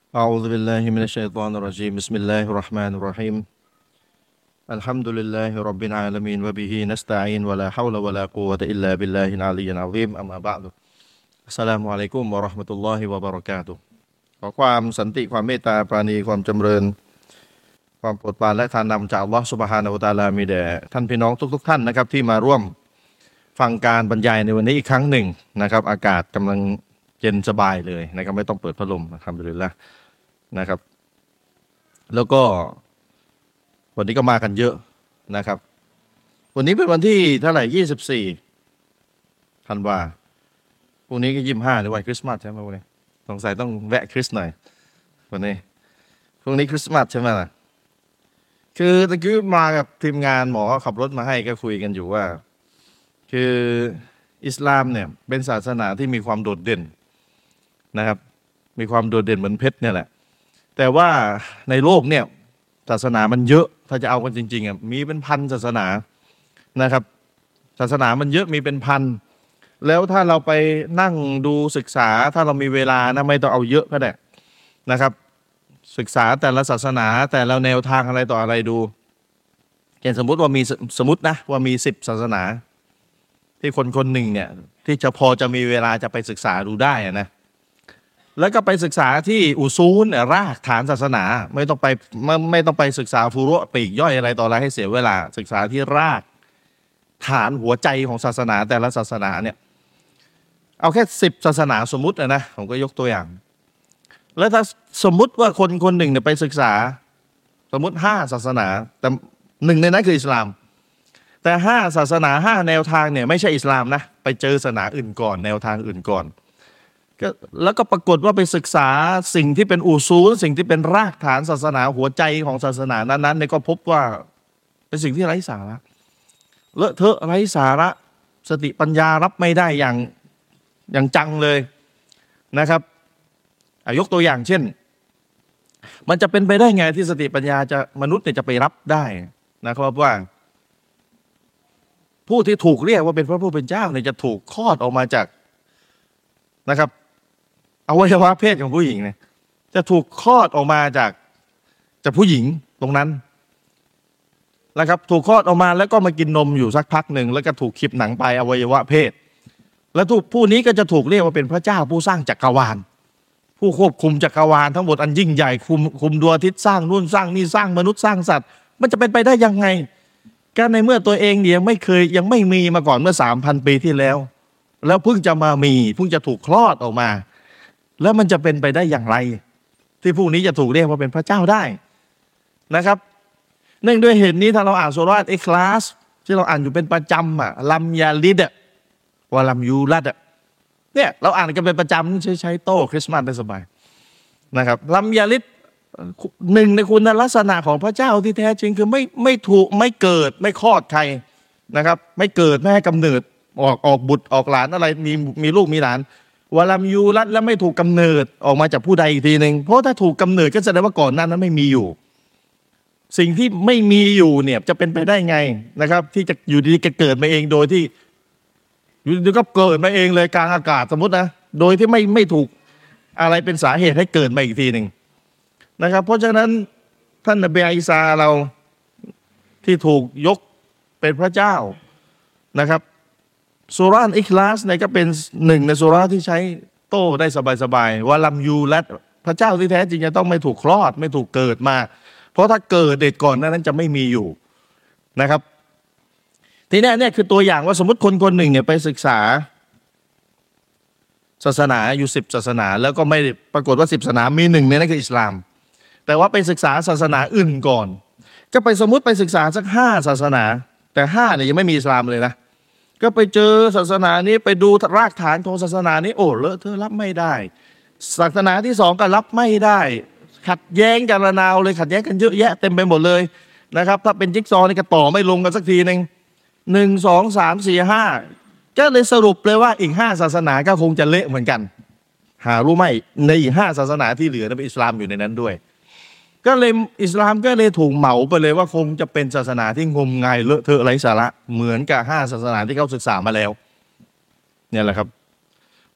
أعوذ بالله من الشيطان الرجيم بسم الله الرحمن الرحيم الحمد لله رب العالمين وبه نستعين ولا حول ولا قوة إلا بالله العلي العظيم أما بعد السلام عليكم ورحمة الله وبركاته ขอความสันติความเมตตาปราณีความจำเริญความโปรดปรานและทานนำจากอัลลอฮฺซุบฮานะฮูวะตะอาลามีแด่ท่านพี่น้องทุกท่านนะครับที่มาร่วมฟังการบรรยายในวันนี้อีกครั้งหนึ่งนะครับอากาศกำลังเย็นสบายเลยนะครับไม่ต้องเปิดพัดลมอัลฮัมดุลิลละห์นะครับแล้วก็วันนี้ก็มากันเยอะนะครับวันนี้เป็นวันที่เท่าไหร่24ธันวาพรุ่งนี้ก็25หรือวันคริสต์มาสใช่ไหมวันนี้สงสัยต้องแวะคริสต์หน่อยวันนี้พรุ่งนี้คริสต์มาสใช่ไหมล่ะคือตะกี้มากับทีมงานหมอขับรถมาให้ก็คุยกันอยู่ว่าคืออิสลามเนี่ยเป็นศาสนาที่มีความโดดเด่นนะครับมีความโดดเด่นเหมือนเพชรเนี่ยแหละแต่ว่าในโลกเนี่ยศาสนามันเยอะถ้าจะเอากันจริงๆมีเป็นพันศาสนานะครับศาสนามันเยอะมีเป็นพันแล้วถ้าเราไปนั่งดูศึกษาถ้าเรามีเวลานะไม่ต้องเอาเยอะก็ได้นะครับศึกษาแต่ละศาสนาแต่ละแนวทางอะไรต่ออะไรดูเช่นสมมติว่ามีสมมตินะว่ามี10ศาสนาที่คนคนหนึ่งเนี่ยที่จะพอจะมีเวลาจะไปศึกษาดูได้นะแล้วก็ไปศึกษาที่อุซูลรากฐานศาสนาไม่ต้องไปศึกษาฟุรุปีกย่อยอะไรต่ออะไรให้เสียเวลาศึกษาที่รากฐานหัวใจของศาสนาแต่ละศาสนาเนี่ยเอาแค่10ศาสนาสมมุตินะผมก็ยกตัวอย่างแล้วถ้าสมมุติว่าคนคนหนึ่งเนี่ยไปศึกษาสมมุติ5ศาสนาแต่หนึ่งในนั้นคืออิสลามแต่5ศาสนา5แนวทางเนี่ยไม่ใช่อิสลามนะไปเจอศาสนาอื่นก่อนแนวทางอื่นก่อนแล้วก็ปรากฏว่าไปศึกษาสิ่งที่เป็นอุซูลสิ่งที่เป็นรากฐานศาสนาหัวใจของศาสนานั้นๆเนี่ยก็พบว่าเป็นสิ่งที่ไร้สาระเลอะเทอะไร้สาระสติปัญญารับไม่ได้อย่างจังเลยนะครับยกตัวอย่างเช่นมันจะเป็นไปได้ไงที่สติปัญญาจะมนุษย์เนี่ยจะไปรับได้นะครับว่าผู้ที่ถูกเรียกว่าเป็นพระผู้เป็นเจ้าเนี่ยจะถูกคลอดออกมาจากนะครับอวัยวะเพศของผู้หญิงเนี่ยจะถูกคลอดออกมาจากผู้หญิงตรงนั้นนะครับถูกคลอดออกมาแล้วก็มากินนมอยู่สักพักหนึ่งแล้วก็ถูกขีบหนังไปอวัยวะเพศแล้วผู้นี้ก็จะถูกเรียกว่าเป็นพระเจ้าผู้สร้างจักรวาลผู้ควบคุมจักรวาลทั้งหมดอันยิ่งใหญ่คุมดวงอาทิตย์สร้างนู่นสร้างนี่สร้างมนุษย์สร้างสัตว์มันจะเป็นไปได้ยังไงก็ในเมื่อตัวเองเนี่ยยังไม่มีมาก่อนเมื่อ 3,000 ปีที่แล้วเพิ่งจะมามีเพิ่งจะถูกคลอดออกมาแล้วมันจะเป็นไปได้อย่างไรที่พวกนี้จะถูกเรียกว่าเป็นพระเจ้าได้นะครับเนื่องด้วยเหตุนี้ถ้าเราอ่านซูเราะห์อิคลาสที่เราอ่านอยู่เป็นประจำลัมยาลิดวะลัมยูลัดเนี่ยเราอ่านกันเป็นประจำใช้โต้คริสต์มาสได้สบายนะครับลัมยาลิดหนึ่งในคุณลักษณะของพระเจ้าที่แท้จริงคือไม่เกิดไม่คลอดใครนะครับไม่เกิดไม่ให้กำเนิดออกบุตรออกหลานอะไรมีลูกมีหลานวะลัมยูลัดและไม่ถูกกำเนิดออกมาจากผู้ใดอีกทีหนึ่งเพราะถ้าถูกกำเนิดก็แสดงว่าก่อนหน้านั้นไม่มีอยู่สิ่งที่ไม่มีอยู่เนี่ยจะเป็นไปได้ไงนะครับที่จะอยู่ดีๆเกิดมาเองโดยที่อยู่ดีก็เกิดมาเองเลยกลางอากาศสมมตินะโดยที่ไม่ถูกอะไรเป็นสาเหตุให้เกิดมาอีกทีหนึ่งนะครับเพราะฉะนั้นท่านนบีอีสาเราที่ถูกยกเป็นพระเจ้านะครับซูเราะห์อิคลาสเนี่ยก็เป็นหนึ่งในซูเราะห์ที่ใช้โต้ได้สบายๆว่าลัมยูลัดพระเจ้าที่แท้จริงจะต้องไม่ถูกคลอดไม่ถูกเกิดมาเพราะถ้าเกิดเด็กก่อนนั้นจะไม่มีอยู่นะครับทีนี้เนี่ยคือตัวอย่างว่าสมมติคนคนหนึ่งเนี่ยไปศึกษาศาสนาอยู่10ศาสนาแล้วก็ไม่ปรากฏว่า10ศาสนามีหนึ่งในนั้นคืออิสลามแต่ว่าไปศึกษาศาสนาอื่นก่อนก็ไปสมมุติไปศึกษาสัก5ศาสนาแต่5เนี่ยยังไม่มีอิสลามเลยนะก็ไปเจอศาสนานี้ไปดูรากฐานของศาสนานี้โอ้เลอะเธอรับไม่ได้ศาสนาที่2ก็รับไม่ได้ขัดแย้งกันระนาวเลยขัดแย้งกันเยอะแยะเต็มไปหมดเลยนะครับถ้าเป็นจิ๊กซอว์นี่ก็ต่อไม่ลงกันสักทีนึง1 2 3 4 5ก็เลยสรุปเลยว่าอีก5ศาสนาก็คงจะเละเหมือนกันหารู้ไหมในอีก5ศาสนาที่เหลือนั้นเป็นอิสลามอยู่ในนั้นด้วยก็เลยอิสลามก็เลยถูกเหมาไปเลยว่าคงจะเป็นศาสนาที่งมงายเลอะเทอะไร้สาระเหมือนกับ5ศาสนาที่เขาศึกษามาแล้วเนี่ยแหละครับ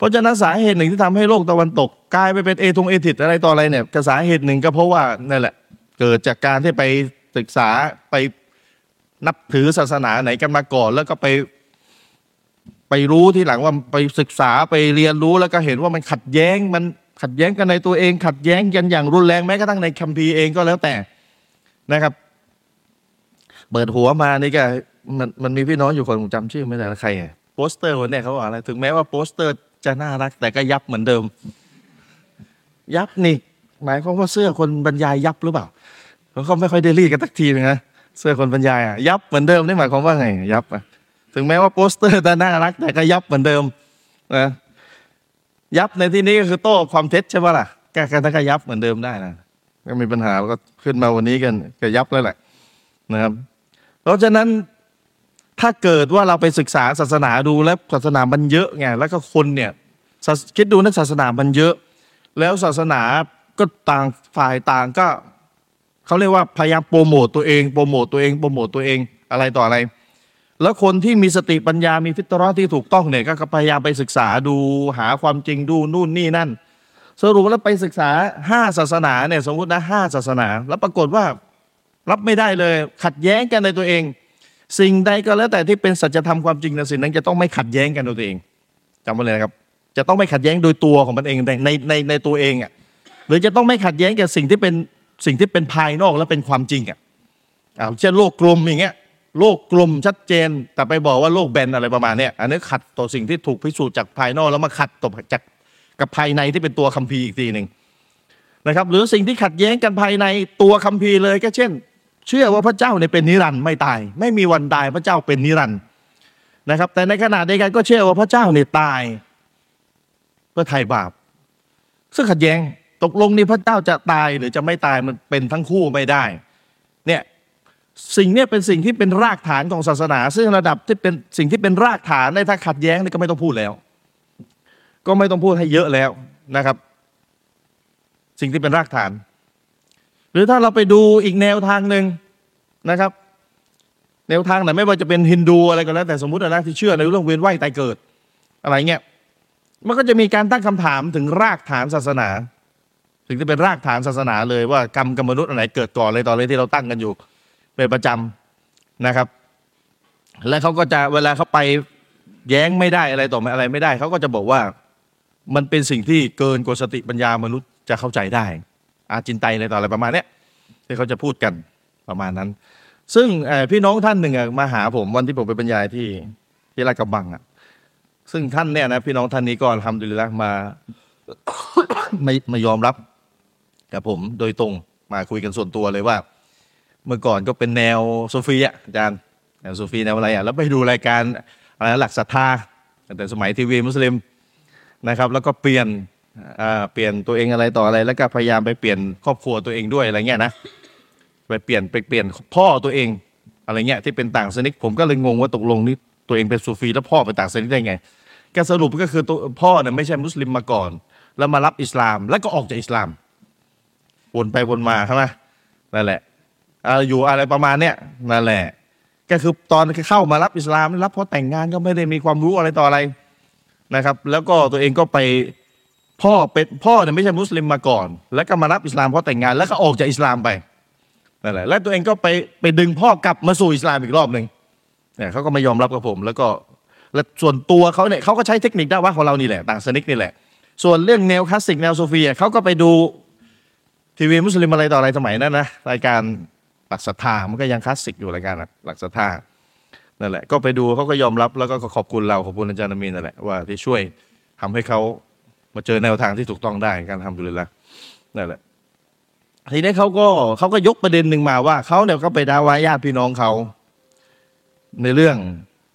ราะฉะนั้นสาเหตุหนึ่งที่ทำให้โลกตะวันตกกลายไปเป็นเอทิดอะไรต่ออะไรเนี่ยก็สาเหตุหนึ่งก็เพราะว่านั่นแหละเกิดจากการที่ไปศึกษาไปนับถือศาสนาไหนกันมาก่อนแล้วก็ไปรู้ทีหลังว่าไปศึกษาไปเรียนรู้แล้วก็เห็นว่ามันขัดแย้งกันในตัวเองขัดแย้งกันอย่างรุนแรงแม้กระทั่งในคัมภีร์เองก็แล้วแต่นะครับเปิดหัวมานี่ก็มันมีพี่น้องอยู่คนผมจำชื่อไม่ได้ละใครโปสเตอร์คนนี้เขาบอกอะไรถึงแม้ว่าโปสเตอร์จะน่ารักแต่ก็ยับเหมือนเดิมยับนี่หมายความว่าเสื้อคนบรรยายยับหรือเปล่าเขาไม่ค่อยได้รีดกันสักทีนะเสื้อคนบรรยายยับเหมือนเดิมนี่หมายความว่าไงยับถึงแม้ว่าโปสเตอร์จะน่ารักแต่ก็ยับเหมือนเดิมนะยับในที่นี้ก็คือโต้ความเท็จใช่ไหมล่ะแก้กันถ้าก็ยับเหมือนเดิมได้นะก็มีปัญหาก็ขึ้นมาวันนี้กันก็ยับแล้วแหละนะครับเพราะฉะนั้นถ้าเกิดว่าเราไปศึกษาศาสนาดูแล้วศาสนามันเยอะไงแล้วก็คนเนี่ยคิดดูนะศาสนามันเยอะแล้วศาสนาก็ต่างฝ่ายต่างก็เขาเรียกว่าพยายามโปรโมตตัวเองอะไรต่ออะไรแล้วคนที่มีสติปัญญามีฟิตเราะห์ที่ถูกต้องเนี่ยก็พยายามไปศึกษาดูหาความจริงดูนู่นนี่นั่นสรุปแล้วไปศึกษา5ศาสนาเนี่ยสมมุตินะ5ศาสนาแล้วปรากฏว่ารับไม่ได้เลยขัดแย้งกันในตัวเองสิ่งใดก็แล้วแต่ที่เป็นสัจธรรมความจริงในสิ่งนั้นจะต้องไม่ขัดแย้งกันโดยตัวเองจำไว้เลยนะครับจะต้องไม่ขัดแย้งโดยตัวของมันเองในตัวเองหรือจะต้องไม่ขัดแย้งกับสิ่งที่เป็นภายนอกและเป็นความจริงเช่นโลกกลมอย่างเงี้ยโลกกลมชัดเจนแต่ไปบอกว่าโลกแบนอะไรประมาณเนี้ยอันนี้ขัดต่อสิ่งที่ถูกพิสูจน์จากภายนอกแล้วมาขัดต่อจากกับภายในที่เป็นตัวคัมภีร์อีกทีหนึ่งนะครับหรือสิ่งที่ขัดแย้งกันภายในตัวคัมภีร์เลยก็เช่นเชื่อว่าพระเจ้าเนี่ยเป็นนิรันดร์ไม่ตายไม่มีวันตายพระเจ้าเป็นนิรันดร์นะครับแต่ในขณะเดียวกันก็เชื่อว่าพระเจ้าเนี่ยตายเพื่อไถ่บาปซึ่งขัดแย้งตกลงนี่พระเจ้าจะตายหรือจะไม่ตายมันเป็นทั้งคู่ไม่ได้เนี่ยสิ่งนี้เป็นสิ่งที่เป็นรากฐานของศาสนาซึ่งระดับที่เป็นสิ่งที่เป็นรากฐานในถ้าขัดแย้งนี่ก็ไม่ต้องพูดแล้วก็ไม่ต้องพูดให้เยอะแล้วนะครับสิ่งที่เป็นรากฐานหรือถ้าเราไปดูอีกแนวทางหนึ่งนะครับแนวทางไหนไม่ว่าจะเป็นฮินดูอะไรก็แล้วแต่สมมุตินะที่เชื่อในเรื่องเวียนว่ายตายเกิดอะไรเงี้ยมันก็จะมีการตั้งคำถามถึงรากฐานศาสนาสิ่งที่เป็นรากฐานศาสนาเลยว่ากรรมกับมนุษย์อันไหนเกิดก่อนเลยตอนนี้ที่เราตั้งกันอยู่เป็นประจำนะครับและเขาก็จะเวลาเขาไปแย้งไม่ได้อะไรต่ออะไรไม่ได้เขาก็จะบอกว่ามันเป็นสิ่งที่เกินกว่าสติปัญญามนุษย์จะเข้าใจได้อาจินไตอะไรต่ออะไรประมาณนี้ที่เขาจะพูดกันประมาณนั้นซึ่งพี่น้องท่านหนึ่งมาหาผมวันที่ผมไปบรรยายที่ลาดกระบังซึ่งท่านเนี่ยนะพี่น้องท่านนี้ก็ทำดุลิละมา ไม่ยอมรับกับผมโดยตรงมาคุยกันส่วนตัวเลยว่าเมื่อก่อนก็เป็นแนวโซฟีอาจารย์แนวโซฟีแนวอะไรแล้วไปดูรายการอะไรหลักศรัทธาแต่สมัยทีวีมุสลิมนะครับแล้วก็เปลี่ยนตัวเองอะไรต่ออะไรแล้วก็พยายามไปเปลี่ยนครอบครัวตัวเองด้วยอะไรเงี้ยนะไปเปลี่ยนพ่อตัวเองอะไรเงี้ยที่เป็นต่างศาสนิกผมก็เลยงงว่าตกลงนี่ตัวเองเป็นซูฟีแล้วพ่อเป็นต่างศาสนิกได้ไงก็สรุปก็คือตัวพ่อเนี่ยไม่ใช่มุสลิมมาก่อนแล้วมารับอิสลามแล้วก็ออกจากอิสลามวนไปวนมาใช่ไหมนั่นแหละอยู่อะไรประมาณเนี้ยนั่นแหละก็คือตอนเข้ามารับอิสลามรับเพราะแต่งงานก็ไม่ได้มีความรู้อะไรต่ออะไรนะครับแล้วก็ตัวเองก็ไปพ่อเนี่ยไม่ใช่มุสลิมมาก่อนแล้วก็มารับอิสลามเพราะแต่งงานแล้วก็ออกจากอิสลามไปนั่นแหละแล้วตัวเองก็ไปดึงพ่อกลับมาสู่อิสลามอีกรอบหนึ่งเนี่ยเขาก็ไม่ยอมรับกับผมแล้วส่วนตัวเขาเนี่ยเขาก็ใช้เทคนิคดะวะห์ของเรานี่แหละต่างศาสนิกนี่แหละส่วนเรื่องแนวคลาสสิกแนวโซฟีเขาก็ไปดูทีวีมุสลิมอะไรต่ออะไรสมัยนั้นนะรายการหลักศรัทธามันก็ยังคลาสสิกอยู่รายการหลักศรัทธานั่นแหละก็ไปดูเขาก็ยอมรับแล้วก็ขอบคุณเราขอบคุณอาจารย์อามีนนั่นแหละว่าที่ช่วยทำให้เขามาเจอแนวทางที่ถูกต้องได้การทำดุลิละนั่นแหละทีนี้เขาก็ยกประเด็นหนึ่งมาว่าเขาเนี่ยก็ไปด่าว่าญาติพี่น้องเขาในเรื่อง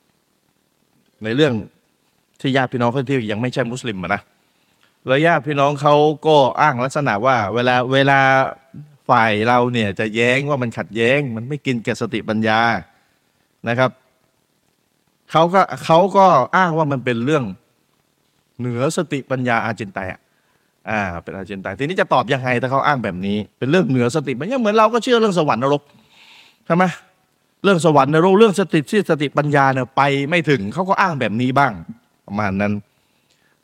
ที่ญาติพี่น้องเขาที่ยังไม่ใช่มุสลิมนะแล้วญาติพี่น้องเขาก็อ้างลักษณะว่าเวลาฝ่ายเราเนี่ยจะแย้งว่ามันขัดแย้งมันไม่กินแก่สติปัญญานะครับเขาก็อ้างว่ามันเป็นเรื่องเหนือสติปัญญาอาจินไตเป็นอาจินไตทีนี้จะตอบยังไงถ้าเขาอ้างแบบนี้เป็นเรื่องเหนือสติปัญญาเหมือนเราก็เชื่อเรื่องสวรรค์นรกใช่ไหมเรื่องสวรรค์นรกเรื่องสติปัญญาเนี่ยไปไม่ถึงเขาก็อ้างแบบนี้บ้างประมาณนั้น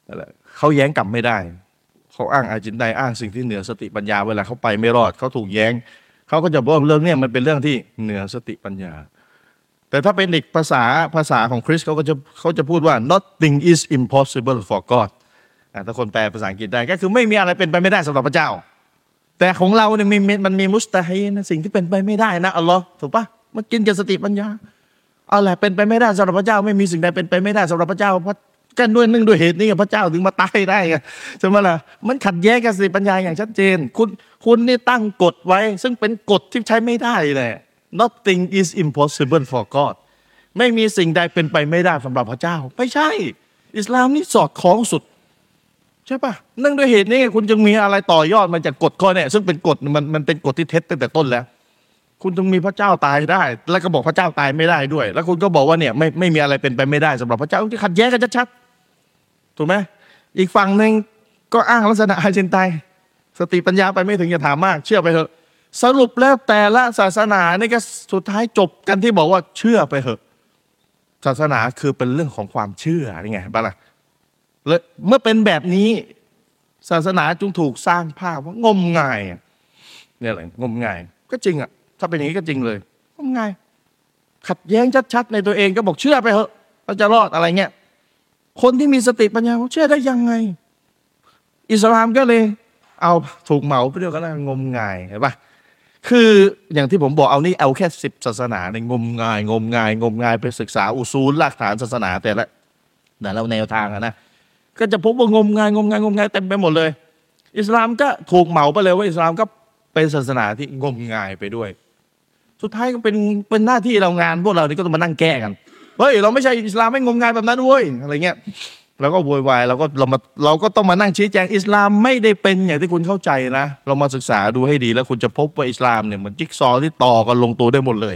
นั่นแหละเขาแย้งกลับไม่ได้เขาอ้างอาจินไดอ้างสิ่งที่เหนือสติปัญญาเวลาเขาไปไม่รอดเขาถูกแย้งเขาก็จะบอกเรื่องนี้มันเป็นเรื่องที่เหนือสติปัญญาแต่ถ้าเป็นอีกภาษาของคริสต์เขาจะพูดว่า nothing is impossible for God ถ้าคนแปลภาษาอังกฤษได้ก็คือไม่มีอะไรเป็นไปไม่ได้สำหรับพระเจ้าแต่ของเราเนี่ยมันมีมุสตาฮีนะสิ่งที่เป็นไปไม่ได้นะอัลลอฮ์ถูกปะมันกินกับสติปัญญาเอาแหละเป็นไปไม่ได้สำหรับพระเจ้าไม่มีสิ่งใดเป็นไปไม่ได้สำหรับพระเจ้าเพราะกันด้วยเหตุนี้พระเจ้าถึงมาตายได้ไงใช่ไหมล่ะมันขัดแย้งกับสติปัญญาอย่างชัดเจนคุณนี่ตั้งกฎไว้ซึ่งเป็นกฎที่ใช้ไม่ได้เลย nothing is impossible for God ไม่มีสิ่งใดเป็นไปไม่ได้สำหรับพระเจ้าไม่ใช่อิสลามนี่สอดคล้องสุดใช่ปะเนื่องด้วยเหตุนี้คุณจึงมีอะไรต่อยอดมาจากกฎข้อนี้ซึ่งเป็นกฎมันเป็นกฎที่เท็จตั้งแต่ต้นแล้วคุณจึงมีพระเจ้าตายได้แล้วก็บอกพระเจ้าตายไม่ได้ด้วยแล้วคุณก็บอกว่าเนี่ยไม่มีอะไรเป็นไปไม่ได้สำหรับพระเจ้าที่ขัดแย้งกันชัดๆถูกไหมอีกฝั่งหนึ่งก็อ้างลักษณะอาเจนไตสติปัญญาไปไม่ถึงอย่าถามมากเชื่อไปเถอะสรุปแล้วแต่ละศาสนานี่ก็สุดท้ายจบกันที่บอกว่าเชื่อไปเถอะศาสนาคือเป็นเรื่องของความเชื่อนี่ไงบ้างล่ะเมื่อเป็นแบบนี้ศาสนาจึงถูกสร้างภาพว่างมงายเนี่ยแหละงมงายก็จริงอ่ะถ้าเป็นอย่างนี้ก็จริงเลยงมงายขัดแย้งชัดๆในตัวเองก็บอกเชื่อไปเถอะเราจะรอดอะไรเงี้ยคนที่มีสติปัญญาเขาเชื่อได้ยังไงอิสลามก็เลยเอาถูกเหมาไปด้วยกันงมงายเห็นปะคืออย่างที่ผมบอกเอาแค่10 ศาสนาในงมงายไปศึกษาอุซูลรากฐานศาสนาแต่ละแนวทางนะก็จะพบว่างมงายเต็มไปหมดเลยอิสลามก็ถูกเหมาไปเลยว่าอิสลามก็เป็นศาสนาที่งมงายไปด้วยสุดท้ายก็เป็นหน้าที่เรางานพวกเรานี่ก็ต้องมานั่งแก้กันเฮ้ยเราไม่ใช่อิสลามไม่งมงายแบบนั้นเว้ยอะไรเงี้ยเราก็โวยวายเราก็ต้องมานั่งชี้แจงอิสลามไม่ได้เป็นอย่างที่คุณเข้าใจนะเรามาศึกษาดูให้ดีแล้วคุณจะพบว่าอิสลามเนี่ยเหมือนจิ๊กซอว์ที่ต่อกันลงตัวได้หมดเลย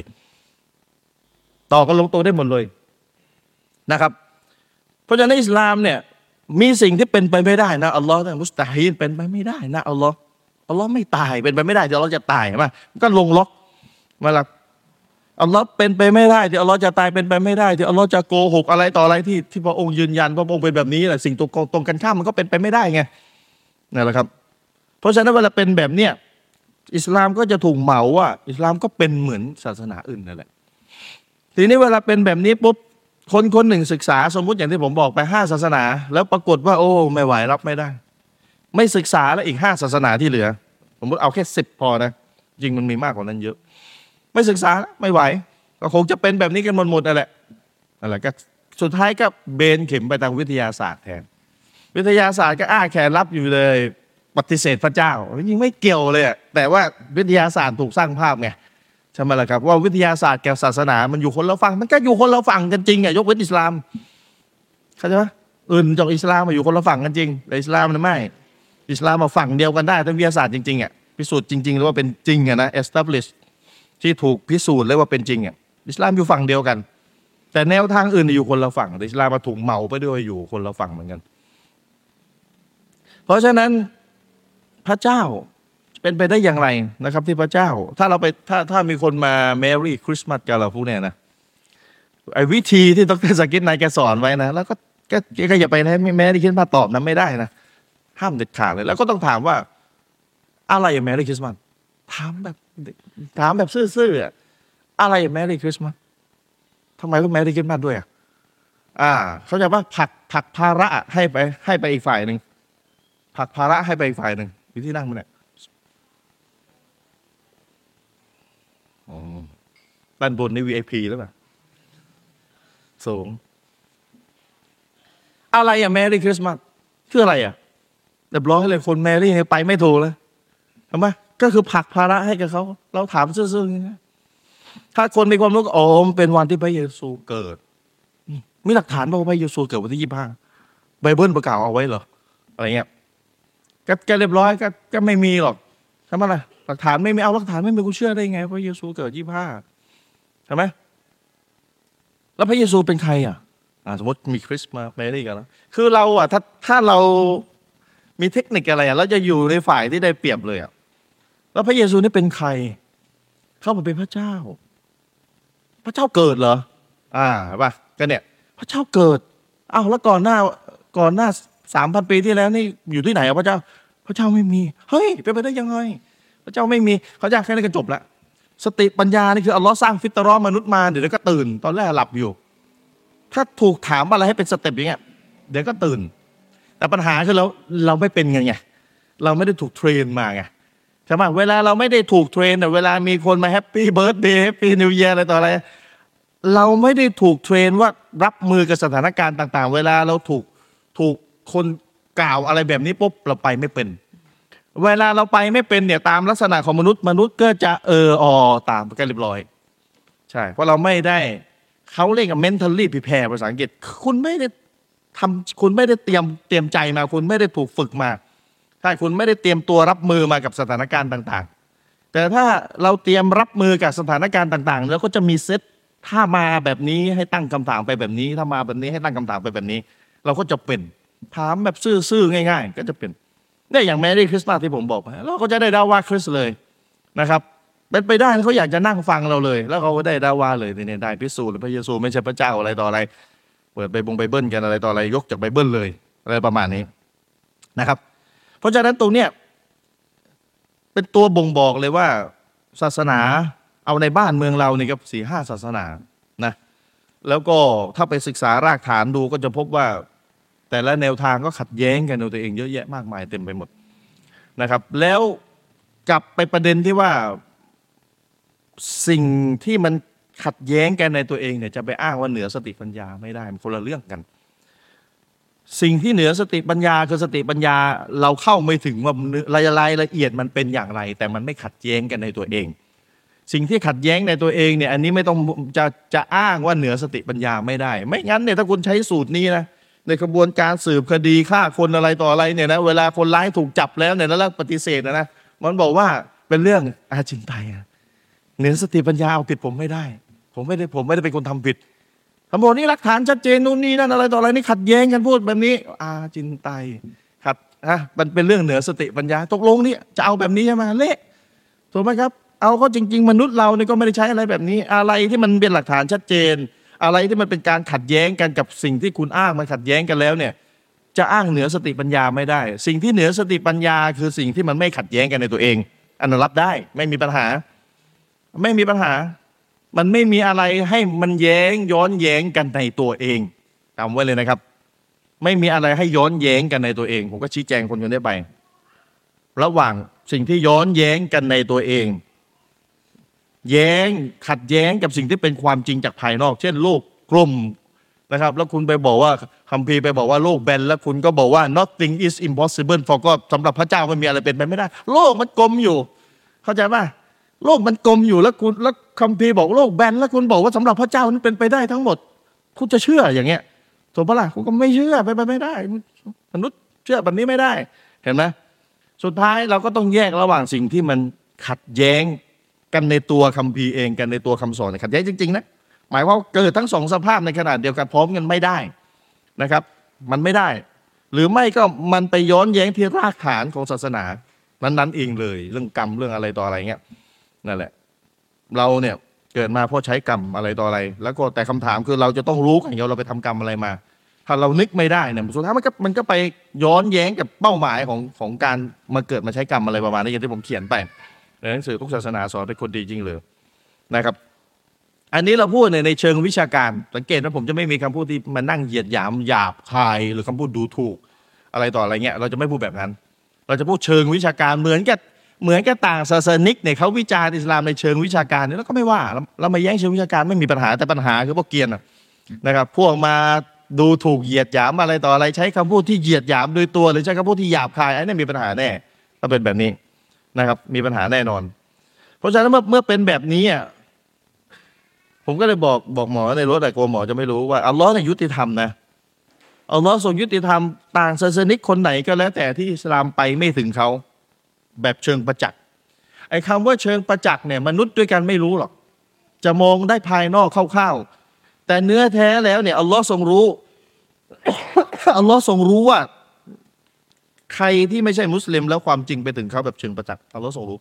นะครับเพราะฉะนั้นอิสลามเนี่ยมีสิ่งที่เป็นไปไม่ได้นะอัลลอฮ์มุสตาฮีนเป็นไปไม่ได้นะอัลลอฮ์ไม่ตายเป็นไปไม่ได้ที่อัลลอฮ์จะตายมาก็ลงล็อกมาละอัลลอฮ์เป็นไปไม่ได้ที่อัลลอฮ์จะตายเป็นไปไม่ได้ที่อัลลอฮ์จะโกหกอะไรต่ออะไรที่พระองค์ยืนยันว่าพระองค์เป็นแบบนี้แหละสิ่งตรงกันข้ามมันก็เป็นไปไม่ได้ไงนั่นแหละครับเพราะฉะนั้นเวลาเป็นแบบเนี้ยอิสลามก็จะถูกเหมาว่าอิสลามก็เป็นเหมือนศาสนาอื่นนั่นแหละทีนี้เวลาเป็นแบบนี้ปุ๊บคนหนึ่งศึกษาสมมุติอย่างที่ผมบอกไป5 ศาสนาแล้วปรากฏว่าโอ้ไม่ไหวรับไม่ได้ไม่ศึกษาแล้วอีก5 ศาสนาที่เหลือสมมติเอาแค่10พอนะจริงมันมีมากกว่านั้นเยอะไม่ศึกษาไม่ไหวก็คงจะเป็นแบบนี้กันหมดนั่นแหละก็สุดท้ายก็เบนเข็มไปทางวิทยาศาสตร์แทนวิทยาศาสตร์ก็อ้าแขนรับอยู่เลยปฏิเสธพระเจ้าจริงไม่เกี่ยวเลยแต่ว่าวิทยาศาสตร์ถูกสร้างภาพไงใช่ไหมล่ะครับว่าวิทยาศาสตร์กับศาสนามันอยู่คนละฝั่งมันก็อยู่คนละฝั่งกันจริงยกเว้นอิสลามเข้าใจไหมอื่นจากอิสลามมาอยู่คนละฝั่งกันจริงแต่อิสลามมันไม่อิสลามมาฝั่งเดียวกันได้ถ้าวิทยาศาสตร์จริงๆพิสูจน์จริงๆหรือว่าเป็นจริงนะ establish ที่ถูกพิสูจน์เลยว่าเป็นจริงอิสลามอยู่ฝั่งเดียวกันแต่แนวทางอื่นอยู่คนละฝั่งอิสลามมาถูกเหมาไปด้วยอยู่คนละฝั่งเหมือนกันเพราะฉะนั้นพระเจ้าเป็นไปได้อย่างไรนะครับที่พระเจ้าถ้ามีคนมาแมรี่คริสต์มาสกับเราพวกเนี้ยนะไอ้วิธีที่ดร.ซากิรนายแกสอนไว้นะแล้วก็อย่าไปให้แมรี่คริสต์มาสตอบนะไม่ได้นะห้ามเด็ดขาดเลยแล้วก็ต้องถามว่าอะไรแมรี่คริสต์มาสถามแบบซื่อๆอะไรแมรี่คริสต์มาสทำไมต้องแมรี่คริสต์มาสด้วยเขาจะว่าผลักภาระให้ไปอีกฝ่ายหนึ่งผลักภาระให้ไปอีกฝ่ายหนึ่งอยู่ที่นั่งมันเนี่ยด้านบนใน VIP แล้วป่ะสูงอะไรแมรี่คริสต์มาสคืออะไรเรียบร้อยเลยคนแมรี่ไปไม่ถูกเลยทำไมก็คือผลักภาระให้กับเขาเราถามซื่อๆถ้าคนมีความรู้เป็นวันที่พระเยซูเกิดมีหลักฐานว่าพระเยซูเกิดวันที่25ไบเบิลประกาศเอาไว้เหรออะไรเงี้ยก็เรียบร้อยก็ไม่มีหรอกใช่ไหมล่ะหลักฐานไม่มีเอาหลักฐานไม่มีกูเชื่อได้ไงพระเยซูเกิด25ใช่ไหมแล้วพระเยซูเป็นใครสมมติมีคริสต์มาแมรี่กันแล้วคือเราถ้าเรามีเทคนิคอะไรเราจะอยู่ในฝ่ายที่ได้เปรียบเลยแล้วพระเยซูนี่เป็นใครเข้ามาเป็นพระเจ้าเกิดเหรอป่ะก็เนี่ยพระเจ้าเกิดแล้วก่อนหน้า 3,000 ปีที่แล้วนี่อยู่ที่ไหนพระเจ้าไม่มีเฮ้ยเป็นไปได้ยังไงพระเจ้าไม่มีเขาจะแค่นี้ก็จบละสติปัญญานี่คืออัลลอฮ์สร้างฟิตรอมนุษย์มาเดี๋ยวก็ตื่นตอนแรกหลับอยู่ถ้าถูกถามอะไรให้เป็นสเต็ปอย่างเงี้ยเดี๋ยวก็ตื่นแต่ปัญหาคือเราไม่เป็นไงเราไม่ได้ถูกเทรนมาไงใช่ไหมเวลาเราไม่ได้ถูกเทรนแต่เวลามีคนมาแฮปปี้เบิร์ธเดย์แฮปปี้นิวเยียร์อะไรต่ออะไรเราไม่ได้ถูกเทรนว่ารับมือกับสถานการณ์ต่างๆเวลาเราถูกคนกล่าวอะไรแบบนี้ปุ๊บเราไปไม่เป็นเวลาเราไปไม่เป็นเนี่ยตามลักษณะของมนุษย์ก็จะตามกันเรียบร้อยใช่เพราะเราไม่ได้เขาเรียกว่า mentally prepare ภาษาอังกฤษคุณไม่ได้เตรียมใจมาคุณไม่ได้ถูกฝึกมาใช่คุณไม่ได้เตรียมตัวรับมือมากับสถานการณ์ต่างๆแต่ถ้าเราเตรียมรับมือกับสถานการณ์ต่างๆแล้วก็จะมีเซตถ้ามาแบบนี้ให้ตั้งคำถามไปแบบนี้ถ้ามาแบบนี้ให้ตั้งคำถามไปแบบนี้เราก็จะเป็นถามแบบซื่อๆง่ายๆก็จะเป็นเนี่ยอย่างแมรี่คริสต์มาสที่ผมบอกเราก็จะได้ดาว่าคริสต์เลยนะครับเป็นไปได้เขาอยากจะนั่งฟังเราเลยแล้วเขาก็ได้ดาว่าเลยเนี่ยได้พิสูจน์พระเยซูไม่ใช่พระเจ้าอะไรต่ออะไรเปิดไบเบิลกันอะไรต่ออะไรยกจากไบเบิลเลยอะไรประมาณนี้นะครับเพราะฉะนั้นตรงเนี้ยเป็นตัวบ่งบอกเลยว่าศาสนาเอาในบ้านเมืองเรานี่ก็4-5 ศาสนานะแล้วก็ถ้าไปศึกษารากฐานดูก็จะพบว่าแต่ละแนวทางก็ขัดแย้งกันในตัวเองเยอะแยะมากมายเต็มไปหมดนะครับแล้วกลับไปประเด็นที่ว่าสิ่งที่มันขัดแย้งกันในตัวเองเนี่ยจะไปอ้างว่าเหนือสติปัญญาไม่ได้มันคนละเรื่องกันสิ่งที่เหนือสติปัญญาคือสติปัญญาเราเข้าไม่ถึงว่ารายละเอียดมันเป็นอย่างไรแต่มันไม่ขัดแย้งกันในตัวเองสิ่งที่ขัดแย้งในตัวเองเนี่ยอันนี้ไม่ต้องจะอ้างว่าเหนือสติปัญญาไม่ได้ไม่งั้นเนี่ยถ้าคุณใช้สูตรนี้นะในกระบวนการสืบคดีฆ่าคนอะไรต่ออะไรเนี่ยนะเวลาคนร้ายถูกจับแล้วเนี่ยแล้วปฏิเสธนะมันบอกว่าเป็นเรื่องอาจินไตยเหนือสติปัญญาเอาผิดผมไม่ได้ผมไม่ได้เป็นคนทำผิดคำบอกนี้หลักฐานชัดเจนนู่นนี่นั่นอะไรต่ออะไรนี่ขัดแย้งกันพูดแบบนี้อาจินไตยขัดมันเป็นเรื่องเหนือสติปัญญาตกลงนี่จะเอาแบบนี้ใช่ไหมเละถูกไหมครับเอาก็จริงๆมนุษย์เราเนี่ยก็ไม่ได้ใช้อะไรแบบนี้อะไรที่มันเป็นหลักฐานชัดเจนอะไรที่มันเป็นการขัดแย้งกันกับสิ่งที่คุณอ้างมันขัดแย้งกันแล้วเนี่ยจะอ้างเหนือสติปัญญาไม่ได้สิ่งที่เหนือสติปัญญาคือสิ่งที่มันไม่ขัดแย้งกันในตัวเองอันนั้นรับได้ไม่มีปัญหามันไม่มีอะไรให้มันย้อนแย้งกันในตัวเองจำไว้เลยนะครับไม่มีอะไรให้ย้อนแย้งกันในตัวเองผมก็ชี้แจงคนได้ไประหว่างสิ่งที่ย้อนแย้งกันในตัวเองขัดแย้งกับสิ่งที่เป็นความจริงจากภายนอกเช่นโลกกลมนะครับแล้วคุณไปบอกว่าคัมภีร์ไปบอกว่าโลกแบนแล้วคุณก็บอกว่า nothing is impossible for God สำหรับพระเจ้าไม่มีอะไรเป็นไปไม่ได้โลกมันกลมอยู่เข้าใจป่ะโลกมันกลมอยู่แล้วคัมภีร์บอกโลกแบนแล้วคุณบอกว่าสำหรับพระเจ้านั้นเป็นไปได้ทั้งหมดคุณจะเชื่ออย่างเงี้ยถูกปะล่ะคุณก็ไม่เชื่อไปไม่ได้มนุษย์เชื่อแบบนี้ไม่ได้เห็นไหมสุดท้ายเราก็ต้องแยกระหว่างสิ่งที่มันขัดแย้งกันในตัวคัมภีร์เองกันในตัวคำสอนขัดแย้งจริงๆนะหมายว่าเกิดทั้งสองสภาพในขณะเดียวกันพร้อมกันไม่ได้นะครับมันไม่ได้หรือไม่ก็มันไปย้อนแย้งที่รากฐานของศาสนานั้นเองเลยเรื่องกรรมเรื่องอะไรต่ออะไรเงี้ยนั่นแหละเราเนี่ยเกิดมาเพราะใช้กรรมอะไรต่ออะไรแล้วก็แต่คำถามคือเราจะต้องรู้กันเราไปทำกรรมอะไรมาถ้าเรานึกไม่ได้เนี่ยสุดท้ายมันก็ไปย้อนแย้งกับเป้าหมายของการมาเกิดมาใช้กรรมอะไรประมาณนี้อย่างที่ผมเขียนไปในหนังสือทุกศาสนาสอนเป็นคนดีจริงเลยนะครับอันนี้เราพูดในเชิงวิชาการสังเกตว่าผมจะไม่มีคำพูดที่มานั่งเหยียดหยามหยาบคายหรือคำพูดดูถูกอะไรต่ออะไรเงี้ยเราจะไม่พูดแบบนั้นเราจะพูดเชิงวิชาการเหมือนกับต่างศาสนิกเนี่ยเขาวิจารณ์อิสลามในเชิงวิชาการเนี่ยแล้วก็ไม่ว่าเรามาแย้งเชิงวิชาการไม่มีปัญหาแต่ปัญหาคือพวกเกรียนนะครับพวกมาดูถูกเหยียดหยามอะไรต่ออะไรใช้คำพูดที่เหยียดหยามโดยตัวหรือใช้คำพูดที่หยาบคายอันนี้มีปัญหาแน่ถ้าเป็นแบบนี้นะครับมีปัญหาแน่นอนเพราะฉะนั้นเมื่อเป็นแบบนี้ผมก็เลยบอกหมอในรถแต่กลัวหมอจะไม่รู้ว่าอัลลอฮ์เนี่ยยุติธรรมนะอัลลอฮ์ทรงยุติธรรมต่างศาสนิกคนไหนก็แล้วแต่ที่อิสลามไปไม่ถึงเขาแบบเชิงประจักษ์ไอ้คำว่าเชิงประจักษ์เนี่ยมนุษย์ด้วยกันไม่รู้หรอกจะมองได้ภายนอกคร่าวๆแต่เนื้อแท้แล้วเนี่ยอัลลอฮ์ทรงรู้ อัลลอฮ์ทรงรู้ว่าใครที่ไม่ใช่มุสลิมแล้วความจริงไปถึงเขาแบบเชิงประจักษ์อัลลอฮ์ทรงรู้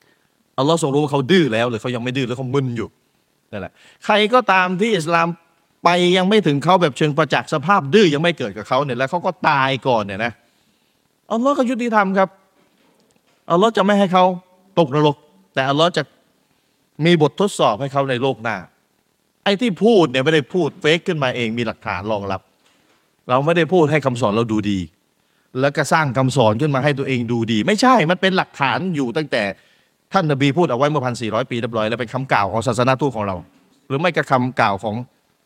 ว่าเขาดื้อแล้วหรือเขายังไม่ดื้อแล้วเขามึนอยู่นั่นแหละใครก็ตามที่อิสลามไปยังไม่ถึงเขาแบบเชิงประจักษ์สภาพดื้อยังไม่เกิดกับเขาเนี่ยแล้วเขาก็ตายก่อนเนี่ยนะอัลลอฮ์ก็ยุติธรรมครับอัลลอฮ์จะไม่ให้เขาตกนรกแต่อัลลอฮ์จะมีบททดสอบให้เขาในโลกหน้าไอ้ที่พูดเนี่ยไม่ได้พูดเฟกขึ้นมาเองมีหลักฐานรองรับเราไม่ได้พูดให้คำสอนเราดูดีแล้วก็สร้างคำสอนขึ้นมาให้ตัวเองดูดี ไม่ใช่มันเป็นหลักฐานอยู่ตั้งแต่ท่านนบีพูดเอาไว้เมื่อ1,400 ปีเรียบร้อยแล้วเป็นคำกล่าวของศาสนาทูตของเราหรือไม่ก็คำกล่าวของ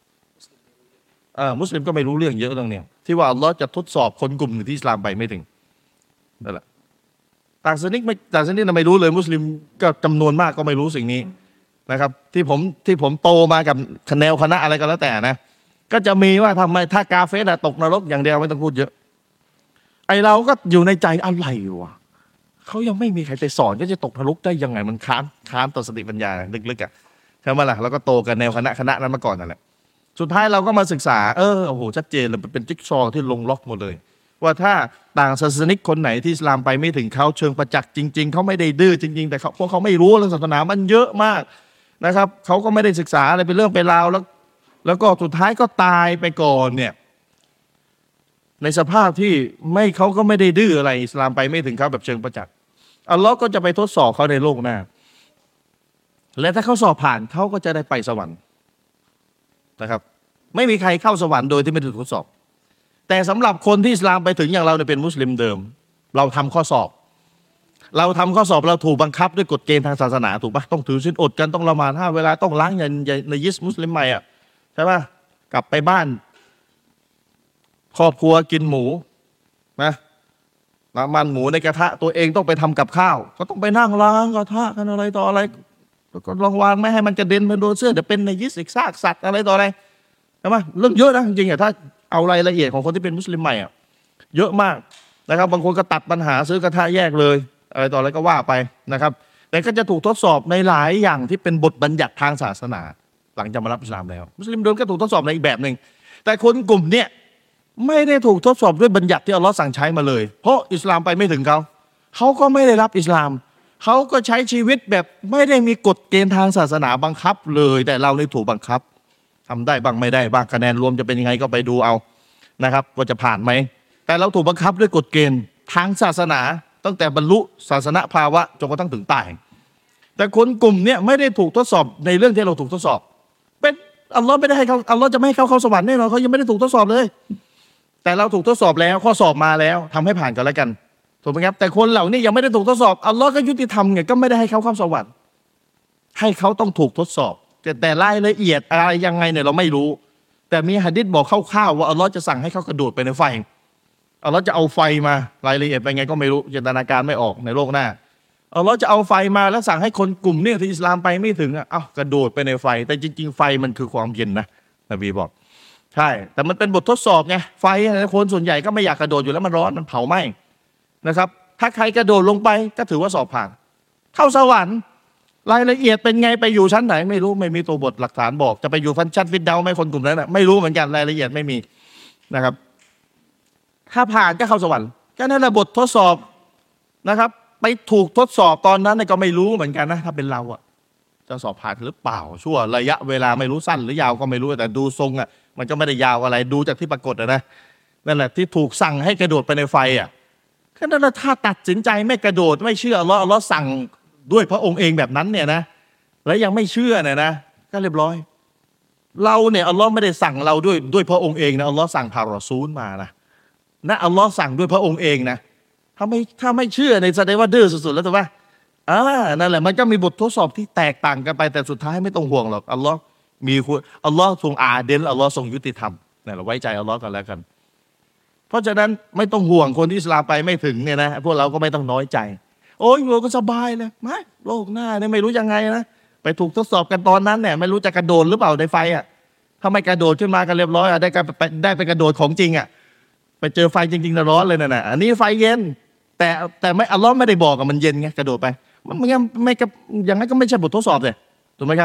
มุสลิมก็ไม่รู้เรื่องเยอะเรื่องเนี้ยที่ว่าอัลลอฮ์จะทดสอบคนกลุ่มหนึ่งที่อิสลามไปไม่ถึงนั่นแหละต่างศาสนิกไม่รู้เลยมุสลิมก็จำนวนมากก็ไม่รู้สิ่งนี้นะครับที่ผมโตมากับแนวคณะอะไรก็แล้วแต่นะก็จะมีว่าทำไมถ้ากาเฟสตกนรกอย่างเดียวไม่ต้องพูดเยอะไอเราก็อยู่ในใจอะไรวะเขายังไม่มีใครไปสอนก็จะตกนรกได้ยังไงมันค้านต่อสติปัญญาลึกๆอ่ะใช่ไหมล่ะเราก็โตกันแนวคณะนั้นมาก่อนนั่นแหละสุดท้ายเราก็มาศึกษาโอ้โหชัดเจนเลยเป็นจิ๊กซอว์ที่ลงล็อกหมดเลยว่าถ้าต่างศาสนิกคนไหนที่อิสลามไปไม่ถึงเขาเชิงประจักษ์จริงๆเขาไม่ได้ดื้อจริงๆแต่พวกเขาไม่รู้เรื่องศาสนามันเยอะมากนะครับเขาก็ไม่ได้ศึกษาอะไรเป็นเรื่องเป็นราวแล้วก็สุดท้ายก็ตายไปก่อนเนี่ยในสภาพที่เขาก็ไม่ได้ดื้ออะไรอิสลามไปไม่ถึงเขาแบบเชิงประจักษ์อัลลอฮ์ก็จะไปทดสอบเขาในโลกหน้าและถ้าเขาสอบผ่านเขาก็จะได้ไปสวรรค์นะครับไม่มีใครเข้าสวรรค์โดยที่ไม่ถูกทดสอบแต่สำหรับคนที่อิสลามไปถึงอย่างเราเนี่ยเป็นมุสลิมเดิมเราทำข้อสอบเราถูกบังคับด้วยกฎเกณฑ์ทางศาสนาถูกปะต้องถือศีลอดกันต้องละหมาด5 เวลาต้องล้างอย่างในยิสมุสลิมใหม่อ่ะใช่ปะกลับไปบ้านครอบครัวกินหมูนะน้ำมันหมูในกระทะตัวเองต้องไปทำกับข้าวก็ต้องไปนั่งล้างกระทะกันอะไรต่ออะไรก็ลองวางไม่ให้มันกระเด็นไปโดนเสื้อเดี๋ยวเป็นในยิสอีกซากสัตว์อะไรต่ออะไรใช่ไหมเรื่องเยอะนะจริงๆอ่ะถ้าเอารายละเอียดของคนที่เป็นมุสลิมใหม่อ่ะเยอะมากนะครับบางคนก็ตัดปัญหาซื้อกระทะแยกเลยอะไรต่ออะไรก็ว่าไปนะครับแต่ก็จะถูกทดสอบในหลายอย่างที่เป็นบทบัญญัติทางศาสนาหลังจากมารับอิสลามแล้วมุสลิมเดิมก็ถูกทดสอบในอีกแบบหนึ่งแต่คนกลุ่มเนี้ยไม่ได้ถูกทดสอบด้วยบัญญัติที่อัลลอฮ์สั่งใช้มาเลยเพราะอิสลามไปไม่ถึงเขาก็ไม่ได้รับอิสลามเขาก็ใช้ชีวิตแบบไม่ได้มีกฎเกณฑ์ทางศาสนาบังคับเลยแต่เราเลยถูกบังคับทำได้บ้างไม่ได้บ้างคะแนนรวมจะเป็นยังไงก็ไปดูเอานะครับว่าจะผ่านไหมแต่เราถูกบังคับด้วยกฎเกณฑ์ทางศาสนาตั้งแต่บรรลุศาสนภาวะจนกระทั่งถึงตายแต่คนกลุ่มเนี้ยไม่ได้ถูกทดสอบในเรื่องที่เราถูกทดสอบเป็นอัลลอฮ์ไม่ได้ให้เขาอัลลอฮ์จะไม่ให้เขาเข้าสวรรค์แน่นอนเขายังไม่ได้ถูกทดสอบเลยแต่เราถูกทดสอบแล้วข้อสอบมาแล้วทำให้ผ่านกันแล้วกันถูกไหมครับแต่คนเหล่านี้ยังไม่ได้ถูกทดสอบอัลลอฮ์ก็ยุติธรรมไงก็ไม่ได้ให้เขาเข้าสวรรค์ให้เขาต้องถูกทดสอบแต่รายละเอียดอะไรยังไงเนี่ยเราไม่รู้แต่มีหะดีษบอกคร่าวๆว่าอัลลอฮ์จะสั่งให้เขากระโดดไปในไฟอัลลอฮ์จะเอาไฟมารายละเอียดเป็นไงก็ไม่รู้จินตนาการไม่ออกในโลกหน้าอัลลอฮ์จะเอาไฟมาแล้วสั่งให้คนกลุ่มนี้ที่อิสลามไปไม่ถึงกระโดดไปในไฟแต่จริงๆไฟมันคือความเย็นนะนบีบอกใช่แต่มันเป็นบททดสอบไงไฟคนส่วนใหญ่ก็ไม่อยากกระโดดอยู่แล้วมันร้อนมันเผาไหม้นะครับถ้าใครกระโดดลงไปก็ถือว่าสอบผ่านเข้าสวรรค์รายละเอียดเป็นไงไปอยู่ชั้นไหนไม่รู้ไม่มีตัวบทหลักฐานบอกจะไปอยู่ชั้นฟิรเดาส์ไหมคนกลุ่มนั้นไม่รู้เหมือนกันรายละเอียดไม่มีนะครับถ้าผ่านก็เข้าสวรรค์ก็นั่นแหละบททดสอบนะครับไปถูกทดสอบตอนนั้นก็ไม่รู้เหมือนกันนะถ้าเป็นเราจะสอบผ่านหรือเปล่าชั่วระยะเวลาไม่รู้สั้นหรือยาวก็ไม่รู้แต่ดูทรงมันก็ไม่ได้ยาวอะไรดูจากที่ปรากฏนะนั่นแหละที่ถูกสั่งให้กระโดดไปในไฟก็นั่นแหละถ้าตัดสินใจไม่กระโดดไม่เชื่ออัลลอฮ์สั่งด้วยพระองค์เองแบบนั้นเนี่ยนะแล้วยังไม่เชื่อเนี่ยนะก็เรียบร้อยเราเนี่ยอัลลอฮ์ไม่ได้สั่งเราด้วยพระองค์เองนะอัลลอฮ์สั่งผ่านรอซูลมานะอัลลอฮ์สั่งด้วยพระองค์เองนะถ้าไม่เชื่อในแสดงว่าดื้อสุดๆแล้วถูกไหมนั่นแหละมันก็มีบททดสอบที่แตกต่างกันไปแต่สุดท้ายไม่ต้องห่วงหรอกอัลลอฮ์อัลลอฮ์ทรงอาเดลอัลลอฮ์ทรงยุติธรรมเนี่ยเราไว้ใจอัลลอฮ์กันแล้วกันเพราะฉะนั้นไม่ต้องห่วงคนที่อิสลามไปไม่ถึงเนี่ยนะพวกเราก็ไม่ต้องน้อยใจโอ้ยเราก็สบายเลยไม่โลกหน้าเนี่ยไม่รู้ยังไงนะไปถูกทดสอบกันตอนนั้นเนี่ยไม่รู้จะกระโดดหรือเปล่าในไฟถ้าไม่กระโดดขึ้นมากันเรียบร้อยได้ไปกระโดดของจริงไปเจอไฟจริงๆร้อนเลยนะอันนี้ไฟเย็นแต่ไม่อัลลอฮ์ไม่ได้บอกมันเย็นไงกระโดดไปมันไม่อย่างนั้นก็ไม่ใช่บททดสอบเลยถูกไหมครับ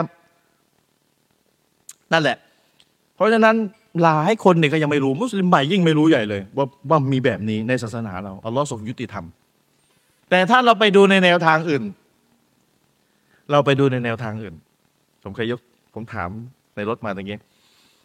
นั่นแหละเพราะฉะนั้นหลายคนเนี่ยก็ยังไม่รู้มุสลิมใหม่ยิ่งไม่รู้ใหญ่เลยว่ามีแบบนี้ในศาสนาเราอัลลอฮ์ทรงยุติธรรมแต่ถ้าเราไปดูในแนวทางอื่นผมถามในรถมาตะกี้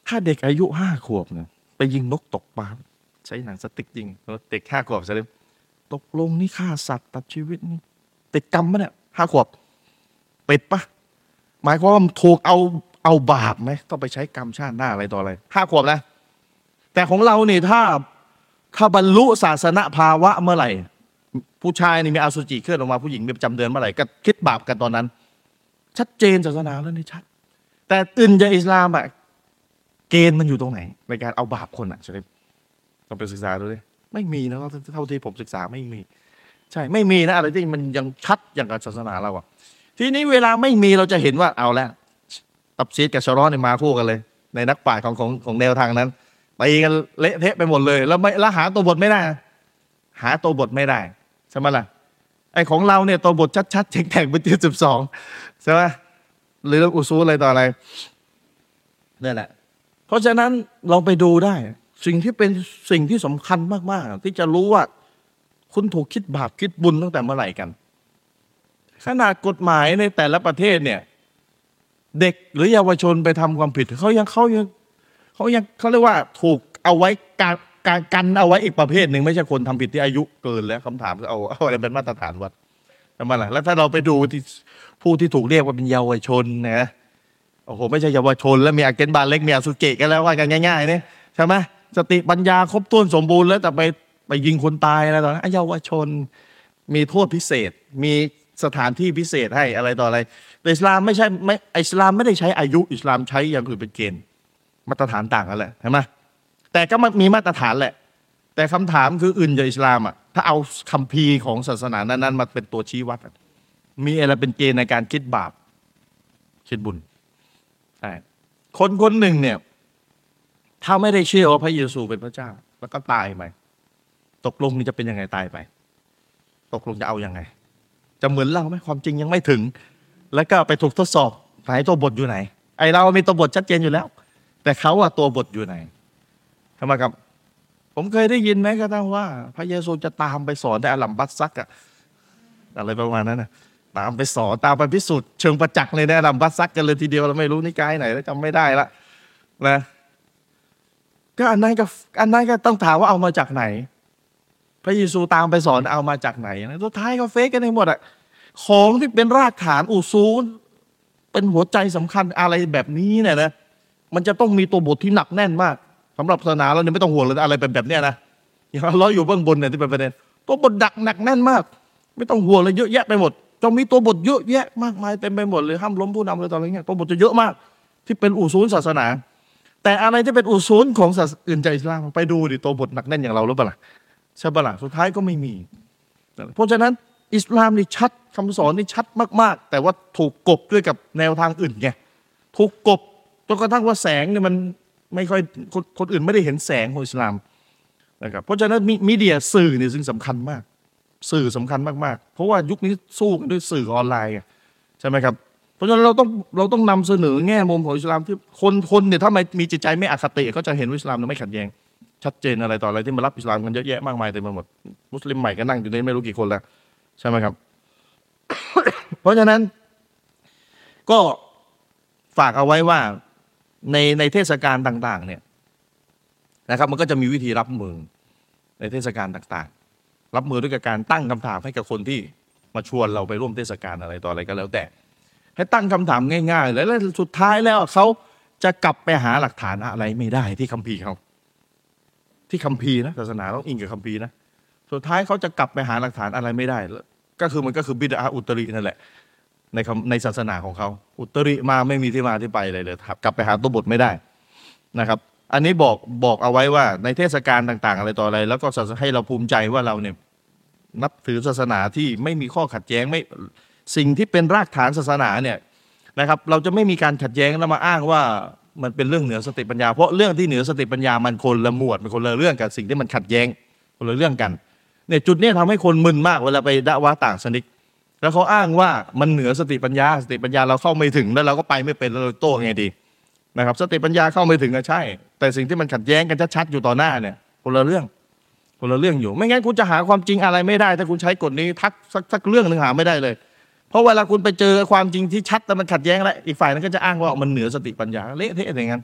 ถ้าเด็กอายุ5 ขวบเนี่ยไปยิงนกตกปลาใช้หนังสติ๊กยิงเด็ก5 ขวบใช่ไหมตกลงนี่ฆ่าสัตว์ตัดชีวิตนี่ติดกรรมปะเนี่ย5 ขวบปิดปะหมายความว่าถูกเอาบาปไหมต้องไปใช้กรรมชาติหน้าอะไรต่ออะไร5 ขวบนะแต่ของเรานี่ถ้าบรรลุศาสนภาวะเมื่อไหร่ผู้ชายนี่มีอสุจิเคลื่อนออกมาผู้หญิงมีประจำเดือนเมื่อไหร่ก็คิดบาปกันตอนนั้นชัดเจนศาสนาแล้วนี่ชัดแต่อื่นจากอิสลามอะเกณฑ์มันอยู่ตรงไหนในการเอาบาปคนอะใช่ไหมต้องไปศึกษาดูดิไม่มีนะเท่าที่ผมศึกษาไม่มีใช่ไม่มีนะอะไรที่มันยังชัดอย่างกับศาสนาเราอะทีนี้เวลาไม่มีเราจะเห็นว่าเอาแล้วตับซีดกับชะร้อนเนี่ยมาคู่กันเลยในนักปราชญ์ของแนวทางนั้นไปกันเละเทะไปหมดเลยแล้วหาตัวบทไม่ได้หาตัวบทไม่ได้ใช่ไหมล่ะไอ้ของเราเนี่ยตัวบทชัดๆแข็งๆเป็นที่12ใช่ไหมหรืออุซูลอะไรต่ออะไรนี่แหละเพราะฉะนั้นเราไปดูได้สิ่งที่เป็นสิ่งที่สำคัญมากๆที่จะรู้ว่าคุณถูกคิดบาปคิดบุญตั้งแต่เมื่อไหร่กันขนาดกฎหมายในแต่ละประเทศเนี่ยเด็กหรือเยาวชนไปทำความผิดเขาเรียกว่าถูกเอาไว้การกันเอาไว้อีกประเภทหนึ่งไม่ใช่คนทำผิดที่อายุเกินแล้วคำถามคือเอาอะไรเป็นมาตรฐานวัดทำไมล่ะแล้วถ้าเราไปดูที่ผู้ที่ถูกเรียกว่าเป็นเยาวชนนะโอ้โหไม่ใช่เยาวชนแล้วมีอาเกนบาเล็กมีอสุเกะกันแล้วว่ากันง่ายๆเนี่ยใช่ไหมสติปัญญาครบถ้วนสมบูรณ์แล้วแต่ไปยิงคนตายอะไรตอนนั้นเยาวชนมีโทษพิเศษมีสถานที่พิเศษให้อะไรต่ออะไรแต่อิสลามไม่ใช่อิสลามไม่ได้ใช้อายุอิสลามใช้อย่างอื่นเป็นเกณฑ์มาตรฐานต่างกันแหละใช่ไหมแต่ก็มีมาตรฐานแหละแต่คำถามคืออื่นจากอิสลามอ่ะถ้าเอาคัมภีร์ของศาสนานั้นมาเป็นตัวชี้วัดมีอะไรเป็นเกณฑ์ในการคิดบาปคิดบุญใช่คนหนึ่งเนี่ยถ้าไม่ได้เชื่อว่าพระเยซูเป็นพระเจ้าแล้วก็ตายไปตกลงนี่จะเป็นยังไงตายไปตกลงจะเอายังไงจะเหมือนเราไหมความจริงยังไม่ถึงแล้วก็ไปถูกทดสอบไหนตัวบทอยู่ไหนไอเรามีตัวบทชัดเจนอยู่แล้วแต่เขาอะตัวบทอยู่ไหนทำไมครับผมเคยได้ยินแม้กระทั่งว่าพระเยซูจะตามไปสอนในอาลัมบัสซักอะอะไรประมาณนั้นนะตามไปสอนตามไปพิสูจน์เชิงประจักษ์ในอาลัมบัสซักกันเลยทีเดียวเราไม่รู้นิกายไหนแล้วจำไม่ได้ละนะก็อันนั้นก็ต้องถามว่าเอามาจากไหนพระเยซูตามไปสอนเอามาจากไหนสุดท้ายก็เฟกกันให้หมดอะของที่เป็นรากฐานอุซูลเป็นหัวใจสำคัญอะไรแบบนี้เนี่ยนะมันจะต้องมีตัวบทที่หนักแน่นมากสำหรับศาสนาเราเนี่ยไม่ต้องห่วงเลยอะไรแบบเนี้ยนะอย่างเราอยู่เบื้องบนเนี่ยที่เป็นประเด็นตัวบทหนักแน่นมากไม่ต้องห่วงเลยเยอะแยะไปหมดจะมีตัวบทเยอะแยะมากมายเต็มไปหมดเลยห้ามล้มผู้นำเลยตอนนี้ตัวบทจะเยอะมากที่เป็นอุซูลศาสนาแต่อะไรที่เป็นอุซูลของศาสนาอื่นจากอิสลามไปดูดิตัวบทหนักแน่นอย่างเราหรือเปล่าใช่ปะล่ะสุดท้ายก็ไม่มีเพราะฉะนั้นอิสลามนี่ชัดคำสอนนี่ชัดมากๆแต่ว่าถูกกบด้วยกับแนวทางอื่นไงถูกกบจนกระทั่งว่าแสงเนี่ยมันไม่ค่อยคนอื่นไม่ได้เห็นแสงของอิสลามนะครับเพราะฉะนั้นมีเดียสื่อเนี่ยซึ่งสำคัญมากสื่อสำคัญมากๆเพราะว่ายุคนี้สู้กันด้วยสื่อออนไลน์ใช่ไหมครับเพราะฉะนั้นเราต้องนำเสนอแง่มุมของอิสลามที่คนเนี่ยถ้ามีจิตใจไม่อคติก็จะเห็นว่าอิสลามไม่ขัดแย้งชัดเจนอะไรต่ออะไรที่มารับอิสลามกันเยอะแยะมากมายเต็มไปหมดมุสลิมใหม่ก็นั่งอยู่ในไม่รู้กี่คนแล้วใช่ไหมครับ เพราะฉะนั้นก็ฝากเอาไว้ว่าในเทศกาลต่างๆเนี่ยนะครับมันก็จะมีวิธีรับมือในเทศกาลต่างๆรับมือด้วยการตั้งคำถามให้กับคนที่มาชวนเราไปร่วมเทศกาลอะไรต่ออะไรก็แล้วแต่ให้ตั้งคำถามง่ายๆแล้วสุดท้ายแล้วเขาจะกลับไปหาหลักฐานอะไรไม่ได้ที่คัมภีร์เขาที่คัมภีร์นะศาสนาต้องอิงกับคัมภีร์นะสุดท้ายเขาจะกลับไปหาหลักฐานอะไรไม่ได้ก็คือมันก็คือบิดาอุตรินั่นแหละในศาสนาของเขาอุตริมาไม่มีที่มาที่ไปเลยกลับไปหาตัวบทไม่ได้นะครับอันนี้บอกเอาไว้ว่าในเทศกาลต่างๆอะไรต่ออะไรแล้วก็ให้เราภูมิใจว่าเราเนี่ยนับถือศาสนาที่ไม่มีข้อขัดแย้งไม่สิ่งที่เป็นรากฐานศาสนาเนี่ยนะครับเราจะไม่มีการขัดแย้งแล้วมาอ้างว่ามันเป็นเรื่องเหนือสติปัญญาเพราะเรื่องที่เหนือสติปัญญามันคนละหมวดมันคนละเรื่องกับสิ่งที่มันขัดแย้งคนละเรื่องกันเนี่ยจุดนี้ทำให้คนมึนมากเวลาไปดะวะต่างศาสนิกแล้วเขาอ้างว่ามันเหนือสติปัญญาเราเข้าไม่ถึงแล้วเราก็ไปไม่เป็นแล้วเราโต้ไงดีนะครับสติปัญญาเข้าไม่ถึงก็ใช่แต่สิ่งที่มันขัดแย้งกันชัดๆอยู่ต่อหน้าเนี่ยคนละเรื่องอยู่ไม่งั้นคุณจะหาความจริงอะไรไม่ได้ถ้าคุณใช้กฎนี้สักเรื่องหนึ่งหาไม่ได้เลยเพราะเวลาคุณไปเจอความจริงที่ชัดแต่มันขัดแย้งแล้วอีกฝ่ายนั้นก็จะอ้างว่ามันเหนือสติปัญญาเละเทะอย่างนั้น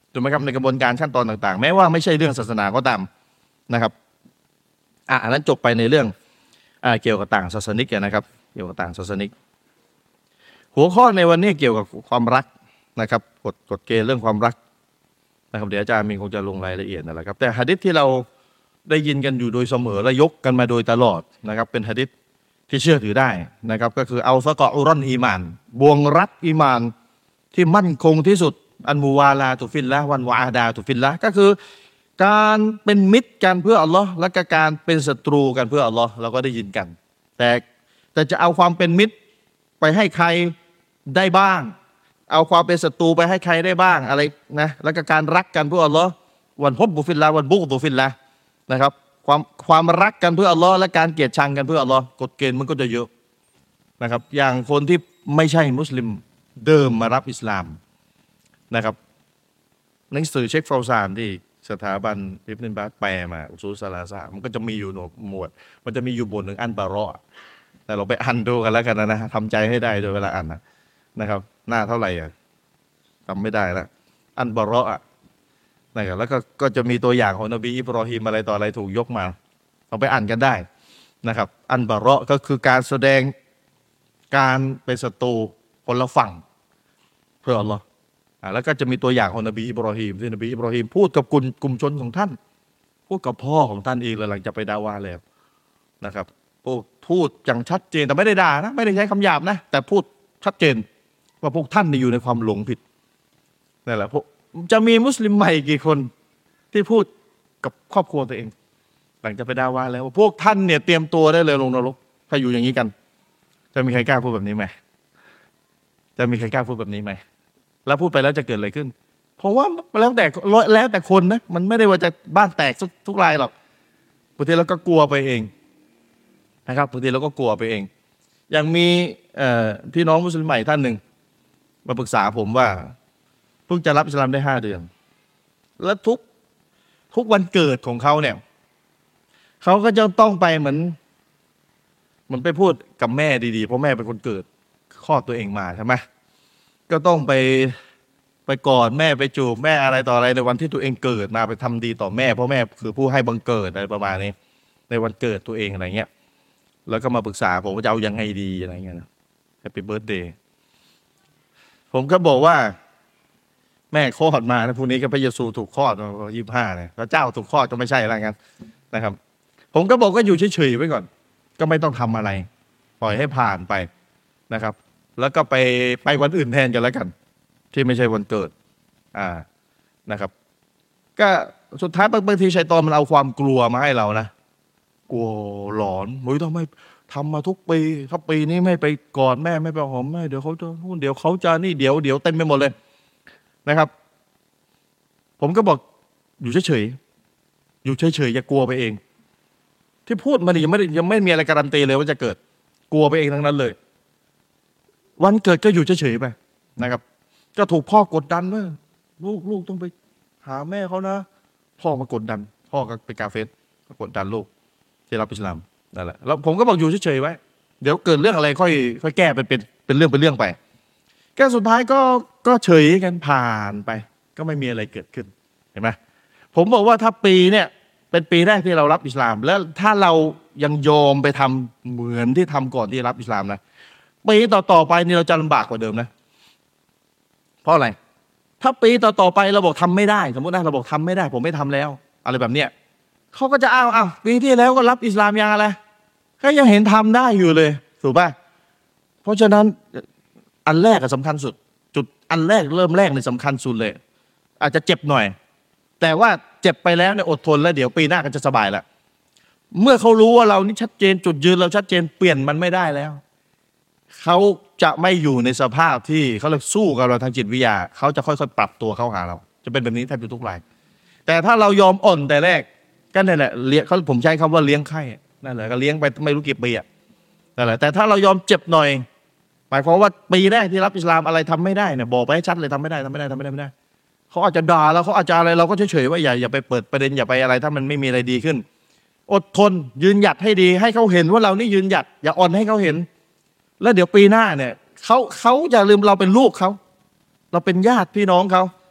ถูกไหมครับในกระบวนการขั้นตอนต่างๆแม้ว่าไม่ใช่เรื่องศาสนาก็ตามนะครับอันนั้นจบไปในเรื่องเกี่ยวกับต่างศาสนิกนะครับเกี่ยวกับต่างศาสนิกหัวข้อในวันนี้เกี่ยวกับความรักนะครับกฎเกณฑ์เรื่องความรักนะครับเดี๋ยวอาจารย์มีคงจะลงรายละเอียดนั่นแหละครับแต่หะดีษที่เราได้ยินกันอยู่โดยเสมอและยกกันมาโดยตลอดนะครับเป็นหะดีษที่เชื่อถือได้นะครับก็คือเอาซะกออุรอนอีมานบ่วงรัดอีมานที่มั่นคงที่สุดอันมูวาลาตุฟิลละวันวาอาดาตุฟิลละก็คือการเป็นมิตรกันเพื่ออัลลอฮ์และการเป็นศัตรูกันเพื่ออัลลอฮ์เราก็ได้ยินกันแต่จะเอาความเป็นมิตรไปให้ใครได้บ้างเอาความเป็นศัตรูไปให้ใครได้บ้างอะไรนะแล้วก็การรักกันเพื่ออัลลอฮ์วันฮุบบุฟิลละวันบุกตุฟิลละนะครับความรักกันเพื่ออัลลอฮ์และการเกลียดชังกันเพื่ออัลลอฮ์กฎเกณฑ์มันก็จะเยอะนะครับอย่างคนที่ไม่ใช่มุสลิมเดิมมารับอิสลามนะครับหนังสือเชคฟาวซานที่สถาบันอิบนุบาซแปลมาอุซูลซะลาซะมันก็จะมีอยู่หมวดมันจะมีอยู่บทหนึ่งอันบาเราะห์แต่เราไปอ่านดูกันแล้วกันนะทำใจให้ได้โดยเวลาอ่านนะครับหน้าเท่าไหร่จำไม่ได้แล้วอันบาเราะห์นะครับแล้วก็จะมีตัวอย่างของนบีอิบรอฮีมอะไรต่ออะไรถูกยกมาเราไปอ่านกันได้นะครับอันบาเราะห์ก็คือการแสดงการเป็นศัตรูคนละฝั่งเพื่ออัลลอฮ์แล้วก็จะมีตัวอย่างของนบีอิบรอฮีมที่นบีอิบรอฮีมพูดกับกลุ่มชนของท่านพูดกับพ่อของท่านเองหลังจากไปดาวาแล้วนะครับพูดอย่างชัดเจนแต่ไม่ได้ด่านะไม่ได้ใช้คำหยาบนะแต่พูดชัดเจนว่าพวกท่านอยู่ในความหลงผิดนั่นแหละจะมีมุสลิมใหม่กี่คนที่พูดกับครอบครัวตัวเองหลังจากไปดาวาแล้วว่าพวกท่านเนี่ยเตรียมตัวได้เลยลงนรกถ้าอยู่อย่างนี้กันจะมีใครกล้าพูดแบบนี้ไหมจะมีใครกล้าพูดแบบนี้ไหมแล้วพูดไปแล้วจะเกิดอะไรขึ้นเพราะว่าแล้วแต่คนนะมันไม่ได้ว่าจะบ้านแตกทุกรายหรอกบางทีเราก็กลัวไปเองนะครับบางทีเราก็กลัวไปเองอย่างมีพี่น้องมุสลิมใหม่ท่านหนึ่งมาปรึกษาผมว่าเพิ่งจะรับอิสลามได้5 เดือนแล้วทุกวันเกิดของเขาเนี่ยเขาก็จะต้องไปเหมือนไปพูดกับแม่ดีๆเพราะแม่เป็นคนเกิดคลอดตัวเองมาใช่ไหมก็ต้องไปกอดแม่ไปจูบแม่อะไรต่ออะไรในวันที่ตัวเองเกิดมาไปทำดีต่อแม่เพราะแม่คือผู้ให้บังเกิดอะไรประมาณนี้ในวันเกิดตัวเองอะไรเงี้ยแล้วก็มาปรึกษาผมว่าจะเอายังไงดีอะไรเงี้ยนะแฮปปี้เบิร์ธเดย์ผมก็บอกว่าแม่คลอดมานะพรุ่งนี้ก็พระเยซูถูกคลอดมา25เนี่ยพระเจ้าถูกคลอดก็ไม่ใช่อะไรกันนะครับผมก็บอกก็อยู่เฉยๆไว้ก่อนก็ไม่ต้องทำอะไรปล่อยให้ผ่านไปนะครับแล้วก็ไปวันอื่นแทนกันแล้วกันที่ไม่ใช่วันเกิดนะครับก็สุดท้ายบางทีชัยฏอนมันเอาความกลัวมาให้เรานะกลัวหลอนต้องไม่ทำมาทุกปีถ้าปีนี้ไม่ไปกอดแม่ไม่ไปหอมแม่เดี๋ยวเขาจะนี่เดี๋ยวเต็มไปหมดเลยนะครับผมก็บอกอยู่เฉยๆอย่ากลัวไปเองที่พูดมาดิยังไม่มีอะไรการันตีเลยว่าจะเกิดกลัวไปเองทั้งนั้นเลยวันเกิดก็อยู่เฉยๆไปนะครับก็ถูกพ่อกดดันว่าลูกต้องไปหาแม่เขานะพ่อมากดดันพ่อก็ไปกาเฟสกดดันลูกที่รับอิสลามนั่นแหละแล้วผมก็บอกอยู่เฉยๆไว้เดี๋ยวเกิดเรื่องอะไรค่อยแก้เป็นเรื่องไปแก้สุดท้ายก็เฉยกันผ่านไปก็ไม่มีอะไรเกิดขึ้นเห็นไหมผมบอกว่าถ้าปีเนี่ยเป็นปีแรกที่เรารับอิสลามแล้วถ้าเรายังยอมไปทำเหมือนที่ทำก่อนที่รับอิสลามนะปีต่อไปนี่เราจะลำบากกว่าเดิมนะเพราะอะไรถ้าปีต่อไปเราบอกทำไม่ได้สมมตินะเราบอกทำไม่ได้ผมไม่ทำแล้วอะไรแบบเนี้ยเขาก็จะอ้าวปีที่แล้วก็รับอิสลามยังอะไรก็ยังเห็นทำได้อยู่เลยถูกป่ะเพราะฉะนั้นอันแรกสำคัญสุดจุดอันแรกเริ่มแรกในสำคัญสุดเลยอาจจะเจ็บหน่อยแต่ว่าเจ็บไปแล้วเนี่ยอดทนแล้วเดี๋ยวปีหน้าก็จะสบายละเมื่อเขารู้ว่าเรานี่ชัดเจนจุดยืนเราชัดเจนเปลี่ยนมันไม่ได้แล้วเขาจะไม่อยู่ในสภาพที่เขาเรียกสู้กับเราทางจิตวิทยาเขาจะค่อยๆปรับตัวเข้าหาเราจะเป็นแบบนี้แทบทุกรายแต่ถ้าเรายอมอ่อนแต่แรกก็นั่นแหละผมใช้คำว่าเลี้ยงไข่นั่นแหละก็เลี้ยงไปไม่รู้กี่ปีนั่นแหละแต่ถ้าเรายอมเจ็บหน่อยหมายความว่าปีแรกที่รับอิสลามอะไรทำไม่ได้เนี่ยบอกไปให้ชัดเลยทำไม่ได้เขาอาจจะด่าแล้วเขาอาจจะอะไรเราก็เฉยๆว่าอย่าไปเปิดประเด็นอย่าไปอะไรถ้ามันไม่มีอะไรดีขึ้นอดทนยืนหยัดให้ดีให้เขาเห็นว่าเรานี่ยืนหยัดอย่าอ่อนให้เขาเห็นแล้วเดี๋ยวปีหน้าเนี่ยเขาอย่าลืมเราเป็นลูกเขาเราเป็นญาติพี่น้องเขา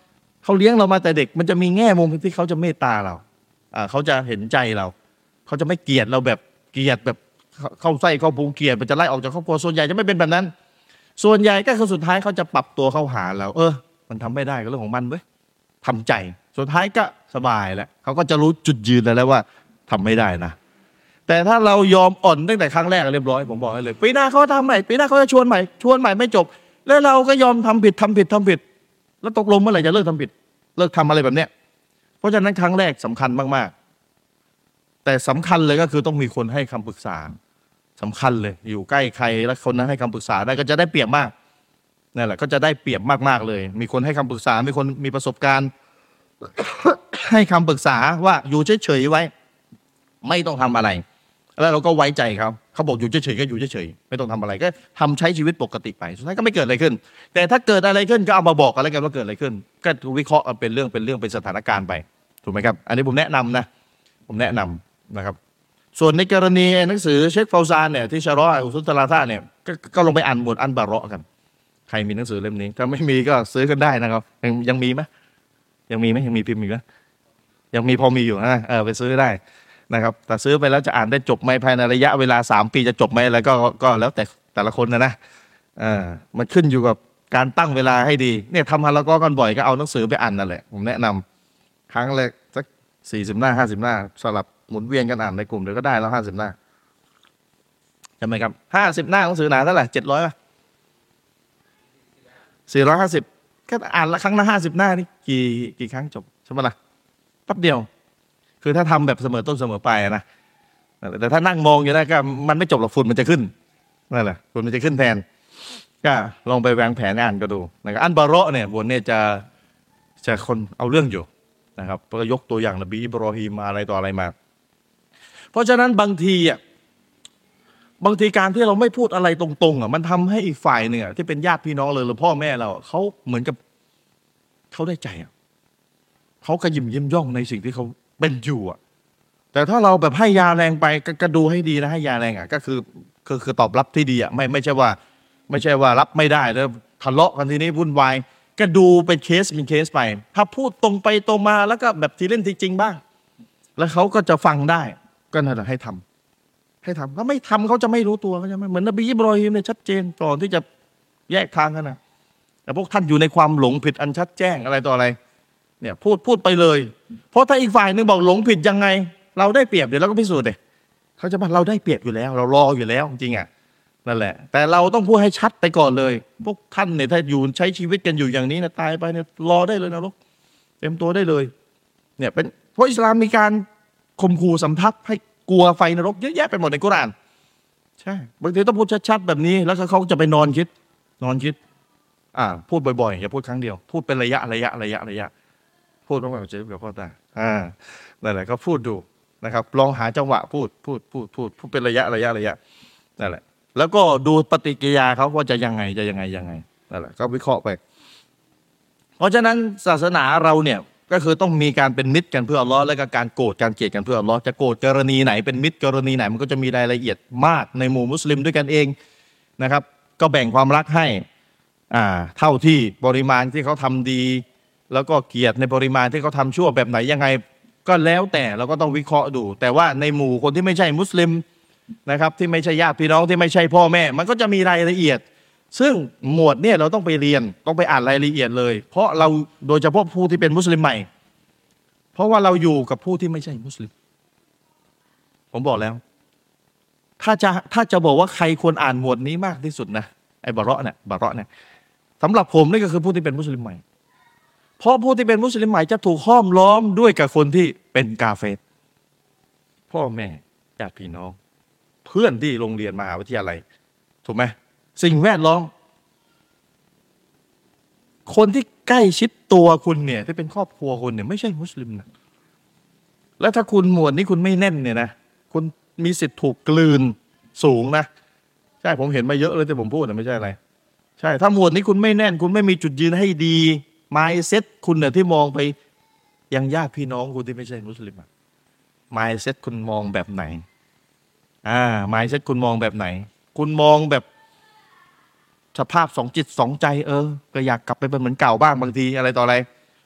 เขาเลี้ยงเรามาแต่เด็กมันจะมีแง่มุมที่เขาจะเมตตาเราเขาจะเห็นใจเราเขาจะไม่เกลียดเราแบบเกลียดแบบเข้าไส้เข้าพุงเกลียดมันจะไล่ออกจากครอบครัวส่วนใหญ่จะไม่เป็นแบบนั้นส่วนใหญ่ก็คือสุดท้ายเขาจะปรับตัวเข้าหาเรามันทำไม่ได้ก็เรื่องของมันเว้ยทำใจสุดท้ายก็สบายแล้วเขาก็จะรู้จุดยืนแล้วว่าทำไม่ได้นะแต่ถ้าเรายอมอ่อนตั้งแต่ครั้งแรกเรียบร้อยผมบอกให้เลยปีหน้าเขาทำใหม่ปีหน้าเขาจะชวนใหม่ไม่จบแล้วเราก็ยอมทำผิดแล้วตกลงเมื่อไหร่จะเลิกทำผิดเลิกทำอะไรแบบเนี้ยเพราะฉะนั้นครั้งแรกสำคัญมากๆแต่สำคัญเลยก็คือต้องมีคนให้คำปรึกษาสำคัญเลยอยู่ใกล้ใครแล้วคนนั้นให้คำปรึกษาได้ก็จะได้เปรียบมากนั่นแหละก็จะได้เปรียบมากๆเลยมีคนให้คำปรึกษามีคนมีประสบการณ์ ให้คำปรึกษาว่าอยู่เฉยๆไว้ไม่ต้องทำอะไรแล้วเราก็ไว้ใจเขาบอกอยู่เฉยๆก็อยู่เฉยๆไม่ต้องทำอะไรก็ทำใช้ชีวิตปกติไปสุดท้ายก็ไม่เกิดอะไรขึ้นแต่ถ้าเกิดอะไรขึ้นก็เอามาบอกกันแล้วกันว่าเกิดอะไรขึ้นก็วิเคราะห์เป็นเรื่องเป็นสถานการณ์ไปถูกไหมครับอันนี้ผมแนะนำนะครับส่วนในกรณีหนังสือเชคฟาวซานเนี่ยที่ชะรออุซุลตะลาธะเนี่ยก็ลงไปอ่านหมวดอันบาเราะห์กันใครมีหนังสือเล่มนี้ถ้าไม่มีก็ซื้อกันได้นะครับยังมีไหมยังมีพิมพ์อยู่ไหมยังมีพอมีอยู่นะไปซื้อได้นะครับแต่ซื้อไปแล้วจะอ่านได้จบไหมภายในระยะเวลา3 ปีจะจบไหมอะไรก็แล้วแต่ละคนนะมันขึ้นอยู่กับการตั้งเวลาให้ดีเนี่ยทำฮาละกอกันบ่อยก็เอาหนังสือไปอ่านนั่นแหละผมแนะนำครั้งแรกสัก40 หน้า50 หน้าสลับหมุนเวียนกันอ่านในกลุ่มเดี๋ยวก็ได้แล้ว50 หน้าใช่ไหมครับ50 หน้าหนังสือหนาเท่าไหร่700ป่ะ450ก็อ่านละครั้งละ50 หน้านี่กี่ครั้งจบใช่ไหมล่ะแป๊บเดียวคือถ้าทำแบบเสมอต้นเสมอปลายนะแต่ถ้านั่งมองอยู่ได้ก็มันไม่จบหรอกฝุ่นมันจะขึ้นนั่นแหละฝุ่นมันจะขึ้นแทนก็ลองไปวางแผนอ่านก็ดูนะครับอันบาเราะห์เนี่ยบทเนี่ยจะคนเอาเรื่องอยู่นะครับก็ยกตัวอย่างนบีอิบรอฮีมมาอะไรต่ออะไรมาเพราะฉะนั้นบางทีการที่เราไม่พูดอะไรตรงๆมันทำให้อีกฝ่ายหนึ่งที่เป็นญาติพี่น้องเลยหรือพ่อแม่เราเขาเหมือนกับเขาได้ใจเขากระยิมยิ้มย่องในสิ่งที่เขาเป็นอยู่แต่ถ้าเราแบบให้ยาแรงไปก็ดูให้ดีนะให้ยาแรงก็คือตอบรับที่ดีไม่ใช่ว่ารับไม่ได้แล้วทะเลาะกันทีนี้วุ่นวายก็ดูเป็นเคสไปถ้าพูดตรงไปตรงมาแล้วก็แบบทีเล่นทีจริงบ้างแล้วเขาก็จะฟังได้ก็นั่นแหละให้ทำถ้าไม่ทำเขาจะไม่รู้ตัวเขาจะไม่เหมือนนบีอิบรอฮีมเนี่ยชัดเจนก่อนที่จะแยกทางกันนะแต่พวกท่านอยู่ในความหลงผิดอันชัดแจ้งอะไรต่ออะไรเนี่ยพูดไปเลยเพราะถ้าอีกฝ่ายหนึ่งบอกหลงผิดยังไงเราได้เปรียบเดี๋ยวเราก็พิสูจน์เลยเขาจะบอกเราได้เปรียบอยู่แล้วเรารออยู่แล้วจริงนั่นแหละแต่เราต้องพูดให้ชัดไปก่อนเลยพวกท่านเนี่ยถ้าอยู่ใช้ชีวิตกันอยู่อย่างนี้นะตายไปเนี่ยรอได้เลยนะลูกเต็มตัวได้เลยเนี่ยเป็นเพราะอิสลามมีการข่มขู่สำทับให้กลัวไฟนรกเยอะแยะไปหมดในกุรอานใช่บางทีต้องพูดชัดๆแบบนี้แล้วเขาจะไปนอนคิดพูดบ่อยๆอย่าพูดครั้งเดียวพูดเป็นระยะพูดต้องแบบเจ๊กับพ่อตานั่นแหละก็พูดดูนะครับลองหาจังหวะพูดเป็นระยะนั่นแหละแล้วก็ดูปฏิกิริยาเขาว่าจะยังไงนั่นแหละก็วิเคราะห์ไปเพราะฉะนั้นศาสนาเราเนี่ยก็คือต้องมีการเป็นมิตรกันเพื่ออัลเลาะห์และก็การโกรธการเกลียดกันเพื่ออัลเลาะห์จะโกรธกรณีไหนเป็นมิตรกรณีไหนมันก็จะมีรายละเอียดมากในหมู่มุสลิมด้วยกันเองนะครับก็แบ่งความรักให้เท่าที่ปริมาณที่เขาทำดีแล้วก็เกลียดในปริมาณที่เขาทำชั่วแบบไหนยังไงก็แล้วแต่เราก็ต้องวิเคราะห์ดูแต่ว่าในหมู่คนที่ไม่ใช่มุสลิมนะครับที่ไม่ใช่ญาติพี่น้องที่ไม่ใช่พ่อแม่มันก็จะมีรายละเอียดซึ่งหมวดเนี่ยเราต้องไปเรียนต้องไปอ่านรายละเอียดเลยเพราะเราโดยเฉพาะผู้ที่เป็นมุสลิมใหม่เพราะว่าเราอยู่กับผู้ที่ไม่ใช่มุสลิมผมบอกแล้วถ้าจะบอกว่าใครควรอ่านหมวดนี้มากที่สุดนะไอ้บาเราะห์เนี่ยสำหรับผมนี่ก็คือผู้ที่เป็นมุสลิมใหม่เพราะผู้ที่เป็นมุสลิมใหม่จะถูกห้อมล้อมด้วยกับคนที่เป็นกาเฟรพ่อแม่ญาติพี่น้องเพื่อนที่โรงเรียนมหาวิทยาลัยถูกไหมสิ่งแวดล้อมคนที่ใกล้ชิดตัวคุณเนี่ยที่เป็นครอบครัวคุณเนี่ยไม่ใช่มุสลิมนะแล้วถ้าคุณหมวดนี้คุณไม่แน่นเนี่ยนะคุณมีสิทธิ์ถูกกลืนสูงนะใช่ผมเห็นมาเยอะเลยแต่ผมพูดนะไม่ใช่อะไรใช่ถ้าหมวดนี้คุณไม่แน่นคุณไม่มีจุดยืนให้ดีmindset คุณเนี่ยที่มองไปยังญาติพี่น้องคุณที่ไม่ใช่มุสลิมmindset คุณมองแบบไหนmindset คุณมองแบบไหนคุณมองแบบสภาพสองจิตสองใจก็อยากกลับไปเป็นเหมือนเก่าบ้างบางทีอะไรต่ออะไร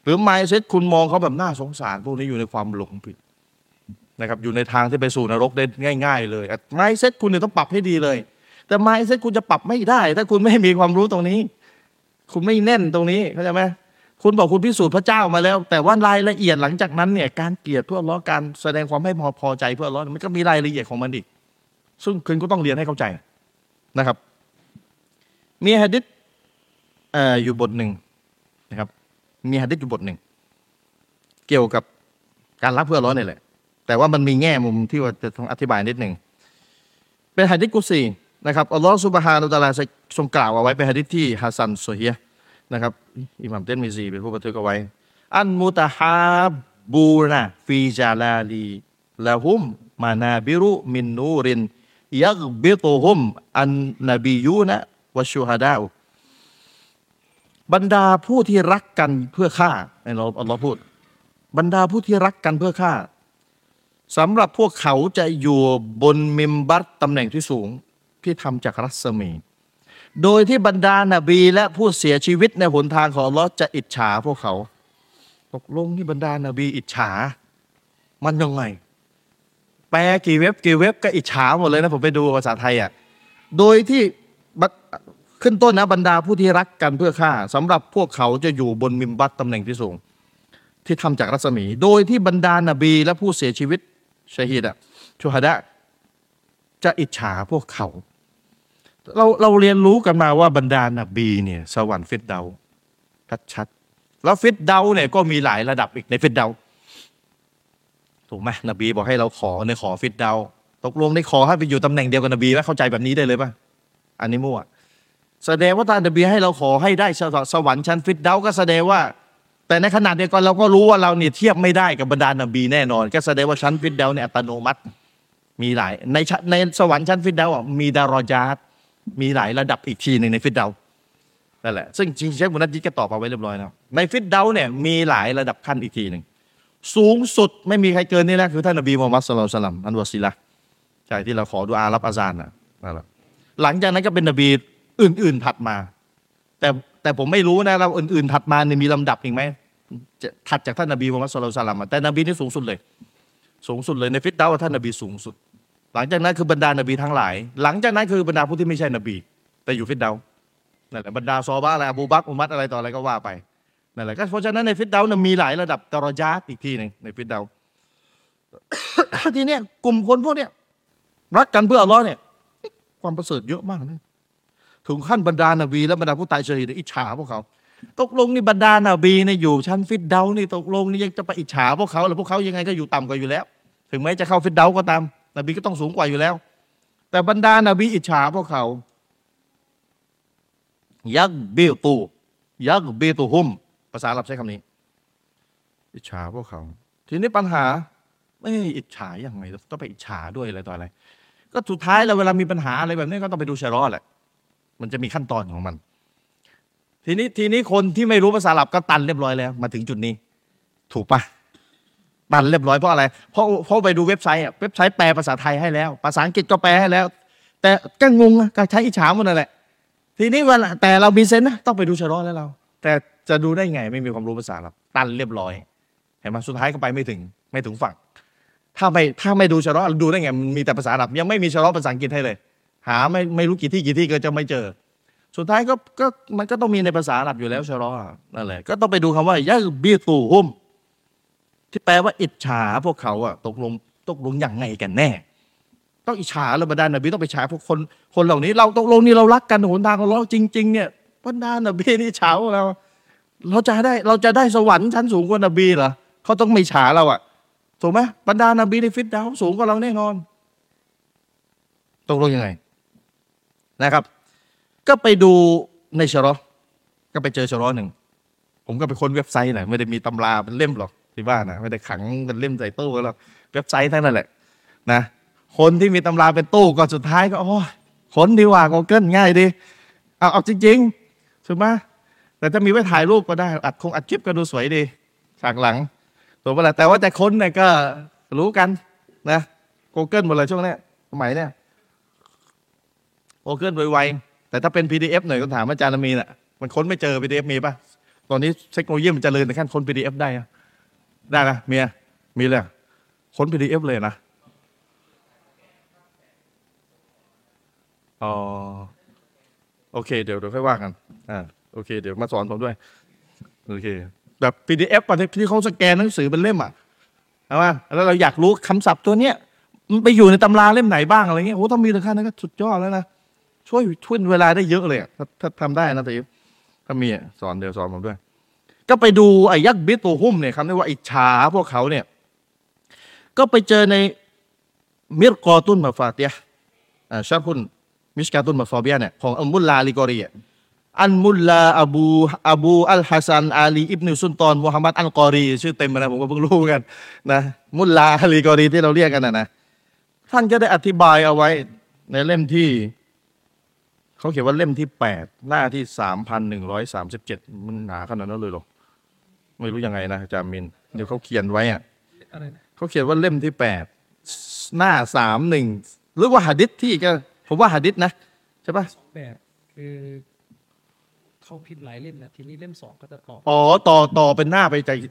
หรือ mindset คุณมองเขาแบบน่าสงสารพวกนี้อยู่ในความหลงผิดนะครับอยู่ในทางที่ไปสู่นรกได้ง่ายๆเลย mindset คุณเนี่ยต้องปรับให้ดีเลยแต่ mindset คุณจะปรับไม่ได้ถ้าคุณไม่มีความรู้ตรงนี้คุณไม่แน่นตรงนี้เข้าใจไหมคุณบอกคุณพิสูจน์พระเจ้ามาแล้วแต่ว่ารายละเอียดหลังจากนั้นเนี่ยการเกลียดเพื่ออัลเลาะห์การแสดงความไม่พอใจเพื่ออัลเลาะห์มันก็มีรายละเอียดของมันอีกซึ่งคุณก็ต้องเรียนให้เข้าใจนะครับมีหะดีษอยู่บทหนึ่งนะครับมีหะดีษอยู่บทหนึ่งเกี่ยวกับการรักเพื่ออัลเลาะห์นี่แหละแต่ว่ามันมีแง่มุมที่ว่าจะต้องอธิบายนิดหนึ่งเป็นหะดีษกุซีนะครับอัลลอฮฺซุบฮานะฮูวะตะอาลาทรงกล่าวเอาไว้เป็นหะดีษที่ฮะซันซอฮีฮ์นะครับอิหม่ามเติรมิซีเป็นผู้บันทึกเอาไว้อันมุตะฮาบบูนะฟีจาลาลีละฮุมมานาบิรุมินนูรินยักบิตุฮุมอันนบียูนะวะชูฮะดาอุบรรดาผู้ที่รักกันเพื่อข้าอัลลอฮ์พูดบรรดาผู้ที่รักกันเพื่อข้าสำหรับพวกเขาจะอยู่บนมิมบัตตำแหน่งที่สูงที่ทำจากรัศมีโดยที่บรรดานบีและผู้เสียชีวิตในหนทางของอัลเลาะห์จะอิจฉาพวกเขาตกลงที่บรรดานบีอิจฉามันยังไงแปลกี่เว็บก็อิจฉาหมดเลยนะผมไปดูภาษาไทยอ่ะโดยที่ขึ้นต้นนะบรรดาผู้ที่รักกันเพื่อข้าสำหรับพวกเขาจะอยู่บนมิมบัตตำแหน่งที่สูงที่ทำจากรัศมีโดยที่บรรดานบีและผู้เสียชีวิตชะฮีดะชูฮะดะจะอิจฉาพวกเขาเราเรียนรู้กันมาว่าบรรดานบีเนี่ยสวรรค์ฟิรเดาชัดๆแล้วฟิรเดาเนี่ยก็มีหลายระดับอีกในฟิรเดาถูกไหมนบีบอกให้เราขอฟิรเดาตกลงในขอให้ไปอยู่ตำแหน่งเดียวกับนบีไหมเข้าใจแบบนี้ได้เลยป่ะอันนี้มั่วแสดงว่าท่านนบีให้เราขอให้ได้สวรรค์ชั้นฟิรเดาก็แสดงว่าแต่ในขณะเดียวกันเราก็รู้ว่าเราเนี่ยเทียบไม่ได้กับบรรดานบีแน่นอนก็แสดงว่าชั้นฟิรเดาเนี่ยอัตโนมัติมีหลายในสวรรค์ชั้นฟิรเดามีดารอญาตมีหลายระดับอีกทีหนึ่งในฟิรเดานั่นแหละซึ่งจริงๆเชคมุนัดยิดก็ตอบเอาไว้เรียบร้อยแล้วในฟิรเดาเนี่ยมีหลายระดับขั้นอีกทีหนึ่งสูงสุดไม่มีใครเกินนี่แหละคือท่านนบีมุฮัมมัดศ็อลลัลลอฮุอะลัยฮิวะซัลลัมอันวะซีละห์ใช่ที่เราขอดุอารับอาซานนั่นแหละหลังจากนั้นก็เป็นนบีอื่นๆถัดมาแต่ผมไม่รู้นะเราอื่นๆถัดมาเนี่ยมีลำดับอีกไหมถัดจากท่านนบีมุฮัมมัดศ็อลลัลลอฮุอะลัยฮิวะซัลลัมแต่นบีนี่สูงสุดเลยในฟิรเดาท่านนบีสูงสุดหลังจากนั้นคือบรรดานบีทั้งหลายหลังจากนั้นคือบรรดาผู้ที่ไม่ใช่นบีแต่อยู่ฟิรเดานั่นแหละบรรดาซอฮาบะห์อะไรอบูบักรอุมัรอะไรต่ออะไรก็ว่าไปนั่นแหละก็เพราะฉะนั้นในฟิรเดาเนี่ยมีหลายระดับดารอญาตอีกทีหนึ่งในฟิรเดา ทีเนี้ยกลุ่มคนพวกเนี้ยรักกันเพื่ออัลเลาะห์เนี่ยความประเสริฐเยอะมากนะถึงขั้นบรรดานบีและบรรดาผู้ตายชะฮีดอิจฉาพวกเขาตกลงนี่บรรดานบีเนี่ยอยู่ชั้นฟิรเดานี่ตกลงนี่ยังจะไปอิจฉาพวกเขาหรือพวกเขายังไงก็อยู่ต่ำกว่าอยู่แล้ว ถึงแม้จะเข้าฟิรเดาก็ตามนบีก็ต้องสูงกว่าอยู่แล้วแต่บรรดานบีอิจฉาพวกเขายักบิตุฮุมภาษาอาหรับใช้คำนี้อิจฉาพวกเขาทีนี้ปัญหาไม่อิจฉายังไงต้องไปอิจฉาด้วยอะไรต่ออะไรก็สุดท้ายแล้วเวลามีปัญหาอะไรแบบนี้ก็ต้องไปดูชะรอแหละมันจะมีขั้นตอนของมันทีนี้คนที่ไม่รู้ภาษาอาหรับก็ตันเรียบร้อยแล้วมาถึงจุดนี้ถูกปะตันเรียบร้อยเพราะอะไรเพราะไปดูเว็บไซต์แปลภาษาไทยให้แล้วภาษาอังกฤษก็แปลให้แล้ว แต่ก็งงก็ใช้อิจฉาหมดนั่นแหละทีนี้วันแต่เรามีเซนนะต้องไปดูชะรอแล้วเราแต่จะดูได้ไงไม่มีความรู้ภาษาอาหรับตันเรียบร้อยเห็นไหมสุดท้ายก็ไปไม่ถึงฝั่งถ้าไม่ดูชะรอดูได้ไงมันมีแต่ภาษาอาหรับยังไม่มีชะรอภาษาอังกฤษให้เลยหาไม่รู้กี่ที่ก็จะไม่เจอสุดท้ายก็มันก็ต้องมีในภาษาอาหรับอยู่แล้วชะรอนั่นแหละก็ต้องไปดูคำว่ายะบีตูฮุมที่แปลว่าอิจฉาพวกเขาอะตกลงอย่างไงกันแน่ต้องอิจฉาแล้วบรรดานบีต้องไปฉาพวกคนเหล่านี้เราตกลงนี่เรารักกันหนทางของเราจริงๆเนี่ยบรรดานบีนี่ฉาเราจะได้สวรรค์ชั้นสูงกว่านบีเหรอเขาต้องไม่ฉาเราอะถูกไหมบรรดานบีในฟิรเดาสูงกว่าเราแน่นอนตกลงยังไงนะครับก็ไปดูในชะรอก็ไปเจอชะรอหนึ่งผมก็ไปค้นเว็บไซต์ไม่ได้มีตำราเป็นเล่มหรอกที่บ้านไม่ได้ขังเป็นเล่มใส่ตู้แล้วเว็บไซต์ทั้งนั้นแหละนะคนที่มีตำราเป็นตู้ก็สุดท้ายก็ค้นดีกว่ากูเกิลง่ายดีเอาจริงๆถูกไหมแต่ถ้ามีไว้ถ่ายรูปก็ได้อัดคลิปก็ดูสวยดีฉากหลังถูกไหมล่ะแต่ว่าแต่ค้นเนี่ยก็รู้กันนะกูเกิลหมดเลยช่วงนี้สมัยเนี่ยกูเกิลไวๆแต่ถ้าเป็น PDF หน่อยก็ถามอาจารย์มีน่ะมันค้นไม่เจอ PDF มีป่ะตอนนี้เทคโนโลยีมันเจริญถึงขั้นค้น PDF ได้อะได้นะมีเลยค้น PDF เลยนะอ๋อโอเคเดี๋ยวค่อยว่ากันโอเคเดี๋ยวมาสอนผมด้วยโอเคแบบ PDF ที่เขาสแกนหนังสือเป็นเล่มใช่ไหมแล้วเราอยากรู้คำศัพท์ตัวเนี้ยมันไปอยู่ในตำราเล่มไหนบ้างอะไรเงี้ยโอ้ถ้ามีถึงขั้นนั้นก็สุดยอดแล้วนะช่วยเวลาได้เยอะเลยถ้าทำได้นะแต่ถ้ามีสอนเดี๋ยวสอนผมด้วยก็ไปดูไอ้ยักษ์บิตูฮุมเนี่ยคำนี้ว่าอิจฉาพวกเขาเนี่ยก็ไปเจอในมิรกอตุนมาฟาเตียชารุนมิชกาตุนมาฟาเบียเนี่ยของอัลมุลลาลิกอรีอันมุลลาอบูอัลฮัสซันอาลีอิบนุซุลตานมุฮัมมัดอัลกอรีชื่อเต็มนะผมก็เพิ่งรู้กันนะมุลลาอาลีกอรีที่เราเรียกกันนะท่านก็ได้อธิบายเอาไว้ในเล่มที่เขาเขียนว่าเล่มที่8หน้าที่3,137มันหนาขนาดนั้นเลยหรอไม่รู้ยังไงนะอาจารย์มินเดี๋ยวเขาเขียนไว้เขาเขียนว่าเล่มที่8หน้า31หรือว่าหะดีษที่ก็ผมว่าหะดีษนะใช่ปะแบบคือเขาพิดหลายเล่มนะทีนี้เล่ม2ก็จะต่อต่อเป็นหน้าไปจาก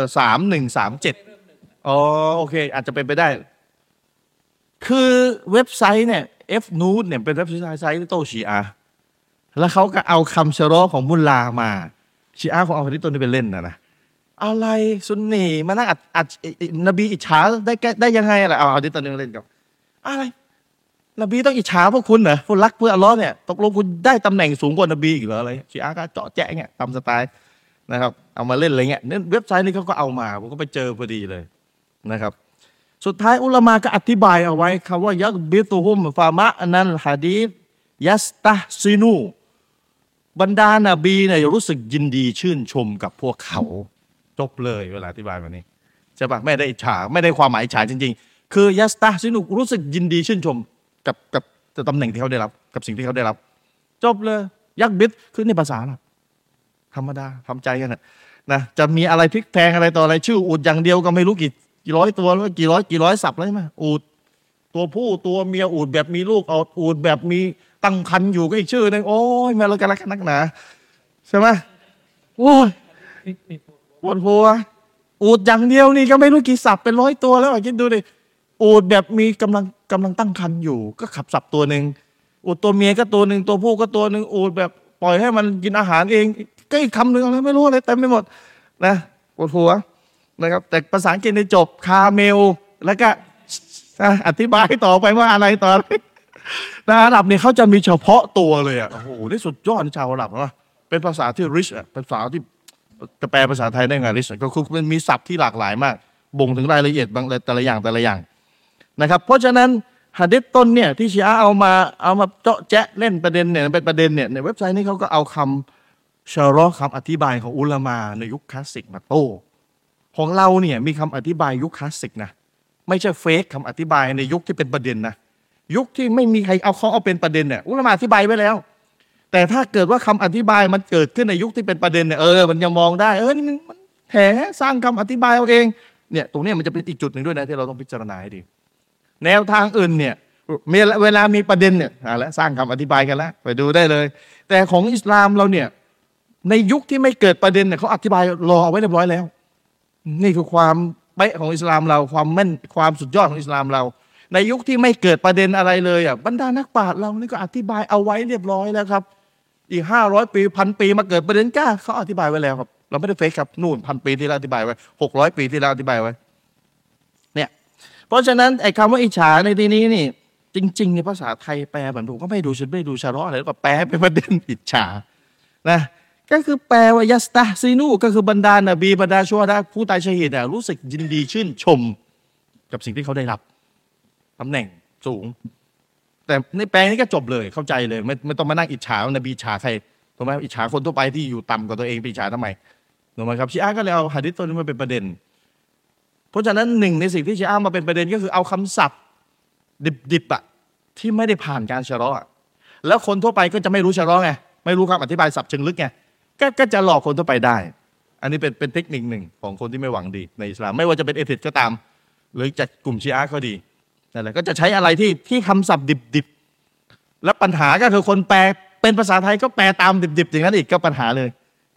3137โอเคอาจจะเป็นไปได้คือเว็บไซต์เนี่ย F News เนี่ยเป็นเว็บไซต์ที่โต้ชีอะห์แล้วเขาก็เอาคำชะรอของมุลลามาชีอะห์ของเอาหะดีษตัวนี้ไปเล่นนะอะไรซุนนีมานั่งอัดนบีอิจฉาได้ยังไงล่ะเอาหะดีษตัวนี้มาเล่นกับอะไรนบีต้องอิจฉาพวกคุณเหรอคุณรักเพื่ออัลเลาะห์เนี่ยตกลงคุณได้ตำแหน่งสูงกว่านบีอีกเหรออะไรชีอะห์ก็เจาะแจ๊ะเงี้ยตามสไตล์นะครับเอามาเล่นอะไรเงี้ยเนี่ยเว็บไซต์นี้เขาก็เอามาผมก็ไปเจอพอดีเลยนะครับสุดท้ายอุลามะก็อธิบายเอาไว้คำว่ายักบิตุฮุมฟามะนันฮะดีษยัสตะซินูบรรดานบีเนี่ยรู้สึกยินดีชื่นชมกับพวกเขาจบเลยเวลาอธิบายแบบนี้ใช่ปะไม่ได้อิจฉาไม่ได้ความหมายอิจฉาจริงๆคือยัสตะซินูรู้สึกยินดีชื่นชมกับตำแหน่งที่เขาได้รับกับสิ่งที่เขาได้รับจบเลยยักบิดคือในภาษาละธรรมดาทำใจกันนะจะมีอะไรพลิกแพงอะไรต่ออะไรชื่ออูดอย่างเดียวก็ไม่รู้กี่ร้อยตัวแล้วกี่ร้อยสับแล้วใช่ไหมอูดตัวผู้ตัวเมียอูดแบบมีลูกเอาอูดแบบมีตั้งครรภ์อยู่ก็อีกชื่อนึงโอ้ยแม่เรากันละกันนักหนาใช่ไหมโอ้ยปวดหัวอูดอย่างเดียวนี่ก็ไม่รู้กี่สับเป็นร้อยตัวแล้วคิดดูดิอูดแบบมีกำลังตั้งครรภ์อยู่ก็ขับสับตัวหนึ่งอูดตัวเมียก็ตัวหนึ่งตัวผู้ก็ตัวหนึ่งอูดแบบปล่อยให้มันกินอาหารเองก็อีกคำหนึ่งอะไรไม่รู้อะไรเต็มไปหมดนะปวดหัวนะครับแต่ภาษาอังกฤษในจบคาเมลแล้วก็อธิบายต่อไปว่าอะไรต่อนะอาหรับเนี่ยเขาจะมีเฉพาะตัวเลยโอ้โหนี่สุดยอดชาวอาหรับนะเป็นภาษาที่ rich เป็นภาษาที่จะแปลภาษาไทยได้ไง rich ก็คือมันมีศัพท์ที่หลากหลายมากบ่งถึงรายละเอียดบางแต่ละอย่างนะครับเพราะฉะนั้นหะดีษต้นเนี่ยที่ชีอะห์เอามาเจาะแจ๊ะเล่นประเด็นเนี่ยเป็นประเด็นเนี่ยในเว็บไซต์นี้เขาก็เอาคำชะรอคำอธิบายของอุลามะในยุคคลาสสิกมาโต้ของเราเนี่ยมีคำอธิบายยุคคลาสสิกนะไม่ใช่เฟกคำอธิบายในยุคที่เป็นประเด็นนะยุคที่ไม่มีใครเอาเป็นประเด็นเนี่ยอุลามะอธิบายไว้แล้วแต่ถ้าเกิดว่าคำอธิบายมันเกิดขึ้นในยุคที่เป็นประเด็นเนี่ยมันยังมองได้นี่มันแถสร้างคำอธิบายเอาเองเนี่ยตรงนี้มันจะเป็นอีกจุดหนึ่งด้วยนะที่เราต้องพิจารณาให้ดีแนวทางอื่นเนี่ยเวลามีประเด็นเนี่ยแล้วสร้างคำอธิบายกันแล้วไปดูได้เลยแต่ของอิสลามเราเนี่ยในยุคที่ไม่เกิดประเด็นเนี่ยเขาอธิบายรอเอาไว้เรียบร้อยแล้วนี่คือความเป๊ะของอิสลามเราความแม่นความสุดยอดของอิสลามเราในยุคที่ไม่เกิดประเด็นอะไรเลยบรรดานักปราชญ์เรานี่ก็อธิบายเอาไว้เรียบร้อยแล้วครับอีก500 ปี1,000 ปีมาเกิดประเด็นก้าเขาอธิบายไว้แล้วครับเราไม่ได้เฟกครับนู่น1,000 ปีที่เราอธิบายไว้600 ปีที่เราอธิบายไว้เนี่ยเพราะฉะนั้นไอ้คำว่าอิจฉาในที่นี้นี่จริงๆในภาษาไทยแปลเหมือนผมก็ไม่ดูชะรออะไรแล้วก็แปลเป็นประเด็นอิจฉานะก็คือแปลว่ายัสตะซีนูก็คือบรรดานบีบรรดาชัวดะผู้ตายชะฮีดรู้สึกยินดีชื่นชมกับสิ่งที่เขาได้รับตำแหน่งสูงแต่ในแปลนี้ก็จบเลยเข้าใจเลยไม่ต้องมานั่งอิจฉานบีอิจฉาใครถูกไหมอิจฉาคนทั่วไปที่อยู่ต่ำกว่าตัวเองไปอิจฉาทำไมถูกไหมครับชีอะห์ก็เลยเอาหะดีษตัวนี้มาเป็นประเด็นเพราะฉะนั้นหนึ่งในสิ่งที่ชีอะห์มาเป็นประเด็นก็คือเอาคำศัพท์ดิบที่ไม่ได้ผ่านการชะรอแล้วคนทั่วไปก็จะไม่รู้ชะรอไงไม่รู้คำอธิบายศัพท์เชิงลึกไงก็จะหลอกคนทั่วไปได้อันนี้เป็นเทคนิคหนึ่งของคนที่ไม่หวังดีในอิสลามไม่ว่าจะเป็นเอทิสก็ตามหรือจากกลุ่มชีอะห์ก็ดีนั่นแหละก็จะใช้อะไรที่คำศัพท์ดิบและปัญหาก็คือคนแปลเป็นภาษาไทยก็แปลตามดิบอย่างนั้นอีกก็ปัญหาเลย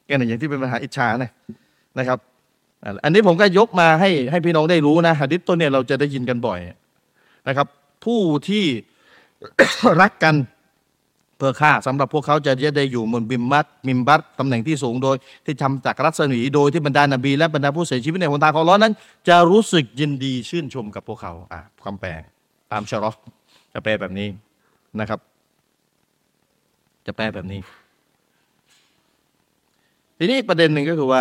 แกเนี่ยอย่างที่เป็นปัญหาอิจฉานะครับอันนี้ผมก็ยกมาให้พี่น้องได้รู้นะหะดีษตัวเนี่ยเราจะได้ยินกันบ่อยนะครับผู้ที่ รักกันเพื่อฆ่าสำหรับพวกเขาจะได้อยู่บนมิมบัตตำแหน่งที่สูงโดยที่ทำจากรัศมีโดยที่บรรดานบีและบรรดาผู้เสียชีวิตในหนทางของอัลเลาะห์นั้นจะรู้สึกยินดีชื่นชมกับพวกเขาความแปลตามชะรอห์จะแปลแบบนี้นะครับจะแปลแบบนี้ทีนี้ประเด็นหนึ่งก็คือว่า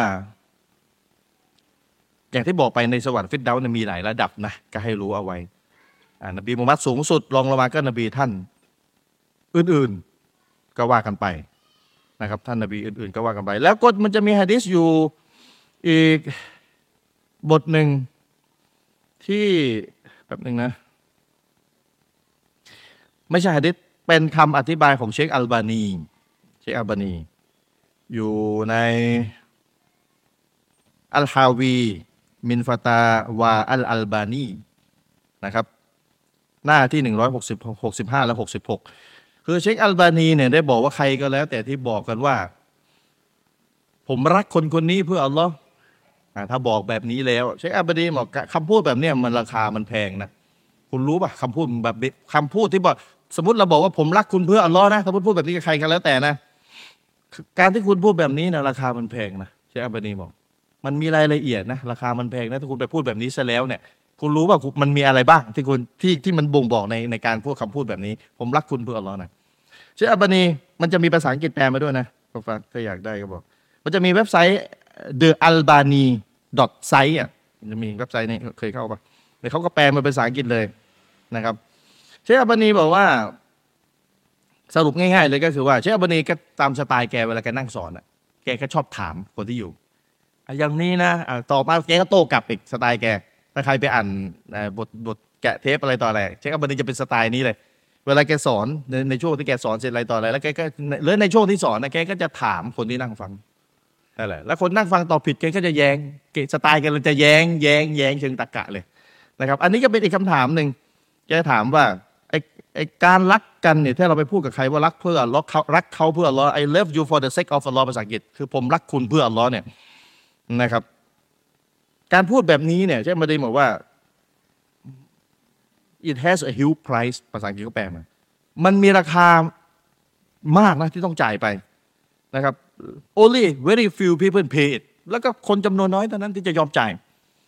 อย่างที่บอกไปในสวรรค์ฟิรเดาส์มีหลายระดับนะก็ให้รู้เอาไว้นบีมุฮัมมัดสูงสุดรองลงมาก็นบีท่านอื่นๆก็ว่ากันไปนะครับท่านนบีอื่นๆก็ว่ากันไปแล้วก็มันจะมีหะดีษอยู่อีกบทหนึ่งที่แบบหนึ่งนะไม่ใช่หะดีษเป็นคำอธิบายของเชคอัลบานีอยู่ในอัลฮาวีมินฟาตาวาอัลบานีนะครับหน้าที่165และ66คือเชคอัลบานีเนี่ยได้บอกว่าใครก็แล้วแต่ที่บอกกันว่าผมรักคนคนนี้เพื่ออัลลอฮ์ถ้าบอกแบบนี้แล้วเชคอัลบานีบอกคำพูดแบบนี้มันราคามันแพงนะคุณรู้ป่ะคำพูดแบบคำพูดที่บอกสมมติเราบอกว่าผมรักคุณเพื่ออัลลอฮ์นะสมมติพูดแบบนี้กับใครกันแล้วแต่นะการที่คุณพูดแบบนี้นะราคามันแพงนะเชคอัลบานีบอกมันมีรายละเอียดนะราคามันแพงนะถ้าคุณไปพูดแบบนี้ซะแล้วเนี่ยคุณรู้ป่ะมันมีอะไรบ้างที่คุณที่มันบ่งบอกในการพูดคำพูดแบบนี้ผมรักคุณเพื่ออัลลอฮ์นะเชคอัลบานีมันจะมีภาษาอังกฤษแปลมาด้วยนะถ้าอยากได้ก็บอกมันจะมีเว็บไซต์ thealbani.site มันจะมีเว็บไซต์นี้เคยเข้าป่ะแต่เขาก็แปลมาเป็นภาษาอังกฤษเลยนะครับเชคอัลบานีบอกว่าสรุปง่ายๆเลยก็คือว่าเชคอัลบานีก็ตามสไตล์แกเวลาแกนั่งสอนแกก็ชอบถามคนที่อยู่อย่างนี้นะตอบมาแกก็โต้กลับอีกสไตล์แกถ้าใครไปอ่านบทแกะเทปอะไรต่ออะไรเชคอัลบานีจะเป็นสไตล์นี้เลยเวลาแกสอนในช่วงที่แกสอนเสร็จอะไรต่ออะไรแล้วแกก็หรือในช่วงที่สอนนะแกก็จะถามคนที่นั่งฟังนั่นแหละแล้วคนนั่งฟังตอบผิดแกก็จะแย้งสไตล์แกเลยจะแย้งเชิงตรรกะเลยนะครับอันนี้ก็เป็นอีกคำถามหนึ่งแกถามว่าไอการรักกันเนี่ยถ้าเราไปพูดกับใครว่ารักเพื่ออัลเลาะห์รักเขาเพื่ออัลเลาะห์ I love you for the sake of Allah ภาษาอังกฤษคือผมรักคุณเพื่ออัลเลาะห์เนี่ยนะครับการพูดแบบนี้เนี่ยเช่นมาดีบอกว่า it has a huge price ภาษาอังกฤษก็แปลมามันมีราคามากนะที่ต้องจ่ายไปนะครับ only very few people pay it แล้วก็คนจำนวนน้อยเท่านั้นที่จะยอมจ่าย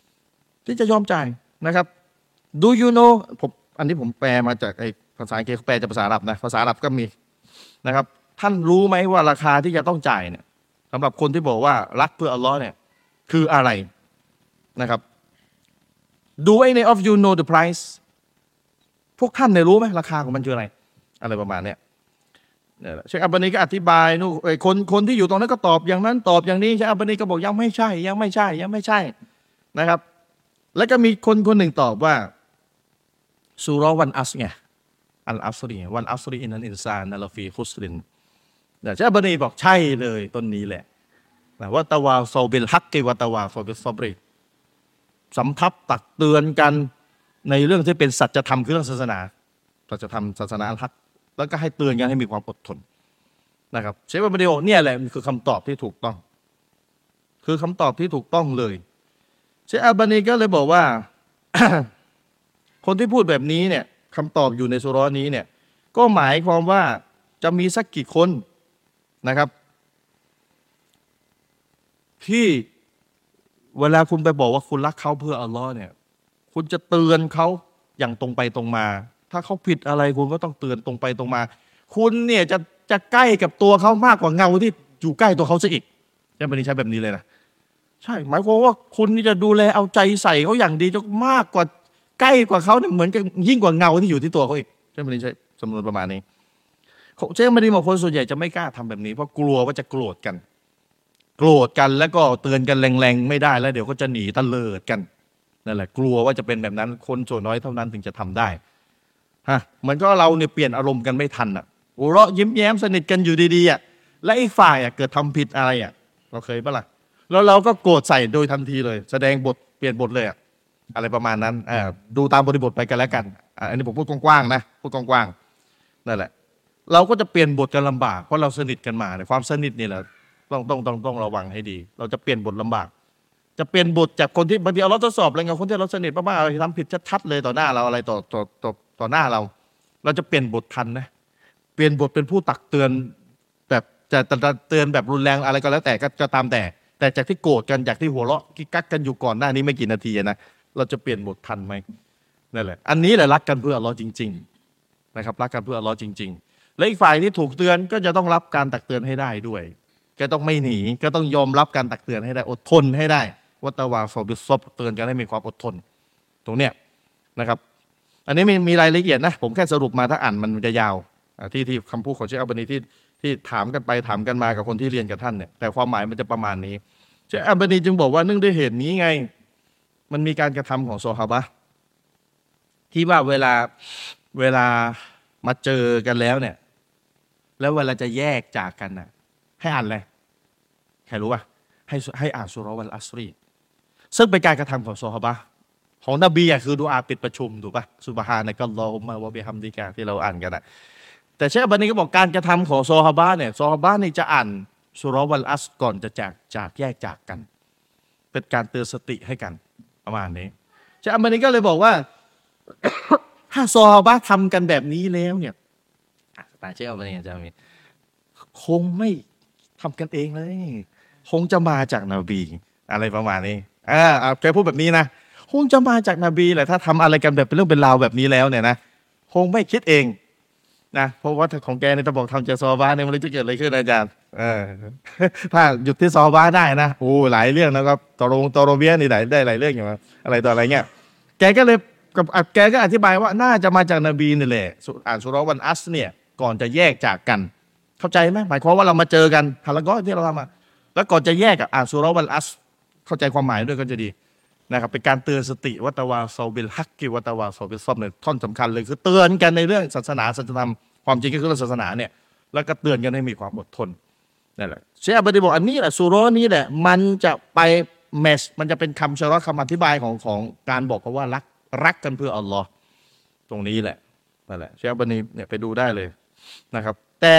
นะครับ do you know อันนี้ผมแปลมาจากภาษาอังกฤษแปลจากภาษาอาหรับนะภาษาอาหรับก็มีนะครับท่านรู้ไหมว่าราคาที่จะต้องจ่ายเนี่ยสำหรับคนที่บอกว่ารักเพื่ออัลเลาะห์เนี่ยคืออะไรนะครับ Do any of you know the price พวกท่านเนี่ยรู้ไหมราคาของมันคืออะไรประมาณเนี้ยเชคอัลบานีก็อธิบายนู่นคนที่อยู่ตรงนั้นก็ตอบอย่างนั้นตอบอย่างนี้เชคอัลบานีก็บอกยังไม่ใช่นะครับแล้วก็มีคนหนึ่งตอบว่าซูเราะห์วันอัสไงอัลอัสรีวันอัสรีอินนัลอินซานละฟีคุสรินเชคอัลบานีบอกใช่เลยต้นนี้แหละว่าตะวาซอบิลฮักกิวะตะวาซอบิลซอบรีสำทับตักเตือนกันในเรื่องที่เป็นสัจธรรมคือเรื่องศาสนาอัลฮักแล้วก็ให้เตือนกันให้มีความอดทนนะครับเชคอัลบานีบอกเนี่ยแหละมันคือคำตอบที่ถูกต้องเลยเชคอัลบานีก็เลยบอกว่า คนที่พูดแบบนี้เนี่ยคำตอบอยู่ในซูเราะห์นี้เนี่ยก็หมายความว่าจะมีสักกี่คนนะครับที่เวลาคุณไปบอกว่าคุณรักเขาเพื่ออัลเลาะห์เนี่ยคุณจะเตือนเขาอย่างตรงไปตรงมาถ้าเขาผิดอะไรคุณก็ต้องเตือนตรงไปตรงมาคุณเนี่ยจะใกล้กับตัวเขามากกว่าเงาที่อยู่ใกล้ตัวเขาซะอีกใช่แบบนี้เลยนะใช่หมายความว่าคุณนี่จะดูแลเอาใจใส่เขาอย่างดีจะมากกว่าใกล้กว่าเขาเนี่ยเหมือนกับยิ่งกว่าเงาที่อยู่ที่ตัวเขาอีกใช่สำนวนประมาณนี้เชคมาดีบอกคนส่วนใหญ่จะไม่กล้าทำแบบนี้เพราะกลัวว่าจะโกรธกันแล้วก็เตือนกันแรงๆไม่ได้แล้วเดี๋ยวก็จะหนีตะเลิดกันนั่นแหละกลัวว่าจะเป็นแบบนั้นคนส่วนน้อยเท่านั้นถึงจะทำได้มันก็เราเนี่ยเปลี่ยนอารมณ์กันไม่ทันหัวเราะยิ้มแย้มสนิทกันอยู่ดีๆและอีกฝ่ายเกิดทำผิดอะไรเราเคยปะล่ะแล้วเราก็โกรธใส่โดยทันทีเลยแสดงบทเปลี่ยนบทเลยอะไรประมาณนั้นดูตามบริบทไปกันแล้วกันอันนี้ผมพูดกว้างๆนะพูดกว้างๆนั่นแหละเราก็จะเปลี่ยนบทกันลำบากเพราะเราสนิทกันมาความสนิทนี่แหละต้องระวังให้ดีเราจะเปลี่ยนบทลำบากจะเปลี่ยนบทจากคนที่บางทีเราทดสอบอะไรเงี้ยคนที่เราสนิทมากๆอะไรทำผิดชัดๆเลยต่อหน้าเราอะไรต่อหน้าเราจะเปลี่ยนบททันนะเปลี่ยนบทเป็นผู้ตักเตือนแบบจะเตือนแบบรุนแรงอะไรก็แล้วแต่ก็ตามแต่จากที่โกรธกันจากที่หัวเราะกิ๊กกักกันอยู่ก่อนหน้านี้ไม่กี่นาทีนะเราจะเปลี่ยนบททันไหมนั่นแหละอันนี้แหละรักกันเพื่ออัลเลาะห์จริงๆนะครับรักกันเพื่ออัลเลาะห์จริงๆและอีกฝ่ายที่ถูกเตือนก็จะต้องรับการตักเตือนให้ได้ด้วยก็ต้องไม่หนีก็ต้องยอมรับการตักเตือนให้ได้อดทนให้ได้วัตวาซอบิซอบเตือนกันให้มีความอดทนตรงเนี้ยนะครับอันนี้มีรายละเอียดนะผมแค่สรุปมาถ้าอ่านมันจะยาวที่คำพูดของเชคอัลบานีที่ถามกันไปถามกันมากับคนที่เรียนกับท่านเนี่ยแต่ความหมายมันจะประมาณนี้เชคอัลบานีจึงบอกว่าเนื่องด้วยเหตุนี้ไงมันมีการกระทำของซอฮาบะห์ที่ว่าเวลามาเจอกันแล้วเนี่ยแล้วเวลาจะแยกจากกันน่ะให้อ่านอะไรใครรู้ป่ะให้อ่านซูเราะห์วัลอัสรีซึ่งเป็นการกระทำของซอฮาบะห์ของนบีคือดุอาปิดประชุมถูกป่ะซุบฮานะกัลลอฮุมมะวะบิฮัมดิกะที่เราอ่านกันนะแต่เชคอัลบานีก็บอกการกระทำของซอฮาบะห์เนี่ยซอฮาบะห์นี่จะอ่านซูเราะห์วัลอัสก่อนจะจากแยกจากกันเป็นการเตือนสติให้กันประมาณนี้เชคอัลบานีก็เลยบอกว่า ถ้าซอฮาบะห์ทำกันแบบนี้แล้วเนี่ยแต่เชคอัลบานีจะมีคงไม่ทำกันเองเลยคงจะมาจากนบีอะไรประมาณนี้แกพูดแบบนี้นะคงจะมาจากนบีแหละถ้าทำอะไรกันแบบเป็นเรื่องเป็นราวแบบนี้แล้วเนี่ยนะคงไม่คิดเองนะเพราะว่าของแกเนี่ยจะบอกทำจากซอฮาบะห์เนี่ยมันจะเกิดอะไรขึ้นอาจารย์ถ้าหยุดที่ซอฮาบะห์ได้นะโอ้หลายเรื่องนะครับตอโรเบียนี่ได้หลายเรื่องอย่างอะไรต่ออะไรเงี้ยแกก็อธิบายว่าน่าจะมาจากนบีนี่แหละอ่านซูเราะห์วัลอัสเนี่ยก่อนจะแยกจากกันเข้าใจไหมหมายความว่าเรามาเจอกันฮะละก็ที่เราทำแล้วก่อนจะแยกอ่านซูเราะห์วัลอัสเข้าใจความหมายด้วยก็จะดีนะครับเป็นการเตือนสติวัตวาซอบิลฮักกิวัตวาซอบิลซอบเนี่ยท่อนสำคัญเลยคือเตือนกันในเรื่องศาสนาสัจธรรมความจริงก็คือเรื่องศาสนาเนี่ยแล้วก็เตือนกันให้มีความอดทนนั่นแหละเชคอัลบานีบอกอันนี้แหละซูเราะห์นี้แหละมันจะไปเมสมันจะเป็นคำชะรอคำอธิบายของการบอกว่ารักกันเพื่ออัลลอฮ์ตรงนี้แหละนั่นแหละเชคอัลบานีเนี่ยไปดูได้เลยนะครับแต่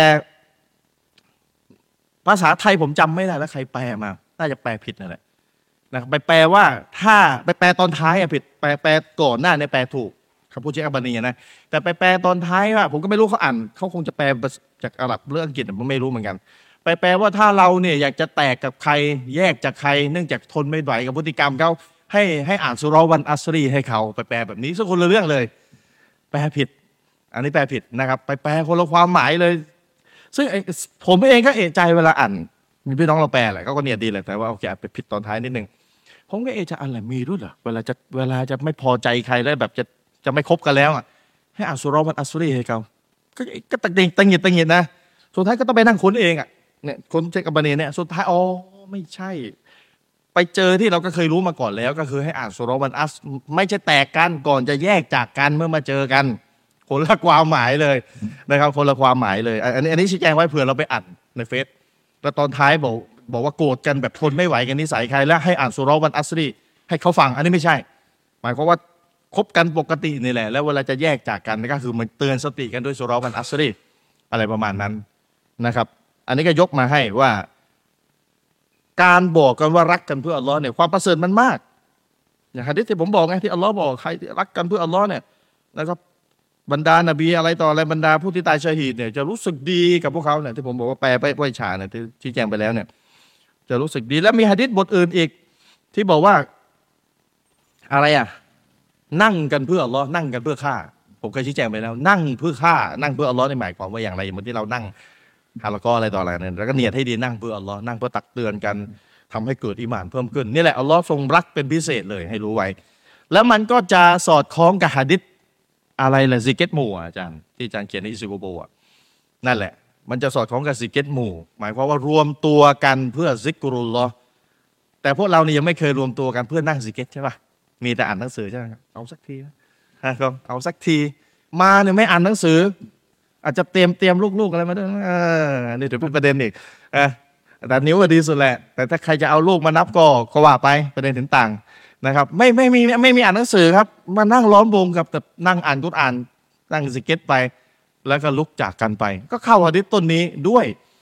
ภาษาไทยผมจำไม่ได้แล้วใครแปลมาน่าจะแปลผิดนั่นแหละนะไปแปลว่าถ้าไปแปลตอนท้ายผิดแปลก่อนหน้าเนี่ยแปลถูกคำพูดเชคอัลบานีนะแต่ไปแปลตอนท้ายว่าผมก็ไม่รู้เขาอ่านเขาคงจะแปลจากอาหรับหรืออังกฤษผมไม่รู้เหมือนกันไปแปลว่าถ้าเราเนี่ยอยากจะแตกกับใครแยกจากใครเนื่องจากทนไม่ไหวกับพฤติกรรมเขาให้อ่านซูเราะห์วัลอัสรีให้เขาไปแปลแบบนี้ซึ่งคนละเรื่องเลยแปลผิดอันนี้แปลผิดนะครับไปแปลคนละความหมายเลยซึ่งผมเองก็เอะใจเวลาอ่านมีพี่น้องเราแปลแหละก็เนี่ยดีแหละแต่ว่าโอเคไปผิดตอนท้ายนิดนึงผมก็เอะใจอะไรมีด้วยเหรอเวลาจะไม่พอใจใครแล้วแบบจะไม่คบกันแล้วให้อ่านซูเราะห์วัลอัสรีให้เขาก็ตังหิดนะสุดท้ายก็ต้องไปนั่งค้นเองเนี่ยคนเชคอัลบานีเนี่ยสุดท้ายอ๋อไม่ใช่ไปเจอที่เราก็เคยรู้มาก่อนแล้วก็คือให้อ่านซูเราะห์วัลอัสไม่ใช่แตกกันก่อนจะแยกจากกันเมื่อมาเจอกันคนละความหมายเลยนะครับคนละความหมายเลยอันนี้ชี้แจงไว้เผื่อเราไปอ่านในเฟซแล้วตอนท้ายบอกว่าโกรธกันแบบทนไม่ไหวกันนิสัยใครแล้วให้อ่านซูเราะห์วัลอัสรีให้เขาฟังอันนี้ไม่ใช่หมายความว่าคบกันปกตินี่แหละแล้วเวลาจะแยกจากกันก็คือมันเตือนสติกันด้วยซูเราะห์วัลอัสรีอะไรประมาณนั้นนะครับอันนี้ก็ยกมาให้ว่าการบอกกันว่ารักกันเพื่ออัลลอฮ์เนี่ยความประเสริฐมันมากอย่างหะดีษที่ผมบอกไงที่อัลลอฮ์บอกใครที่รักกันเพื่ออัลลอฮ์เนี่ยนะครับบรรดานบีอะไรต่ออะไรบรรดาผู้ที่ตายชะฮีดเนี่ยจะรู้สึกดีกับพวกเขาเนี่ยที่ผมบอกว่าแปลไปไว้ฉาเนี่ยที่ชี้แจงไปแล้วเนี่ยจะรู้สึกดีแล้วมีหะดีษบทอื่นอีกที่บอกว่าอะไรนั่งกันเพื่ออัลลอฮ์นั่งกันเพื่อฆ่าผมเคยชี้แจงไปแล้วนั่งเพื่อฆ่านั่งเพื่ออัลลอฮ์ในหมายความว่าอย่างไรเหมือนที่เรานั่งฮาละกออะไรต่ออะไรเนี่ยแล้วก็เนียดให้ดีนั่งเพื่ออัลลอฮ์นั่งเพื่อตักเตือนกันทำให้เกิดอีหม่านเพิ่มขึ้นนี่แหละอัลลอฮ์ทรงรักเป็นพิเศษเลยให้รู้ไว้แล้วมันก็จะสอดคล้องกับหะดีษอะไรล่ะซิกเก็ตหมู่อาจารย์ที่อาจารย์เขียนในอิซิโกโบนั่นแหละมันจะสอดคล้องกับซิกเก็ตหมู่หมายความว่ารวมตัวกันเพื่อซิกรุลลอฮ์แต่พวกเรานี่ยังไม่เคยรวมตัวกันเพื่อนั่งซิกเก็ตใช่ป่ะมีแต่อ่านหนังสือใช่ไหมครับเอาสักทีนะครับเอาสักทีมาเนี่ยไม่อ่านหนังสืออาจจะเตรียมลูกๆอะไรมาด้วยนี่ถือเป็นประเด็นอีกแต่นิ้วก็ดีสุดแหละแต่ถ้าใครจะเอาลูกมานับก็ว่าไปประเด็นถึงต่างนะครับไม่มีอ่านหนังสือครับมานั่งล้อมวงกับแต่นั่งอ่านกุรอานนั่งซิกเก็ตไปแล้วก็ลุกจากกันไปก็เข้าหะดีษต้นนี้ด้วย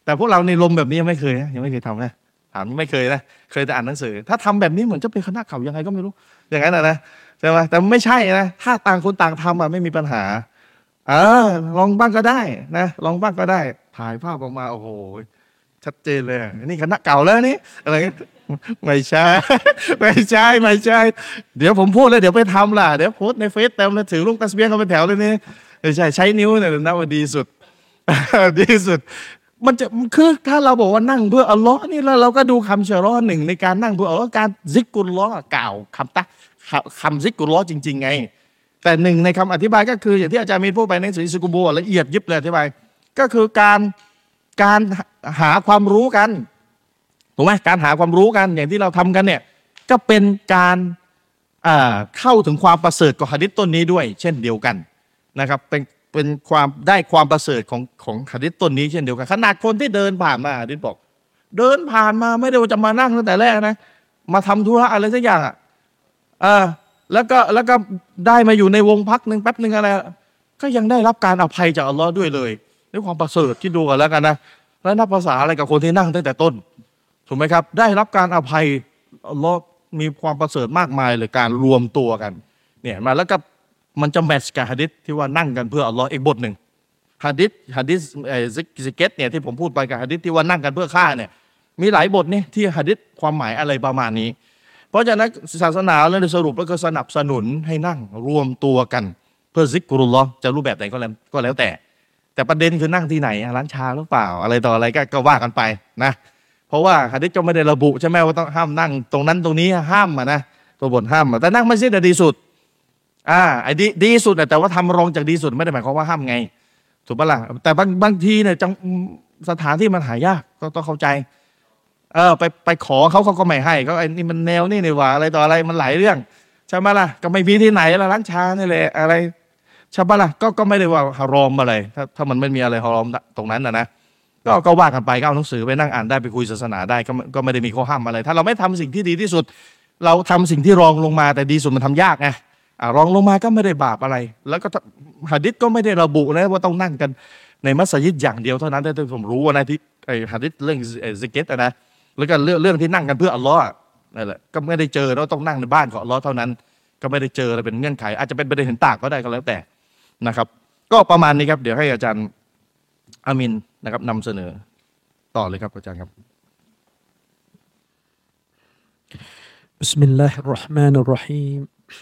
แต่พวกเราในลมแบบนี้ยังไม่เคยนะยังไม่เคยทำนะถามไม่เคยนะเคยแต่อ่านหนังสือถ้าทำแบบนี้เหมือนจะเป็นคณะเขายังไงก็ไม่รู้อย่างนั้นนะใช่ไหมแต่ไม่ใช่นะถ้าต่างคนต่างทำไม่มีปัญหาลองบ้างก็ได้นะลองบ้างก็ได้ถ่ายภาพออกมาโอ้โหชัดเจนเลยนี่คณะเก่าแล้วนี่อะไรไม่ใช่ ไม่ใช่ เดี๋ยวผมพูดแล้วเดี๋ยวไปทำล่ะเดี๋ยวโพสในเฟซเต็มเลยถือลูกตะเบียงเขาเป็นแถวเลยนี่ไม่ใช่ใช้นิ้วเนี่ยนะว่าดีสุด ดีสุดมันจะคือถ้าเราบอกว่านั่งเพื่ออัลลอฮ์นี่แล้วเราก็ดูคำชะรอหนึ่งในการนั่งเพื่ออัลลอฮ์การซิกกุลลอฮ์กล่าวคำซิกกุลลอฮ์จริงๆไงแต่หนึ่งในคำอธิบายก็คืออย่างที่อาจารย์มีพูดไปในหนังสือสุกุบูละเอียดยิบเลยอธิบายก็คือการหาความรู้กันถูกไหมการหาความรู้กันอย่างที่เราทำกันเนี่ยก็เป็นการเข้าถึงความประเสริฐของหะดีษต้นนี้ด้วยเช่นเดียวกันนะครับเป็นความได้ความประเสริฐของหะดีษต้นนี้เช่นเดียวกันขนาดคนที่เดินผ่านมาหะดีษบอกเดินผ่านมาไม่ได้ว่าจะมานั่งตั้งแต่แรกนะมาทำธุระอะไรสักอย่างแล้วก็ได้มาอยู่ในวงพักหนึ่งแป๊บหนึ่งอะไรก็ยังได้รับการอภัยจากอัลลอฮ์ด้วยเลยด้วยความประเสริฐที่ดูกันแล้วกันนะแล้วนับภาษาอะไรกับคนที่นั่งตั้งแต่ต้นถูกไหมครับได้รับการอภัยอัลลอฮ์มีความประเสริฐมากมายเลยการรวมตัวกันเนี่ยมาแล้วก็มันจะแมทช์กับหะดีษที่ว่านั่งกันเพื่ออัลลอฮ์อีกบทหนึ่งหะดีษซิกเก็ตเนี่ยที่ผมพูดไปกับหะดีษที่ว่านั่งกันเพื่อฆ่าเนี่ยมีหลายบทนี่ที่หะดีษความหมายอะไรประมาณนี้เพราะฉะนั้นศาสนาแล้วสรุปแล้วก็สนับสนุนให้นั่งรวมตัวกันเพื่อซิกรุลลอฮ์จะรูปแบบไหนก็แล้วแต่ประเด็นคือนั่งที่ไหนร้านชาหรือเปล่าอะไรต่ออะไรก็ว่ากันไปนะเพราะว่าหะดีษก็ไม่ได้ระบุใช่ไหมว่าต้องห้ามนั่งตรงนั้นตรงนี้ห้ามนะตัวบทห้ามแต่นั่งมัสยิดดีสุดไอ้ดีสุดแต่ว่าทำรองจากดีสุดไม่ได้หมายความว่าห้ามไงถูกปะล่ะแต่บางทีเนี่ยสถานที่มันหายากก็ต้องเข้าใจไปขอเขาก็ไม่ให้เขาไอ้นี่มันแนวนี่ว่าอะไรต่ออะไรมันหลายเรื่องใช่ไหมล่ะก็ไม่มีที่ไหนละร้านชานี่แหละอะไรใช่ปะล่ะก็ไม่ได้ว่าฮารอมอะไรถ้ามันไม่มีอะไรฮารอมตรงนั้นนะก็ว่ากันไปก็เอาหนังสือไปนั่งอ่านได้ไปคุยศาสนาได้ก็ไม่ได้มีข้อห้ามอะไรถ้าเราไม่ทำสิ่งที่ดีที่สุดเราทำสิ่งที่รองลงมาแต่ดีสุดมันทำยากไงรองลงมาก็ไม่ได้บาปอะไรแล้วก็หะดีษก็ไม่ได้ระบุนะว่าต้องนั่งกันในมัสยิดอย่างเดียวเท่านั้นแต่ผมรู้นะที่ไอ้หะดีษเรื่องซิกเก็ตนะแล้วก็เรื่องที่นั่งกันเพื่ออัลลอฮ์นั่นแหละก็ไม่ได้เจอแล้วต้องนั่งในบ้านของอัลลอฮ์เท่านั้นก็ไม่ได้เจออะไรเป็นเงื่อนไขอาจจะเป็นประเด็นเห็นต่างก็ได้ก็แล้วแต่นะครับก็ประมาณนี้ครับเดี๋ยวให้อาจารย์อามินนะครับนำเสนอต่อเลยครับอาจารย์ครับ بسم الله الرحمن الرحيم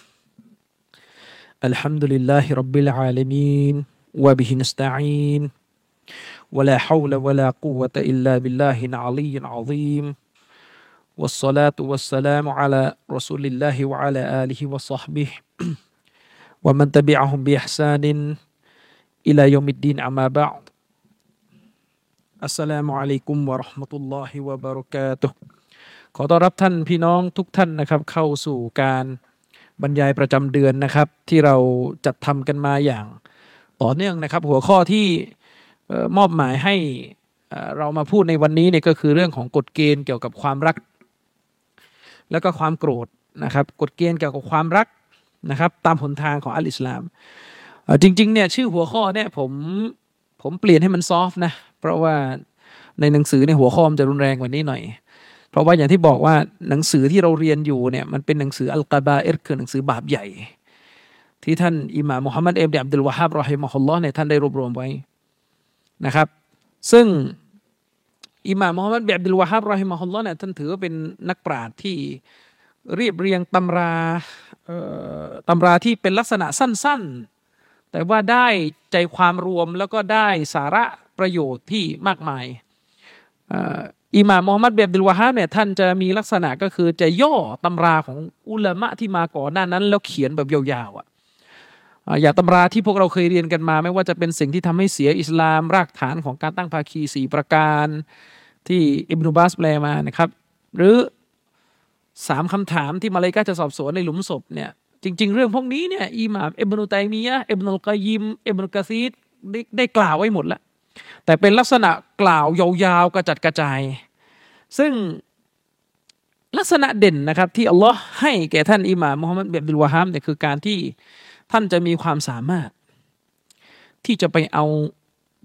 الحمد لله رب العالمين وبه نستعين ولا حول ولا قوة إلا بالله العلي العظيم والصلاة والسلام على رسول الله وعلى آله وصحبه ومن تبعهم بإحسان إلى يوم الدين أما بعد السلام عليكم ورحمة الله وبركاته ขอต้อนรับท่านพี่น้องทุกท่านนะครับเข้าสู่การบรรยายประจำเดือนนะครับที่เราจัดทำกันมาอย่างต่อเนื่องนะครับหัวข้อที่มอบหมายให้เรามาพูดในวันนี้เนี่ยก็คือเรื่องของกฎเกณฑ์เกี่ยวกับความรักแล้วก็ความโกรธนะครับกฎเกณฑ์เกี่ยวกับความรักนะครับตามหนทางของอัลอิสลามจริงๆเนี่ยชื่อหัวข้อเนี่ยผมเปลี่ยนให้มันซอฟต์นะเพราะว่าในหนังสือในหัวข้อมันจะรุนแรงกว่านี้หน่อยเพราะว่าอย่างที่บอกว่าหนังสือที่เราเรียนอยู่เนี่ยมันเป็นหนังสืออัลกะบาอิรคือหนังสือบาปใหญ่ที่ท่านอิหม่ามมุฮัมมัดอิบนุอับดุลวะฮาบรอฮิมะฮุลลอฮ์เนี่ยท่านได้รวบรวมไว้นะครับซึ่งอิหม่ามมุฮัมมัดอิบนุอับดุลวะฮาบรอฮิมะฮุลลอฮ์เนี่ยท่านถือว่าเป็นนักปราชญ์ที่เรียบเรียงตำราที่เป็นลักษณะสั้นๆแต่ว่าได้ใจความรวมแล้วก็ได้สาระประโยชน์ที่มากมายอิหม่ามมุฮัมมัดอิบนุอับดุลวะฮาบเนี่ยท่านจะมีลักษณะก็คือจะย่อตำราของอุลามะที่มาก่อนหน้านั้นแล้วเขียนแบบยาวๆอย่างตำราที่พวกเราเคยเรียนกันมาไม่ว่าจะเป็นสิ่งที่ทำให้เสียอิสลามรากฐานของการตั้งภาคี4ประการที่อิบนุบาสแปลมานะครับหรือ3คำถามที่มาเลกาจะสอบสวนในหลุมศพเนี่ยจริงๆเรื่องพวกนี้เนี่ยอิหม่ามอิบนุตัยมียะห์อิบนุลกอยยิมอิบนุกะซีรได้กล่าวไว้หมดแล้วแต่เป็นลักษณะกล่าวยาวๆกระจัดกระจายซึ่งลักษณะเด่นนะครับที่อัลลอฮ์ให้แก่ท่านอิหม่ามมุฮัมมัดอิบนุอับดุลวะฮาบเนี่ยคือการที่ท่านจะมีความสามารถที่จะไปเอา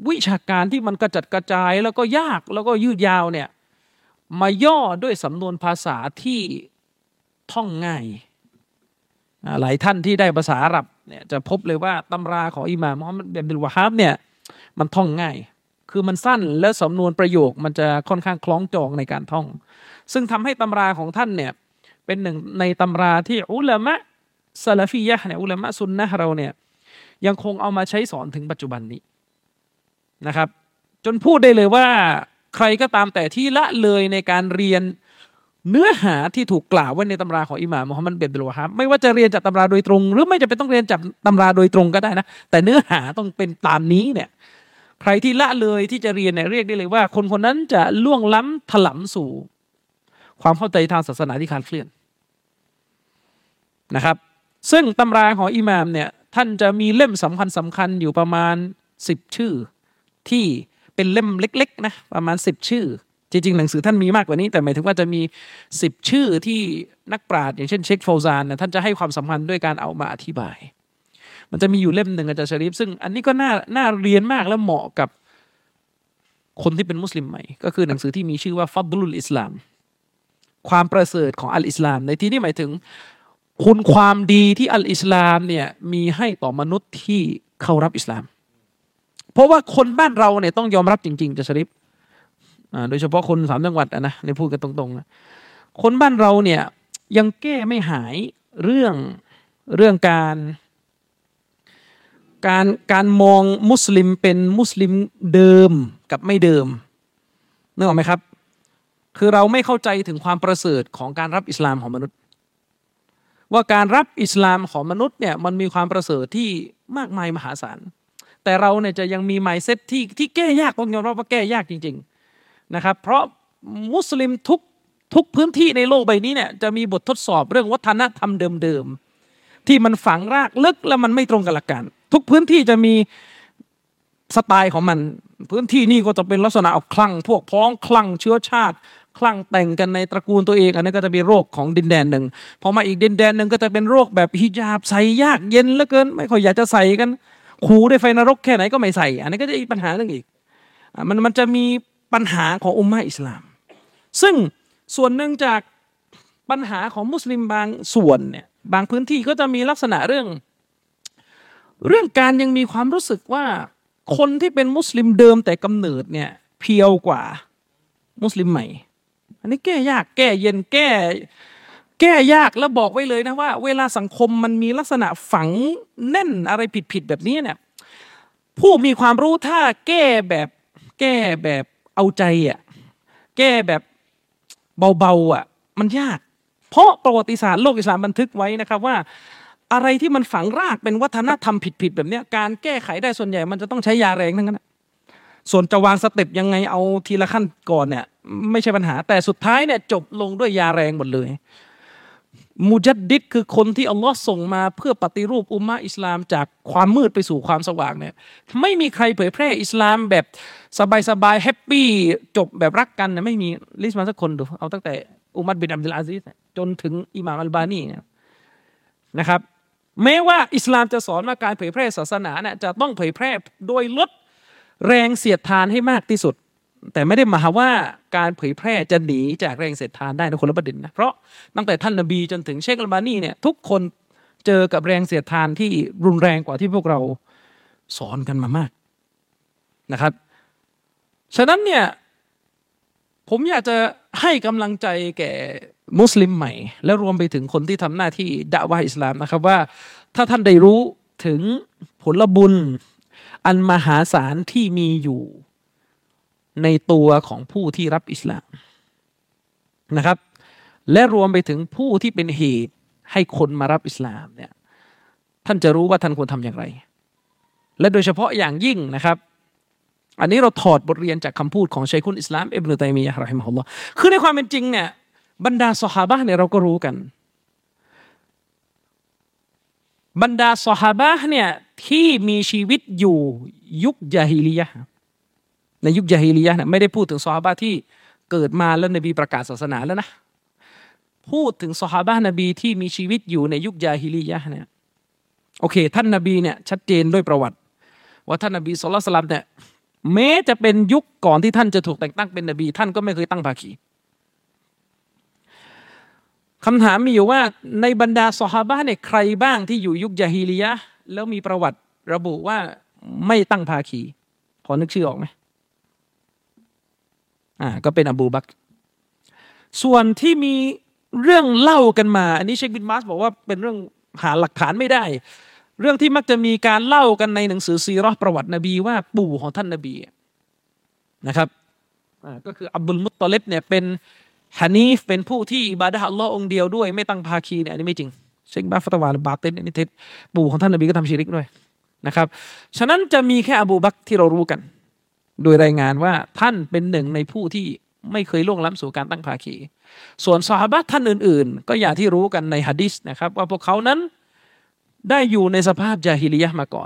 วิชาการที่มันกระจัดกระจายแล้วก็ยากแล้วก็ยืดยาวเนี่ยมาย่อด้วยสำนวนภาษาที่ท่องง่ายหลายท่านที่ได้ภาษาอาหรับเนี่ยจะพบเลยว่าตำราของอิหม่ามมุฮัมมัดบินอับดุลวะฮาบเนี่ยมันท่องง่ายคือมันสั้นและสำนวนประโยคมันจะค่อนข้างคล้องจองในการท่องซึ่งทำให้ตำราของท่านเนี่ยเป็นหนึ่งในตำราที่อุลามะซะลาฟียะห์เนี่ยอุลามะซุนนะห์เราเนี่ยยังคงเอามาใช้สอนถึงปัจจุบันนี้นะครับจนพูดได้เลยว่าใครก็ตามแต่ที่ละเลยในการเรียนเนื้อหาที่ถูกกล่าวไว้ในตำราของอิหม่ามมุฮัมมัดบินอับดุลวะฮาบไม่ว่าจะเรียนจากตำราโดยตรงหรือไม่จะเป็นต้องเรียนจากตำราโดยตรงก็ได้นะแต่เนื้อหาต้องเป็นตามนี้เนี่ยใครที่ละเลยที่จะเรียนเนี่ยเรียกได้เลยว่าคนคนนั้นจะล่วงล้ำถลำสู่ความเข้าใจทางศาสนาที่คลาดเคลื่อนนะครับซึ่งตำราของอิหม่ามเนี่ยท่านจะมีเล่มสำคัญอยู่ประมาณ10ชื่อที่เป็นเล่มเล็กๆนะประมาณ10ชื่อจริงๆหนังสือท่านมีมากกว่านี้แต่หมายถึงว่าจะมี10ชื่อที่นักปราชญ์อย่างเช่นเชคฟาวซานเนี่ยท่านจะให้ความสำคัญด้วยการเอามาอธิบายมันจะมีอยู่เล่มหนึ่งอาจารย์ชะรีฟซึ่งอันนี้ก็น่าเรียนมากและเหมาะกับคนที่เป็นมุสลิมใหม่ก็คือหนังสือที่มีชื่อว่าฟัดลุลอิสลามความประเสริฐของอัลอิสลามในที่นี้หมายถึงคุณความดีที่อัลอิสลามเนี่ยมีให้ต่อมนุษย์ที่เข้ารับอิสลามเพราะว่าคนบ้านเราเนี่ยต้องยอมรับจริงๆจะชะริฟโดยเฉพาะคน3จังหวัดนะในพูดกันตรงๆนะคนบ้านเราเนี่ยยังแก้ไม่หายเรื่องการมองมุสลิมเป็นมุสลิมเดิมกับไม่เดิมนึกออกไหมครับคือเราไม่เข้าใจถึงความประเสริฐของการรับอิสลามของมนุษย์ว่าการรับอิสลามของมนุษย์เนี่ยมันมีความประเสริฐที่มากมายมหาศาลแต่เราเนี่ยจะยังมี mindset ที่แก้ยากต้องยอมรับว่าแก้ยากจริงๆนะครับเพราะมุสลิมทุกพื้นที่ในโลกใบนี้เนี่ยจะมีบททดสอบเรื่องวัฒนธรรมเดิมๆที่มันฝังรากลึกและมันไม่ตรงกับหลักการทุกพื้นที่จะมีสไตล์ของมันพื้นที่นี่ก็จะเป็นลักษณะเอาคลั่งพวกพ้องคลั่งเชื้อชาติคลั่งแต่งกันในตระกูลตัวเองอันนี้ก็จะมีโรคของดินแดนหนึ่งพอมาอีกดินแดนหนึ่งก็จะเป็นโรคแบบฮิญาบใส่ยากเย็นเหลือเกินไม่ค่อยอยากจะใส่กันขู่ด้วยไฟนรกแค่ไหนก็ไม่ใส่อันนี้ก็จะอีกปัญหาหนึ่งอีกมันจะมีปัญหาของอุมมะฮ์อิสลามซึ่งส่วนหนึ่งจากปัญหาของมุสลิมบางส่วนเนี่ยบางพื้นที่ก็จะมีลักษณะเรื่องการยังมีความรู้สึกว่าคนที่เป็นมุสลิมเดิมแต่กำเนิดเนี่ยเพียวกว่ามุสลิมใหม่อันนี้แก้ยากแก้เย็นแก้ยากแล้วบอกไว้เลยนะว่าเวลาสังคมมันมีลักษณะฝังแน่นอะไรผิดแบบนี้เนี่ยผู้มีความรู้ถ้าแก้แบบเอาใจอ่ะแก้แบบเบาๆอ่ะมันยากเพราะประวัติศาสตร์โลกอิสลามบันทึกไว้นะครับว่าอะไรที่มันฝังรากเป็นวัฒนธรรมผิดแบบเนี้ยการแก้ไขได้ส่วนใหญ่มันจะต้องใช้ยาแรงทั้งนั้นส่วนจะวางสเต็ปยังไงเอาทีละขั้นก่อนเนี่ยไม่ใช่ปัญหาแต่สุดท้ายเนี่ยจบลงด้วยยาแรงหมดเลยมุจัดดิดคือคนที่อัลลอฮ์ส่งมาเพื่อปฏิรูปอุมมะอิสลามจากความมืดไปสู่ความสว่างเนี่ยไม่มีใครเผยแพร่อิสลามแบบสบายแฮปปี้จบแบบรักกันนะไม่มีลิสต์มาสักคนดูเอาตั้งแต่อุมัรบินอับดุลอาซิซจนถึงอิหม่ามอัลบานีนะครับแม้ว่าอิสลามจะสอนว่าการเผยแพร่ศาสนาเนี่ยจะต้องเผยแพร่โดยลดแรงเสียดทานให้มากที่สุดแต่ไม่ได้หมายว่าการเผยแพร่จะหนีจากแรงเสียดทานได้นะคนละประเด็นนะเพราะตั้งแต่ท่านนบีจนถึงเชคอัลบานีเนี่ยทุกคนเจอกับแรงเสียดทานที่รุนแรงกว่าที่พวกเราสอนกันมามากนะครับฉะนั้นเนี่ยผมอยากจะให้กำลังใจแก่มุสลิมใหม่และรวมไปถึงคนที่ทำหน้าที่ดะวะห์อิสลามนะครับว่าถ้าท่านได้รู้ถึงผลบุญอันมหาศาลที่มีอยู่ในตัวของผู้ที่รับอิสลามนะครับและรวมไปถึงผู้ที่เป็นเหตุให้คนมารับอิสลามเนี่ยท่านจะรู้ว่าท่านควรทำอย่างไรและโดยเฉพาะอย่างยิ่งนะครับอันนี้เราถอดบทเรียนจากคำพูดของชัยคุลอิสลามอิบนุตัยมียะห์เราะฮิมะฮุลลอฮ์คือในความเป็นจริงเนี่ยบรรดาซอฮาบะห์เนี่ยเราก็รู้กันบรรดาซอฮาบะห์เนี่ยที่มีชีวิตอยู่ยุคญะฮีลิยะห์ในยุคญะฮีลิยะห์เนี่ยไม่ได้พูดถึงซอฮาบะห์ที่เกิดมาแล้วนบีประกาศศาสนาแล้วนะพูดถึงซอฮาบะห์นบีที่มีชีวิตอยู่ในยุคญะฮีลิยะห์เนี่ยโอเคท่านนบีเนี่ยชัดเจนด้วยประวัติว่าท่านนบีศ็อลลัลลอฮุอะลัยฮิวะซัลลัมเนี่ยแม้จะเป็นยุคก่อนที่ท่านจะถูกแต่งตั้งเป็นนบีท่านก็ไม่เคยตั้งภาคีคำถามมีอยู่ว่าในบรรดาซอฮาบะห์เนี่ยใครบ้างที่อยู่ยุคญะฮีลิยะห์แล้วมีประวัติระบุว่าไม่ตั้งภาคีพอนึกชื่อออกไหมก็เป็นอบูบักรส่วนที่มีเรื่องเล่ากันมาอันนี้เชคบินบาสบอกว่าเป็นเรื่องหาหลักฐานไม่ได้เรื่องที่มักจะมีการเล่ากันในหนังสือซีเราะห์ประวัตินบีว่าปู่ของท่านนบีนะครับก็คืออับดุลมุตตอลิบเนี่ยเป็นฮานีฟเป็นผู้ที่อิบาดะห์อัลเลาะห์องค์เดียวด้วยไม่ตั้งภาคีเนี่ยอันนี้ไม่จริงเชคบาสฟัตวาบาตินอันนี้เท็จปู่ของท่านนบีก็ทำชิริกด้วยนะครับฉะนั้นจะมีแค่อบูบักรที่เรารู้กันโดยรายงานว่าท่านเป็นหนึ่งในผู้ที่ไม่เคยล่วงล้ำสู่การตั้งภาคีส่วนซอฮาบะห์ท่านอื่นๆก็อย่างที่รู้กันในหะดีษนะครับว่าพวกเขานั้นได้อยู่ในสภาพญะฮีลิยะห์มาก่อน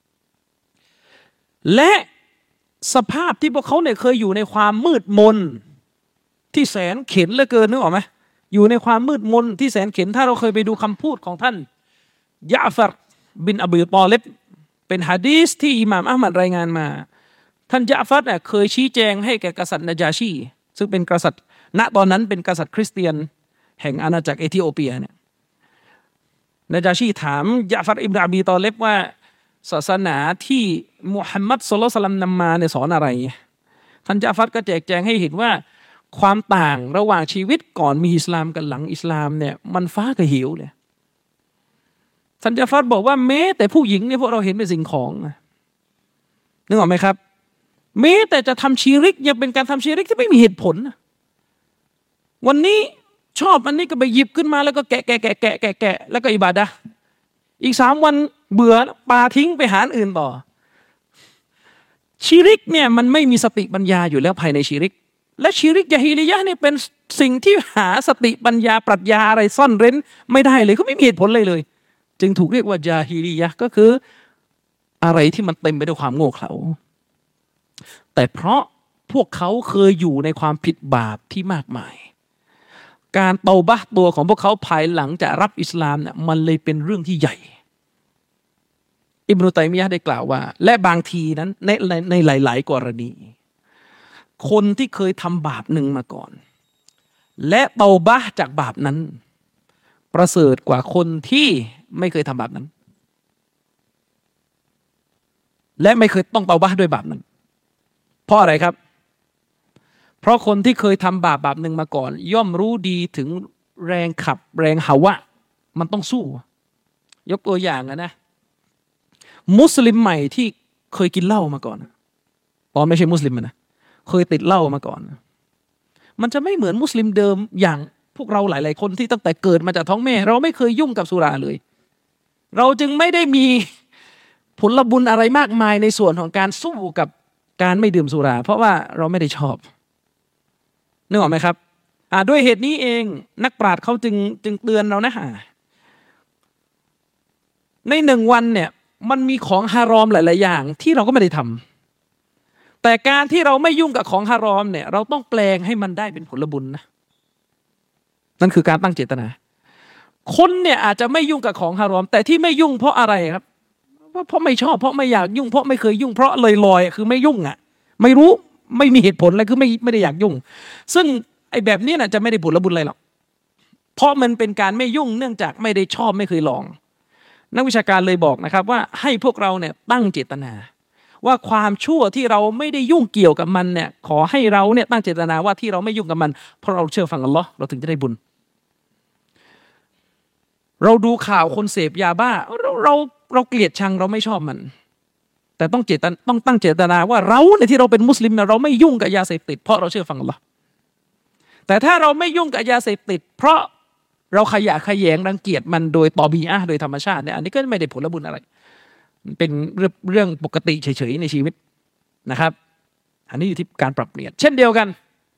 และสภาพที่พวกเขาเนี่ยเคยอยู่ในความมืดมนที่แสนเข็ญเหลือเกินนึกออกไหมอยู่ในความมืดมนที่แสนเข็ญถ้าเราเคยไปดูคำพูดของท่านยะฟัรบินอบีฏอลิบเป็นหะดีษที่อิหม่ามอะห์มัดรายงานมาท่านยะฟัรเนี่ยเคยชี้แจงให้แก่กษัตริย์นาจาชีซึ่งเป็นกษัตริย์ณตอนนั้นเป็นกษัตริย์คริสเตียนแห่งอาณาจักรเอธิโอเปียเนี่ยนาจาชีถามยะฟัรอิบนุอบีฏอลิบว่าศาสนาที่มุฮัมมัดศ็อลลัลลอฮุอะลัยฮิวะซัลลัมนำมาเนี่ยสอนอะไรท่านยะฟัรก็แจกแจงให้เห็นว่าความต่างระหว่างชีวิตก่อนมีอิสลามกับหลังอิสลามเนี่ยมันฟ้ากับเหวเลยท่านยะฟัรบอกว่าแม้แต่ผู้หญิงเนี่ยพวกเราเห็นเป็นสิ่งของนึกออกไหมครับแม้แต่จะทำชีริกยังเป็นการทำชีริกที่ไม่มีเหตุผลวันนี้ชอบอันนี้ก็ไปหยิบขึ้นมาแล้วก็แกะแล้วก็อิบาดะห์อีก3 วันเบื่อปาทิ้งไปหาอื่นต่อชีริกเนี่ยมันไม่มีสติปัญญาอยู่แล้วภายในชีริกและชีริกญะฮีลิยะห์เนี่ยเป็นสิ่งที่หาสติปัญญาปรัชญาอะไรซ่อนเร้นไม่ได้เลยเขาไม่มีเหตุผลเลยจึงถูกเรียกว่าญะฮีลิยะห์ก็คืออะไรที่มันเต็มไปด้วยความโง่เขลาแต่เพราะพวกเขาเคยอยู่ในความผิดบาปที่มากมายการเตาบะห์ตัวของพวกเขาภายหลังจากรับอิสลามเนี่ยมันเลยเป็นเรื่องที่ใหญ่อิบนุตัยมียะห์ได้กล่าวว่าและบางทีนั้นในหลายๆกรณีคนที่เคยทำบาปหนึ่งมาก่อนและเตาบะห์จากบาปนั้นประเสริฐกว่าคนที่ไม่เคยทำบาปนั้นและไม่เคยต้องเตาบะห์ด้วยบาปนั้นเพราะอะไรครับเพราะคนที่เคยทำบาปหนึ่งมาก่อนย่อมรู้ดีถึงแรงขับแรงหาวะมันต้องสู้ยกตัวอย่างนะมุสลิมใหม่ที่เคยกินเหล้ามาก่อนตอนไม่ใช่มุสลิมนะเคยติดเหล้ามาก่อนมันจะไม่เหมือนมุสลิมเดิมอย่างพวกเราหลายๆคนที่ตั้งแต่เกิดมาจากท้องแม่เราไม่เคยยุ่งกับสุราเลยเราจึงไม่ได้มีผลบุญอะไรมากมายในส่วนของการสู้กับการไม่ดื่มสุราเพราะว่าเราไม่ได้ชอบนึกออกไหมครับด้วยเหตุนี้เองนักปราชญ์เขาจึงเตือนเรานะใน1 วันเนี่ยมันมีของฮารอมหลายๆอย่างที่เราก็ไม่ได้ทำแต่การที่เราไม่ยุ่งกับของฮารอมเนี่ยเราต้องแปลงให้มันได้เป็นผลบุญนะนั่นคือการตั้งเจตนาคนเนี่ยอาจจะไม่ยุ่งกับของฮารอมแต่ที่ไม่ยุ่งเพราะอะไรครับเพราะไม่ชอบเพราะไม่อยากยุ่งเพราะไม่เคยยุ่งเพราะลอยๆคือไม่ยุ่งไม่รู้ไม่มีเหตุผลอะไรคือไม่ได้อยากยุ่งซึ่งไอ้แบบนี้น่ะจะไม่ได้ผลบุญอะไรหรอกเพราะมันเป็นการไม่ยุ่งเนื่องจากไม่ได้ชอบไม่เคยลองนักวิชาการเลยบอกนะครับว่าให้พวกเราเนี่ยตั้งเจตนาว่าความชั่วที่เราไม่ได้ยุ่งเกี่ยวกับมันเนี่ยขอให้เราเนี่ยตั้งเจตนาว่าที่เราไม่ยุ่งกับมันเพราะเราเชื่อฟังอัลลอฮ์เราถึงจะได้บุญเราดูข่าวคนเสพยาบ้าเราเกลียดชังเราไม่ชอบมันแต่ต้องตั้งเจตนาว่าเราในที่เราเป็นมุสลิมเราไม่ยุ่งกับยาเสพติดเพราะเราเชื่อฟังอัลลอฮ์แต่ถ้าเราไม่ยุ่งกับยาเสพติดเพราะเราขยะแขยงรังเกียจมันโดยตอบีอะห์โดยธรรมชาติเนี่ยอันนี้ก็ไม่ได้ผลบุญอะไรเป็นเรื่องปกติเฉยๆในชีวิตนะครับอันนี้อยู่ที่การปรับเปลี่ยนเช่นเดียวกัน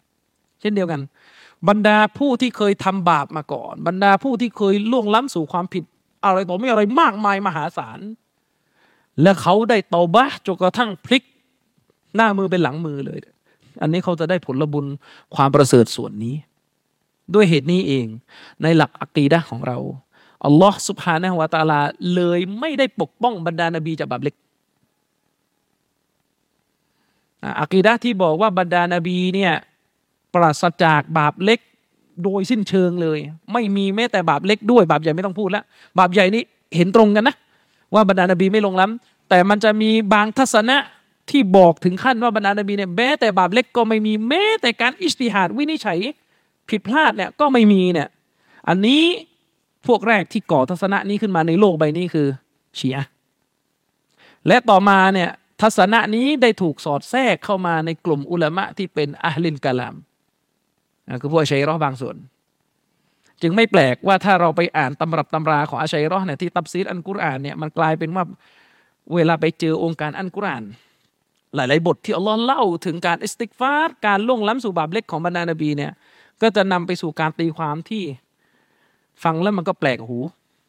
บรรดาผู้ที่เคยทำบาปมาก่อนบรรดาผู้ที่เคยล่วงล้ำสู่ความผิดอะไรต่อไม่อะไรมากมายมหาศาลและเขาได้เตาบะห์จนกระทั่งพลิกหน้ามือเป็นหลังมือเลยอันนี้เขาจะได้ผลบุญความประเสริฐส่วนนี้ด้วยเหตุนี้เองในหลักอะกีดะห์ของเราอัลลอฮ์ซุบฮานะฮูวะตะอาลาเลยไม่ได้ปกป้องบรรดานบีจากบาปเล็กอะกีดะห์ที่บอกว่าบรรดานบีเนี่ยปราศจากบาปเล็กโดยสิ้นเชิงเลยไม่มีแม้แต่บาปเล็กด้วยบาปใหญ่ไม่ต้องพูดแล้วบาปใหญ่นี่เห็นตรงกันนะว่าบรรดานบีไม่ลงล้ำแต่มันจะมีบางทัศนะที่บอกถึงขั้นว่าบรรดานบีเนี่ยแม้แต่บาปเล็กก็ไม่มีแม้แต่การอิจติฮาดวินิจฉัยผิดพลาดเนี่ยก็ไม่มีเนี่ยอันนี้พวกแรกที่ก่อทัศนะนี้ขึ้นมาในโลกใบนี้คือชีอะห์และต่อมาเนี่ยทัศนะนี้ได้ถูกสอดแทรกเข้ามาในกลุ่มอุลามะที่เป็นอะห์ลิลกะลามคือพวกอัชอะรีเราะห์บางส่วนจึงไม่แปลกว่าถ้าเราไปอ่านตำรับตำราของอัชอะรีเราะห์เนี่ยที่ตัฟซีรอัลกุรอานเนี่ยมันกลายเป็นว่าเวลาไปเจอองค์การอัลกุรอานหลายๆบทที่อัลลอฮ์เล่าถึงการอิสติกฟารการล่วงล้ำสู่บาปเล็กของบรรดานบีเนี่ยก็จะนำไปสู่การตีความที่ฟังแล้วมันก็แปลกหู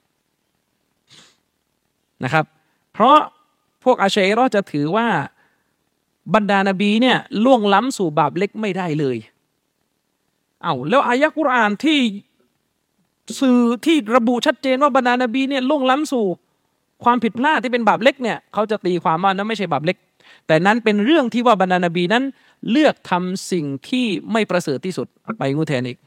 นะครับเพราะพวกอัชอะรีเราะห์จะถือว่าบรรดานบีเนี่ยล่วงล้ำสู่บาปเล็กไม่ได้เลยแล้วอายะห์กุรอานที่สื่อที่ระบุชัดเจนว่าบรรดานบีเนี่ยล่วงล้ำสู่ความผิดพลาดที่เป็นบาปเล็กเนี่ยเขาจะตีความว่านั้นไม่ใช่บาปเล็กแต่นั้นเป็นเรื่องที่ว่าบรรดานบีนั้นเลือกทำสิ่งที่ไม่ประเสริฐที่สุดไปงูแทนอีก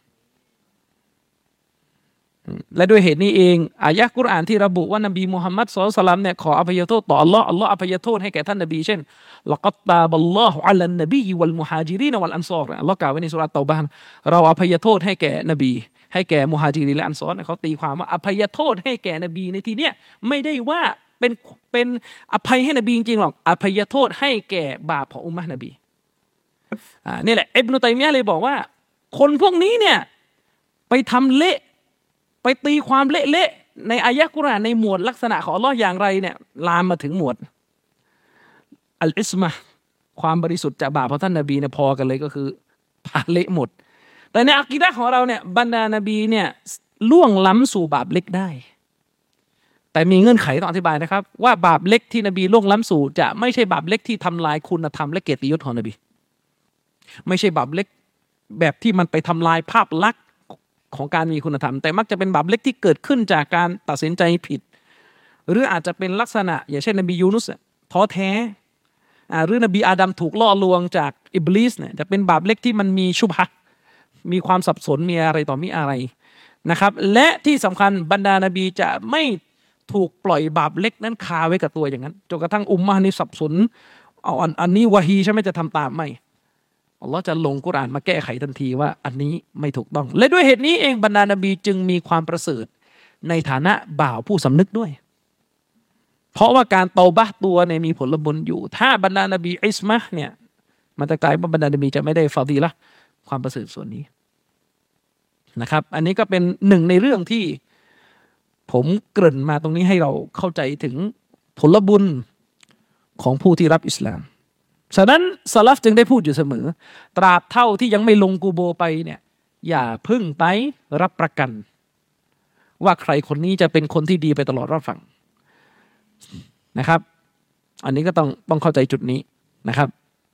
และด้วยเหตุนี้เองอายะห์กุรอานที่ระบุว่านบีมุฮัมมัดศ็อลลัลลอฮุอะลัยฮิวะซัลลัมเนี่ยขออภัยโทษต่ออัลลอฮ์อภัยโทษให้แก่ท่านนบีเช่นละกัตตาบัลลอฮุอะลันนบีวัลมุฮาญิรินวัลอันซอรอัลลอฮ์กล่าวไว้ในซูเราะห์เตาบะห์เราอภัยโทษให้แก่นบีให้แก่มุฮาญิรินและอันซอรเขาตีความว่าอภัยโทษให้แก่นบีในที่เนี้ยไม่ได้ว่าเป็นอภัยให้นบีจริงๆหรอกอภัยโทษให้แก่บาปของอุมมะฮ์นบีนี่แหละอิบนุตัยมียะห์เลยบอกว่าคนพวกนี้เนี่ยไปทำเละไปตีความเละๆในอายะห์กุรอานในหมวดลักษณะของอัลเลาะห์อย่างไรเนี่ยลามมาถึงหมวดอัลอิสมะห์ความบริสุทธิ์จากบาปของท่านนบีเนี่ยพอกันเลยก็คือผ่านเละหมดแต่ในอะกีดะห์ของเราเนี่ยบรรดานบีเนี่ยล่วงล้ำสู่บาปเล็กได้แต่มีเงื่อนไขต้องอธิบายนะครับว่าบาปเล็กที่นบีล่วงล้ำสู่จะไม่ใช่บาปเล็กที่ทำลายคุณธรรมและเกียรติยศของนบีไม่ใช่บาปเล็กแบบที่มันไปทำลายภาพลักษณ์ของการมีคุณธรรมแต่มักจะเป็นบาปเล็กที่เกิดขึ้นจากการตัดสินใจผิดหรืออาจจะเป็นลักษณะอย่างเช่นนบียูนุสท้อแท้หรือนบีอาดัมถูกล่อลวงจากอิบลิสเนี่ยจะเป็นบาปเล็กที่มันมีชุบฮะห์มีความสับสนมีอะไรต่อมีอะไรนะครับและที่สำคัญบรรดานบีจะไม่ถูกปล่อยบาปเล็กนั้นคาไว้กับตัวอย่างนั้นจนกระทั่งอุมมะห์นี่สับสนเอาอันนี้วะฮีใช่ไหมจะทำตามไม่อัลลอฮ์จะลงกุรอานมาแก้ไขทันทีว่าอันนี้ไม่ถูกต้องและด้วยเหตุนี้เองบรรดานบีจึงมีความประเสริฐในฐานะบ่าวผู้สำนึกด้วยเพราะว่าการเตาบะห์ตัวเนี่ยมีผลบุญอยู่ถ้าบรรดานบีอิสมะห์เนี่ยมันจะกลายว่าบรรดานบีจะไม่ได้ฟาดีละห์ความประเสริฐส่วนนี้นะครับอันนี้ก็เป็นหนึ่งในเรื่องที่ผมเกริ่นมาตรงนี้ให้เราเข้าใจถึงผลบุญของผู้ที่รับอิสลามฉะนั้นซะลัฟจึงได้พูดอยู่เสมอตราบเท่าที่ยังไม่ลงกูโบไปเนี่ยอย่าพึ่งไปรับประกันว่าใครคนนี้จะเป็นคนที่ดีไปตลอดรอดฝั่งนะครับอันนี้ก็ต้องเข้าใจจุดนี้นะครับ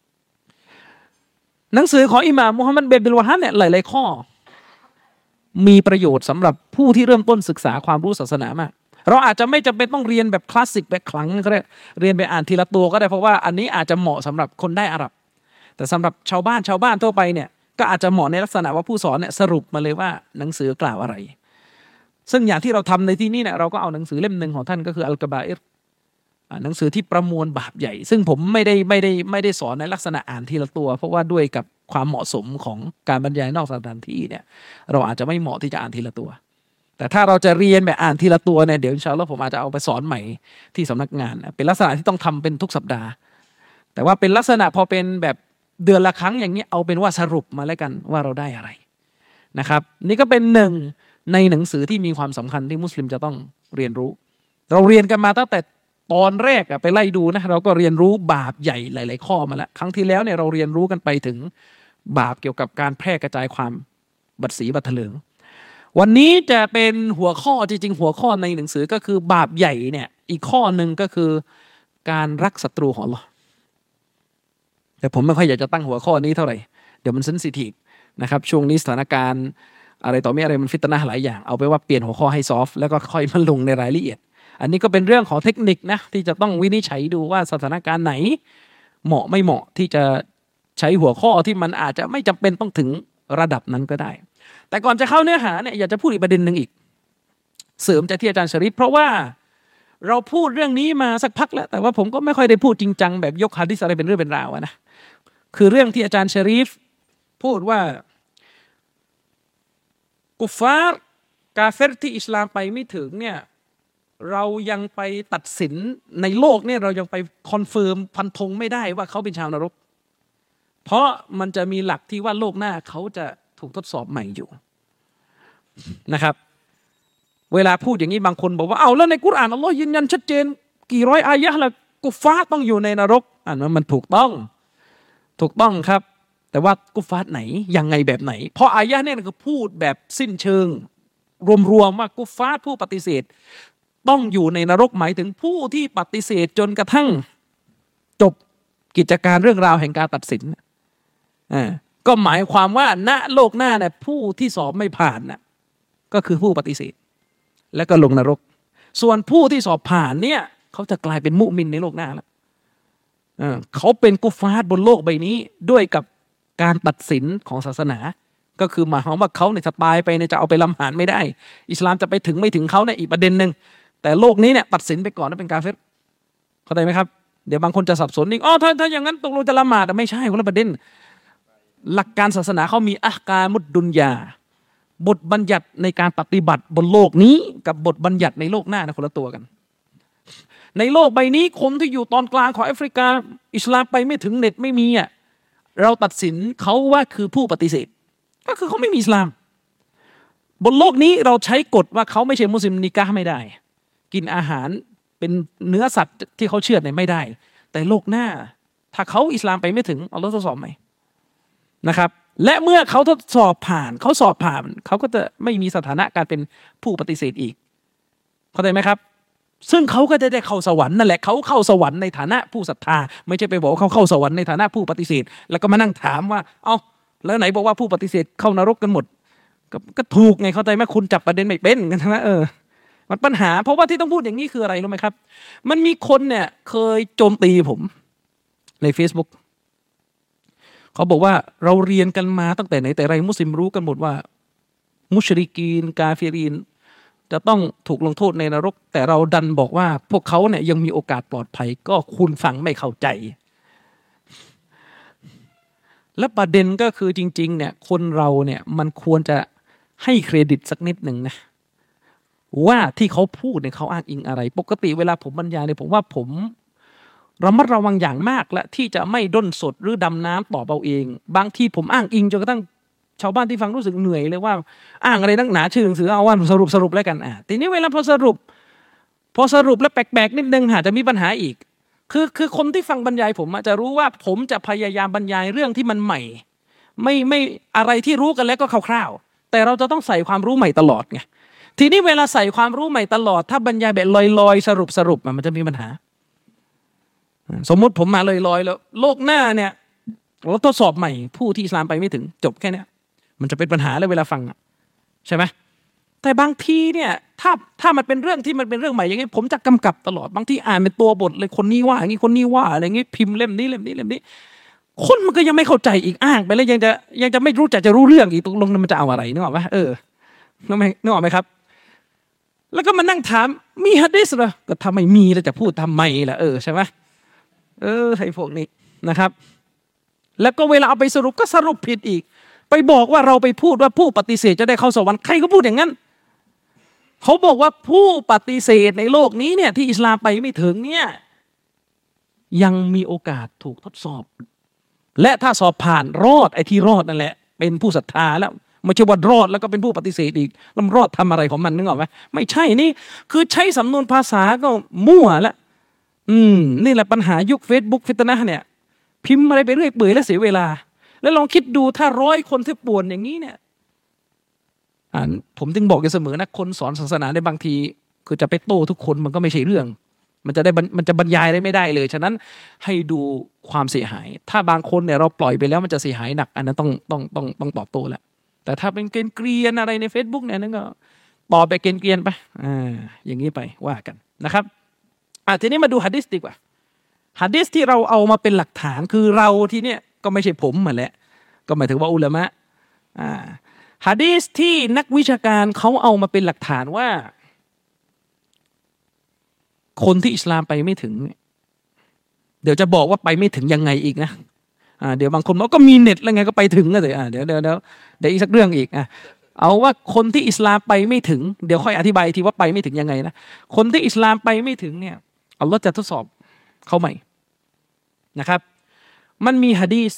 หนังสือของอิหม่ามมุฮัมมัดบินอับดุลวะฮับเนี่ยหลายๆข้อมีประโยชน์สำหรับผู้ที่เริ่มต้นศึกษาความรู้ศาสนามากเราอาจจะไม่จำเป็นต้องเรียนแบบคลาสสิกแบบขลังก็ได้เรียนไปอ่านทีละตัวก็ได้เพราะว่าอันนี้อาจจะเหมาะสำหรับคนได้อาหรับแต่สำหรับชาวบ้านทั่วไปเนี่ยก็อาจจะเหมาะในลักษณะว่าผู้สอนเนี่ยสรุปมาเลยว่าหนังสือกล่าวอะไรซึ่งอย่างที่เราทำในที่นี้เนี่ยเราก็เอาหนังสือเล่มหนึ่งของท่านก็คืออัลกะบาอิรหนังสือที่ประมวลบาปใหญ่ซึ่งผมไม่ได้สอนในลักษณะอ่านทีละตัวเพราะว่าด้วยกับความเหมาะสมของการบรรยายนอกสถานที่เนี่ยเราอาจจะไม่เหมาะที่จะอ่านทีละตัวแต่ถ้าเราจะเรียนแบบอ่านทีละตัวเนี่ยเดี๋ยวอินชาอัลลอฮ์ผมอาจจะเอาไปสอนใหม่ที่สำนักงานเป็นลักษณะที่ต้องทำเป็นทุกสัปดาห์แต่ว่าเป็นลักษณะพอเป็นแบบเดือนละครั้งอย่างนี้เอาเป็นว่าสรุปมาแล้วกันว่าเราได้อะไรนะครับนี่ก็เป็นหนึ่งในหนังสือที่มีความสำคัญที่มุสลิมจะต้องเรียนรู้เราเรียนกันมาตั้งแต่ตอนแรกไปไล่ดูนะเราก็เรียนรู้บาปใหญ่หลายๆข้อมาแล้วครั้งที่แล้วเนี่ยเราเรียนรู้กันไปถึงบาปเกี่ยวกับการแพร่กระจายความบัดสีบัดเถลิงวันนี้จะเป็นหัวข้อจริงๆหัวข้อในหนังสือก็คือบาปใหญ่เนี่ยอีกข้อหนึ่งก็คือการรักศัตรูของอัลเลาะห์แต่ผมไม่ค่อยอยากจะตั้งหัวข้อนี้เท่าไหร่เดี๋ยวมันเซนซิทีฟนะครับช่วงนี้สถานการณ์อะไรต่อไม่อะไรมันฟิตนะห์หลายอย่างเอาไปว่าเปลี่ยนหัวข้อให้ซอฟต์แล้วก็ค่อยมาลงในรายละเอียดอันนี้ก็เป็นเรื่องของเทคนิคนะที่จะต้องวินิจฉัยดูว่าสถานการณ์ไหนเหมาะไม่เหมาะที่จะใช้หัวข้อที่มันอาจจะไม่จำเป็นต้องถึงระดับนั้นก็ได้แต่ก่อนจะเข้าเนื้อหาเนี่ยอยากจะพูดอีกประเด็นหนึ่งอีกเสริมจากที่อาจารย์ชะริฟเพราะว่าเราพูดเรื่องนี้มาสักพักแล้วแต่ว่าผมก็ไม่ค่อยได้พูดจริงจังแบบยกหะดีษอะไรเป็นเรื่องเป็นราวนะคือเรื่องที่อาจารย์ชะริฟพูดว่ากุฟาร์กาเฟรที่อิสลามไปไม่ถึงเนี่ยเรายังไปตัดสินในโลกเนี่ยเรายังไปคอนเฟิร์มพันธงไม่ได้ว่าเขาเป็นชาวนรกเพราะมันจะมีหลักที่ว่าโลกหน้าเขาจะถูกทดสอบใหม่อยู่นะครับเวลาพูดอย่างนี้บางคนบอกว่าเอาแล้วในกุรอานอัลลอฮ์ยืนยันชัดเจนกี่ร้อยอายะห์ละกุฟาร์ต้องอยู่ในนรกมันถูกต้องครับแต่ว่ากุฟาร์ไหนยังไงแบบไหนเพราะอายะห์เนี่ยคือพูดแบบสิ้นเชิงรวมๆว่ากุฟาร์ผู้ปฏิเสธต้องอยู่ในนรกหมายถึงผู้ที่ปฏิเสธจนกระทั่งจบกิจการเรื่องราวแห่งการตัดสินก็หมายความว่าณโลกหน้าเนี่ยผู้ที่สอบไม่ผ่านน่ะก็คือผู้ปฏิเสธและก็ลงนรกส่วนผู้ที่สอบผ่านเนี่ยเขาจะกลายเป็นมุมินในโลกหน้าแล้วเขาเป็นกุฟาร์บนโลกใบนี้ด้วยกับการตัดสินของศาสนาก็คือหมายความว่าเขาเนี่ยจะตายไปเนี่ยจะเอาไปลำหานไม่ได้อิสลามจะไปถึงไม่ถึงเขาเนี่ยอีกประเด็นหนึ่งแต่โลกนี้เนี่ยตัดสินไปก่อนว่าเป็นกาเฟรเข้าใจไหมครับเดี๋ยวบางคนจะสับสนอีกถ้าอย่างนั้นตกลงจะละหมาดไม่ใช่คนละประเด็นหลักการศาสนาเขามีอะห์กามุดดุนยาบทบัญญัติในการปฏิบัติบนโลกนี้กับบทบัญญัติในโลกหน้านะคนละตัวกันในโลกใบนี้คนที่อยู่ตอนกลางของแอฟริกาอิสลามไปไม่ถึงเน็ตไม่มีเราตัดสินเขาว่าคือผู้ปฏิเสธก็คือเขาไม่มีอิสลามบนโลกนี้เราใช้กฎว่าเขาไม่ใช่มุสลิมนิกะห์ไม่ได้กินอาหารเป็นเนื้อสัตว์ที่เขาเชื่อเนี่ยไม่ได้แต่โลกหน้าถ้าเขาอิสลามไปไม่ถึงอัลเลาะห์ทดสอบไหมนะครับและเมื่อเขาทดสอบผ่านเขาก็จะไม่มีสถานะการเป็นผู้ปฏิเสธอีกเข้าใจไหมครับซึ่งเขาก็จะได้เข้าสวรรค์นั่นแหละเขาเข้าสวรรค์ในฐานะผู้ศรัทธาไม่ใช่ไปบอกว่าเขาเข้าสวรรค์ในฐานะผู้ปฏิเสธแล้วก็มานั่งถามว่าแล้วไหนบอกว่าผู้ปฏิเสธเข้านรกกันหมดก็ถูกไงเข้าใจไหมคุณจับประเด็นไม่เป็นกันนะมันปัญหาเพราะว่าที่ต้องพูดอย่างนี้คืออะไรรู้ไหมครับมันมีคนเนี่ยเคยโจมตีผมใน Facebook เขาบอกว่าเราเรียนกันมาตั้งแต่ไหนแต่ไรมุสลิมรู้กันหมดว่ามุชริกีนกาฟิรินจะต้องถูกลงโทษในนรกแต่เราดันบอกว่าพวกเขาเนี่ยยังมีโอกาสปลอดภัยก็คุณฟังไม่เข้าใจและประเด็นก็คือจริงๆเนี่ยคนเราเนี่ยมันควรจะให้เครดิตสักนิดหนึ่งนะว่าที่เขาพูดเนี่ยเขาอ้างอิงอะไรปกติเวลาผมบรรยายเนี่ยผมว่าผมระมัดระวังอย่างมากและที่จะไม่ด้นสดหรือดำน้ำตอบเอาเองบางทีผมอ้างอิงจนกระทั่งชาวบ้านที่ฟังรู้สึกเหนื่อยเลยว่าอ้างอะไรนักหนาชื่อหนังสือเอาว่าสรุปแล้วกันทีนี้เวลาพอสรุปแล้วแปลกๆนิดนึงอาจจะมีปัญหาอีกคือคนที่ฟังบรรยายผมจะรู้ว่าผมจะพยายามบรรยายเรื่องที่มันใหม่ไม่อะไรที่รู้กันแล้วก็คร่าวๆแต่เราจะต้องใส่ความรู้ใหม่ตลอดไงทีนี้เวลาใส่ความรู้ใหม่ตลอดถ้าบรรยายแบบลอยๆสรุปมันจะมีปัญหาสมมุติผมมาลอยๆแล้วโลกหน้าเนี่ยเราทดสอบใหม่ผู้ที่อิสลามไปไม่ถึงจบแค่นี้มันจะเป็นปัญหาเลยเวลาฟังใช่ไหมแต่บางทีเนี่ยถ้ามันเป็นเรื่องที่มันเป็นเรื่องใหม่อย่างงี้ผมจะกำกับตลอดบางทีอ่านเป็นตัวบทเลยคนนี้ว่าอย่างงี้คนนี้ว่าอะไรอย่างงี้พิมพ์เล่มนี้คนมันก็ยังไม่เข้าใจอีกอ้างไปแล้วยังจะไม่รู้จะรู้เรื่องอีกตกลงมันจะเอาอะไรนึกออกไหมนึกออกไหมครับแล้วก็มานั่งถามมีหะดีษเหรอก็ทำไมมีแล้วจะพูดทำไมล่ะใช่ไหมไอ้พวกนี้นะครับแล้วก็เวลาเอาไปสรุปก็สรุปผิดอีกไปบอกว่าเราไปพูดว่าผู้ปฏิเสธจะได้เข้าสวรรค์ใครก็พูดอย่างนั้นเขาบอกว่าผู้ปฏิเสธในโลกนี้เนี่ยที่อิสลามไปไม่ถึงเนี่ยยังมีโอกาสถูกทดสอบและถ้าสอบผ่านรอดไอ้ที่รอดนั่นแหละเป็นผู้ศรัทธาแล้วไม่ใช่ว่ารอดแล้วก็เป็นผู้ปฏิเสธอีกแล้วรอดทำอะไรของมันนึกออกไหมไม่ใช่นี่คือใช้สำนวนภาษาก็มั่วละนี่แหละปัญหายุค Facebook ฟิตนะห์เนี่ยพิมพ์อะไรไปเรื่อยเปื่อยแล้วเสียเวลาแล้วลองคิดดูถ้า100 คนที่ป่วนอย่างนี้เนี่ยผมจึงบอกอยู่เสมอนะคนสอนศาสนาในบางทีคือจะไปโต้ทุกคนมันก็ไม่ใช่เรื่องมันจะบรรยายได้ไม่ได้เลยฉะนั้นให้ดูความเสียหายถ้าบางคนเนี่ยเราปล่อยไปแล้วมันจะเสียหายหนักอันนั้นต้องตอบโต้แหละแต่ถ้าเป็นเกรียนอะไรใน Facebook เนี่ยนั่นก็ตอบไปเกรียนไปอย่างนี้ไปว่ากันนะครับทีนี้มาดูหะดีษดีกว่าหะดีษที่เราเอามาเป็นหลักฐานคือเราที่เนี่ยก็ไม่ใช่ผมเหมือนแหละก็หมายถึงว่าอุลามะหะดีษที่นักวิชาการเขาเอามาเป็นหลักฐานว่าคนที่อิสลามไปไม่ถึงเดี๋ยวจะบอกว่าไปไม่ถึงยังไงอีกนะเดี๋ยวบางคนบอกก็มีเน็ตแล้วไงก็ไปถึงก็เลยเดี๋ยวอีกสักเรื่องอีกเอาว่าคนที่อิสลามไปไม่ถึงเดี๋ยวค่อยอธิบายทีว่าไปไม่ถึงยังไงนะคนที่อิสลามไปไม่ถึงเนี่ยอัลลอฮ์จะทดสอบเขาใหม่นะครับมันมีหะดีษ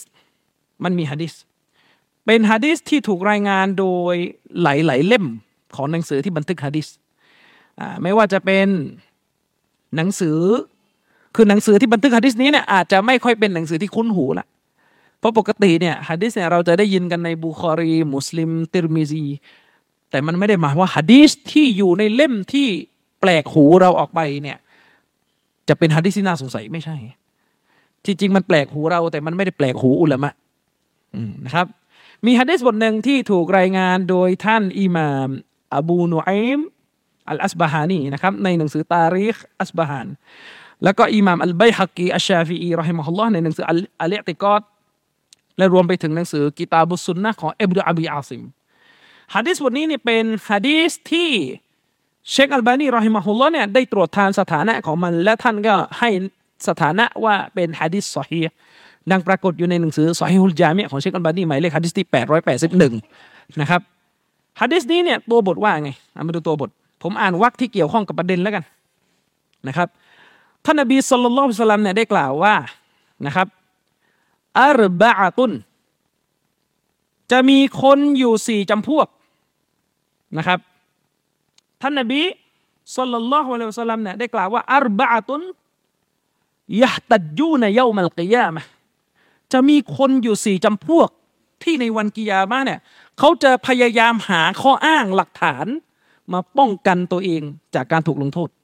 เป็นหะดีษที่ถูกรายงานโดยหลายๆเล่มของหนังสือที่บันทึกหะดีษไม่ว่าจะเป็นหนังสือคือหนังสือที่บันทึกหะดีษนี้เนี่ยอาจจะไม่ค่อยเป็นหนังสือที่คุ้นหูละเพราะปกติเนี่ยหะดีษเนี่ยเราจะได้ยินกันในบุคอรีมุสลิมติรมิซีแต่มันไม่ได้หมายว่าหะดีษที่อยู่ในเล่มที่แปลกหูเราออกไปเนี่ยจะเป็นหะดีษที่น่าสงสัยไม่ใช่ที่จริงมันแปลกหูเราแต่มันไม่ได้แปลกหูอุลามะนะครับมีหะดีษบทหนึ่งที่ถูกรายงานโดยท่านอิหม่ามอบูนุอัยมอัลอัสบะฮานีนะครับในหนังสือตารีคอัสบะฮานแล้วก็อิหม่ามอัลบัยฮักีอัชชาฟีอีเราะฮิมะฮุลลอฮ์ในหนังสืออัลอิอ์ติกอดและรวมไปถึงหนังสือกิตาบุสซุนนะห์ของอิบนุอบีอาซิมหะดีษบทนี้นี่เป็นหะดีษที่เชคอัลบานีเราะฮิมะฮุลลอฮ์เนี่ยได้ตรวจทานสถานะของมันและท่านก็ให้สถานะว่าเป็นหะดีษซอฮีฮ์ดังปรากฏอยู่ในหนังสือซอฮีฮุลญามิอ์ของเชคอัลบานีหมายเลขหะดีษที่881นะครับหะดีษนี้เนี่ยตัวบทว่าไงมาดูตัวบทผมอ่านวรรคที่เกี่ยวข้องกับประเด็นแล้วกันนะครับท่านนบีศ็อลลัลลอฮุอะลัยฮิวะซัลลัมเนี่ยได้กล่าวว่านะครับอัรบะอะตุนจะมีคนอยู่4จำพวกนะครับท่านนบีศ็อลลัลลอฮุอะลัยฮิวะซัลลัมเนี่ยได้กล่าวว่าอัรบะอะตุนยะห์ตัจญูนยอมัลกิยามะห์จะมีคนอยู่4จำพวกที่ในวันกิยามะห์เนี่ยเขาจะพยายามหาข้ออ้างหลักฐานมาป้องกันตัวเองจากการถูกลงโทษ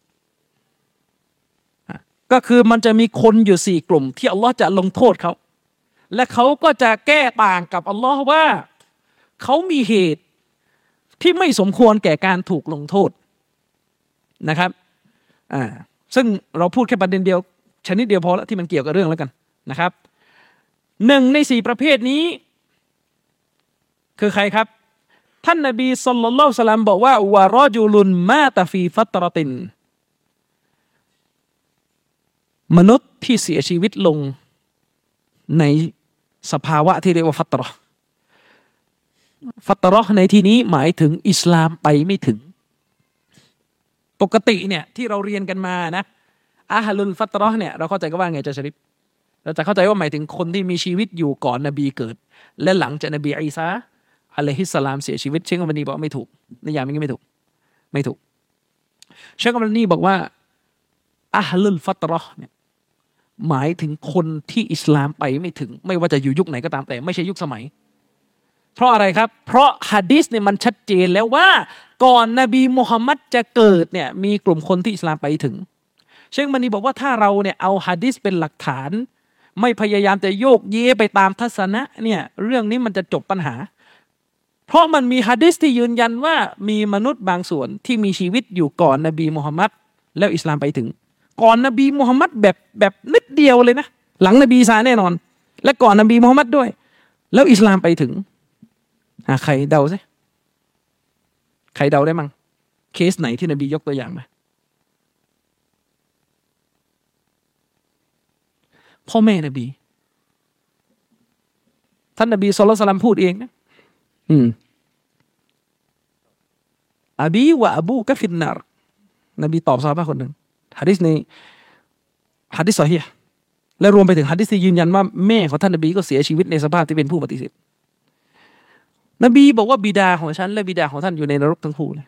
ก็คือมันจะมีคนอยู่4กลุ่มที่อัลลอฮ์จะลงโทษเขาและเขาก็จะแก้ต่างกับอัลลอฮ์ว่าเขามีเหตุที่ไม่สมควรแก่การถูกลงโทษนะครับซึ่งเราพูดแค่ประเด็นเดียวชนิดเดียวพอแล้วที่มันเกี่ยวกับเรื่องแล้วกันนะครับ1ใน4ประเภทนี้คือใครครับท่านนบีศ็อลลัลลอฮุอะลัยฮิวะซัลลัมบอกว่าวะรอจุลุนมาตะฟีฟัตเราะตินมนุษย์ที่เสียชีวิตลงในสภาวะที่เรียกว่าฟัตเราะห์ในที่นี้หมายถึงอิสลามไปไม่ถึงปกติเนี่ยที่เราเรียนกันมานะอะฮ์ลุลฟัตเราะห์เนี่ยเราเข้าใจกันว่าไงจ๊ะชะริฟเราจะเข้าใจว่าหมายถึงคนที่มีชีวิตอยู่ก่อนนบีเกิดและหลังจากนบีอีสาอะลัยฮิสสลามเสียชีวิตเชคอัลบานีบอกไม่ถูกนิยามนี้ไม่ถูกเชคอัลบานีบอกว่าอะฮ์ลุลฟัตเราะห์เนี่ยหมายถึงคนที่อิสลามไปไม่ถึงไม่ว่าจะอยู่ยุคไหนก็ตามแต่ไม่ใช่ยุคสมัยเพราะอะไรครับเพราะหะดีษเนี่ยมันชัดเจนแล้วว่าก่อนนบีมุฮัมมัดจะเกิดเนี่ยมีกลุ่มคนที่อิสลามไปถึงเชคอัลบานีบอกว่าถ้าเราเนี่ยเอาหะดีษเป็นหลักฐานไม่พยายามจะโยกเยไปตามทัศนะเนี่ยเรื่องนี้มันจะจบปัญหาเพราะมันมีหะดีษที่ยืนยันว่ามีมนุษย์บางส่วนที่มีชีวิตอยู่ก่อนนบีมุฮัมมัดแล้วอิสลามไปถึงก่อนนบีมุฮัมมัดแบบนิดเดียวเลยนะหลังนบีอีสาแน่นอนและก่อนนบีมุฮัมมัดด้วยแล้วอิสลามไปถึงใครเดาซิใครเดาได้มั้งเคสไหนที่นบียกตัวอย่างมาพ่อแม่นบีท่านนบีศ็อลลัลลอฮุอะลัยฮิวะซัลลัมพูดเองนะอบีวะอบูกะฟินนารนบีตอบซอฮาบะห์คนหนึ่งหะดีษนี้หะดีษซอฮีฮ์และรวมไปถึงหะดีษที่ยืนยันว่าแม่ของท่านนบีก็เสียชีวิตในสภาพที่เป็นผู้ปฏิเสธนบีบอกว่าบิดาของฉันและบิดาของท่านอยู่ในนรกทั้งคู่เลย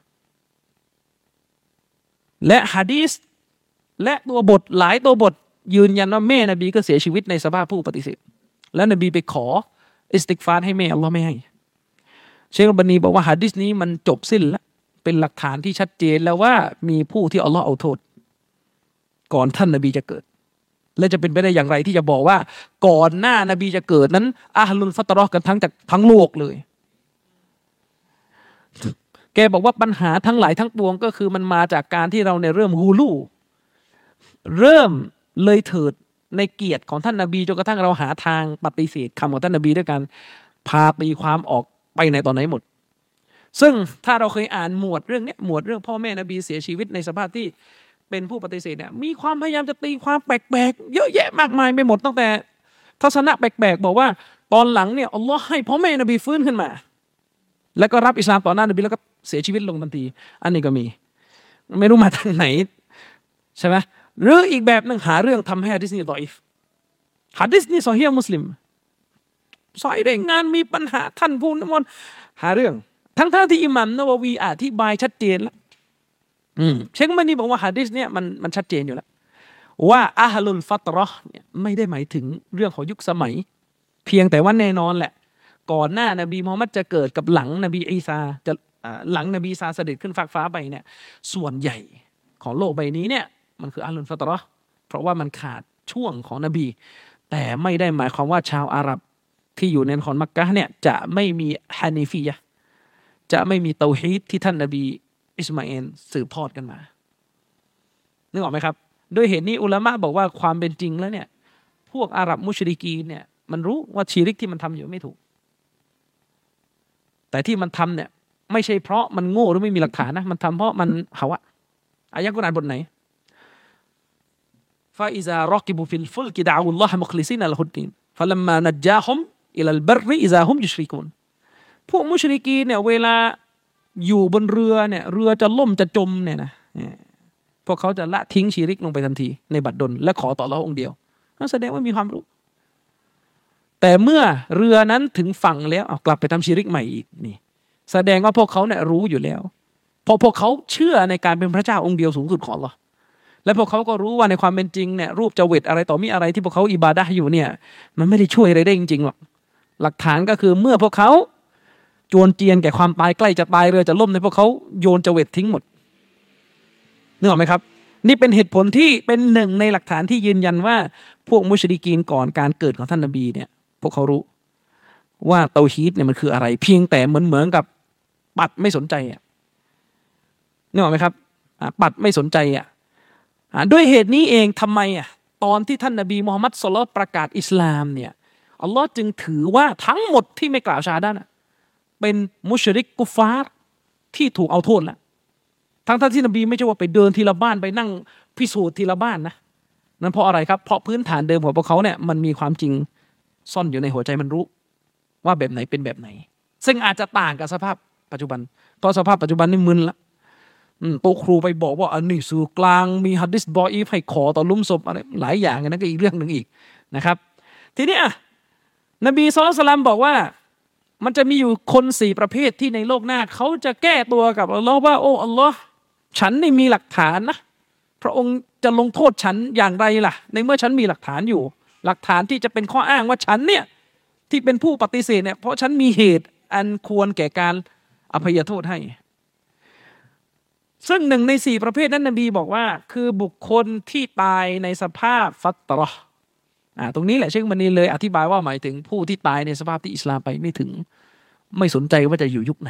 และหะดีษและตัวบทหลายตัวบทยืนยันว่าแม่นบีก็เสียชีวิตในสภาพผู้ปฏิเสธแล้วนบีไปขออิสติกฟารให้แม่อัลลอฮ์ไม่ให้เชคอัลบานีบอกว่าหะดีษนี้มันจบสิ้นแล้วเป็นหลักฐานที่ชัดเจนแล้วว่ามีผู้ที่อัลลอฮ์เอาโทษก่อนท่านนบีจะเกิดและจะเป็นไปได้อย่างไรที่จะบอกว่าก่อนหน้านบีจะเกิดนั้นอะฮ์ลุลฟัตเราะห์กันทั้งโลกเลยแกบอกว่าปัญหาทั้งหลายทั้งปวงก็คือมันมาจากการที่เราเนี่ยเริ่มฮูลูเริ่มเลยเถิดในเกียรติของท่านนบีจนกระทั่งเราหาทางปฏิเสธคำของท่านนบีด้วยการพาตีความออกไปในตอนไหนหมดซึ่งถ้าเราเคยอ่านหมวดเรื่องนี้หมวดเรื่องพ่อแม่นบีเสียชีวิตในสภาพที่เป็นผู้ปฏิเสธเนี่ยมีความพยายามจะตีความแปลกๆเยอะแยะมากมายไปหมดตั้งแต่ทัศนะแปลกๆบอกว่าตอนหลังเนี่ยอัลลอฮ์ให้พ่อแม่นบีฟื้นขึ้นมาแล้วก็รับอิสลามต่อหน้านบีแล้วก็เสียชีวิตลงทันทีอันนี้ก็มีไม่รู้มาทางไหนใช่ไหมหรืออีกแบบหนึ่งหาเรื่องทำให้หะดีษนี้ฎออีฟหะดีษนี้ซอฮีฮ์มุสลิมซอยได้งานมีปัญหาท่านผู้นำหาเรื่องทั้งที่อิหมัมนะวะวีอธิบายชัดเจนแล้วเชคมันนี่บอกว่าหะดีษเนี่ยมันชัดเจนอยู่แล้วว่าอะฮลุลฟัตเราะห์เนี่ยไม่ได้หมายถึงเรื่องของยุคสมัยเพียงแต่ว่าแน่นอนแหละก่อนหน้านบีมุฮัมมัดจะเกิดกับหลังนบีอีสาจะหลังนบีอีสาเสด็จขึ้นฟากฟ้าไปเนี่ยส่วนใหญ่ของโลกใบนี้เนี่ยมันคืออะฮลุลฟัตเราะห์เพราะว่ามันขาดช่วงของนบีแต่ไม่ได้หมายความว่าชาวอาหรับที่อยู่ในนครมักกะฮ์เนี่ยจะไม่มีฮานีฟียะห์จะไม่มีเตาฮีดที่ท่านนบีอิสมาอีลสืบทอดกันมานึกออกไหมครับด้วยเหตุนี้อุลามะบอกว่าความเป็นจริงแล้วเนี่ยพวกอาหรับมุชริกีนเนี่ยมันรู้ว่าชีริกที่มันทำอยู่ไม่ถูกแต่ที่มันทำเนี่ยไม่ใช่เพราะมันโง่หรือไม่มีหลักฐานนะมันทำเพราะมันหาวะอายะกุรอานบทไหนฟาอิซารอกิบุฟิลฟุลกิดะอุลลอฮะมุคลิซินอะลฮุดดีนฟะลัมมานัจญาฮุมอิลัลบัรริอิซาฮุมยุชริกูนพวกมุชริกีนเนี่ยเวลาอยู่บนเรือเนี่ยเรือจะล่มจะจมเนี่ยนะพวกเขาจะละทิ้งชีริกลงไปทันทีในบัดดลและขอต่ออัลเลาะห์องค์เดียวนั่นแสดงว่ามีความรู้แต่เมื่อเรือนั้นถึงฝั่งแล้วเอากลับไปทำชีริกใหม่อีกนี่แสดงว่าพวกเขาเนี่ยรู้อยู่แล้วเพราะพวกเขาเชื่อในการเป็นพระเจ้าองค์เดียวสูงสุดของอัลเลาะห์และพวกเขาก็รู้ว่าในความเป็นจริงเนี่ยรูปจเวตอะไรต่อมีอะไรที่พวกเขาอิบาดะห์อยู่เนี่ยมันไม่ได้ช่วยอะไรได้จริงๆหรอกหลักฐานก็คือเมื่อพวกเขาโจรเจียนแก่ความตายใกล้จะตายเรือจะล่มในพวกเขาโยนจเวตทิ้งหมดนึกออกไหมครับนี่เป็นเหตุผลที่เป็นหนึ่งในหลักฐานที่ยืนยันว่าพวกมุชริกีนก่อนการเกิดของท่านนบีเนี่ยพวกเขารู้ว่าเตาฮีดเนี่ยมันคืออะไรเพียงแต่เหมือนกับปัดไม่สนใจอ่ะนึกออกไหมครับปัดไม่สนใจอ่ะด้วยเหตุนี้เองทำไมอ่ะตอนที่ท่านนบีมุฮัมมัดศ็อลลัลลอฮุอะลัยฮิวะซัลลัมประกาศอิสลามเนี่ยอัลลอฮ์จึงถือว่าทั้งหมดที่ไม่กล่าวชาฮาดะห์เป็นมุชริกกุฟฟาร์ที่ถูกเอาโทษแล้วทั้งที่นบีไม่ใช่ว่าไปเดินทีละบ้านไปนั่งพิสูจน์ทีละบ้านนะนั่นเพราะอะไรครับเพราะพื้นฐานเดิมของพวกเขาเนี่ยมันมีความจริงซ่อนอยู่ในหัวใจมันรู้ว่าแบบไหนเป็นแบบไหนซึ่งอาจจะต่างกับสภาพปัจจุบันเพราะสภาพปัจจุบันนี่มึนละโตครูไปบอกว่าอันนี้สื่อกลางมีหะดีษฎออีฟให้ขอต่อลุ่มศพอะไรหลายอย่างนั้นก็อีกเรื่องหนึ่งอีกนะครับทีนี้นบีศ็อลลัลลอฮุอะลัยฮิวะซัลลัมบอกว่ามันจะมีอยู่คน4ประเภทที่ในโลกหน้าเขาจะแก้ตัวกับอัลลอฮ์ว่าโอ้อัลลอฮ์ฉันนี่มีหลักฐานนะพระองค์จะลงโทษฉันอย่างไรล่ะในเมื่อฉันมีหลักฐานอยู่หลักฐานที่จะเป็นข้ออ้างว่าฉันเนี่ยที่เป็นผู้ปฏิเสธเนี่ยเพราะฉันมีเหตุอันควรแก่การอภัยโทษให้ซึ่งหนึ่งใน4ประเภทนั้นนบีบอกว่าคือบุคคลที่ตายในสภาพฟัตเราะห์ตรงนี้แหละเชคมันนีเลยอธิบายว่าหมายถึงผู้ที่ตายในสภาพที่อิสลามไปไม่ถึงไม่สนใจว่าจะอยู่ยุคไหน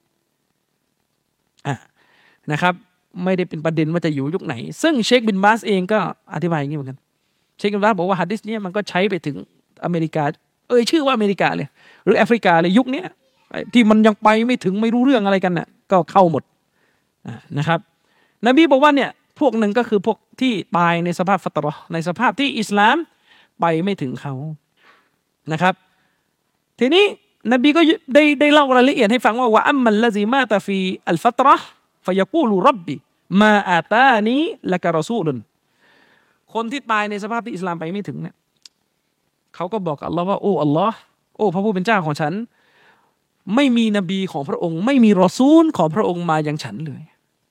นะครับไม่ได้เป็นประเด็นว่าจะอยู่ยุคไหนซึ่งเชคบินบาสเองก็อธิบายอย่างนี้เหมือนกันเชคบินบาสบอกว่าหะดีษนี้มันก็ใช้ไปถึงอเมริกาชื่อว่าอเมริกาเลยหรือแอฟริกาเลยยุคนี้ที่มันยังไปไม่ถึงไม่รู้เรื่องอะไรกันน่ะก็เข้าหมดนะครับนบีบอกว่าเนี่ยพวกหนึ่งก็คือพวกที่ตายในสภาพฟัตเราะห์ในสภาพที่อิสลามไปไม่ถึงเขานะครับทีนี้นบีก็ได้เล่ารายละเอียดให้ฟังว่าอัมมัลลซีมาตะฟีอัลฟัตเราะห์ฟะยะกูลูร็อบบิมาอาตานีละกะรอซูลุนคนที่ตายในสภาพที่อิสลามไปไม่ถึงเนี่ยเขาก็บอกกับอัลลอฮ์ว่าโอ้อัลลอฮ์โอ้พระผู้เป็นเจ้าของฉันไม่มีนบีของพระองค์ไม่มีรอซูลของพระองค์มายังฉันเลย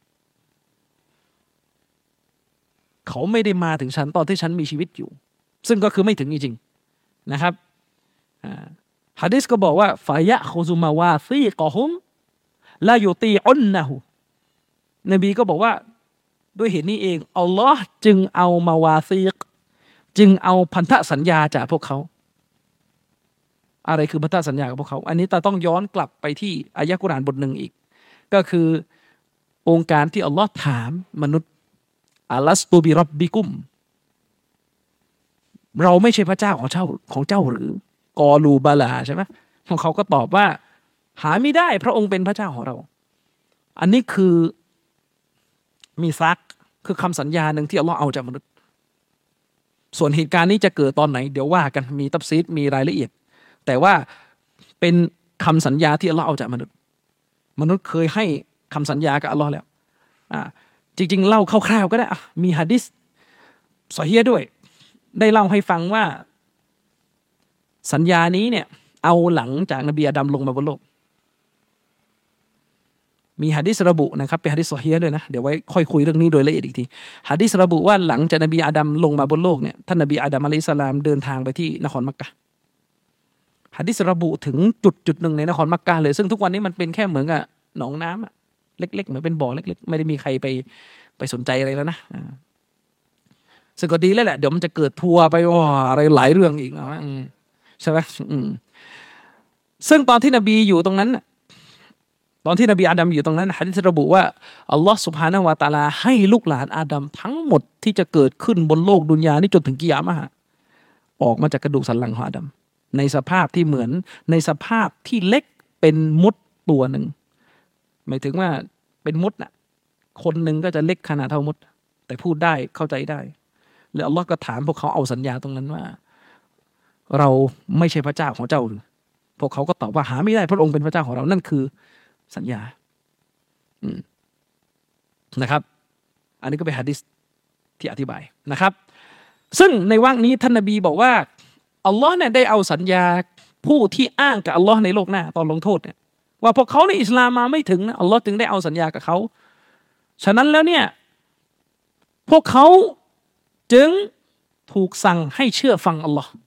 เขาไม่ได้มาถึงฉันตอนที่ฉันมีชีวิตอยู่ซึ่งก็คือไม่ถึงจริงๆนะครับหะดีษก็บอกว่าฟะยะคุซุมาวาซีกะฮุมลายุตีอุนนะฮูนบีก็บอกว่าด้วยเหตุนี้เองอัลลอฮ์จึงเอามาวาซีกจึงเอาพันธสัญญาจากพวกเขาอะไรคือพันธสัญญากับพวกเขาอันนี้เราต้องย้อนกลับไปที่อายะห์กุรอานบทหนึ่งอีกก็คือองค์การที่อัลลอฮ์ถามมนุษย์อัลัสตูบิร็อบบิกุมเราไม่ใช่พระเจ้าของเจ้าหรือกอลูบาลาใช่ไหมของเขาก็ตอบว่าหาไม่ได้พระองค์เป็นพระเจ้าของเราอันนี้คือมีซักคือคำสัญญาหนึ่งที่อัลลอฮ์เอาจากมนุษย์ส่วนเหตุการณ์นี้จะเกิดตอนไหนเดี๋ยวว่ากันมีตัฟซีรมีรายละเอียดแต่ว่าเป็นคำสัญญาที่อัลลอฮ์เอาจากมนุษย์เคยให้คำสัญญากับอัลลอฮ์แล้วจริงๆเล่าคร่าวๆก็ได้มีหะดีษซอฮีฮ์ด้วยได้เล่าให้ฟังว่าสัญญานี้เนี่ยเอาหลังจากนบีอาดัมลงมาบนโลกมีหะดีษระบุนะครับเป็นหะดีษซอฮีฮ์ด้วยนะเดี๋ยวไว้ค่อยคุยเรื่องนี้โดยละเอียดอีกทีหะดีษระบุว่าหลังจากนบีอาดัมลงมาบนโลกเนี่ยท่านนบีอาดัมอะลัยฮิสสลามเดินทางไปที่นครมักกะฮ์หะดีษระบุถึงจุดหนึ่งในนครมักกะฮ์เลยซึ่งทุกวันนี้มันเป็นแค่เหมือนกับหนองน้ำเล็กๆเหมือนเป็นบ่อเล็กๆไม่ได้มีใครไปสนใจอะไรแล้วนะซึ่งก็ดีแล้วแหละเดี๋ยวมันจะเกิดทัวร์ไปอะไรหลายเรื่องอีกใช่ไหมซึ่งตอนที่นบีอยู่ตรงนั้นตอนที่นบีอาดัมอยู่ตรงนั้นหะดีษระบุว่าอัลลอฮ์ซุบฮานะฮูวะตะอาลาให้ลูกหลานอาดัมทั้งหมดที่จะเกิดขึ้นบนโลกดุนยานี้จนถึงกิยามะฮ์ออกมาจากกระดูกสันหลังของอาดัมในสภาพที่เหมือนในสภาพที่เล็กเป็นมดตัวหนึ่งหมายถึงว่าเป็นมดน่ะคนหนึ่งก็จะเล็กขนาดเท่ามดแต่พูดได้เข้าใจได้แล้วอัลลอฮ์ก็ถามพวกเขาเอาสัญญาตรงนั้นว่าเราไม่ใช่พระเจ้าของเจ้าหรือพวกเขาก็ตอบว่าหาไม่ได้พระองค์เป็นพระเจ้าของเรานั่นคือสัญญานะครับอันนี้ก็เป็นหะดีษที่อธิบายนะครับซึ่งในวรรคนี้ท่านนบีบอกว่าอัลลอฮ์เนี่ยได้เอาสัญญาผู้ที่อ้างกับอัลลอฮ์ในโลกหน้าตอนลงโทษเนี่ยว่าพวกเขาในอิสลามมาไม่ถึงนะอัลลอฮ์จึงได้เอาสัญญากับเขาฉะนั้นแล้วเนี่ยพวกเขาจึงถูกสั่งให้เชื่อฟังอัลลอฮ์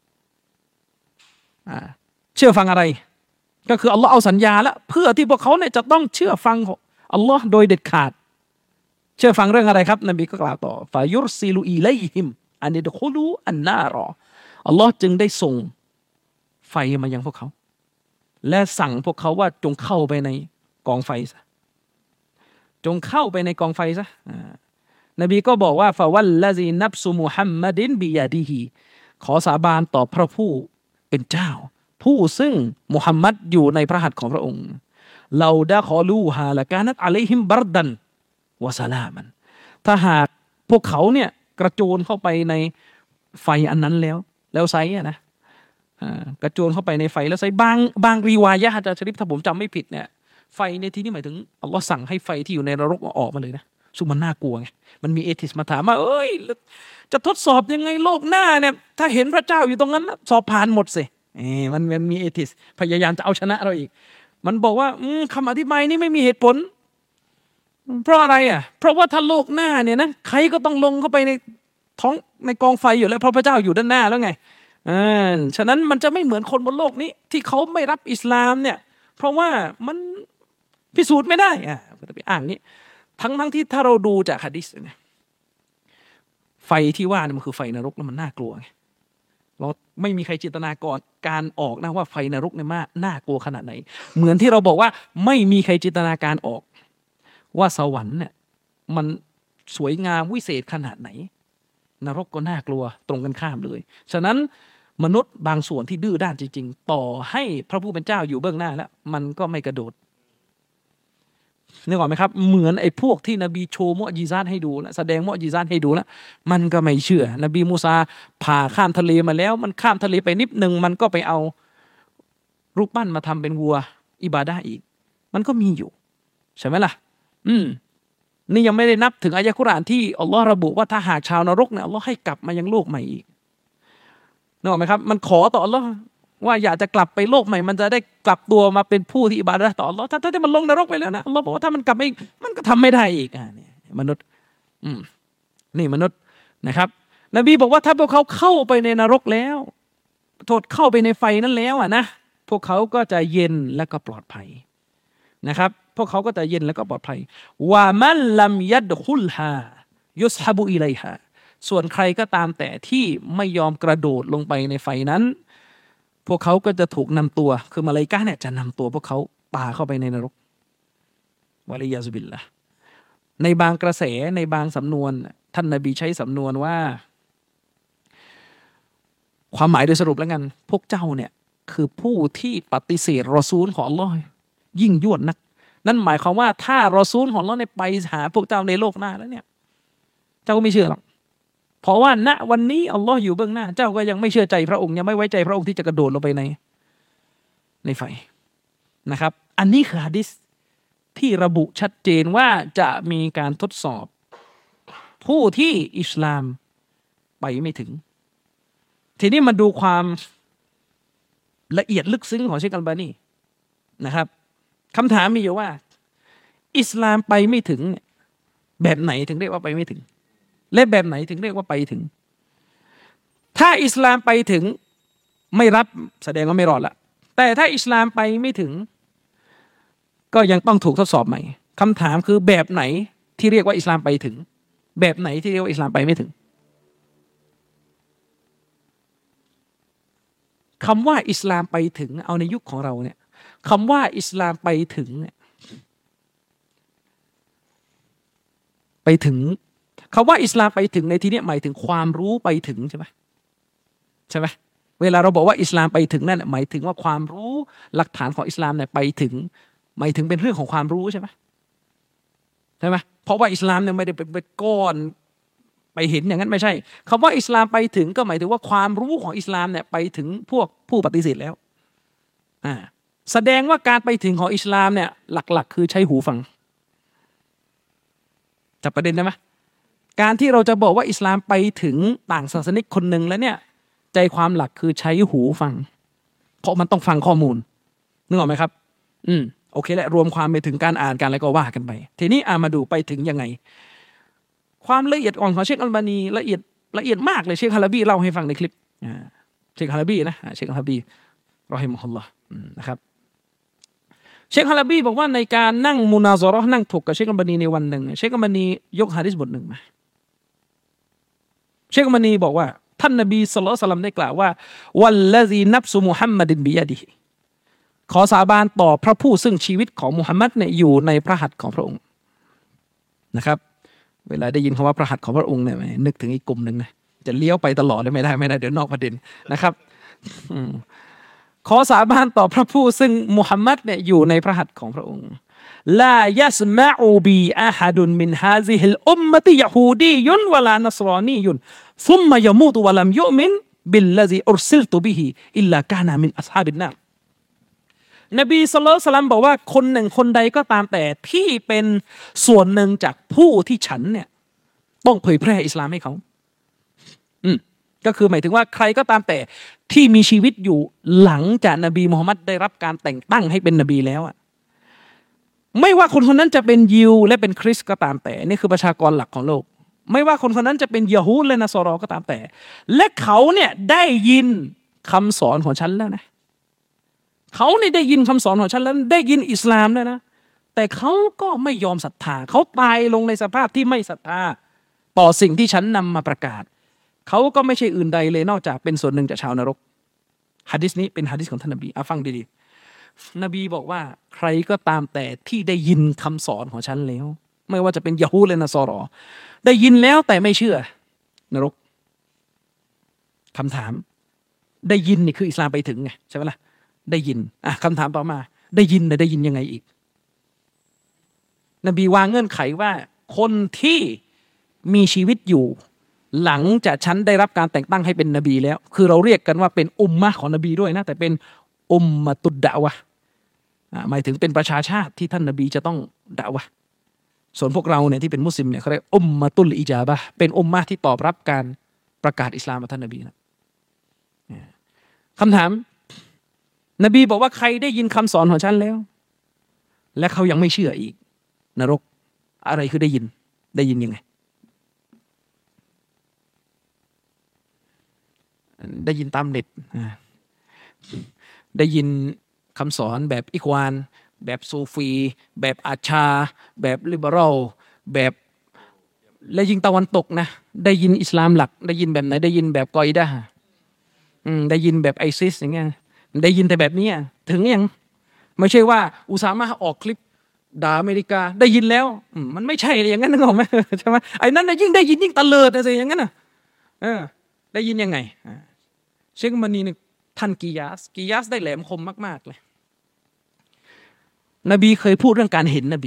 เชื่อฟังอะไรก็คืออัลลอฮ์เอาสัญญาแล้วเพื่อที่พวกเขาเนี่ยจะต้องเชื่อฟังอัลลอฮ์โดยเด็ดขาดเชื่อฟังเรื่องอะไรครับนบีก็กล่าวต่อฟายุรซิลูอิลัยฮิมอันยะดคุลูอันนารออัลลอฮ์จึงได้ส่งไฟมายังพวกเขาและสั่งพวกเขาว่าจงเข้าไปในกองไฟซะจงเข้าไปในกองไฟซะนบีก็บอกว่าฟะวัลลซีนับซุมุฮัมมัดินบิยาดิฮิขอสาบานต่อพระผู้เป็นเจ้าผู้ซึ่งมุฮัมมัดอยู่ในพระหัตถ์ของพระองค์เราดะคอลูฮาละกานัตอะลัยฮิมบัรดันวะซะลามันถ้าหากพวกเขาเนี่ยกระโจนเข้าไปในไฟอันนั้นแล้วไซนะกระโจนเข้าไปในไฟแล้วไซบางรีวายะฮะจะชริฟถ้าผมจำไม่ผิดเนี่ยไฟในที่นี้หมายถึงอัลลอฮ์สั่งให้ไฟที่อยู่ในนรกออกมาเลยนะซึ่งมันน่ากลัวไงมันมีเอทิสมาถามว่าจะทดสอบยังไงโลกหน้าเนี่ยถ้าเห็นพระเจ้าอยู่ตรงนั้นสอบผ่านหมดสิมันมีเอทิสพยายามจะเอาชนะเราอีกมันบอกว่าคำอธิบายนี้ไม่มีเหตุผลเพราะอะไรเพราะว่าถ้าโลกหน้าเนี่ยนะใครก็ต้องลงเข้าไปในกองไฟอยู่แล้วเพราะพระเจ้าอยู่ด้านหน้าแล้วไงฉะนั้นมันจะไม่เหมือนคนบนโลกนี้ที่เขาไม่รับอิสลามเนี่ยเพราะว่ามันพิสูจน์ไม่ได้ไปอ้างนี้ทั้งที่ถ้าเราดูจากหะดีษเนี่ยไฟที่ว่าเนี่ยมันคือไฟนรกแล้วมันน่ากลัวไงเราไม่มีใครจินตนาการออกนะว่าไฟนรกเนี่ยน่ากลัวขนาดไหนเหมือนที่เราบอกว่าไม่มีใครจินตนาการออกว่าสวรรค์เนี่ยมันสวยงามวิเศษขนาดไหนนรกก็น่ากลัวตรงกันข้ามเลยฉะนั้นมนุษย์บางส่วนที่ดื้อด้านจริงๆต่อให้พระผู้เป็นเจ้าอยู่เบื้องหน้าแล้วมันก็ไม่กระโดดนึกออกไหมครับเหมือนไอ้พวกที่นบีโชว์มุอ์ญิซาตให้ดูแล้วแสดงมุอ์ญิซาตให้ดูแล้วมันก็ไม่เชื่อนบีมูซาผ่าข้ามทะเลมาแล้วมันข้ามทะเลไปนิดนึงมันก็ไปเอารูปปั้นมาทำเป็นวัวอิบาดะห์อีกมันก็มีอยู่ใช่ไหมล่ะนี่ยังไม่ได้นับถึงอายะห์กุรอานที่อัลลอฮ์ระบุว่าถ้าหากชาวนรกเนี่ยอัลลอฮ์ให้กลับมายังโลกใหม่อีกนึกออกไหมครับมันขอต่ออัลลอฮ์ว่าอยากจะกลับไปโลกใหม่มันจะได้กลับตัวมาเป็นผู้ที่อิบาดะห์ต่ออัลลอฮ์ถ้ามันลงนรกไปแล้วนะอัลลอฮ์บอกว่าถ้ามันกลับไปมันก็ทำไม่ได้อีกนี่มนุษย์นี่มนุษย์นะครับนบีบอกว่าถ้าพวกเขาเข้าไปในนรกแล้วโทษเข้าไปในไฟนั้นแล้วนะพวกเขาก็จะเย็นและก็ปลอดภัยนะครับพวกเขาก็จะเย็นและก็ปลอดภัยว่ามันลัมยัดคุลฮายุสฮะบุอิลัยฮาส่วนใครก็ตามแต่ที่ไม่ยอมกระโดดลงไปในไฟนั้นพวกเขาก็จะถูกนำตัวคือมาลาอิกะฮ์เนี่ยจะนำตัวพวกเขาปาเข้าไปในนรกวะลิยาซุบิลละในบางกระแสในบางสำนวนท่านนบีใช้สำนวนว่าความหมายโดยสรุปแล้วกันพวกเจ้าเนี่ยคือผู้ที่ปฏิเสธรอซูลของอัลลอฮ์ยิ่งยวดนักนั่นหมายความว่าถ้ารอซูลของอัลลอฮ์เนี่ยไปหาพวกเจ้าในโลกหน้าแล้วเนี่ยเจ้าก็ไม่เชื่อหรอกเพราะว่าณวันนี้อัลลอฮ์อยู่เบื้องหน้าเจ้าก็ยังไม่เชื่อใจพระองค์ยังไม่ไว้ใจพระองค์ที่จะกระโดดลงไปในไฟนะครับอันนี้คือหะดีษที่ระบุชัดเจนว่าจะมีการทดสอบผู้ที่อิสลามไปไม่ถึงทีนี้มาดูความละเอียดลึกซึ้งของเชคอัลบานีนะครับคำถามมีอยู่ว่าอิสลามไปไม่ถึงเนี่ยแบบไหนถึงเรียกว่าไปไม่ถึงและแบบไหนถึงเรียกว่าไปถึงถ้าอิสลามไปถึงไม่รับแสดงว่าไม่รอดละแต่ถ้าอิสลามไปไม่ถึงก็ยังต้องถูกทดสอบใหม่คำถามคือแบบไหนที่เรียกว่าอิสลามไปถึงแบบไหนที่เรียกว่าอิสลามไปไม่ถึงคำว่าอิสลามไปถึงเอาในยุคของเราเนี่ยคำว่าอิสลามไปถึงเนี่ยไปถึงคำว่าอิสลามไปถึงในที่นี้หมายถึงความรู้ไปถึงใช่ไหมเวลาเราบอกว่าอิสลามไปถึงนั่นหมายถึงว่าความรู้หลักฐานของอิสลามเนี่ยไปถึงหมายถึงเป็นเรื่องของความรู้ใช่ไหมเพราะว่าอิสลามเนี่ยไม่ได้เป็นก้อนไปเห็นอย่างนั้นไม่ใช่คำว่าอิสลามไปถึงก็หมายถึงว่าความรู้ของอิสลามเนี่ยไปถึงพวกผู้ปฏิเสธแล้วแสดงว่าการไปถึงของอิสลามเนี่ยหลักๆคือใช้หูฟังจับประเด็นได้ไหมการที่เราจะบอกว่าอิสลามไปถึงต่างศาสนิกคนหนึ่งแล้วเนี่ยใจความหลักคือใช้หูฟังเพราะมันต้องฟังข้อมูลนึกออกไหมครับโอเคแหละรวมความไปถึงการอ่านการอะไรก็ว่ากันไปทีนี้มาดูไปถึงยังไงความละเอียดอ่อนของเชคอัลบานีละเอียดมากเลยเชคฮาลาบีเล่าให้ฟังในคลิปเชคฮาลาบีนะเชคฮาลาบีรอฮิมะฮุลลอฮ์นะครับเชคฮาลาบีบอกว่าในการนั่งมุนาซอเราะห์นั่งถกกับเชคอัลบานีในวันหนึ่งเชคอัลบานียกหะดีษบทหนึ่งมาเชคอัลบานีบอกว่าท่านนบีศ็อลลัลลอฮุอะลัยฮิวะซัลลัมได้กล่าวว่าวัลลซีนัฟซุมุฮัมมัดบิยะดิฮิขอสาบานต่อพระผู้ซึ่งชีวิตของมุฮัมมัดเนี่ยอยู่ในพระหัตถ์ของพระองค์นะครับเวลาได้ยินคำว่าพระหัตถ์ของพระองค์เนี่ยนึกถึงอีกกลุ่มหนึ่งนะจะเลี้ยวไปตลอดไม่ได้เดี๋ยวนอกประเด็นนะครับขอสาบานต่อพระผู้ซึ่งมุฮัมมัดเนี่ยอยู่ในพระหัตถ์ของพระองค์ลายัสมะอูบีอะฮัดุนมินฮาซิฮิลอุมมะติยะฮูดียุนวะลานัศรอนียุนซุมมะยะมูตุวะลัมยุมินบิลลซีอุรซิลตุบิฮิอิลลากานะมินอัศฮาบินนารนบีศ็อลลัลลอฮุอะลัยฮิวะซัลลัมบอกว่าคนหนึ่งคนใดก็ตามแต่ที่เป็นส่วนหนึ่งจากผู้ที่ฉันเนี่ยต้องเผยแพร่อิสลามให้เขาก็คือหมายถึงว่าใครก็ตามแต่ที่มีชีวิตอยู่หลังจากนบีมุฮัมมัดได้รับการแต่งตั้งให้เป็นนบีแล้วไม่ว่าคนคนนั้นจะเป็นยิวและเป็นคริสต์ก็ตามแต่นี่คือประชากรหลักของโลกไม่ว่าคนคนนั้นจะเป็นยะฮูดและนัสรอก็ตามแต่และเขาเนี่ยได้ยินคำสอนของฉันแล้วนะเขาเนี่ยได้ยินคำสอนของฉันแล้วได้ยินอิสลามแล้วนะแต่เขาก็ไม่ยอมศรัทธาเขาตายลงในสภาพที่ไม่ศรัทธาต่อสิ่งที่ฉันนำมาประกาศเขาก็ไม่ใช่อื่นใดเลยนอกจากเป็นส่วนหนึ่งจากชาวนรกหะดีษนี้เป็นหะดีษของท่านนบีฟังดีๆนบีบอกว่าใครก็ตามแต่ที่ได้ยินคำสอนของฉันแล้วไม่ว่าจะเป็นยะฮูดและนัสรอได้ยินแล้วแต่ไม่เชื่อนรกคำถามได้ยินนี่คืออิสลามไปถึงไงใช่ไหมล่ะได้ยินคำถามต่อมาได้ยินได้ยินยังไงอีกนบีวางเงื่อนไขว่าคนที่มีชีวิตอยู่หลังจากฉันได้รับการแต่งตั้งให้เป็นนบีแล้วคือเราเรียกกันว่าเป็นอุมมะห์ของนบีด้วยนะแต่เป็นอุมมะตุดดะวะหมายถึงเป็นประชาชาติที่ท่านนบีจะต้องดะวะส่วนพวกเราเนี่ยที่เป็นมุสลิมเนี่ยเขาเรียกอุมมะตุลอิจาบะห์เป็นอุมมะห์ที่ตอบรับการประกาศอิสลามของท่านนบีนะคำถามนบีบอกว่าใครได้ยินคำสอนของฉันแล้วและเขายังไม่เชื่ออีกนรกอะไรคือได้ยินยังไงได้ยินตามเน็ตได้ยินคำสอนแบบอิควานแบบซูฟีแบบอาชาแบบลิเบอรัลแบบและยิ่งตะวันตกนะได้ยินอิสลามหลักได้ยินแบบไหนได้ยินแบบกอยดะห์ได้ยินแบบไอซิสอย่างเงี้ยได้ยินแต่แบบนี้ถึงยังไม่ใช่ว่าอุซามะห์ออกคลิปด่าอเมริกาได้ยินแล้วมันไม่ใช่อย่างนั้นนึกออกไหมใช่ไหมไอ้นั้นยิ่งได้ยินยิ่งตะเลิดอะไรอย่างนั้นได้ยินยังไงเชคมานีเนี่ยท่านกิยาสได้แหลมคมมากๆเลยนบีเคยพูดเรื่องการเห็นน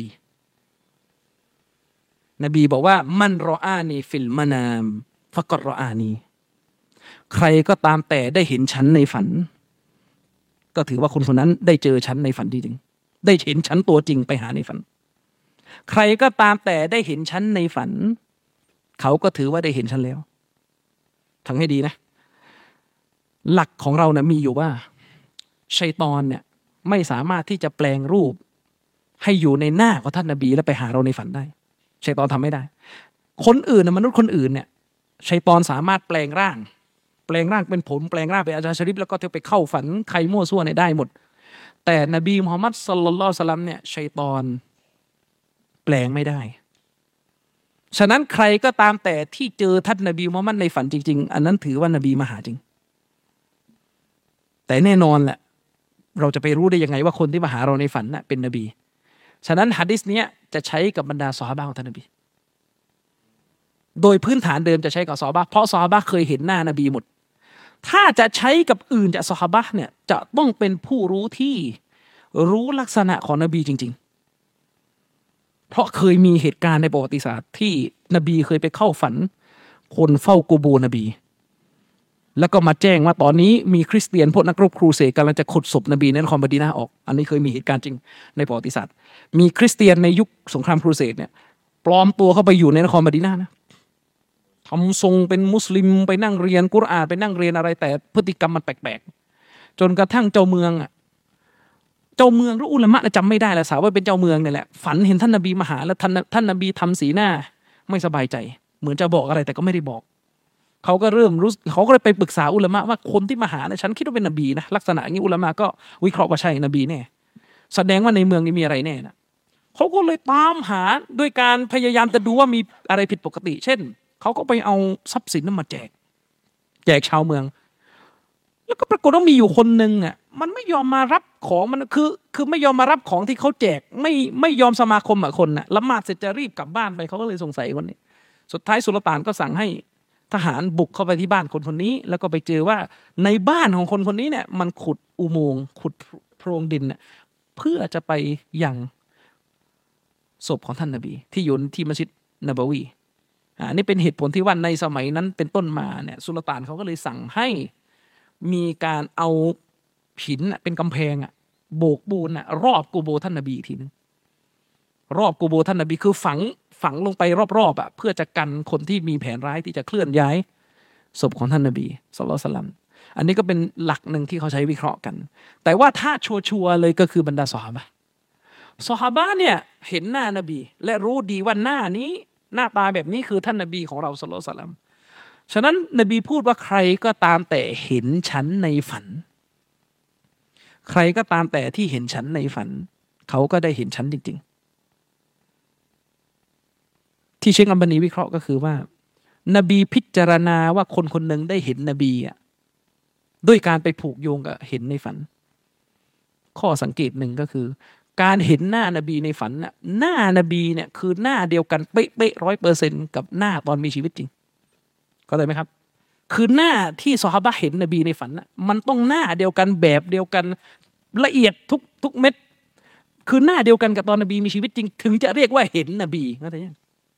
บีบอกว่ามันรออานีฟิลมานามฟักรออานีใครก็ตามแต่ได้เห็นฉันในฝันก็ถือว่าคนคนนั้นได้เจอฉันในฝันจริงๆได้เห็นฉันตัวจริงไปหาในฝันใครก็ตามแต่ได้เห็นฉันในฝันเขาก็ถือว่าได้เห็นฉันแล้วฟังให้ดีนะหลักของเรานะมีอยู่ว่าชัยฏอนเนี่ยไม่สามารถที่จะแปลงรูปให้อยู่ในหน้าของท่านนบีแล้วไปหาเราในฝันได้ชัยฏอนทำไม่ได้คนอื่นนะมนุษย์คนอื่นเนี่ยชัยฏอนสามารถแปลงร่างเป็นผลแปลงร่างเป็นอาจารย์ชริฟแล้วก็ไปเข้าฝันใครมั่วซั่วเนี่ยได้หมดแต่นบีมุฮัมมัดศ็อลลัลลอฮุอะลัยฮิวะซัลลัมเนี่ยชัยฏอนแปลงไม่ได้ฉะนั้นใครก็ตามแต่ที่เจอท่านนบีมุฮัมมัดในฝันจริงๆอันนั้นถือว่านบีมาหาจริงแต่แน่นอนแหละเราจะไปรู้ได้ยังไงว่าคนที่มาหาเราในฝันน่ะเป็นนบีฉะนั้นหะดีษเนี้ยจะใช้กับบรรดาซอฮาบะห์ของท่านนบีโดยพื้นฐานเดิมจะใช้กับซอฮาบะห์เพราะซอฮาบะห์เคยเห็นหน้านบีหมดถ้าจะใช้กับอื่นจากซอฮาบะห์เนี่ยจะต้องเป็นผู้รู้ที่รู้ลักษณะของนบีจริงๆเพราะเคยมีเหตุการณ์ในประวัติศาสตร์ที่นบีเคยไปเข้าฝันคนเฝ้ากูโบร์นบีแล้วก็มาแจ้งว่าตอนนี้มีคริสเตียนพวกนักรบครูเสดกำลังจะขุดศพนบีในนครมะดีนะห์ออกอันนี้เคยมีเหตุการณ์จริงในประวัติศาสตร์มีคริสเตียนในยุคสงครามครูเสดเนี่ยปลอมตัวเข้าไปอยู่ในนครมะดีนะห์นะทำทรงเป็นมุสลิมไปนั่งเรียนกุรอานไปนั่งเรียนอะไรแต่พฤติกรรมมันแปลกๆจนกระทั่งเจ้าเมืองหรืออุลามะจำไม่ได้แล้วสาวว่าเป็นเจ้าเมืองเนี่ยแหละฝันเห็นท่านนบีมาหาแล้วท่านนบีทำสีหน้าไม่สบายใจเหมือนจะบอกอะไรแต่ก็ไม่ได้บอกเขาก็เลยไปปรึกษาอุลามะว่าคนที่มาหาเนี่ยฉันคิดว่าเป็นนบีนะลักษณะอย่างนี้อุลามะก็วิเคราะห์ว่าใช่นบีแน่แสดงว่าในเมืองนี้มีอะไรแน่นะเขาก็เลยตามหาด้วยการพยายามจะดูว่ามีอะไรผิดปกติเช่นเขาก็ไปเอาทรัพย์สินนั้นมาแจกชาวเมืองแล้วก็ปรากฏว่ามีอยู่คนหนึ่งอ่ะมันไม่ยอมมารับของมันคือไม่ยอมมารับของที่เขาแจกไม่ยอมสมาคมกับคนน่ะละหมาดเสร็จจะรีบกลับบ้านไปเขาก็เลยสงสัยคนนี้สุดท้ายสุลต่านก็สั่งให้ทหารบุกเข้าไปที่บ้านคนนี้แล้วก็ไปเจอว่าในบ้านของคนนี้เนี่ยมันขุดอุโมงค์ขุดโพรงดินเนี่ยเพื่อจะไปยังศพของท่านนบีที่อยู่ที่มัสยิดนบวีนี่เป็นเหตุผลที่ว่าในสมัยนั้นเป็นต้นมาเนี่ยสุลต่านเขาก็เลยสั่งให้มีการเอาหินเป็นกำแพงโบกปูนรอบกูโบท่านนบีอีกทีนึงรอบกูโบท่านนบีคือฝังลงไปรอบๆเพื่อจะกันคนที่มีแผนร้ายที่จะเคลื่อนย้ายศพของท่านนบีศ็อลลัลลอฮุอะลัยฮิวะซัลลัมอันนี้ก็เป็นหลักหนึ่งที่เขาใช้วิเคราะห์กันแต่ว่าถ้าชัวร์เลยก็คือบรรดาซอฮาบะห์เนี่ยเห็นหน้านบีและรู้ดีว่าหน้าตาแบบนี้คือท่านนบีของเราศ็อลลัลลอฮุอะลัยฮิวะซัลลัมฉะนั้นนบีพูดว่าใครก็ตามแต่เห็นฉันในฝันใครก็ตามแต่ที่เห็นฉันในฝันเขาก็ได้เห็นฉันจริงๆที่เชคอัมบานีวิเคราะห์ก็คือว่านบีพิจารณาว่าคนคนหนึ่งได้เห็นนบีด้วยการไปผูกโยงกับเห็นในฝันข้อสังเกตหนึ่งก็คือการเห็นหน้านบีในฝันหน้านบีเนี่ยคือหน้าเดียวกันเป๊ะ100%กับหน้าตอนมีชีวิตจริงเข้าใจไหมครับคือหน้าที่ซอฮาบะห์เห็นนบีในฝันมันต้องหน้าเดียวกันแบบเดียวกันละเอียดทุกเม็ดคือหน้าเดียวกันกับตอนนบีมีชีวิตจริงถึงจะเรียกว่าเห็นนบีเข้าใจ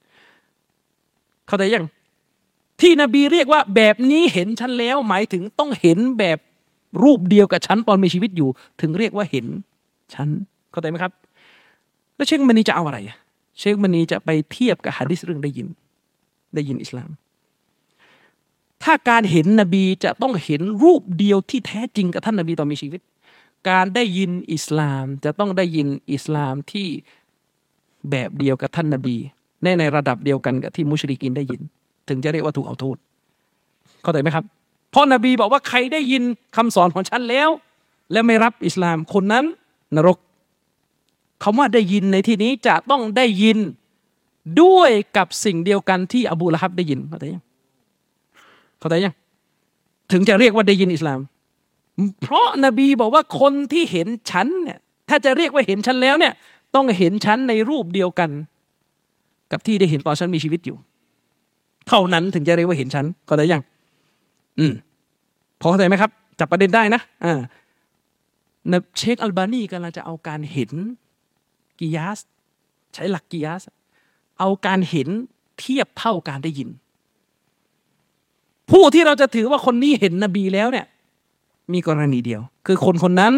ยังที่นบีเรียกว่าแบบนี้เห็นฉันแล้วหมายถึงต้องเห็นแบบรูปเดียวกับฉันตอนมีชีวิตอยู่ถึงเรียกว่าเห็นฉันเข้าใจไหมครับแล้วเชคมันีจะเอาอะไรเชคมันีจะไปเทียบกับหะดีษเรื่องได้ยินอิสลามถ้าการเห็นนบีจะต้องเห็นรูปเดียวที่แท้จริงกับท่านนบีตอนมีชีวิตการได้ยินอิสลามจะต้องได้ยินอิสลามที่แบบเดียวกับท่านนบีในระดับเดียวกันกับที่มุชริกีนได้ยินถึงจะเรียกว่าถูกเอาโทษเข้าใจไหมครับเพราะนบีบอกว่าใครได้ยินคำสอนของฉันแล้วและไม่รับอิสลามคนนั้นนรกคำว่าได้ยินในที่นี้จะต้องได้ยินด้วยกับสิ่งเดียวกันที่อบูละฮับได้ยินเข้าใจยังถึงจะเรียกว่าได้ยินอิสลามเพราะนบีบอกว่าคนที่เห็นฉันเนี่ยถ้าจะเรียกว่าเห็นฉันแล้วเนี่ยต้องเห็นฉันในรูปเดียวกันกับที่ได้เห็นตอนฉันมีชีวิตอยู่เท่านั้นถึงจะเรียกว่าเห็นฉันเข้าใจยังพอเข้าใจไหมครับจับประเด็นได้นะเชคอัลบานีกำลังจะเอาการเห็นกิยาสใช้หลักกิยาสเอาการเห็นเทียบเท่าการได้ยินผู้ที่เราจะถือว่าคนนี้เห็นนบีแล้วเนี่ยมีกรณีเดียวคือคนคนนั้น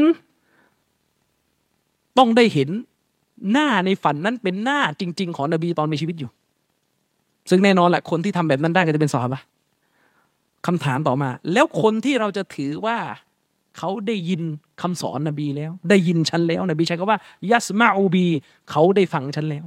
ต้องได้เห็นหน้าในฝันนั้นเป็นหน้าจริงๆของนบีตอนมีชีวิตอยู่ซึ่งแน่นอนแหละคนที่ทำแบบนั้นได้ก็จะเป็นซอฮาบะห์คำถามต่อมาแล้วคนที่เราจะถือว่าเขาได้ยินคำสอนนบีแล้วได้ยินฉันแล้วนบีใช้คำว่ายัสมาอูบีเขาได้ฟังฉันแล้ว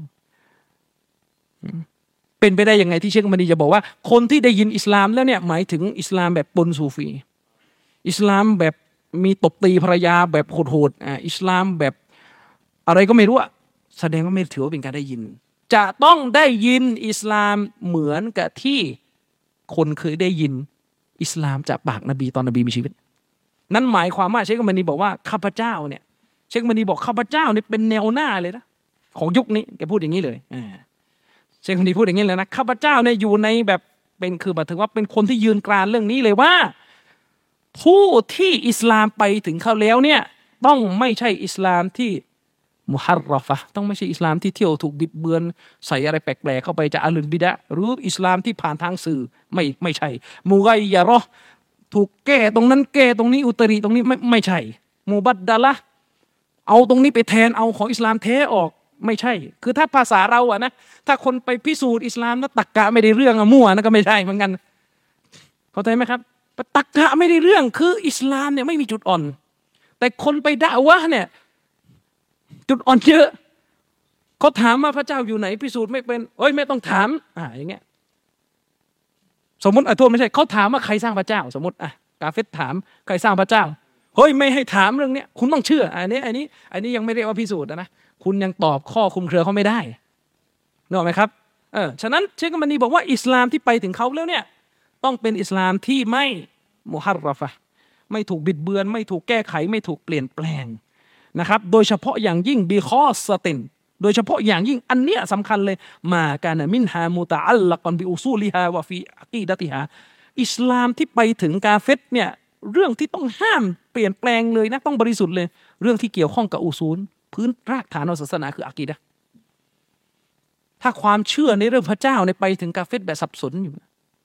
เป็นไปได้ยังไงที่เชคมันีจะบอกว่าคนที่ได้ยินอิสลามแล้วเนี่ยหมายถึงอิสลามแบบปนซูฟีอิสลามแบบมีตบตีภรรยาแบบโหดๆอิสลามแบบอะไรก็ไม่รู้อะแสดงว่าไม่ถือว่าเป็นการได้ยินจะต้องได้ยินอิสลามเหมือนกับที่คนเคยได้ยินอิสลามจากปากนบีตอนนบีมีชีวิตนั่นหมายความว่าเชคมันีบอกว่าข้าพเจ้าเนี่ยเชคมันีบอกข้าพเจ้านี่เป็นแนวหน้าเลยนะของยุคนี้แกพูดอย่างนี้เลยเชคมันีพูดอย่างนี้เลยนะข้าพเจ้าเนี่ยอยู่ในแบบเป็นคือหมายถึงว่าเป็นคนที่ยืนกรานเรื่องนี้เลยว่าผู้ที่อิสลามไปถึงเขาแล้วเนี่ยต้องไม่ใช่อิสลามที่มุฮัรรฟะต้องไม่ใช่อิสลามที่เที่ยวถูกบิดเบือนใส่อะไรแปลกๆเข้าไปจากอัลลุนบิดะหรืออิสลามที่ผ่านทางสื่อไม่ใช่มุกัยยะเราะห์ถูกแก้ตรงนั้นแก้ตรงนี้อุตริตรงนี้ไม่ใช่มุบัดดะละห์เอาตรงนี้ไปแทนเอาของอิสลามแท้ออกไม่ใช่คือถ้าภาษาเราอะนะถ้าคนไปพิสูจน์อิสลามแล้วตักกะไม่ได้เรื่องมั่วนั่นก็ไม่ใช่เหมือนกันเข้าใจไหมครับตักกะไม่ได้เรื่องคืออิสลามเนี่ยไม่มีจุดอ่อนแต่คนไปด่าวะเนี่ยจุดอ่อนเยอะเขาถามว่าพระเจ้าอยู่ไหนพิสูจน์ไม่เป็นไม่ต้องถามอย่างเงี้ยสมมติโทษไม่ใช่เขาถามว่าใครสร้างพระเจ้าสมมติกาเฟรถามใครสร้างพระเจ้าไม่ให้ถามเรื่องเนี้ยคุณต้องเชื่ออันนี้ยังไม่เรียกว่าพิสูจน์นะคุณยังตอบข้อคลุมเครือเขาไม่ได้นึกออกไหมครับฉะนั้นเชคมันีบอกว่าอิสลามที่ไปถึงเขาแล้วเนี่ยต้องเป็นอิสลามที่ไม่มุฮัรรฟะไม่ถูกบิดเบือนไม่ถูกแก้ไขไม่ถูกเปลี่ยนแปลงนะครับโดยเฉพาะอย่างยิ่งบีคอสตินโดยเฉพาะอย่างยิ่งอันเนี้ยสำคัญเลยมาการมินฮามุตะอัลลักอนบิอุซูลิฮาวะฟีอะกีดะติฮาอิสลามที่ไปถึงกาเฟรเนี่ยเรื่องที่ต้องห้ามเปลี่ยนแปลงเลยนะต้องบริสุทธิ์เลยเรื่องที่เกี่ยวข้องกับอุซูลพื้นรากฐานของศาสนาคืออะกีดะห์ถ้าความเชื่อในเรื่องพระเจ้าเนี่ยไปถึงกาเฟรแบบสับสนอยู่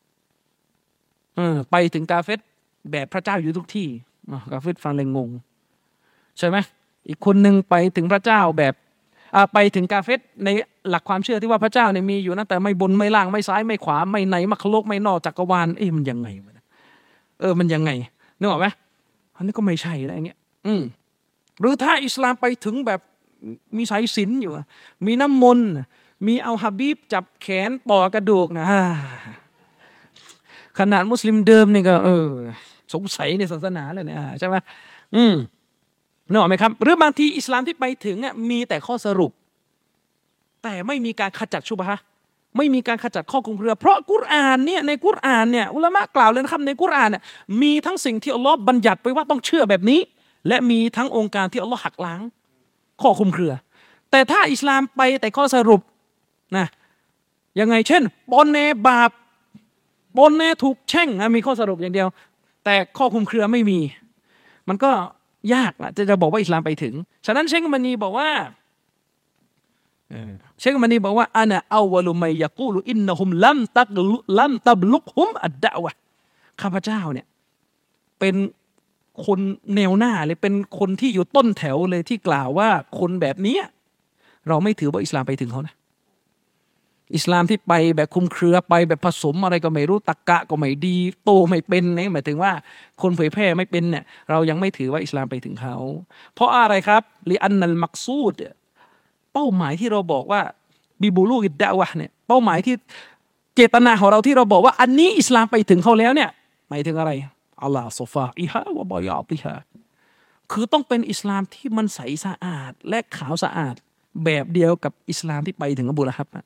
ไปถึงกาเฟรแบบพระเจ้าอยู่ทุกที่กาเฟรฟังเลยงงใช่ไหมอีกคนหนึ่งไปถึงพระเจ้าแบบไปถึงกาเฟรในหลักความเชื่อที่ว่าพระเจ้าเนี่ยมีอยู่นะแต่ไม่บนไม่ล่างไม่ซ้ายไม่ขวาไม่ในมัคลุกไม่นอกจักรวาลมันยังไงมันยังไงนึกออกไหมอันนี้ก็ไม่ใช่อะไรเงี้ยหรือถ้าอิสลามไปถึงแบบมีสายสิญจน์อยู่มีน้ำมนต์มีเอาฮะบีบจับแขนปอกระดูกนะขนาดมุสลิมเดิมนี่ก็สงสัยในศาสนาเลยเนี่ยใช่ไหมนึกออกไหมครับหรือบางทีอิสลามที่ไปถึงมีแต่ข้อสรุปแต่ไม่มีการขจัดชุบฮะห์ไม่มีการขจัดข้อคลุมเครือเพราะกุรอานเนี่ยในกุรอานเนี่ยอุลามะกล่าวเลยนะครับในกุรอานเนี่ยมีทั้งสิ่งที่อัลลอฮ์บัญญัติไปว่าต้องเชื่อแบบนี้และมีทั้งองค์การที่อัลลอฮ์หักล้างข้อคลุมเครือแต่ถ้าอิสลามไปแต่ข้อสรุปนะยังไงเช่นปนเนบาปปนเนถูกแช่งมีข้อสรุปอย่างเดียวแต่ข้อคลุมเครือไม่มีมันก็ยากจะบอกว่าอิสลามไปถึงฉะนั้นเชคมันีบอกว่าอานะอาวะลุมัยยะกูลุอินนะฮุมลัมตับลุกฮุมอัดดะวะข้าพเจ้าเนี่ยเป็นคนแนวหน้าเลยเป็นคนที่อยู่ต้นแถวเลยที่กล่าวว่าคนแบบนี้เราไม่ถือว่าอิสลามไปถึงเขานะอิสลามที่ไปแบบคุมเครือไปแบบผสมอะไรก็ไม่รู้ตักกะก็ไม่ดีโตไม่เป็นเนี่ยหมายถึงว่าคนเผยแพร่ไม่เป็นเนี่ยเรายังไม่ถือว่าอิสลามไปถึงเขาเพราะอะไรครับลิอันนัลมักซูดเป้าหมายที่เราบอกว่าบิบูลูกิดดะวะเนี่ยเป้าหมายที่เจตนาของเราที่เราบอกว่าอันนี้อิสลามไปถึงเขาแล้วเนี่ยหมายถึงอะไรอัลลอฮฺซอฟาอิฮะวะบอยาติฮะคือต้องเป็นอิสลามที่มันใสสะอาดและขาวสะอาดแบบเดียวกับอิสลามที่ไปถึงอบูละฮับ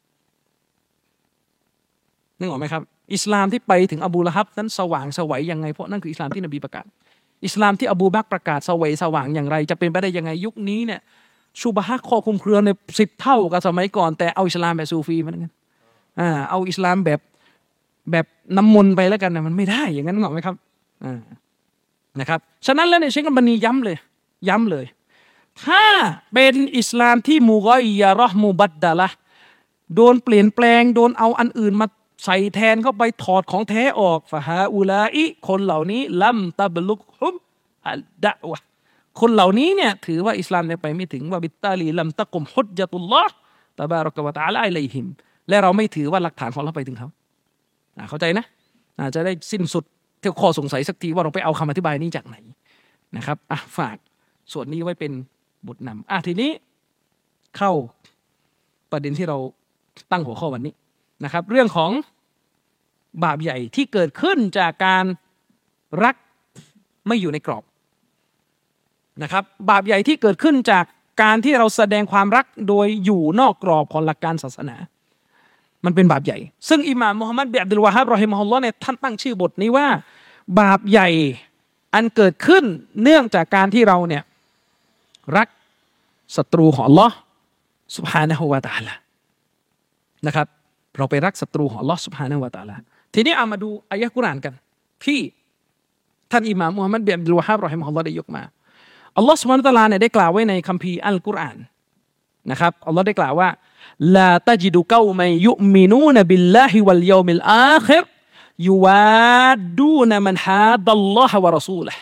นึกออกไหมครับอิสลามที่ไปถึงอบูละฮับนั้นสว่างสวัยยังไงเพราะนั่นคืออิสลามที่นบีประกาศอิสลามที่อบูบักรประกาศสวัยสว่างอย่างไรจะเป็นไปได้ยังไงยุคนี้เนี่ยชุบฮะห์ข้อคลุมเครือใน10 เท่ากับสมัยก่อนแต่เอาอิสลามแบบซูฟีมันกันเอาอิสลามแบบน้ำมนต์ไปแล้วกันนะมันไม่ได้อย่างนั้นนึกออกไหมครับนะครับฉะนั้นแล้วเนี่ยเชคอัลบานีย้ำเลยถ้าเป็นอิสลามที่มุฆอยยะเราะห์มุบัดดะละห์โดนเปลี่ยนแปลงโดนเอาอันอื่นมาใส่แทนเข้าไปถอดของแท้ออกฟะฮาอูลาอิคนเหล่านี้ลัมตับลุกฮุมอัดดะวะคนเหล่านี้เนี่ยถือว่าอิสลามยังไปไม่ถึงว่าบิตตาลีลัมตะกุมฮุจญะตุลลอฮ์ตะบารักวะตะอาลาอะลัยฮิมและเราไม่ถือว่าหลักฐานของเราไปถึงเขาเข้าใจนะจะได้สิ้นสุดเที่ยวข้อสงสัยสักทีว่าเราไปเอาคำอธิบายนี้จากไหนนะครับฝากส่วนนี้ไว้เป็นบทนำทีนี้เข้าประเด็นที่เราตั้งหัวข้อวันนี้นะครับเรื่องของบาปใหญ่ที่เกิดขึ้นจากการรักไม่อยู่ในกรอบนะครับบาปใหญ่ที่เกิดขึ้นจากการที่เราแสดงความรักโดยอยู่นอกกรอบของหลักการศาสนามันเป็นบาปใหญ่ซึ่งอิหม่ามมุฮัมมัดบินอับดุลวะฮับรอฮิมะฮุลลอฮ์เนี่ยท่านตั้งชื่อบทนี้ว่าบาปใหญ่อันเกิดขึ้นเนื่องจากการที่เราเนี่ยรักศัตรูของอัลลอฮ์ซุบฮานะฮูวะตะอาลานะครับเราไปรักศัตรูของอัลลอฮ์ซุบฮานะฮูวะตะอาลาทีนี้เอามาดูอายะห์กุรอานกันที่ท่านอิหม่ามมุฮัมมัดบินอับดุลวะฮับรอฮิมะฮุลลอฮ์ได้ยกมาอัลลอฮ์ซุบฮานะฮูวะตะอาลาเนี่ยได้กล่าวไว้ในคัมภีร์อัลกุรอานนะครับอัลลอฮ์ได้กล่าวว่าลาตัจิดุกอมัยยุมินูนบิลลาฮิวัลยอมิลอาคิรยุวาดูนมันฮาดัลลอฮะวะรอซูละห์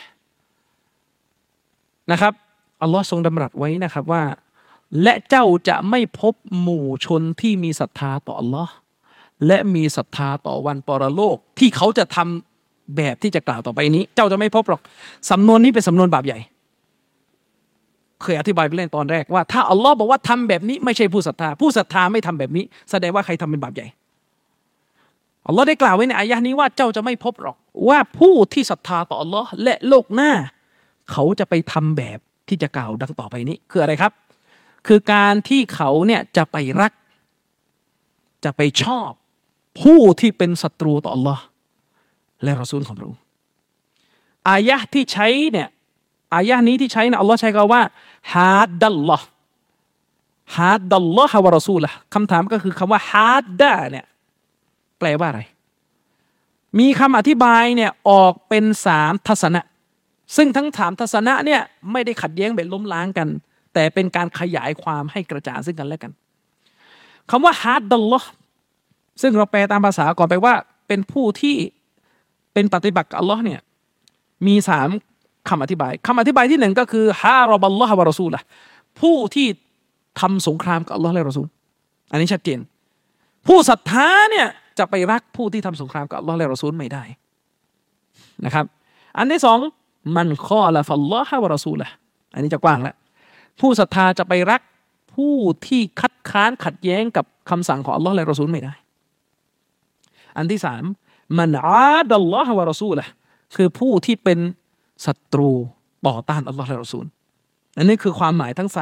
นะครับอัลลอฮ์ทรงดำรัสไว้นะครับว่าและเจ้าจะไม่พบหมู่ชนที่มีศรัทธาต่ออัลลอฮ์และมีศรัทธาต่อวันปรโลกที่เขาจะทำแบบที่จะกล่าวต่อไปนี้เจ้าจะไม่พบหรอกสำนวนนี้เป็นสำนวนบาปใหญ่เคยอธิบายไปเล่นตอนแรกว่าถ้าอัลลอฮ์บอกว่าทำแบบนี้ไม่ใช่ผู้ศรัทธาผู้ศรัทธาไม่ทำแบบนี้แสดงว่าใครทำเป็นบาปใหญ่อัลลอฮ์ได้กล่าวไว้ในอายะห์นี้ว่าเจ้าจะไม่พบหรอกว่าผู้ที่ศรัทธาต่ออัลลอฮ์และโลกหน้าเขาจะไปทำแบบที่จะกล่าวดังต่อไปนี้คืออะไรครับคือการที่เขาเนี่ยจะไปรักจะไปชอบผู้ที่เป็นศัตรูต่ออัลลอฮ์และรอซูลของพระองค์อายะห์ที่ใช้เนี่ยอายะห์นี้ที่ใช้นะอัลลอฮ์ใช้คำว่าฮาดดัลลอฮ์ฮาดดัลลอฮ์วะรอซูละห์คำถามก็คือคำว่าฮาดดะเนี่ยแปลว่าอะไรมีคำอธิบายเนี่ยออกเป็น3ทัศนะซึ่งทั้ง3ทัศนะเนี่ยไม่ได้ขัดแย้งแบบล้มล้างกันแต่เป็นการขยายความให้กระจ่างซึ่งกันและกันคำว่าฮาดดัลลอฮ์ซึ่งเราแปลตามภาษาก่อนไปว่าเป็นผู้ที่เป็นปฏิบัติกับอัลลอฮ์เนี่ยมี3คำอธิบายที่1ก็คือฮารอบัลลอฮ์วะรอซูละห์ผู้ที่ทำสงครามกับอัลลอฮ์และรอซูลอันนี้ชัดเจนผู้ศรัทธาเนี่ยจะไปรักผู้ที่ทำสงครามกับอัลลอฮ์และรอซูลไม่ได้นะครับอันที่2มันคอละฟัลลอฮ์วะรอซูละห์อันนี้จะกว้างแล้วผู้ศรัทธาจะไปรักผู้ที่คัดค้านขัดแย้งกับคำสั่งของอัลลอฮ์และรอซูลไม่ได้อันที่3มันอาดัลลอฮ์วะรอซูละห์คือผู้ที่เป็นศัตรูต่อต้านอัลลอฮ์และรอซูลอันนี้คือความหมายทั้ง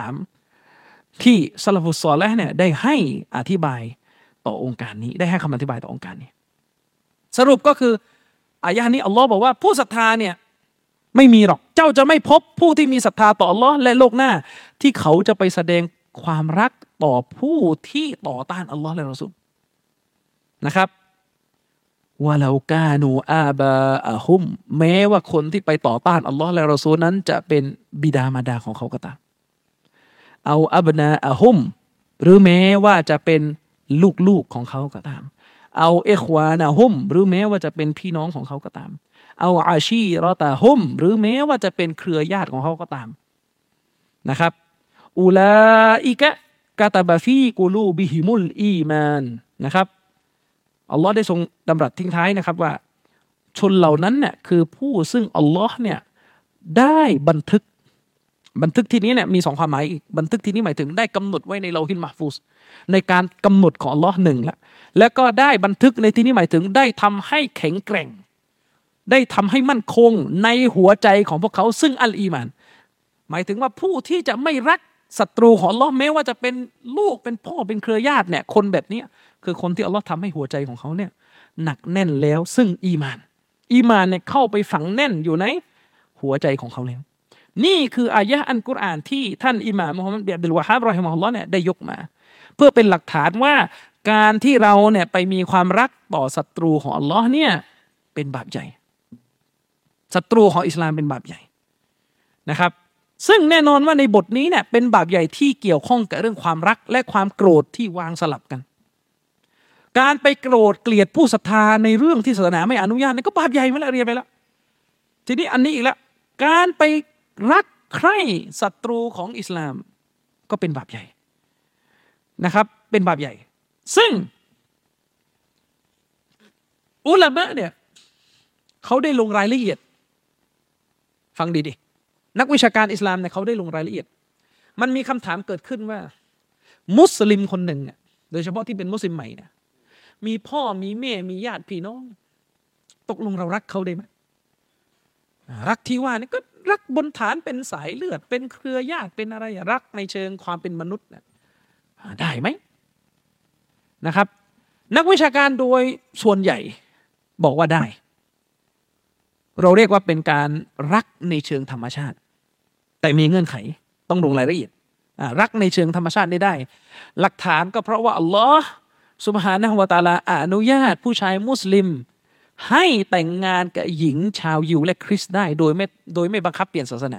3ที่ซะละฟุศอลิห์เนี่ยได้ให้อธิบายต่อองค์การนี้ได้ให้คำอธิบายต่อองค์การนี้สรุปก็คืออายะห์นี้อัลลอฮ์บอกว่าผู้ศรัทธาเนี่ยไม่มีหรอกเจ้าจะไม่พบผู้ที่มีศรัทธาต่ออัลลอฮ์และโลกหน้าที่เขาจะไปแสดงความรักต่อผู้ที่ต่อต้านอัลลอฮ์และรอซูลนะครับวะลากานูอาบาอะฮุมแม้ว่าคนที่ไปต่อต้านอัลลอฮ์และรอซูลนั้นจะเป็นบิดามารดาของเขาก็ตามเอาอับนาอะฮุมหรือแม้ว่าจะเป็นลูกๆของเขาก็ตามเอาอิควานะฮุมหรือแม้ว่าจะเป็นพี่น้องของเขาก็ตามเอาอาชีรอตาฮุมหรือแม้ว่าจะเป็นเครือญาติของเขาก็ตามนะครับอูลาอิกะกะตะบะฟีกุลูบิฮิมุลอีมานนะครับอัลลอฮ์ได้ทรงดำรัสทิ้งท้ายนะครับว่าชนเหล่านั้นเนี่ยคือผู้ซึ่งอัลลอฮ์เนี่ยได้บันทึกที่นี้เนี่ยมี2ความหมายอีกบันทึกที่นี้หมายถึงได้กำหนดไว้ในลอฮิลมะห์ฟูซในการกำหนดของอัลลอฮ์1แล้วก็ได้บันทึกในที่นี้หมายถึงได้ทำให้แข็งแกร่งได้ทำให้มั่นคงในหัวใจของพวกเขาซึ่งอัลอีมานหมายถึงว่าผู้ที่จะไม่รักศัตรูของอัลลอฮ์แม้ว่าจะเป็นลูกเป็นพ่อเป็นเครือญาติเนี่ยคนแบบนี้คือคนที่อัลลอฮ์ทำให้หัวใจของเขาเนี่ยหนักแน่นแล้วซึ่งอีมานเนี่ยเข้าไปฝังแน่นอยู่ในหัวใจของเขาแล้วนี่คืออายะห์อัลกุรอานที่ท่านอิหม่ามมุฮัมมัดบินอับดุลวะฮาบรอฮิมะฮุลลอฮ์เนี่ยได้ยกมาเพื่อเป็นหลักฐานว่าการที่เราเนี่ยไปมีความรักต่อศัตรูของอัลลอฮ์เนี่ยเป็นบาปใหญ่ศัตรูของอิสลามเป็นบาปใหญ่นะครับซึ่งแน่นอนว่าในบทนี้เนี่ยเป็นบาปใหญ่ที่เกี่ยวข้องกับเรื่องความรักและความโกรธที่วางสลับกันการไปโกรธเกลียดผู้ศรัทธาในเรื่องที่ศาสนาไม่อนุญาตนี่ก็บาปใหญ่มาแล้วเรียนไปแล้วทีนี้อันนี้อีกแล้วการไปรักใคร่ศัตรูของอิสลามก็เป็นบาปใหญ่นะครับเป็นบาปใหญ่ซึ่งอุลามะเนี่ยเขาได้ลงรายละเอียดฟังดีๆนักวิชาการอิสลามเนี่ยเขาได้ลงรายละเอียดมันมีคำถามเกิดขึ้นว่ามุสลิมคนหนึ่งโดยเฉพาะที่เป็นมุสลิมใหม่เนี่ยมีพ่อมีแม่มีญาติพี่น้องตกลงเรารักเขาได้ไหมรักที่ว่านี่ก็รักบนฐานเป็นสายเลือดเป็นเครือญาติเป็นอะไรรักในเชิงความเป็นมนุษย์ได้ไหมนะครับนักวิชาการโดยส่วนใหญ่บอกว่าได้เราเรียกว่าเป็นการรักในเชิงธรรมชาติแต่มีเงื่อนไขต้องลงรายละเอียดรักในเชิงธรรมชาติได้หลักฐานก็เพราะว่าอัลลอฮ์ซุบฮานะฮูวะตะอาลาอนุญาตผู้ชายมุสลิมให้แต่งงานกับหญิงชาวยิวและคริสต์ได้โดยไม่บังคับเปลี่ยนศาสนา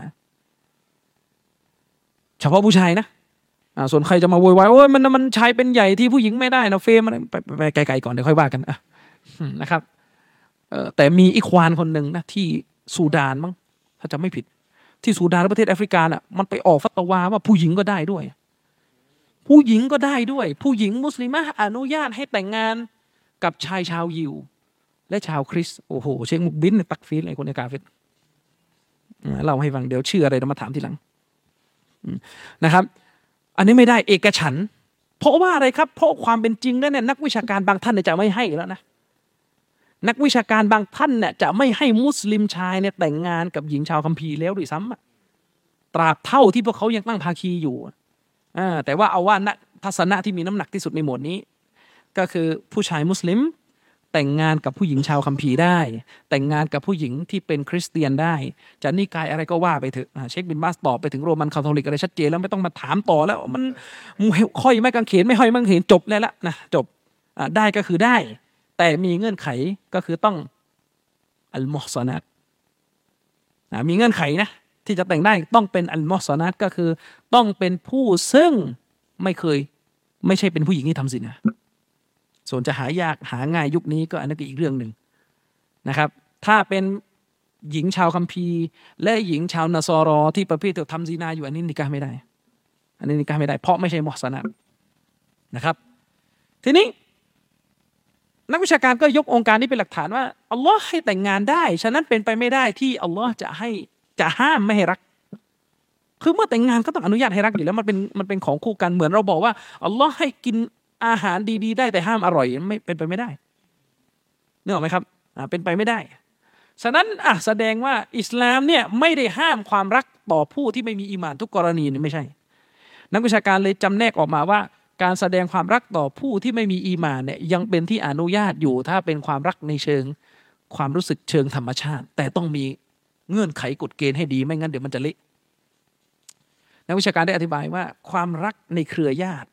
เฉพาะผู้ชายนะส่วนใครจะมาโวยวายโอ้ยมันชายเป็นใหญ่ที่ผู้หญิงไม่ได้นะเฟรมอะไรไปไกลๆก่อนเดี๋ยวค่อยว่ากันนะครับแต่มีอีควานคนหนึ่งนะที่ซูดานมั้งถ้าจำไม่ผิดที่ซูดานและประเทศแอฟริกาน่ะมันไปออกฟัตวาว่าผู้หญิงก็ได้ด้วยผู้หญิงก็ได้ด้วยผู้หญิงมุสลิมะอนุญาตให้แต่งงานกับชายชาวยิวและชาวคริสต์โอ้โหเชคมุกบินตักฟีรไอ้คนในกาเฟรเล่าให้ฟังเดี๋ยวชื่ออะไรเรามาถามทีหลังนะครับอันนี้ไม่ได้เอกฉันท์เพราะว่าอะไรครับเพราะความเป็นจริงแล้วเนี่ยนักวิชาการบางท่านจะไม่ให้แล้วนะนักวิชาการบางท่านเนี่ยจะไม่ให้มุสลิมชายเนี่ยแต่งงานกับหญิงชาวคัมภีร์แล้วด้วยซ้ำตราบเท่าที่พวกเขายังตั้งภาคีอยู่แต่ว่าเอาว่าทัศนะที่มีน้ำหนักที่สุดในหมวดนี้ก็คือผู้ชายมุสลิมแต่งงานกับผู้หญิงชาวคัมภีร์ได้แต่งงานกับผู้หญิงที่เป็นคริสเตียนได้จะนิกายอะไรก็ว่าไปเถอะเชคบินบาสตอบไปถึงโรมันคาทอลิกอะไรชัดเจนแล้วไม่ต้องมาถามต่อแล้วมันค่อยไม่กังเขนไม่ค่อยไม่กังเขนจบแล้วละนะจบได้ก็คือได้แต่มีเงื่อนไขก็คือต้องอัลมุฮซานัตมีเงื่อนไขนะที่จะแต่งได้ต้องเป็นอัลมุฮซานัตก็คือต้องเป็นผู้ซึ่งไม่ใช่เป็นผู้หญิงที่ทำซินาส่วนจะหายากหาง่ายยุคนี้ก็อันนั้นก็อีกเรื่องหนึ่งนะครับถ้าเป็นหญิงชาวคัมภีร์และหญิงชาวนาซอรอที่ประเภทเธอทำซินาอยู่อันนี้นิกะห์ไม่ได้อันนี้นิกะห์ไม่ได้เพราะไม่ใช่มุฮซานัตนะครับทีนี้นักวิชาการก็ยกองค์การนี้เป็นหลักฐานว่าอัลลอฮ์ให้แต่งงานได้ฉะนั้นเป็นไปไม่ได้ที่อัลลอฮ์จะห้ามไม่ให้รักคือเมื่อแต่งงานก็ต้องอนุญาตให้รักอยู่แล้วมันเป็นของคู่กันเหมือนเราบอกว่าอัลลอฮ์ให้กินอาหารดีๆได้แต่ห้ามอร่อยไม่เป็นไปไม่ได้นึกออกไหมครับเป็นไปไม่ได้ฉะนั้นแสดงว่าอิสลามเนี่ยไม่ได้ห้ามความรักต่อผู้ที่ไม่มีอีหม่านทุกกรณีนี่ไม่ใช่นักวิชาการเลยจำแนกออกมาว่าการแสดงความรักต่อผู้ที่ไม่มีอีหม่านเนี่ยยังเป็นที่อนุญาตอยู่ถ้าเป็นความรักในเชิงความรู้สึกเชิงธรรมชาติแต่ต้องมีเงื่อนไขกฎเกณฑ์ให้ดีไม่งั้นเดี๋ยวมันจะเละนักวิชาการได้อธิบายว่าความรักในเครือญาติ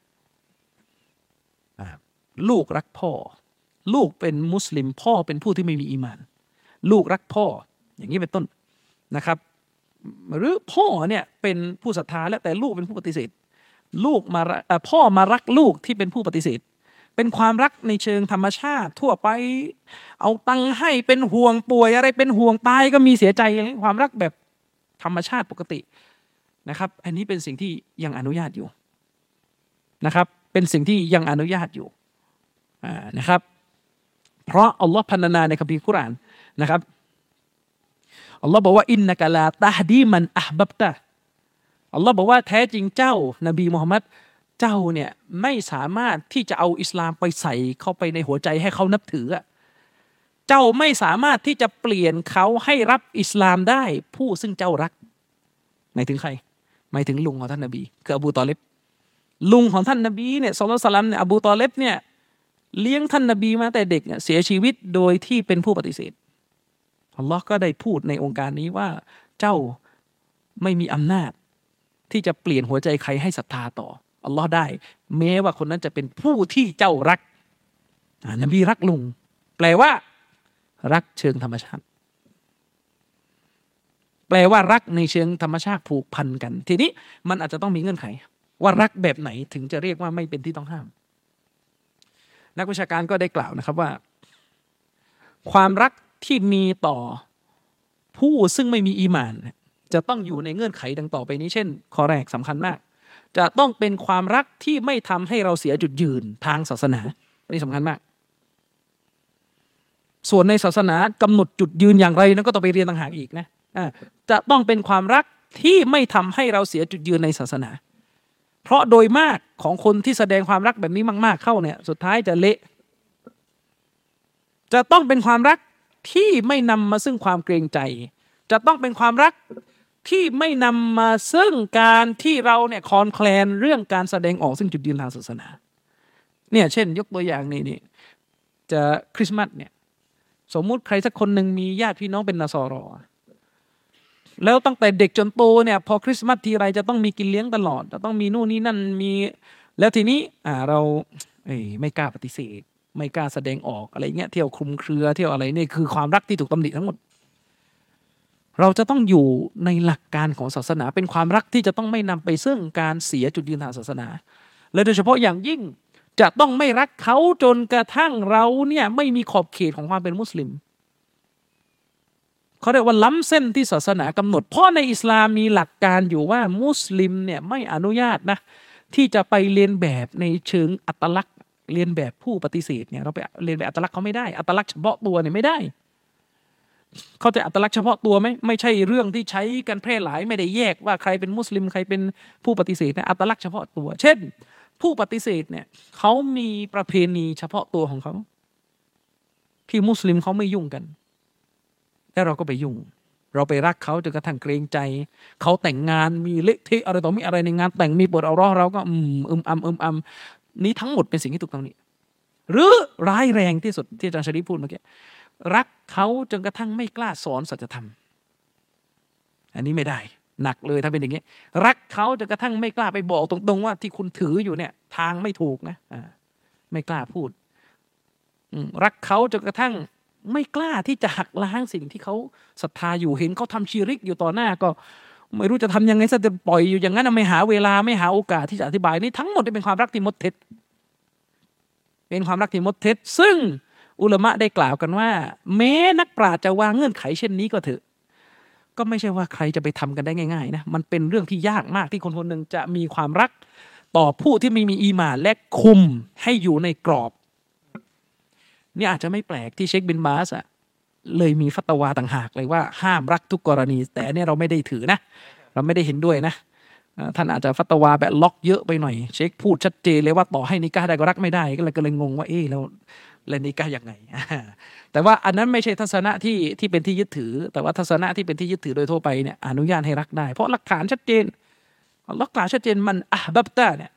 ลูกรักพ่อลูกเป็นมุสลิมพ่อเป็นผู้ที่ไม่มีอีหม่านลูกรักพ่ออย่างนี้เป็นต้นนะครับหรือพ่อเนี่ยเป็นผู้ศรัทธาแล้วแต่ลูกเป็นผู้ปฏิเสธลูกมาพ่อมารักลูกที่เป็นผู้ปฏิเสธเป็นความรักในเชิงธรรมชาติทั่วไปเอาตังค์ให้เป็นห่วงป่วยอะไรเป็นห่วงตายก็มีเสียใจความรักแบบธรรมชาติปกตินะครับอันนี้เป็นสิ่งที่ยังอนุญาตอยู่นะครับเป็นสิ่งที่ยังอนุญาตอยู่นะครับเพราะอัลลอฮ์พรรณนาในคัมภีร์กุรอานนะครับอัลลอฮ์บอกว่าอินนะกะลาตะฮดีมันอะห์บับตะอัลลอฮ์บอกว่าแท้จริงเจ้านบีมุฮัมมัดเจ้าเนี่ยไม่สามารถที่จะเอาอิสลามไปใส่เข้าไปในหัวใจให้เขานับถือเจ้าไม่สามารถที่จะเปลี่ยนเขาให้รับอิสลามได้ผู้ซึ่งเจ้ารักหมายถึงใครหมายถึงลุงของท่านนบีคืออบูตอเลบลุงของท่านนบีเนี่ยศ็อลลัลลอฮุอะลัยฮิวะซัลลัมเนี่ยอบูตอเลบเนี่ยเลี้ยงท่านนบีมาแต่เด็กเสียชีวิตโดยที่เป็นผู้ปฏิเสธอัลลอฮ์ก็ได้พูดในองค์การนี้ว่าเจ้าไม่มีอำนาจที่จะเปลี่ยนหัวใจใครให้ศรัทธาต่ออัลลอฮ์ได้แม้ว่าคนนั้นจะเป็นผู้ที่เจ้ารักนบีรักลุงแปลว่ารักเชิงธรรมชาติแปลว่ารักในเชิงธรรมชาติผูกพันกันทีนี้มันอาจจะต้องมีเงื่อนไขว่ารักแบบไหนถึงจะเรียกว่าไม่เป็นที่ต้องห้ามนักวิชาการก็ได้กล่าวนะครับว่าความรักที่มีต่อผู้ซึ่งไม่มีอีหม่านจะต้องอยู่ในเงื่อนไขดังต่อไปนี้เช่นข้อแรกสำคัญมากจะต้องเป็นความรักที่ไม่ทำให้เราเสียจุดยืนทางศาสนาอันนี้สำคัญมากส่วนในศาสนากำหนดจุดยืนอย่างไรนั้นก็ต้องไปเรียนต่างหากอีกนะจะต้องเป็นความรักที่ไม่ทำให้เราเสียจุดยืนในศาสนาเพราะโดยมากของคนที่แสดงความรักแบบนี้มากๆเข้าเนี่ยสุดท้ายจะเละจะต้องเป็นความรักที่ไม่นำมาซึ่งความเกรงใจจะต้องเป็นความรักที่ไม่นำมาซึ่งการที่เราเนี่ยคลอนแคลนเรื่องการแสดงออกซึ่งจุดยืนทางศาสนาเนี่ยเช่นยกตัวอย่างนี่จะคริสต์มาสเนี่ยสมมุติใครสักคนหนึ่งมีญาติพี่น้องเป็นนสรอแล้วตั้งแต่เด็กจนโตเนี่ยพอคริสต์มาสทีไรจะต้องมีกินเลี้ยงตลอดจะต้องมีนู่นนี่นั่นมีแล้วทีนี้เราไม่กล้าปฏิเสธไม่กล้าแสดงออกอะไรเงี้ยเที่ยวคลุมเครือเที่ยวอะไรนี่คือความรักที่ถูกตำหนิทั้งหมดเราจะต้องอยู่ในหลักการของศาสนาเป็นความรักที่จะต้องไม่นำไปซึ่งการเสียจุดยืนทางศาสนาและโดยเฉพาะอย่างยิ่งจะต้องไม่รักเขาจนกระทั่งเราเนี่ยไม่มีขอบเขตของความเป็นมุสลิมเขาเรียกว่าล้ำเส้นที่ศาสนากำหนดเพราะในอิสลามมีหลักการอยู่ว่ามุสลิมเนี่ยไม่อนุญาตนะที่จะไปเรียนแบบในเชิงอัตลักษณ์เรียนแบบผู้ปฏิเสธเนี่ยเราไปเรียนแบบอัตลักษณ์เขาไม่ได้อัตลักษณ์เฉพาะตัวเนี่ยไม่ได้เขาจะอัตลักษณ์เฉพาะตัวไหมไม่ใช่เรื่องที่ใช้กันแพร่หลายไม่ได้แยกว่าใครเป็นมุสลิมใครเป็นผู้ปฏิเสธนะอัตลักษณ์เฉพาะตัวเช่นผู้ปฏิเสธเนี่ยเขามีประเพณีเฉพาะตัวของเขาที่มุสลิมเขาไม่ยุ่งกันแล้วเราก็ไปยุ่งเราไปรักเขาจนกระทั่งเกรงใจเขาแต่งงานมีเละเทะอะไรต่อมีอะไรในงานแต่งมีเปิดเอาร้อเราก็นี้ทั้งหมดเป็นสิ่งที่ถูกต้องนี่หรือร้ายแรงที่สุดที่อาจารย์ชริฟพูดเมื่อกี้รักเขาจนกระทั่งไม่กล้าสอนสัจธรรมอันนี้ไม่ได้หนักเลยถ้าเป็นอย่างนี้รักเขาจนกระทั่งไม่กล้าไปบอกตรงๆว่าที่คุณถืออยู่เนี่ยทางไม่ถูกนะไม่กล้าพูดรักเขาจนกระทั่งไม่กล้าที่จะหักล้างสิ่งที่เขาศรัทธาอยู่เห็นเขาทำชีริกอยู่ต่อหน้าก็ไม่รู้จะทำยังไงซะจะปล่อยอยู่อย่างนั้นไม่หาเวลาไม่หาโอกาสที่จะอธิบายนี่ทั้งหมดเป็นความรักที่มดเท็จเป็นความรักที่มดเท็จซึ่งอุลามะได้กล่าวกันว่าแม้นักปราชญ์จะวางเงื่อนไขเช่นนี้ก็เถอะก็ไม่ใช่ว่าใครจะไปทำกันได้ง่ายๆนะมันเป็นเรื่องที่ยากมากที่คนคนหนึ่งจะมีความรักต่อผู้ที่ไม่มีอีหม่านและคุมให้อยู่ในกรอบนี่อาจจะไม่แปลกที่เชคบินบาสเลยมีฟัตวาต่างหากเลยว่าห้ามรักทุกกรณีแต่เนี่ยเราไม่ได้ถือนะเราไม่ได้เห็นด้วยนะท่านอาจจะฟัตวาแบบล็อกเยอะไปหน่อยเชคพูดชัดเจนเลยว่าต่อให้นิกาได้ก็รักไม่ได้ก็เลยงงว่าแล้วนิกายังไงแต่ว่าอันนั้นไม่ใช่ทัศนะที่เป็นที่ยึดถือแต่ว่าทัศนะที่เป็นที่ยึดถือโดยทั่วไปเนี่ยอนุญาตให้รักได้เพราะหลักฐานชัดเจนมันบับตาเนี่ย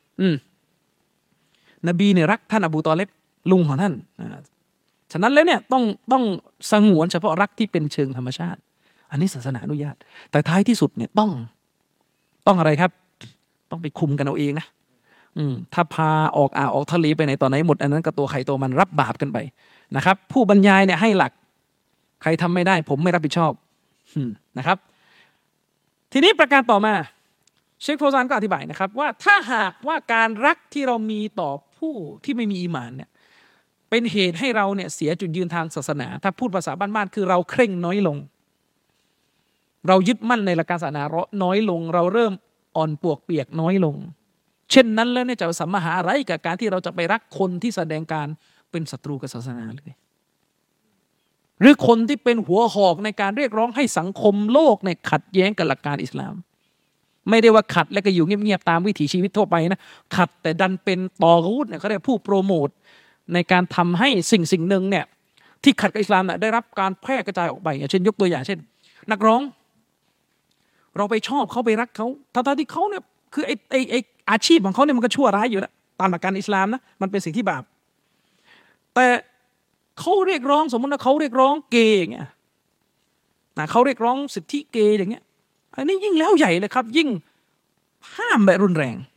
นบีเนี่ยรักท่านอบูตอเลบลุงของท่านฉะนั้นแล้วเนี่ยต้องสงวนเฉพาะรักที่เป็นเชิงธรรมชาติอันนี้ศาสนาอนุญาตแต่ท้ายที่สุดเนี่ยต้องอะไรครับต้องไปคุมกันเอาเองนะถ้าพาออกทะเลไปไหนตอนไหนหมดอันนั้นก็ตัวใครตัวมันรับบาปกันไปนะครับผู้บรรยายเนี่ยให้หลักใครทำไม่ได้ผมไม่รับผิดชอบนะครับทีนี้ประการต่อมาเชคโฟซานก็อธิบายนะครับว่าถ้าหากว่าการรักที่เรามีต่อผู้ที่ไม่มีอีหม่านเนี่ยเป็นเหตุให้เราเนี่ยเสียจุดยืนทางศาสนาถ้าพูดภาษาบ้านๆคือเราเคร่งน้อยลงเรายึดมั่นในหลักการศาสนาน้อยลงเราเริ่มอ่อนปวกเปียกน้อยลงเช่นนั้นแล้วเนี่ยจะสัมมาหาอะไรกับการที่เราจะไปรักคนที่แสดงการเป็นศัตรูกับศาสนาเลยหรือคนที่เป็นหัวหอกในการเรียกร้องให้สังคมโลกเนี่ยขัดแย้งกับหลักการอิสลามไม่ได้ว่าขัดแล้วก็อยู่เงียบๆตามวิถีชีวิตทั่วไปนะขัดแต่ดันเป็นตอรูดเนี่ยเขาเรียกผู้โปรโมทในการทำให้สิ่งหนึ่งเนี่ยที่ขัดกับอิสลามเนี่ยได้รับการแพร่กระจายออกไปเช่นยกตัวอย่างเช่นนักร้องเราไปชอบเขาไปรักเขาทั้งที่เขาเนี่ยคือไออาชีพของเขาเนี่ยมันก็ชั่วร้ายอยู่แล้วตามหลักการอิสลามนะมันเป็นสิ่งที่บาปแต่เขาเรียกร้องสมมติว่าเขาเรียกร้องเกย์อย่างเงี้ยเขาเรียกร้องสิทธิเกย์อย่างเงี้ยอันนี้ยิ่งแล้วใหญ่เลยครับยิ่งห้ามแบบรุนแรง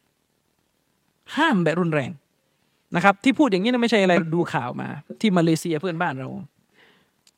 นะครับที่พูดอย่างนี้นะไม่ใช่อะไรดูข่าวมาที่มาเลเซียเพื่อนบ้านเรา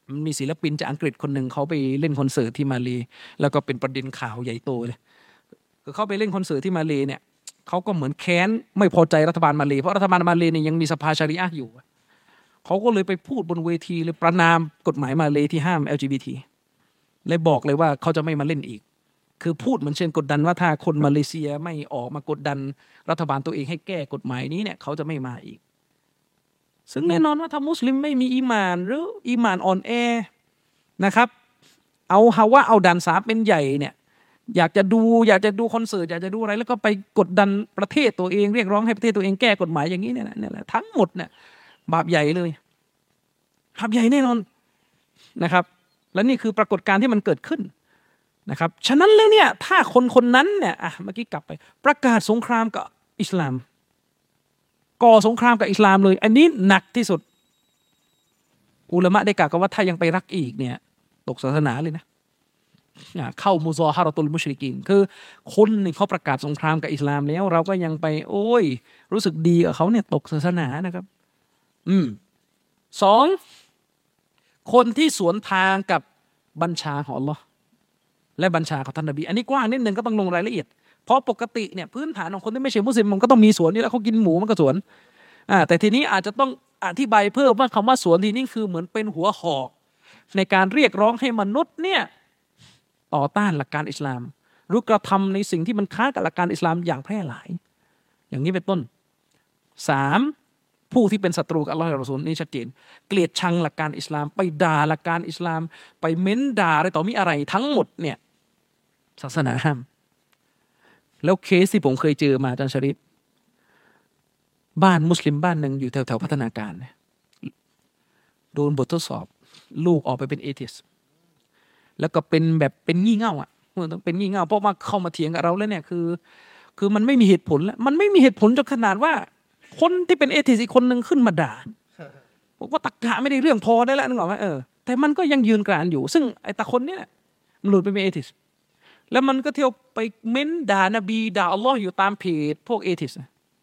มันมีศิลปินจากอังกฤษคนหนึ่งเขาไปเล่นคอนเสิร์ตที่มาเลแล้วก็เป็นประเด็นข่าวใหญ่โตเลยคือเขาไปเล่นคอนเสิร์ตที่มาเลเนี่ยเขาก็เหมือนแค้นไม่พอใจรัฐบาลมาเลเพราะรัฐบาลมาเลเนี่ยยังมีสภาชาริอะห์อยู่เขาก็เลยไปพูดบนเวทีเลยประณามกฎหมายมาเลที่ห้าม LGBT เลยบอกเลยว่าเขาจะไม่มาเล่นอีกคือพูดเหมือนเชิญกดดันว่าถ้าคนมาเลเซียไม่ออกมากดดันรัฐบาลตัวเองให้แก้กฎหมายนี้เนี่ยเขาจะไม่มาอีกซึ่งแน่นอนว่าถ้ามุสลิมไม่มีอีหม่านหรืออีหม่านอ่อนแอนะครับเอาฮาวะเอาด่านสามเป็นใหญ่เนี่ยอยากจะดูคอนเสิร์ตอยากจะดูอะไรแล้วก็ไปกดดันประเทศตัวเองเรียกร้องให้ประเทศตัวเองแก้กฎหมายอย่างนี้เนี่ยแหละทั้งหมดเนี่ยบาปใหญ่เลยบาปใหญ่แน่นอนนะครับและนี่คือปรากฏการณ์ที่มันเกิดขึ้นนะครับฉะนั้นเลยเนี่ยถ้าคนนั้นเนี่ยเมื่อกี้กลับไปประกาศสงครามกับอิสลามก่อสงครามกับอิสลามเลยอันนี้หนักที่สุดอุลามะได้กล่าวกันว่าถ้ายังไปรักอีกเนี่ยตกศาสนาเลยนะเข้ามุซอฮาเราะตุลมุชริกีนคือคนนี่เขาประกาศสงครามกับอิสลามแล้วเราก็ยังไปโอ้ยรู้สึกดีกับเขาเนี่ยตกศาสนานะครับสองคนที่สวนทางกับบัญชาของอัลเลาะห์และบัญชาของท่านนบีอันนี้กว้างนิดนึงก็ต้องลงรายละเอียดเพราะปกติเนี่ยพื้นฐานของคนที่ไม่ใช่มุสลิมมันก็ต้องมีสวนนี่แล้วเขากินหมูมันก็สวนแต่ทีนี้อาจจะต้องอธิบายเพิ่มว่าคำว่าสวนทีนี้คือเหมือนเป็นหัวหอกในการเรียกร้องให้มนุษย์เนี่ยต่อต้านหลักการอิสลามหรือกระทำในสิ่งที่มันค้านกับหลักการอิสลามอย่างแพร่หลายอย่างนี้เป็นต้นสามผู้ที่เป็นศัตรูกับอัลลอฮ์และรอซูลนี่ชัดเจนเกลียดชังหลักการอิสลามไปด่าหลักการอิสลามไปเม้นด่าอะไรต่อมีอะไรทั้งหมดเนี่ยศาสนาห้ามแล้วเคสที่ผมเคยเจอมาอาจารย์ชริฟบ้านมุสลิมบ้านหนึ่งอยู่แถวพัฒนาการโดนบททดสอบลูกออกไปเป็นเอทิสแล้วก็เป็นแบบเป็นงี่เง่าต้องเป็นงี่เง่าเพราะว่าเข้ามาเถียงกับเราแล้วเนี่ยคือมันไม่มีเหตุผลแล้วมันไม่มีเหตุผลจนขนาดว่าคนที่เป็นเอทิสอีกคนหนึ่งขึ้นมาด่าบอกว่าตรรกะไม่ได้เรื่องพอได้แล้วนึกออกไหมแต่มันก็ยังยืนกรานอยู่ซึ่งไอ้ตาคนนี้เนี่ยมันหลุดไปเป็นเอทิสแล้วมันก็เที่ยวไปเม้นด่านบีด่าอัลลอฮ์อยู่ตามเพจพวกเอทิส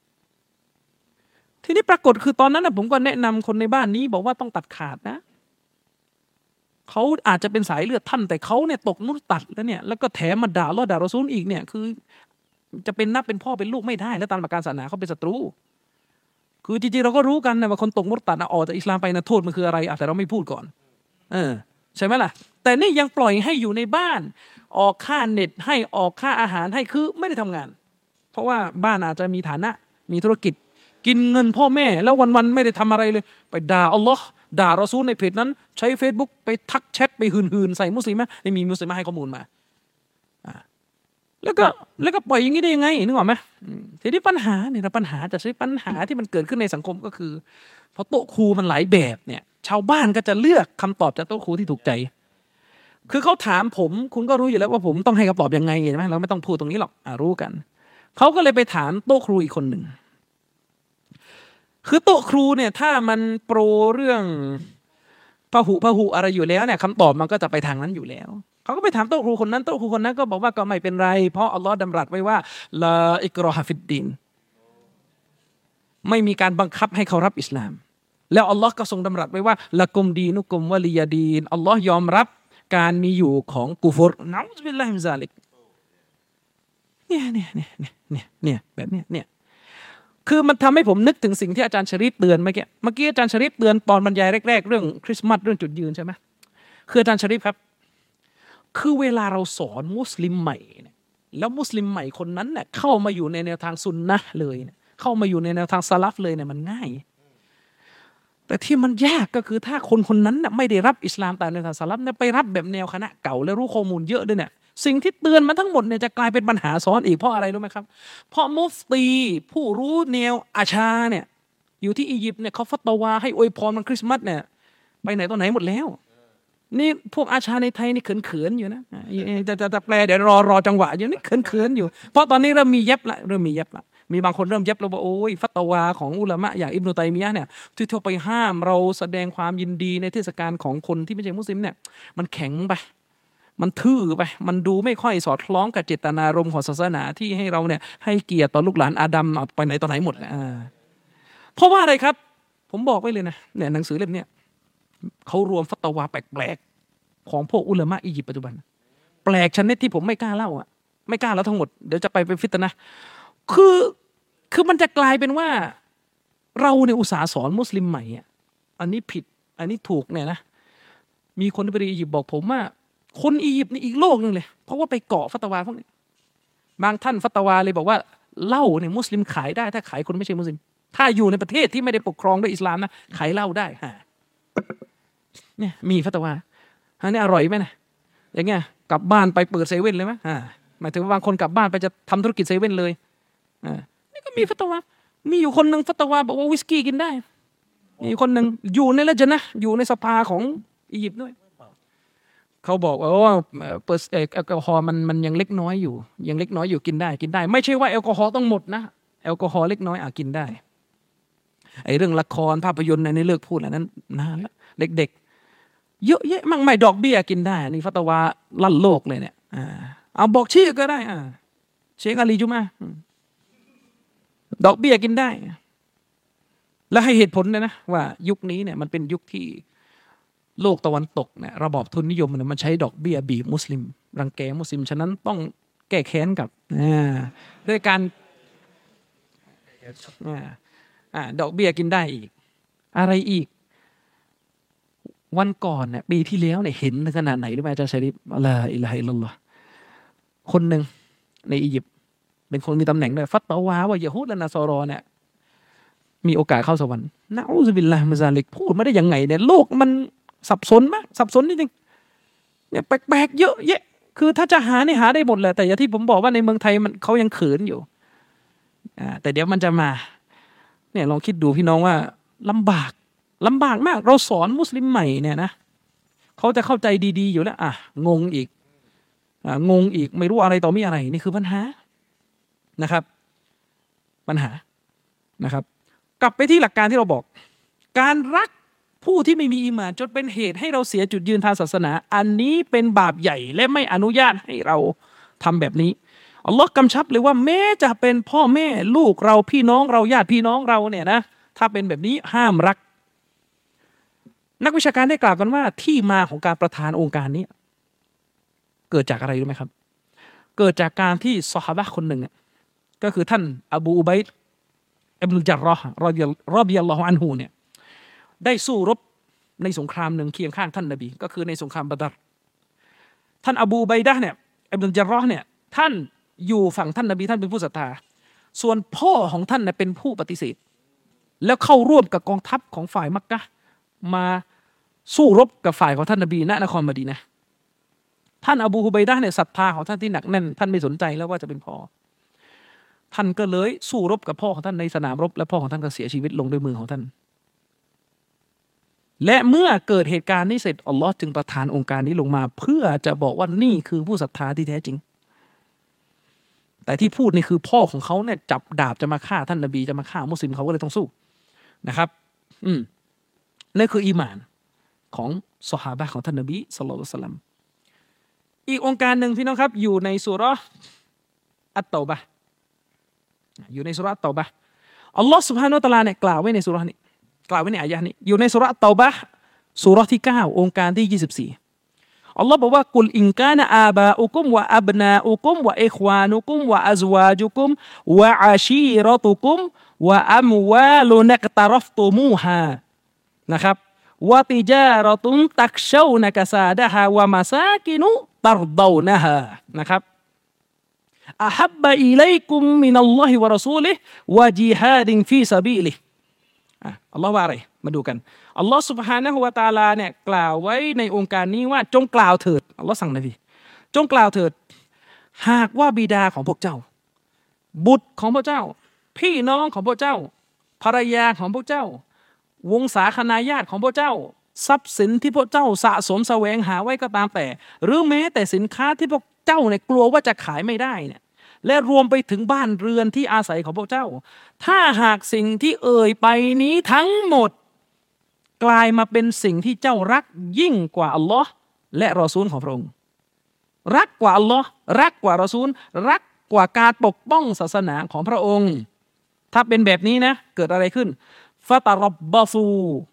ทีนี้ปรากฏคือตอนนั้นผมก็แนะนำคนในบ้านนี้บอกว่าต้องตัดขาดนะเขาอาจจะเป็นสายเลือดท่านแต่เขาเนี่ยตกมุรตัดแล้วเนี่ยแล้วก็แถมมาด่าอัลลอฮ์ด่ารอซูลอีกเนี่ยคือจะเป็นนับเป็นพ่อเป็นลูกไม่ได้แล้วตามหลักการศาสนาเขาเป็นศัตรูคือจริงๆเราก็รู้กันนะว่าคนตกมุรตัดออกจากอิสลามไปนะโทษมันคืออะไรแต่เราไม่พูดก่อนใช่ไหมล่ะแต่นี่ยังปล่อยให้อยู่ในบ้านออกค่าเน็ตให้ออกค่าอาหารให้คือไม่ได้ทำงานเพราะว่าบ้านอาจจะมีฐานะมีธุรกิจกินเงินพ่อแม่แล้ววันๆไม่ได้ทำอะไรเลยไปด่าอัลลอฮ์ด่ารอซูลในเพจนั้นใช้ Facebook ไปทักแชทไปหืนๆใส่มุสลิมะไม่มีมุสลิมะให้ข้อมูลมาแล้วก็ปล่อยอย่างนี้ได้ยังไงนึกออกไหมทีนี้ปัญหาเนี่ยปัญหาจะใช้ปัญหาที่มันเกิดขึ้นในสังคมก็คือเพราะโต๊ะครูมันหลายแบบเนี่ยชาวบ้านก็จะเลือกคำตอบจากโต๊ะครูที่ถูกใจคือเขาถามผมคุณก็รู้อยู่แล้วว่าผมต้องให้คำตอบยังไงใช่ไหมเราไม่ต้องพูดตรงนี้หรอกรู้กันเขาก็เลยไปถามโต๊ะครูอีกคนหนึ่งคือโต๊ะครูเนี่ยถ้ามันโปรเรื่องพหุอะไรอยู่แล้วเนี่ยคำตอบมันก็จะไปทางนั้นอยู่แล้วเขาก็ไปถามโต๊ะครูคนนั้นโต๊ะครูคนนั้นก็บอกว่าก็ไม่เป็นไรเพราะอัลลอฮ์ดำรัสไว้ว่าลาอิกรอฮะฟิดดีนไม่มีการบังคับให้เขารับอิสลามแล้วอัลลอฮ์ก็ทรงดำรัสไว้ว่าละกุมดีนุกุมวะลียดีนอัลลอฮ์ยอมรับการมีอยู่ของกุฟรนะอูซบิลลาฮิมินซาลิกเนี่ยแบบเนี่ยคือมันทำให้ผมนึกถึงสิ่งที่อาจารย์ชริฟเตือนเมื่อกี้อาจารย์ชริฟเตือนตอนบรรยายแรกๆเรื่องคริสต์มาสเรื่องจุดยืนใช่ไหมคืออาจารย์ชริฟครับคือเวลาเราสอนมุสลิมใหม่เนี่ยแล้วมุสลิมใหม่คนนั้นเนี่ยเข้ามาอยู่ในแนวทางซุนนะห์เลยเข้ามาอยู่ในแนวทางซะลัฟเลยเนี่ยมันง่ายแต่ที่มันยากก็คือถ้าคนนั้นน่ะไม่ได้รับอิสลามตามแนวทางซะลัฟเนี่ยไปรับแบบแนวคณะเก่าและรู้ข้อมูลเยอะด้วยเนี่ยสิ่งที่เตือนมาทั้งหมดเนี่ยจะกลายเป็นปัญหาซ้อนอีกเพราะอะไรรู้ไหมครับเพราะมุฟตีผู้รู้แนวอาชาเนี่ยอยู่ที่อียิปต์เนี่ยเขาฟัตวาให้อวยพรวันคริสต์มาสเนี่ยไปไหนต่อไหนหมดแล้วนี่พวกอาชาในไทยนี่เขินๆอยู่นะจะแปลเดี๋ยวรอจังหวะอยู่นี่เขินๆอยู่เพราะตอนนี้เริ่มมีเย็บละมีบางคนเริ่มเย็บแล้วว่าโอ้ยฟัตวาของอุลามะอย่างอิบนุตัยมียะห์เนี่ยที่เที่ยวไปห้ามเราแสดงความยินดีในเทศกาลของคนที่ไม่ใช่มุสลิมเนี่ยมันแข็งไปมันทื่อไปมันดูไม่ค่อยสอดคล้องกับเจตนารมณ์ของศาสนาที่ให้เราเนี่ยให้เกียรติต่อลูกหลานอาดัมไปไหนต่อไหนหมดเพราะว่าอะไรครับผมบอกไว้เลยนะเนี่ยหนังสือเล่มเนี้ยเขารวมฟัตวาแปลกๆของพวกอุลามะอียิปต์ปัจจุบันแปลกชนิดที่ผมไม่กล้าเล่าอ่ะไม่กล้าแล้วทั้งหมดเดี๋ยวจะไปเป็นฟิตนะห์คือมันจะกลายเป็นว่าเราเนี่ยอุตส่าห์สอนมุสลิมใหม่อ่ะอันนี้ผิดอันนี้ถูกเนี่ยนะมีคนที่ไปอียิปต์บอกผมว่าคนอียิปต์นี่อีกโลกนึงเลยเพราะว่าไปเกาะฟัตวาพวกนี้บางท่านฟัตวาเลยบอกว่าเหล้าเนี่ยมุสลิมขายได้ถ้าขายคนไม่ใช่มุสลิมถ้าอยู่ในประเทศที่ไม่ได้ปกครองด้วยอิสลามนะขายเหล้าได้เนี่ยมีฟัตวาอันนี้อร่อยไหมนะอย่างเงี้ยกลับบ้านไปเปิดเซเว่นเลยไหมหมายถึงว่าบางคนกลับบ้านไปจะทำธุรกิจเซเว่นเลยนี่ก็มีฟัตวามีอยู่คนหนึ่งฟัตวาบอกว่าวิสกี้กินได้มีคนหนึ่งอยู่ในละจนะอยู่ในสภาของอียิปต์ด้วยเขาบอกว่าเปอร์แอลกอฮอล์มันยังเล็กน้อยอยู่ยังเล็กน้อยอยู่กินได้ไม่ใช่ว่าแอลกอฮอล์ต้องหมดนะแอลกอฮอล์เล็กน้อยกินได้ไอ้เรื่องละครภาพยนตร์ในเลิกพูดแล้วนั้นนานแล้วเด็กๆเยอะแยะมากมายดอกเบี้ยกินได้นี่ฟัตวาลั่นโลกเลยเนี่ยเอาบอกชื่อก็ได้เชคอาลีจุมาดอกเบี้ยกินได้และให้เหตุผลเลยนะว่ายุคนี้เนี่ยมันเป็นยุคที่โลกตะวันตกเนี่ยระบอบทุนนิยมเนี่ยมันใช้ดอกเบี้ยบีบมุสลิมรังแกมุสลิมฉะนั้นต้องแก้แค้นกับด้วยการดอกเบี้ยกินได้อีกอะไรอีกวันก่อนเนี่ยปีที่แล้วเนี่ยเห็นขนาดไหนรู้ไหมอาจารย์ชะริฟอัลลอฮฺอิลลัฮฺอิลลัลลอฮฺคนหนึ่งในอียิปต์เป็นคนมีตำแหน่งด้วยฟัตวาว่ายะฮูดและนาซอรอเนี่ยมีโอกาสเข้าสวรรค์นะอูซุบิลลาฮิมินซาลิกพูดไม่ได้ยังไงเนี่ยโลกมันสับสนมากสับสนจริงๆเนี่ยแปลกๆเยอะแยะคือถ้าจะหาเนี่ยหาได้หมดแหละแต่อย่างที่ผมบอกว่าในเมืองไทยมันเขายังเขินอยู่แต่เดี๋ยวมันจะมาเนี่ยลองคิดดูพี่น้องว่าลำบากมากเราสอนมุสลิมใหม่เนี่ยนะเขาจะเข้าใจดีๆอยู่แล้วงงอีกไม่รู้อะไรต่อมีอะไรนี่คือปัญหานะครับปัญหานะครับกลับไปที่หลักการที่เราบอกการรักผู้ที่ไม่มีอีหม่านจนเป็นเหตุให้เราเสียจุดยืนทางศาสนาอันนี้เป็นบาปใหญ่และไม่อนุญาตให้เราทำแบบนี้อัลลอฮ์กำชับเลยว่าแม้จะเป็นพ่อแม่ลูกเราพี่น้องเราญาติพี่น้องเราเนี่ยนะถ้าเป็นแบบนี้ห้ามรักนักวิชาการได้กล่าวกันว่าที่มาของการประทานองค์การนี้เกิดจากอะไรรู้ไหมครับเกิดจากการที่ซอฮาบะห์คนหนึ่งก็คือท่านอบูอุบัยดอิบนุลญัรรอฮ์รอฎิยัลลอฮุอันฮุเนี่ยได้สู้รบในสงครามหนึ่งเคียงข้างท่านนบีก็คือในสงครามบะดัรท่านอบูอุบัยดะห์เนี่ยอิบนุลญัรรอฮ์เนี่ยท่านอยู่ฝั่งท่านนบีท่านเป็นผู้ศรัทธาส่วนพ่อของท่านเนี่ยเป็นผู้ปฏิเสธแล้วเข้าร่วมกับกองทัพของฝ่ายมักกะห์มาสู้รบกับฝ่ายของท่านนบีณนครมะดีนะห์ท่านอบูอุบัยดะห์เนี่ยศรัทธาของท่านที่หนักแน่นท่านไม่สนใจแล้วว่าจะเป็นพ่อท่านก็เลยสู้รบกับพ่อของท่านในสนามรบและพ่อของท่านก็เสียชีวิตลงด้วยมือของท่านและเมื่อเกิดเหตุการณ์นี้เสร็จอัลลอฮ์จึงประทานองค์การนี้ลงมาเพื่อจะบอกว่านี่คือผู้ศรัทธาที่แท้จริงแต่ที่พูดนี่คือพ่อของเขาเนี่ยจับดาบจะมาฆ่าท่านนบีจะมาฆ่ามุสลิมเขาก็เลยต้องสู้นะครับนี่คืออีหม่านของซอฮาบะห์ของท่านนบีศ็อลลัลลอฮุอะลัยฮิวะซัลลัมอีกองค์การหนึ่งพี่น้องครับอยู่ในซูเราะห์อัตเตาบะห์อยู่ในซูเราะห์อัตเตาบะห์อัลลอฮ์ซุบฮานะฮูวะตะอาลาเนี่ยกล่าวไว้ในซูเราะห์นี้กล่าวไว้ในอายะห์นี้อยู่ในซูเราะห์อัตเตาบะห์ซูเราะห์ที่9องค์การที่24อัลลอฮ์บอกว่ากุลอินกานะอาบาอุกุมวะอับนาอุกุมวะอิควานุกุมวะอัซวาจุกุมวะอาชีรตุกุมวะอัมวาลุนักตารฟตุมูฮานะครับวะติจารตุนตักชาวนะกะซาดะฮาวะมาซากินุตัรดาวนะฮานะครับอะฮับบะอิลัยกุมมินัลลอฮิวะรอซูลิฮิวะญิฮาดินฟีซะบีลิฮิอัลลอฮ์ว่าอะไรมาดูกันอัลลอฮ์ซุบฮานะฮูวะตะอาลาเนี่ยกล่าวไว้ในองค์การนี้ว่าจงกล่าวเถิดอัลลอฮ์สั่งนบีจงกล่าวเถิดหากว่าบิดาของพวกเจ้าบุตรของพวกเจ้าพี่น้องของพวกเจ้าภรรยาของพวกเจ้าวงศาคณาญาติของพวกเจ้าทรัพย์สินที่พวกเจ้าสะสมแสวงหาไว้ก็ตามแต่หรือแม้แต่สินค้าที่พวกเจ้าเนี่ยกลัวว่าจะขายไม่ได้เนี่ยและรวมไปถึงบ้านเรือนที่อาศัยของพวกเจ้าถ้าหากสิ่งที่เอ่ยไปนี้ทั้งหมดกลายมาเป็นสิ่งที่เจ้ารักยิ่งกว่าอัลลอฮ์และรอซูลของพระองค์รักกว่าอัลลอฮ์รักกว่ารอซูลรักกว่าการปกป้องศาสนาของพระองค์ถ้าเป็นแบบนี้นะเกิดอะไรขึ้นฟะตะรับบะซู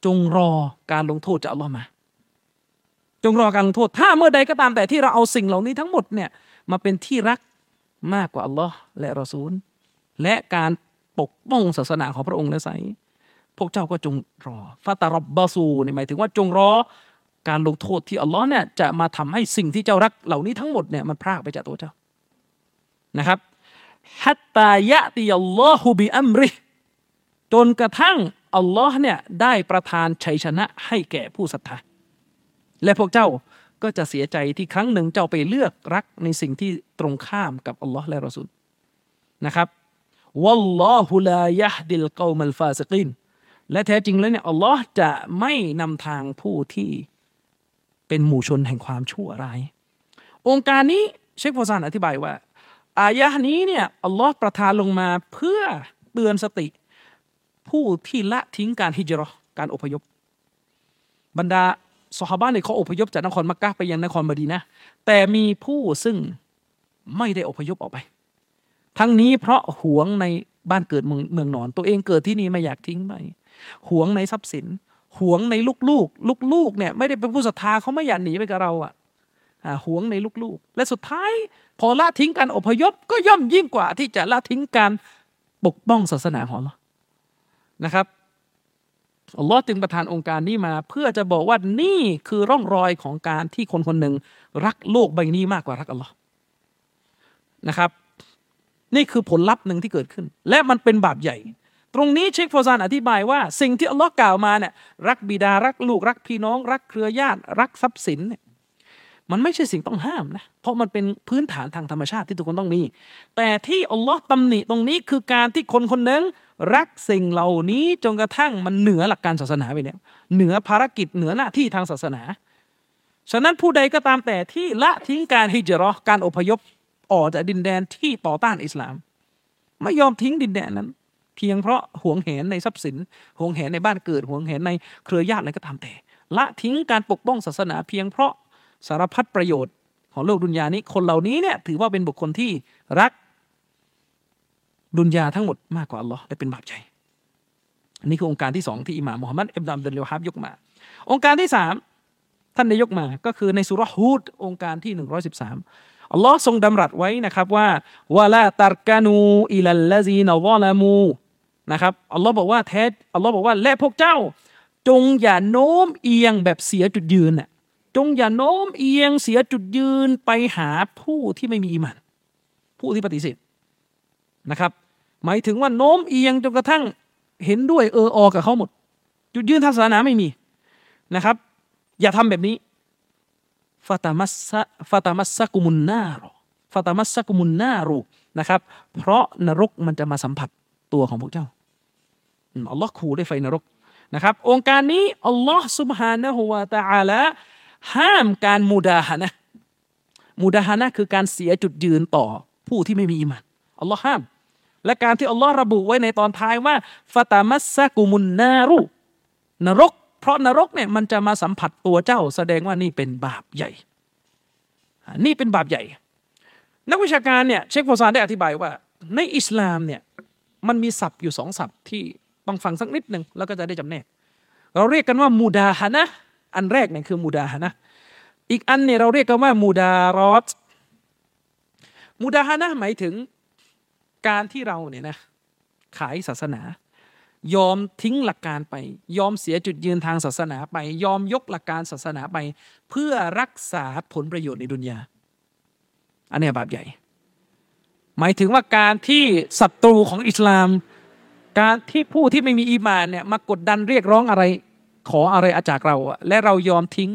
จงรอการลงโทษจากอัลลอฮ์มาจงรอการลงโทษถ้าเมื่อใดก็ตามแต่ที่เราเอาสิ่งเหล่านี้ทั้งหมดเนี่ยมาเป็นที่รักมากกว่าอัลลอฮ์และรอซูลและการปกป้องศาสนาของพระองค์และไสพวกเจ้าก็จงรอฟาตารับบาซูนี่หมายถึงว่าจงรอการลงโทษที่อัลลอฮ์เนี่ยจะมาทำให้สิ่งที่เจ้ารักเหล่านี้ทั้งหมดเนี่ยมันพรากไปจากตัวเจ้านะครับฮัตตายะติยัลลอฮุบิอัมริจนกระทั่งอัลลอฮ์เนี่ยได้ประทานชัยชนะให้แก่ผู้ศรัทธาและพวกเจ้าก็จะเสียใจที่ครั้งหนึ่งเจ้าไปเลือกรักในสิ่งที่ตรงข้ามกับอัลลอฮ์และรอซูลนะครับวัลลอฮุลายะฮดิลกอมัลฟาซิกีนและแท้จริงแล้วเนี่ยอัลลอฮ์จะไม่นำทางผู้ที่เป็นหมู่ชนแห่งความชั่วร้ายองค์การนี้เชคฟอซานอธิบายว่าอายะห์นี้เนี่ยอัลลอฮ์ประทานลงมาเพื่อเตือนสติผู้ที่ละทิ้งการฮิจเราะห์การอพยพบรรดาซอฮาบะห์เนี่ยเขาอพยพจากนครมักกะฮ์ไปยังนครมะดีนะห์แต่มีผู้ซึ่งไม่ได้อพยพออกไปทั้งนี้เพราะหวงในบ้านเกิดเมืองนอนตัวเองเกิดที่นี่ไม่อยากทิ้งไปหวงในทรัพย์สินหวงในลูกเนี่ยไม่ได้เป็นผู้ศรัทธาเขาไม่อยากหนีไปกับเราหวงในลูกและสุดท้ายพอละทิ้งการอพยพก็ย่อมยิ่งกว่าที่จะละทิ้งการปกป้องศาสนาของอัลเลาะห์นะครับอัลลอฮ์จึงประทานองค์การนี้มาเพื่อจะบอกว่านี่คือร่องรอยของการที่คนคนหนึ่งรักโลกใบนี้มากกว่ารักอัลลอฮ์นะครับนี่คือผลลัพธ์หนึ่งที่เกิดขึ้นและมันเป็นบาปใหญ่ตรงนี้เชคฟอซานอธิบายว่าสิ่งที่อัลลอฮ์กล่าวมาเนี่ยรักบิดารักลูกรักพี่น้องรักเครือญาติรักทรัพย์สินเนี่ยมันไม่ใช่สิ่งต้องห้ามนะเพราะมันเป็นพื้นฐานทางธรรมชาติที่ทุกคนต้องมีแต่ที่อัลลอฮ์ตำหนิตรงนี้คือการที่คนคนหนึ่งรักสิ่งเหล่านี้จนกระทั่งมันเหนือหลักการศาสนาไปแล้วเหนือภารกิจเหนือหน้าที่ทางศาสนาฉะนั้นผู้ใดก็ตามแต่ที่ละทิ้งการฮิจเราะห์การอพยพออกจากดินแดนที่ต่อต้านอิสลามไม่ยอมทิ้งดินแดนนั้นเพียงเพราะหวงแหนในทรัพย์สินหวงแหนในบ้านเกิดหวงแหนในเครือญาติอะไรก็ตามแต่ละทิ้งการปกป้องศาสนาเพียงเพราะสารพัดประโยชน์ของโลกดุนยานี้คนเหล่านี้เนี่ยถือว่าเป็นบุคคลที่รักดุนยาทั้งหมดมากกว่าอัลลอฮ์และเป็นบาปใหญ่อันนี้คือองค์การที่สองที่อิหม่ามมุฮัมมัดอิบนุอับดุลวะฮาบยกมาองค์การที่สามท่านได้ยกมาก็คือในซูเราะห์ฮูดองค์การที่113อัลลอฮ์ทรงดำรัสไว้นะครับว่าวะลาตัรกานูอิลัลลซีนซอลามูนะครับอัลลอฮ์บอกว่าและพวกเจ้าจงอย่าโน้มเอียงแบบเสียจุดยืนน่ะจงอย่าโน้มเอียงเสียจุดยืนไปหาผู้ที่ไม่มีอีหม่านผู้ที่ปฏิเสธนะครับหมายถึงว่าโน้มเอียงจนกระทั่งเห็นด้วยกับเขาหมดจุดยืนทางศาสนาไม่มีนะครับอย่าทำแบบนี้ฟาตามัสซะกุมุนนารุนะครับเพราะนรกมันจะมาสัมผัสตัวของพวกเจ้าอัลลอฮ์ขู่ด้วยไฟนรกนะครับองค์การนี้อัลลอฮ์ซุบฮานะฮูวะตะอาลาห้ามการมุดาฮะนะคือการเสียจุดยืนต่อผู้ที่ไม่มีอีหม่านอัลลอฮ์ห้ามและการที่อัลลอฮ์ระบุไว้ในตอนท้ายว่าฟาตามัสซะกุมุนนารุนรกเพราะนรกเนี่ยมันจะมาสัมผัสตัวเจ้าแสดงว่านี่เป็นบาปใหญ่นี่เป็นบาปใหญ่นักวิชาการเนี่ยเชคฟอซานได้อธิบายว่าในอิสลามเนี่ยมันมีศัพท์อยู่2ศัพท์ที่ต้องฟังสักนิดนึงแล้วก็จะได้จำแนกเราเรียกกันว่ามูดาฮะนะอันแรกเนี่ยคือมูดาฮะนะอีกอันเนี่ยเราเรียกกันว่ามูดารอตมูดาฮะนะหมายถึงการที่เราเนี่ยนะขายศาสนายอมทิ้งหลักการไปยอมเสียจุดยืนทางศาสนาไปยอมยกหลักการศาสนาไปเพื่อรักษาผลประโยชน์ในดุนยาอันนี้บาปใหญ่หมายถึงว่าการที่ศัตรูของอิสลามการที่ผู้ที่ไม่มีอีหม่านเนี่ยมากดดันเรียกร้องอะไรขออะไรจากเราและเรายอมทิ้ง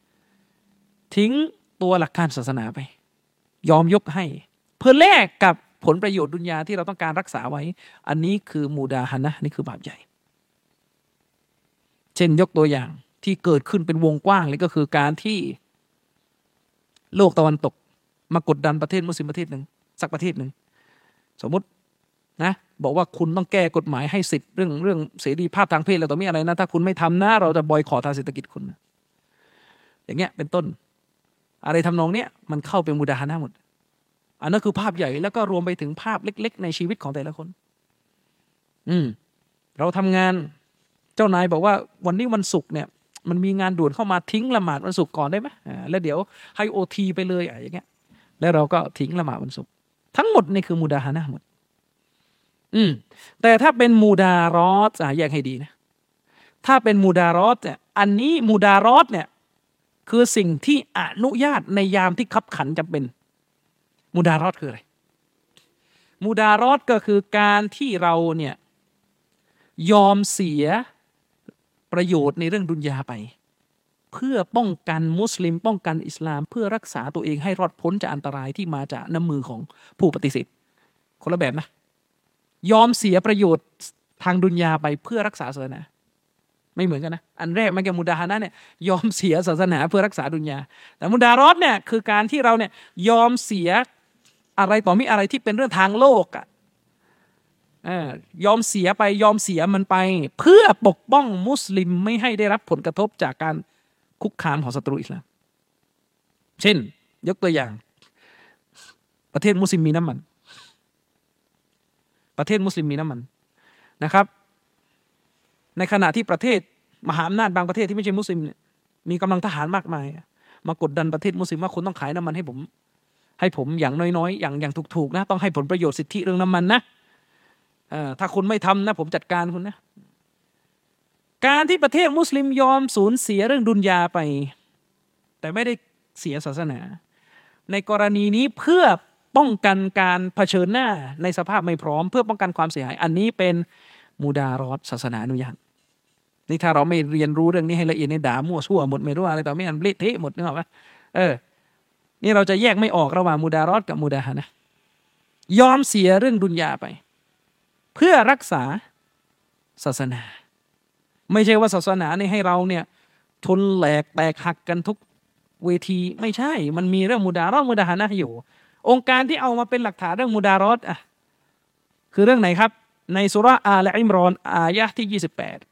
ตัวหลักการศาสนาไปยอมยกให้เพื่อแลกกับผลประโยชน์ดุนยาที่เราต้องการรักษาไว้อันนี้คือมูดาฮะนะนี่คือบาปใหญ่เช่นยกตัวอย่างที่เกิดขึ้นเป็นวงกว้างเลยก็คือการที่โลกตะวันตกมากดดันประเทศมุสลิมประเทศหนึ่งสักประเทศหนึ่งสมมตินะบอกว่าคุณต้องแก้กฎหมายให้สิทธิ์เรื่องเสรีภาพทางเพศอะไรต่อมีอะไรนะถ้าคุณไม่ทำนะเราจะบอยคอตทางเศรษฐกิจคุณอย่างเงี้ยเป็นต้นอะไรทำนองเนี้ยมันเข้าเป็นมูดาฮะนะหมดอันนั้นคือภาพใหญ่แล้วก็รวมไปถึงภาพเล็กๆในชีวิตของแต่ละคนเราทำงานจ้านายบอกว่าวันนี้วันศุกร์เนี่ยมันมีงานด่วนเข้ามาทิ้งละหมาดวันศุกร์ก่อนได้ไหมแล้วเดี๋ยวให้โอทีไปเลยอย่างเงี้ยแล้วเราก็ทิ้งละหมาดวันศุกร์ทั้งหมดนี่คือมูดาฮานะห์หมดแต่ถ้าเป็นมูดารอตแยกให้ดีนะถ้าเป็นมูดารอตเนี่ยอันนี้มูดารอตเนี่ยคือสิ่งที่อนุญาตในยามที่คับขันจำเป็นมูดารอตคืออะไรมูดารอตก็คือการที่เราเนี่ยยอมเสียประโยชน์ในเรื่องดุนยาไปเพื่อป้องกันมุสลิมป้องกันอิสลามเพื่อรักษาตัวเองให้รอดพ้นจากอันตรายที่มาจากน้ำมือของผู้ปฏิเสธคนละแบบนะยอมเสียประโยชน์ทางดุนยาไปเพื่อรักษาศาสนาไม่เหมือนกันนะอันแรกมันกับมุดาฮานะเนี่ยยอมเสียศาสนาเพื่อรักษาดุนยาแต่มุดารอตเนี่ยคือการที่เราเนี่ยยอมเสียอะไรต่อมีอะไรที่เป็นเรื่องทางโลกยอมเสียไปยอมเสียมันไปเพื่อปกป้องมุสลิมไม่ให้ได้รับผลกระทบจากการคุกคามของศัตรูอิสลามเช่นยกตัวอย่างประเทศมุสลิมมีน้ำมันประเทศมุสลิมมีน้ำมันนะครับในขณะที่ประเทศมหาอำนาจบางประเทศที่ไม่ใช่มุสลิมเนี่ยมีกำลังทหารมากมายมากดดันประเทศมุสลิมว่าคุณต้องขายน้ำมันให้ผมอย่างน้อยๆอย่างถูกๆนะต้องให้ผลประโยชน์สิทธิเรื่องน้ำมันนะถ้าคุณไม่ทำนะผมจัดการคุณนะการที่ประเทศมุสลิมยอมสูญเสียเรื่องดุนยาไปแต่ไม่ได้เสียศาสนาในกรณีนี้เพื่อป้องกันการเผชิญหน้าในสภาพไม่พร้อมเพื่อป้องกันความเสียหายอันนี้เป็นมูดารอตศาสนาอนุญาตนี่ถ้าเราไม่เรียนรู้เรื่องนี้ให้ละเอียดนี่ด่ามั่วซั่วหมดไม่รู้อะไรต่อไม่อันเละเทะหมดนึกออกไหมนี่เราจะแยกไม่ออกระหว่างมูดารอตกับมูดาฮานะห์ยอมเสียเรื่องดุนยาไปเพื่อรักษาศาสนาไม่ใช่ว่าศาสนาเนี่ยให้เราเนี่ยทนแหลกแตกหักกันทุกเวทีไม่ใช่มันมีเรื่องมูดารอตมูดาฮานะห์อยู่องค์การที่เอามาเป็นหลักฐานเรื่องมูดารอตคือเรื่องไหนครับในซูเราะห์อาลอิมรอนอายะห์ที่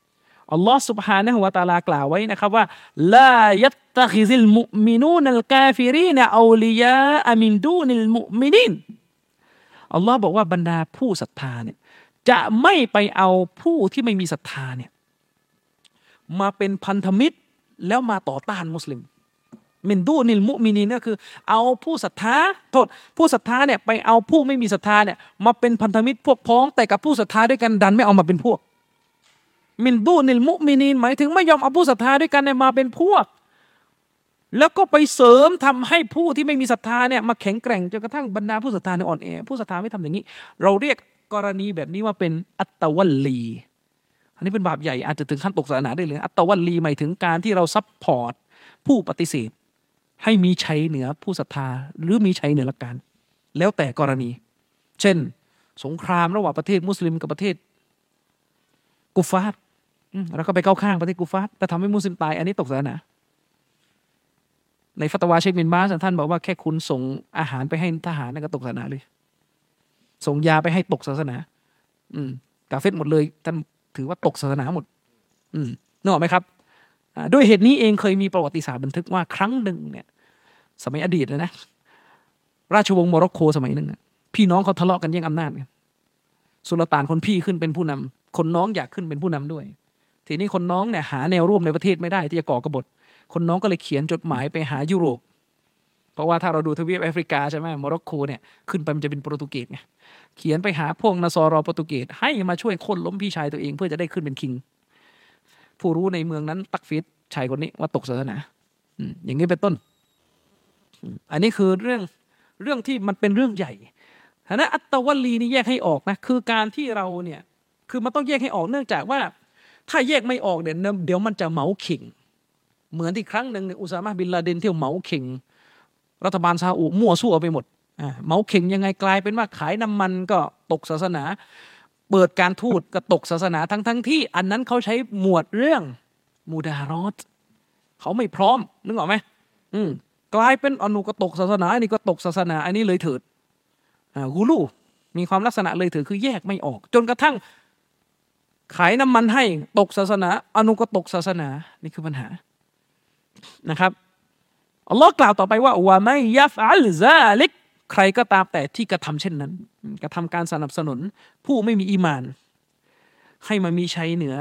28อัลลอฮ์ سبحانه และ تعالى กล่าวไว้นะครับว่าลายัตตะคิซิลมุมินูนัลกาฟิรีนเอาลิยามินดูนิลมุมินีนอัลลอฮ์บอกว่าบรรดาผู้ศรัทธาเนี่ยจะไม่ไปเอาผู้ที่ไม่มีศรัทธาเนี่ยมาเป็นพันธมิตรแล้วมาต่อต้านมุสลิมมินดูนิลมุมินีนก็คือเอาผู้ศรัทธาผู้ศรัทธาเนี่ยไปเอาผู้ไม่มีศรัทธาเนี่ยมาเป็นพันธมิตรพวกพ้องแต่กับผู้ศรัทธาด้วยกันดันไม่เอามาเป็นพวกมินดูนิลมุมินีนหมายถึงไม่ยอมเอาผู้ศรัทธาด้วยกันเนี่ยมาเป็นพวกแล้วก็ไปเสริมทำให้ผู้ที่ไม่มีศรัทธาเนี่ยมาแข็งแกร่งจนกระทั่งบรรดาผู้ศรัทธาเนี่ยอ่อนแอผู้ศรัทธาไม่ทำอย่างนี้เราเรียกกรณีแบบนี้ว่าเป็นอัตตวัลลีอันนี้เป็นบาปใหญ่อาจจะถึงขั้นตกศาสนาได้เลยอัตตวัลลีหมายถึงการที่เราซัพพอร์ตผู้ปฏิเสธให้มีชัยเหนือผู้ศรัทธาหรือมีชัยเหนือหลักการแล้วแต่กรณีเช่นสงครามระหว่างประเทศมุสลิมกับประเทศกุฟาร์เราก็ไปเข้าข้างประเทศกุฟาร์แต่ทำให้มุสลิมตายอันนี้ตกศาสนาในฟัตวาเชคบินบาสท่านบอกว่าแค่คุณส่งอาหารไปให้ทหารนั่นก็ตกศาสนาเลยส่งยาไปให้ตกศาสนากาเฟรหมดเลยท่านถือว่าตกศาสนาหมดนึกออกไหมครับด้วยเหตุนี้เองเคยมีประวัติศาสตร์บันทึกว่าครั้งหนึ่งเนี่ยสมัยอดีตเลยนะราชวงศ์โมร็อกโกสมัยหนึ่งพี่น้องเขาทะเลาะกันแย่งอำนาจกันสุลต่านคนพี่ขึ้นเป็นผู้นำคนน้องอยากขึ้นเป็นผู้นำด้วยทีนี้คนน้องเนี่ยหาแนวร่วมในประเทศไม่ได้ที่จะก่อกบฏคนน้องก็เลยเขียนจดหมายไปหายุโรปเพราะว่าถ้าเราดูทวีปแอฟริกาใช่ไหมโมร็อกโกเนี่ยขึ้นไปมันจะเป็นโปรตุเกสไงเขียนไปหาพวกนาซอรอโปรตุเกสให้มาช่วยโค่นล้มพี่ชายตัวเองเพื่อจะได้ขึ้นเป็นคิงผู้รู้ในเมืองนั้นตักฟิดชายคนนี้ว่าตกศาสนาอย่างนี้เป็นต้นอันนี้คือเรื่องที่มันเป็นเรื่องใหญ่ฐานะอัตตวัลลีนี่แยกให้ออกนะคือการที่เราเนี่ยคือมันต้องแยกให้ออกเนื่องจากว่าถ้าแยกไม่ออกเนี่ยเดี๋ยวมันจะเหมาเข่งเหมือนที่ครั้งหนึ่งอุซามะห์บินลาเดนเที่ยวเหมาเข่งรัฐบาลซาอุมั่วซั่วไปหมดเหมาเข่งยังไงกลายเป็นว่าขายน้ำมันก็ตกศาสนาเปิดการทูตก็ตกศาสนาทั้งที่อันนั้นเขาใช้หมวดเรื่องมูดารอตเขาไม่พร้อมนึกออกไหมกลายเป็นอนุก็ตกศาสนาอันนี้ก็ตกศาสนาอันนี้เลยเถิดกูรูมีความลักษณะเลยเถิดคือแยกไม่ออกจนกระทั่งขายน้ำมันให้ตกศาสนาอนุก็ตกศาสนานี่คือปัญหานะครับอัลลอฮ์กล่าวต่อไปว่าวะมัยยัฟอัลซาลิกใครก็ตามแต่ที่กระทำเช่นนั้นกระทำการสนับสนุนผู้ไม่มีอีหม่านให้มามีชัยเหนือ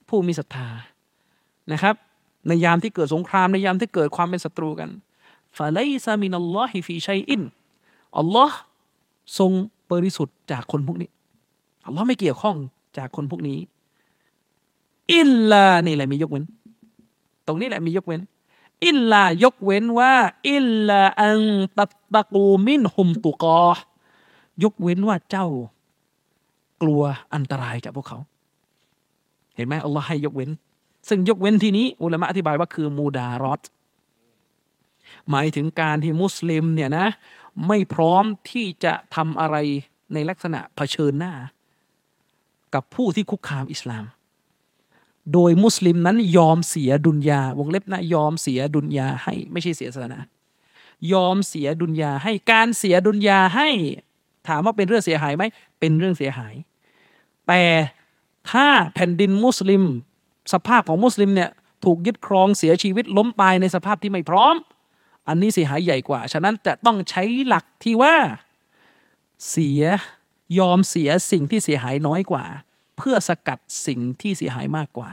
ผู้มีศรัทธานะครับในยามที่เกิดสงครามในยามที่เกิดความเป็นศัตรูกันฟะไลซามินัลลอฮิฟีชัยอินอัลลอฮ์ทรงบริสุทธิ์จากคนพวกนี้อัลลอฮ์ไม่เกี่ยวข้องจากคนพวกนี้อิลลานี่แหละมียกเว้นตรงนี้แหละมียกเว้นอิลลายกเว้นว่าอิลลาอันตัตตะกูมินฮุมตุกอยกเว้นว่าเจ้ากลัวอันตรายจากพวกเขาเห็นไหมอัลลอฮ์ให้ยกเว้นซึ่งยกเว้นที่นี้อุลามะอธิบายว่าคือมูดารอตหมายถึงการที่มุสลิมเนี่ยนะไม่พร้อมที่จะทำอะไรในลักษณะเผชิญหน้ากับผู้ที่คุกคามอิสลามโดยมุสลิมนั้นยอมเสียดุนยาวงเล็บนะยอมเสียดุนยาให้ไม่ใช่เสียศาสนายอมเสียดุนยาให้การเสียดุนยาให้ถามว่าเป็นเรื่องเสียหายไหมเป็นเรื่องเสียหายแต่ถ้าแผ่นดินมุสลิมสภาพของมุสลิมเนี่ยถูกยึดครองเสียชีวิตล้มตายในสภาพที่ไม่พร้อมอันนี้เสียหายใหญ่กว่าฉะนั้นจะต้องใช้หลักที่ว่ายอมเสียสิ่งที่เสียหายน้อยกว่าเพื่อสกัดสิ่งที่เสียหายมากกว่า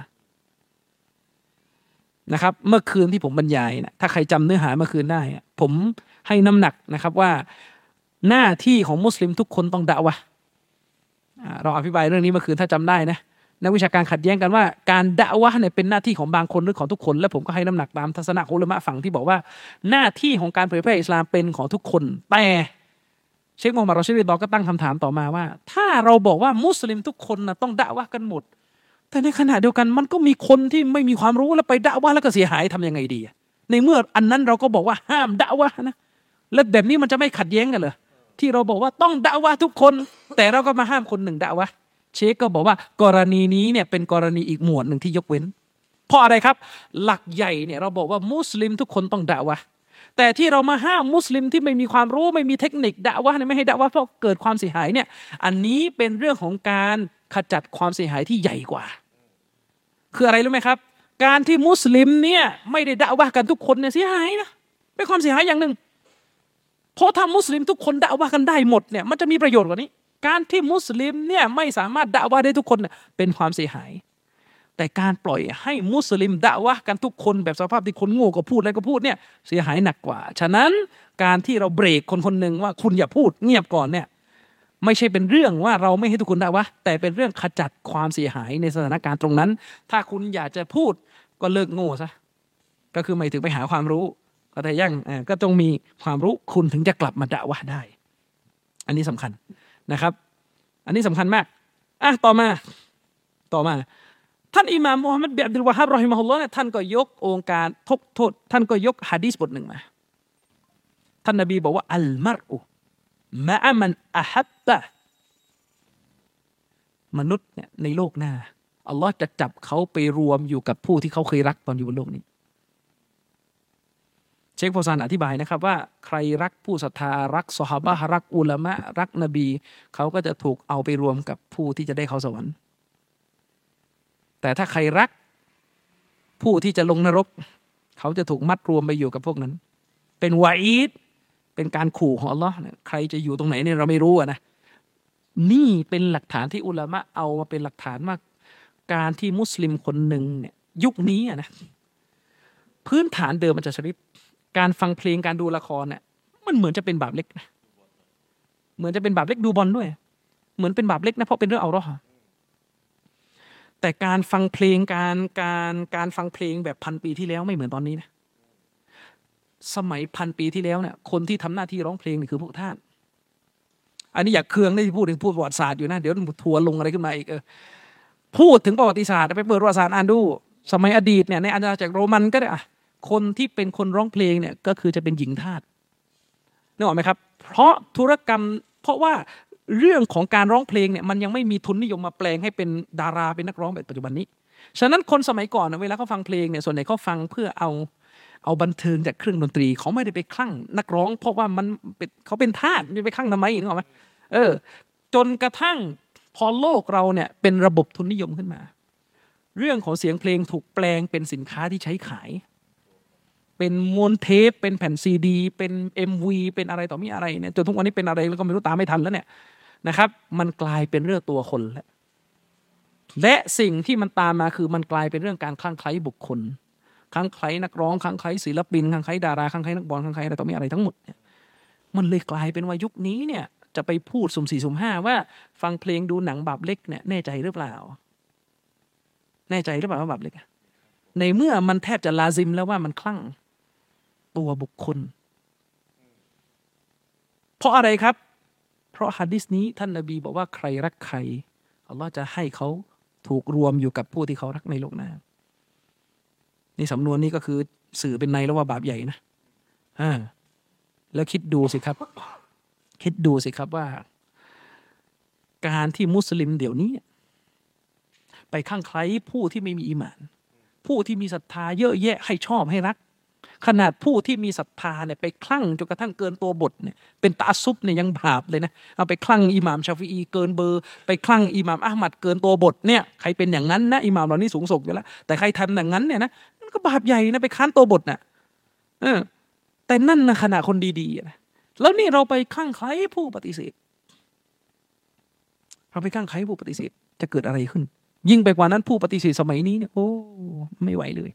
นะครับเมื่อคืนที่ผมบรรยายนะถ้าใครจำเนื้อหาเมื่อคืนได้ผมให้น้ำหนักนะครับว่าหน้าที่ของมุสลิมทุกคนต้องดะวะเราอธิบายเรื่องนี้เมื่อคืนถ้าจำได้นะนักวิชาการขัดแย้งกันว่าการดะวะเนี่ยเป็นหน้าที่ของบางคนหรือของทุกคนและผมก็ให้น้ำหนักตามทัศนะของอุลามะฝั่งที่บอกว่าหน้าที่ของการเผยแพร่อิสลามเป็นของทุกคนแต่เชคมูฮัมหมัด รอชิด ริฎอก็ตั้งคำถามต่อมาว่าถ้าเราบอกว่ามุสลิมทุกคนนะต้องดะวะกันหมดแต่ในขณะเดียวกันมันก็มีคนที่ไม่มีความรู้แล้วไปดะวะแล้วก็เสียหายทำยังไงดีในเมื่ออันนั้นเราก็บอกว่าห้ามดะวะนะแล้วแบบนี้มันจะไม่ขัดแย้งกันเหรอที่เราบอกว่าต้องดะวะทุกคนแต่เราก็มาห้ามคนหนึ่งดะวะเชคก็บอกว่ากรณีนี้เนี่ยเป็นกรณีอีกหมวดหนึ่งที่ยกเว้นเพราะอะไรครับหลักใหญ่เนี่ยเราบอกว่ามุสลิมทุกคนต้องดะวะแต่ที่เรามาห้ามมุสลิมที่ไม่มีความรู้ไม่มีเทคนิคดะวะเนี่ยไม่ให้ดะวะเพราะเกิดความเสียหายเนี่ยอันนี้เป็นเรื่องของการขจัดความเสียหายที่ใหญ่กว่าคืออะไรรู้ไหมครับการที่มุสลิมเนี่ยไม่ได้ดะวะกันทุกคนเนี่ยเสียหายนะเป็นความเสียหายอย่างหนึ่งเพราะถ้ามุสลิมทุกคนดะวะกันได้หมดเนี่ยมันจะมีประโยชน์กว่านี้การที่มุสลิมเนี่ยไม่สามารถดะวะได้ทุกคนเนี่ยเป็นความเสียหายแต่การปล่อยให้มุสลิมดะวะกันทุกคนแบบสภาพที่คนโง่ก็พูดอะไรก็พูดเนี่ยเสียหายหนักกว่าฉะนั้นการที่เราเบรกคนคนหนึ่งว่าคุณอย่าพูดเงียบก่อนเนี่ยไม่ใช่เป็นเรื่องว่าเราไม่ให้ทุกคนดะวะแต่เป็นเรื่องขจัดความเสียหายในสถานการณ์ตรงนั้นถ้าคุณอยากจะพูดก็เลิกโง่ซะก็คือหมายถึงไปหาความรู้ก็แต่ยังก็ต้องมีความรู้คุณถึงจะกลับมาดะวะได้อันนี้สำคัญนะครับอันนี้สำคัญมากต่อมาท่านอิหม่ามมุฮัมมัดบินอับดุลวะฮับรอฮิมะฮุลลอฮ์เนี่ยท่านก็ยกองค์การทบทวนท่านก็ยกหะดีษบทหนึ่งมาท่านนบีบอกว่าอัลมัรอุมะอะมันอะฮับบะมนุษย์เนี่ยในโลกหน้าอัลลอฮ์จะจับเขาไปรวมอยู่กับผู้ที่เขาเคยรักตอนอยู่บนโลกนี้เชคฟอซานอธิบายนะครับว่าใครรักผู้ศรัทธารักซอฮาบะห์รักอุลามะรักนบีเขาก็จะถูกเอาไปรวมกับผู้ที่จะได้เข้าสวรรค์แต่ถ้าใครรักผู้ที่จะลงนรกเขาจะถูกมัดรวมไปอยู่กับพวกนั้นเป็นวะอีดเป็นการขู่ของอัลลอฮ์ใครจะอยู่ตรงไหนเนี่ยเราไม่รู้นะนี่เป็นหลักฐานที่อุลามะเอามาเป็นหลักฐานว่าการที่มุสลิมคนหนึ่งเนี่ยยุคนี้นะพื้นฐานเดิมมันจะชริฟการฟังเพลงการดูละครเนี่ยมันเหมือนจะเป็นบาปเล็กนะเหมือนจะเป็นบาปเล็กดูบอลด้วยเหมือนเป็นบาปเล็กนะเพราะเป็นเรื่องเอาเราะห์แต่การฟังเพลงการฟังเพลงแบบ1,000 ปีที่แล้วไม่เหมือนตอนนี้นะสมัย1,000 ปีที่แล้วเนี่ยคนที่ทำหน้าที่ร้องเพลงนี่คือพวกทาสอันนี้อยากเคืองได้ที่พูดประวัติศาสตร์อยู่นะเดี๋ยวทัวร์ลงอะไรขึ้นมาอีกพูดถึงประวัติศาสตร์ไปเปิดประวัติศาสตร์อ่านดูสมัยอดีตเนี่ยในอาณาจักรโรมันก็ได้คนที่เป็นคนร้องเพลงเนี่ยก็คือจะเป็นหญิงทาสนึกออกไหมครับเพราะธุรกรรมเพราะว่าเรื่องของการร้องเพลงเนี่ยมันยังไม่มีทุนนิยมมาแปลงให้เป็นดาราเป็นนักร้องแบบปัจจุบันนี้ฉะนั้นคนสมัยก่อนเวลาเขาฟังเพลงเนี่ยส่วนใหญ่เขาฟังเพื่อเอาบันเทิงจากเครื่องดนตรีเขาไม่ได้ไปคลั่งนักร้องเพราะว่ามันเขาเป็นทาสไม่ไปคลั่งทำไมนึกออกไหมจนกระทั่งพอโลกเราเนี่ยเป็นระบบทุนนิยมขึ้นมาเรื่องของเสียงเพลงถูกแปลงเป็นสินค้าที่ใช้ขายเป็นม้วนเทปเป็นแผ่นซีดีเป็น MV เป็นอะไรต่อมีอะไรเนี่ยจนทุกวันนี้เป็นอะไรแล้วก็ไม่รู้ตามไม่ทันแล้วเนี่ยนะครับมันกลายเป็นเรื่องตัวคนแล้วและสิ่งที่มันตามมาคือมันกลายเป็นเรื่องการคลั่งไคล้บุคคลคลั่งไคล้นักร้องคลั่งไคล้ศิลปินคลั่งไคล้ดาราคลั่งไคล้นักบอลคลั่งไคล้อะไรต่อมีอะไรทั้งหมดเนี่ยมันเลยกลายเป็นว่ายุคนี้เนี่ยจะไปพูดสุ่มสี่สุ่มห้าว่าฟังเพลงดูหนังบาปเล็กเนี่ยแน่ใจหรือเปล่าแน่ใจหรือเปล่าว่าบาปเล็กในเมื่อมันแทบจะลาซิมแล้วว่ามันคลั่งตัวบุคคลเพราะอะไรครับเพราะหะดีษนี้ท่านนบีบอกว่าใครรักใครอัลลอฮ์จะให้เขาถูกรวมอยู่กับผู้ที่เขารักในโลกหน้านี่สำนวนนี้ก็คือสื่อเป็นในแล้วว่าบาปใหญ่นะแล้วคิดดูสิครับว่าการที่มุสลิมเดี๋ยวนี้ไปข้างใครผู้ที่ไม่มีอีหม่านผู้ที่มีศรัทธาเยอะแยะให้ชอบให้รักขนาดผู้ที่มีศรัทธาเนี่ยไปคลั่งจนกระทั่งเกินตัวบทเนี่ยเป็นตะอัสซุบเนี่ยยังบาปเลยนะเอาไปคลั่งอิหม่ามชาฟิอีเกินเบอร์ไปคลั่งอิหม่ามอะห์มัดเกินตัวบทเนี่ยใครเป็นอย่างนั้นนะอิหม่ามเหล่านี้สูงส่งอยู่แล้วแต่ใครทำอย่างนั้นเนี่ยนะมันก็บาปใหญ่นะไปค้านตัวบทน่ะแต่นั่นนะขณะคนดีๆนะแล้วนี่เราไปคลั่งใครผู้ปฏิเสธเราไปคลั่งใครผู้ปฏิเสธจะเกิดอะไรขึ้นยิ่งไปกว่านั้นผู้ปฏิเสธสมัยนี้เนี่ยโอ้ไม่ไหวเลย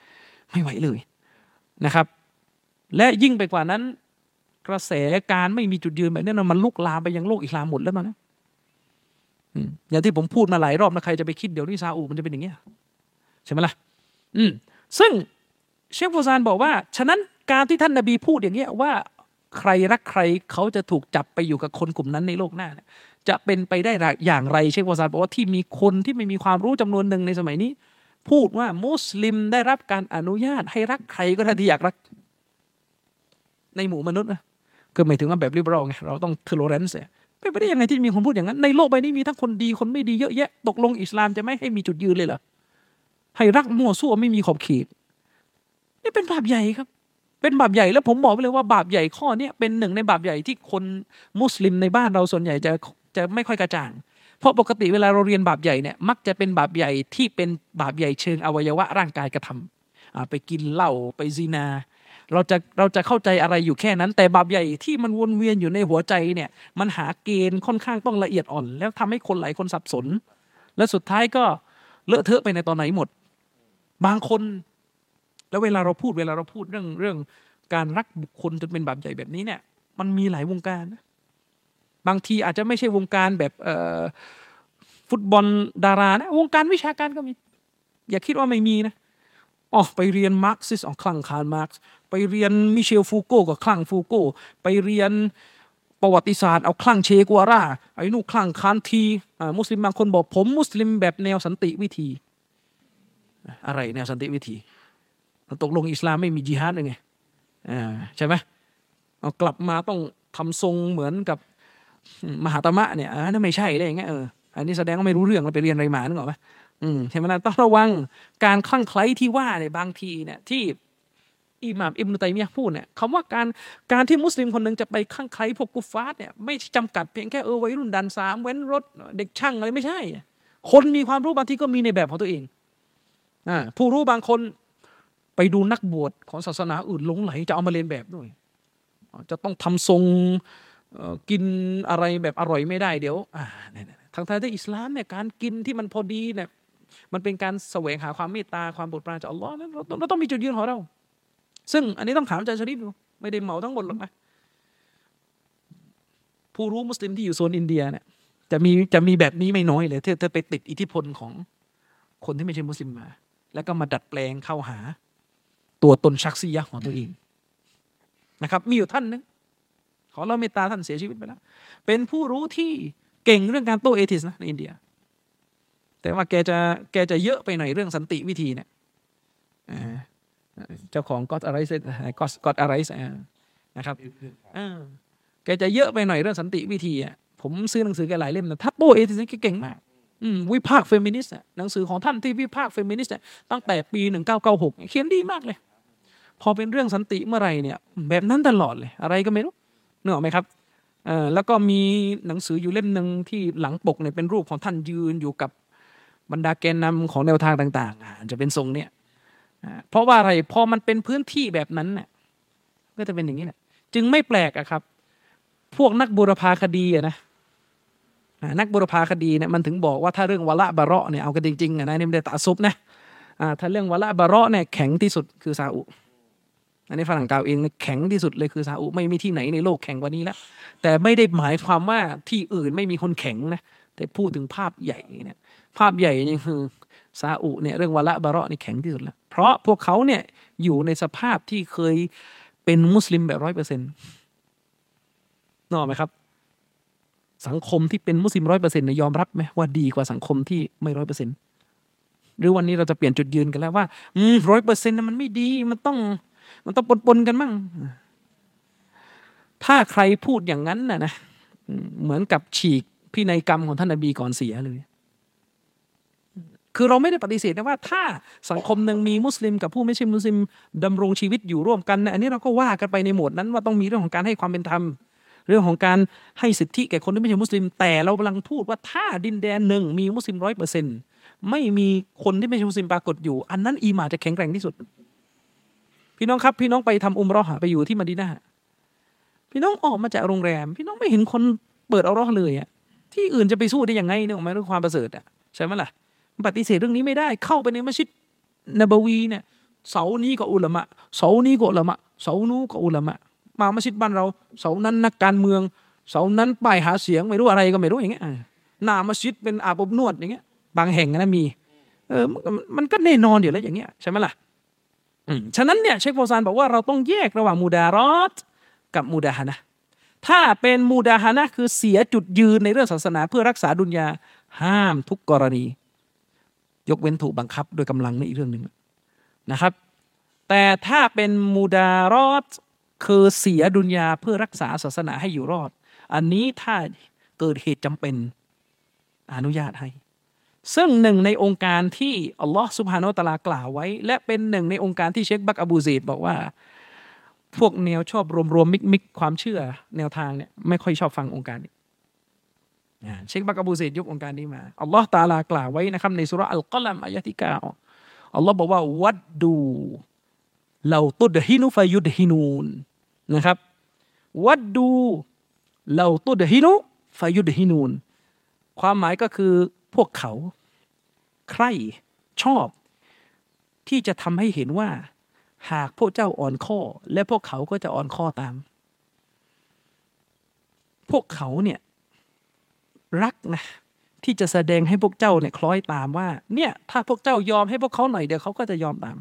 นะครับและยิ่งไปกว่านั้นกระแสการไม่มีจุดยืนแบบนี้มันลุกลามไปยังโลกอิสลามหมดแล้วนะอย่างที่ผมพูดมาหลายรอบนะใครจะไปคิดเดี๋ยวนี้ซาอุมันจะเป็นอย่างเงี้ยใช่ไหมล่ะซึ่งเชคฟาวซานบอกว่าฉะนั้นการที่ท่านนบีพูดอย่างเงี้ยว่าใครรักใครเขาจะถูกจับไปอยู่กับคนกลุ่มนั้นในโลกหน้าเนี่ยจะเป็นไปได้อย่างไรเชคฟาวซานบอกว่าที่มีคนที่ไม่มีความรู้จำนวนหนึ่งในสมัยนี้พูดว่ามุสลิมได้รับการอนุญาตให้รักใครก็ได้ที่อยากรักในหมู่มนุษย์นะก็หมายถึงว่าแบบลิเบอรัลไงเราต้องทอเลอเรนซ์เป็นไปได้ยังไงที่มีคนพูดอย่างนั้นในโลกใบนี้มีทั้งคนดีคนไม่ดีเยอะแยะตกลงอิสลามจะไม่ให้มีจุดยืนเลยเหรอให้รักมั่วซั่วไม่มีขอบเขตนี่เป็นบาปใหญ่ครับเป็นบาปใหญ่แล้วผมบอกไปเลยว่าบาปใหญ่ข้อนี้เป็นหนึ่งในบาปใหญ่ที่คนมุสลิมในบ้านเราส่วนใหญ่จะไม่ค่อยกระจ่างเพราะปกติเวลาเราเรียนบาปใหญ่เนี่ยมักจะเป็นบาปใหญ่ที่เป็นบาปใหญ่เชิงอวัยวะร่างกายกระทำไปกินเหล้าไปซินาเราจะเข้าใจอะไรอยู่แค่นั้นแต่บาปใหญ่ที่มันวนเวียนอยู่ในหัวใจเนี่ยมันหาเกณฑ์ค่อนข้างต้องละเอียดอ่อนแล้วทำให้คนหลายคนสับสนและสุดท้ายก็เลอะเทอะไปในตอนไหนหมดบางคนแล้วเวลาเราพูดเรื่องการรักบุคคลจนเป็นบาปใหญ่แบบนี้เนี่ยมันมีหลายวงการนะบางทีอาจจะไม่ใช่วงการแบบฟุตบอลดารานะวงการวิชาการก็มีอย่าคิดว่าไม่มีนะไปเรียนมาร์กซิสคลั่งคาร์ลมาร์กซ์ไปเรียนมิเชลฟูโก้ก็คลั่งฟูโก้ไปเรียนประวัติศาสตร์เอาคลั่งเชกัวราไอ้นู่นคลั่งคานทีมุสลิมบางคนบอกผมมุสลิมแบบแนวสันติวิธีอะไรแนวสันติวิธีตกลงอิสลามไม่มีญิฮาดเลยไงใช่ไหมเอากลับมาต้องทำทรงเหมือนกับมหาตมะเนี่ยนั่นไม่ใช่ได้ยังไงอันนี้แสดงว่าไม่รู้เรื่องแล้วไปเรียนอะไรมานึกออกไหมใช่ไหมนะต้องระวังการคลั่งไคล้ที่ว่าเนี่ยบางทีเนี่ยที่อิหม่ามอิบนุตัยมียะห์พูดเนี่ยคำว่าการที่มุสลิมคนหนึ่งจะไปคลั่งไคล้พวกกุฟาร์เนี่ยไม่จำกัดเพียงแค่วัยรุ่นดันสามเว้นรถเด็กช่างอะไรไม่ใช่คนมีความรู้บางทีก็มีในแบบของตัวเองผู้รู้บางคนไปดูนักบวชของศาสนาอื่นหลงไหลจะเอามาเรียนแบบด้วยจะต้องทำทรงกินอะไรแบบอร่อยไม่ได้เดี๋ยวทางที่อิสลามเนี่ยการกินที่มันพอดีเนี่ยมันเป็นการแสวงหาความเมตตาความโปรดปรานจากอัลลอฮ์เราต้องมีจุดยืนของเราซึ่งอันนี้ต้องถามอาจารย์ชะรีฟดูไม่ได้เหมาทั้งหมดหรอกนะผู้รู้มุสลิมที่อยู่โซนอินเดียเนี่ยจะมีแบบนี้ไม่น้อยเลยเธอไปติดอิทธิพลของคนที่ไม่ใช่มุสลิมมาแล้วก็มาดัดแปลงเข้าหาตัวตนชักซียะของตัวเองนะครับมีอยู่ท่านนึงขอเราเมตตาท่านเสียชีวิตไปแล้วเป็นผู้รู้ที่เก่งเรื่องการโต้เอทิสนะในอินเดียแต่ว่าแกจะเยอะไปหน่อยเรื่องสันติวิธีเนี่ยเจ้าของก็อดอะไรนะครับแกจะเยอะไปหน่อยเรื่องสันติวิธีผมซื้อหนังสือแกหลายเล่มนะถ้าโต้เอทิสแกเก่งมากวิพากษ์เฟมินิสต์หนังสือของท่านที่วิพากษ์เฟมินิสต์ตั้งแต่ปี1996เขียนดีมากเลยพอเป็นเรื่องสันติเมื่อไหร่เนี่ยแบบนั้นตลอดเลยอะไรก็ไม่รู้นึกออกไหมครับแล้วก็มีหนังสืออยู่เล่มนึงที่หลังปกเนี่ยเป็นรูปของท่านยืนอยู่กับบรรดาแกนนำของแนวทางต่างๆจะเป็นทรงเนี่ยเพราะว่าอะไรพอมันเป็นพื้นที่แบบนั้นเนี่ยก็จะเป็นอย่างนี้แหละจึงไม่แปลกครับพวกนักบูรพาคดีนะนักบุรพาคดีเนี่ยมันถึงบอกว่าถ้าเรื่องวะละบะเราะห์เนี่ยเอากันจริงๆนะนี่ไม่ได้ตะอัสซุบนะถ้าเรื่องวะละบะเราะห์เนี่ยแข็งที่สุดคือซาอุอันนี้ฝรั่งกล่าวเองแข็งที่สุดเลยคือซาอุไม่มีที่ไหนในโลกแข็งกว่านี้แล้วแต่ไม่ได้หมายความว่าที่อื่นไม่มีคนแข็งนะแต่พูดถึงภาพใหญ่เนี่ยภาพใหญ่นี่คือซาอุเนี่ยเรื่องวะละบะเราะห์นี่แข็งที่สุดแล้วเพราะพวกเขาเนี่ยอยู่ในสภาพที่เคยเป็นมุสลิมแบบ100%นึกออกไหมครับสังคมที่เป็นมุสลิม100%เนี่ยยอมรับไหมว่าดีกว่าสังคมที่ไม่100%หรือวันนี้เราจะเปลี่ยนจุดยืนกันแล้วว่า100%นั้นมันไม่ดีมันต้องปนกันมั่งถ้าใครพูดอย่างนั้นนะเหมือนกับฉีกพินัยกรรมของท่านนบีก่อนเสียเลยคือเราไม่ได้ปฏิเสธนะว่าถ้าสังคมหนึ่งมีมุสลิมกับผู้ไม่ใช่มุสลิมดำรงชีวิตอยู่ร่วมกันอันนี้เราก็ว่ากันไปในโหมดนั้นว่าต้องมีเรื่องของการให้ความเป็นธรรมเรื่องของการให้สิทธิแก่คนที่ไม่ใช่มุสลิมแต่เรากำลังพูดว่าถ้าดินแดนหนึ่งมีมุสลิม100%ไม่มีคนที่ไม่ใช่มุสลิมปรากฏอยู่อันนั้นอีหม่านจะแข็งแกร่งที่สุดพี่น้องครับพี่น้องไปทำอุมเราะห์ไปอยู่ที่มะดีนะห์พี่น้องออกมาจากโรงแรมพี่น้องไม่เห็นคนเปิดอัลเลาะห์เลยอ่ะที่อื่นจะไปสู้ได้ยังไงเนี่ยหมายถึงความประเสริฐอ่ะใช่ไหมล่ะปฏิเสธเรื่องนี้ไม่ได้เข้าไปในมัสยิดนบวีเนี่ยเสานี้ก็อุลามะเสานี้ก็อุลามะเสานู้ก็อุลามะมามัสยิดบ้านเราเสานั้นนักการเมืองเสานั้นป้ายหาเสียงไม่รู้อะไรก็ไม่รู้อย่างเงี้ยหน้ามัสยิดเป็นอาบอบนวดอย่างเงี้ยบางแห่งนะมีมันก็แน่นอนอยู่แล้วอย่างเงี้ยใช่ไหมล่ะฉะนั้นเนี่ยเชคโฟซานบอกว่าเราต้องแยกระหว่างมูดารอตกับมูดาฮานะถ้าเป็นมูดาฮานะคือเสียจุดยืนในเรื่องศาสนาเพื่อรักษาดุนยาห้ามทุกกรณียกเว้นถูกบังคับโดยกำลังนี่อีกเรื่องหนึ่งนะครับแต่ถ้าเป็นมูดารอตคือเสียดุนยาเพื่อรักษาศาสนาให้อยู่รอดอันนี้ถ้าเกิดเหตุจำเป็นอนุญาตให้ซึ่งหนึ่งในองค์การที่อัลลอฮฺซุบฮานะฮูวะตะอาลากล่าวไว้และเป็นหนึ่งในองค์การที่เชคบักอบูซีดบอกว่าพวกแนวชอบรวมมิกความเชื่อแนวทางเนี่ยไม่ค่อยชอบฟังองค์การนี้เชคบักอบูซีดยกองค์การนี้มาอัลลอฮฺตะอาลากล่าวไว้นะครับในสุเราะห์อัลกอลัมอายะห์ที่9อัลลอฮฺบอกว่าวัดดูเราตุดฮินุฟายุดฮินูนนะครับวัดดูเราตุดฮินุฟายุดฮินูนความหมายก็คือพวกเขาใคร่ชอบที่จะทำให้เห็นว่าหากพวกเจ้าอ่อนข้อและพวกเขาก็จะอ่อนข้อตามพวกเขาเนี่ยรักนะที่จะแสดงให้พวกเจ้าเนี่ยคล้อยตามว่าเนี่ยถ้าพวกเจ้ายอมให้พวกเขาหน่อยเดี๋ยวเขาก็จะยอมตาม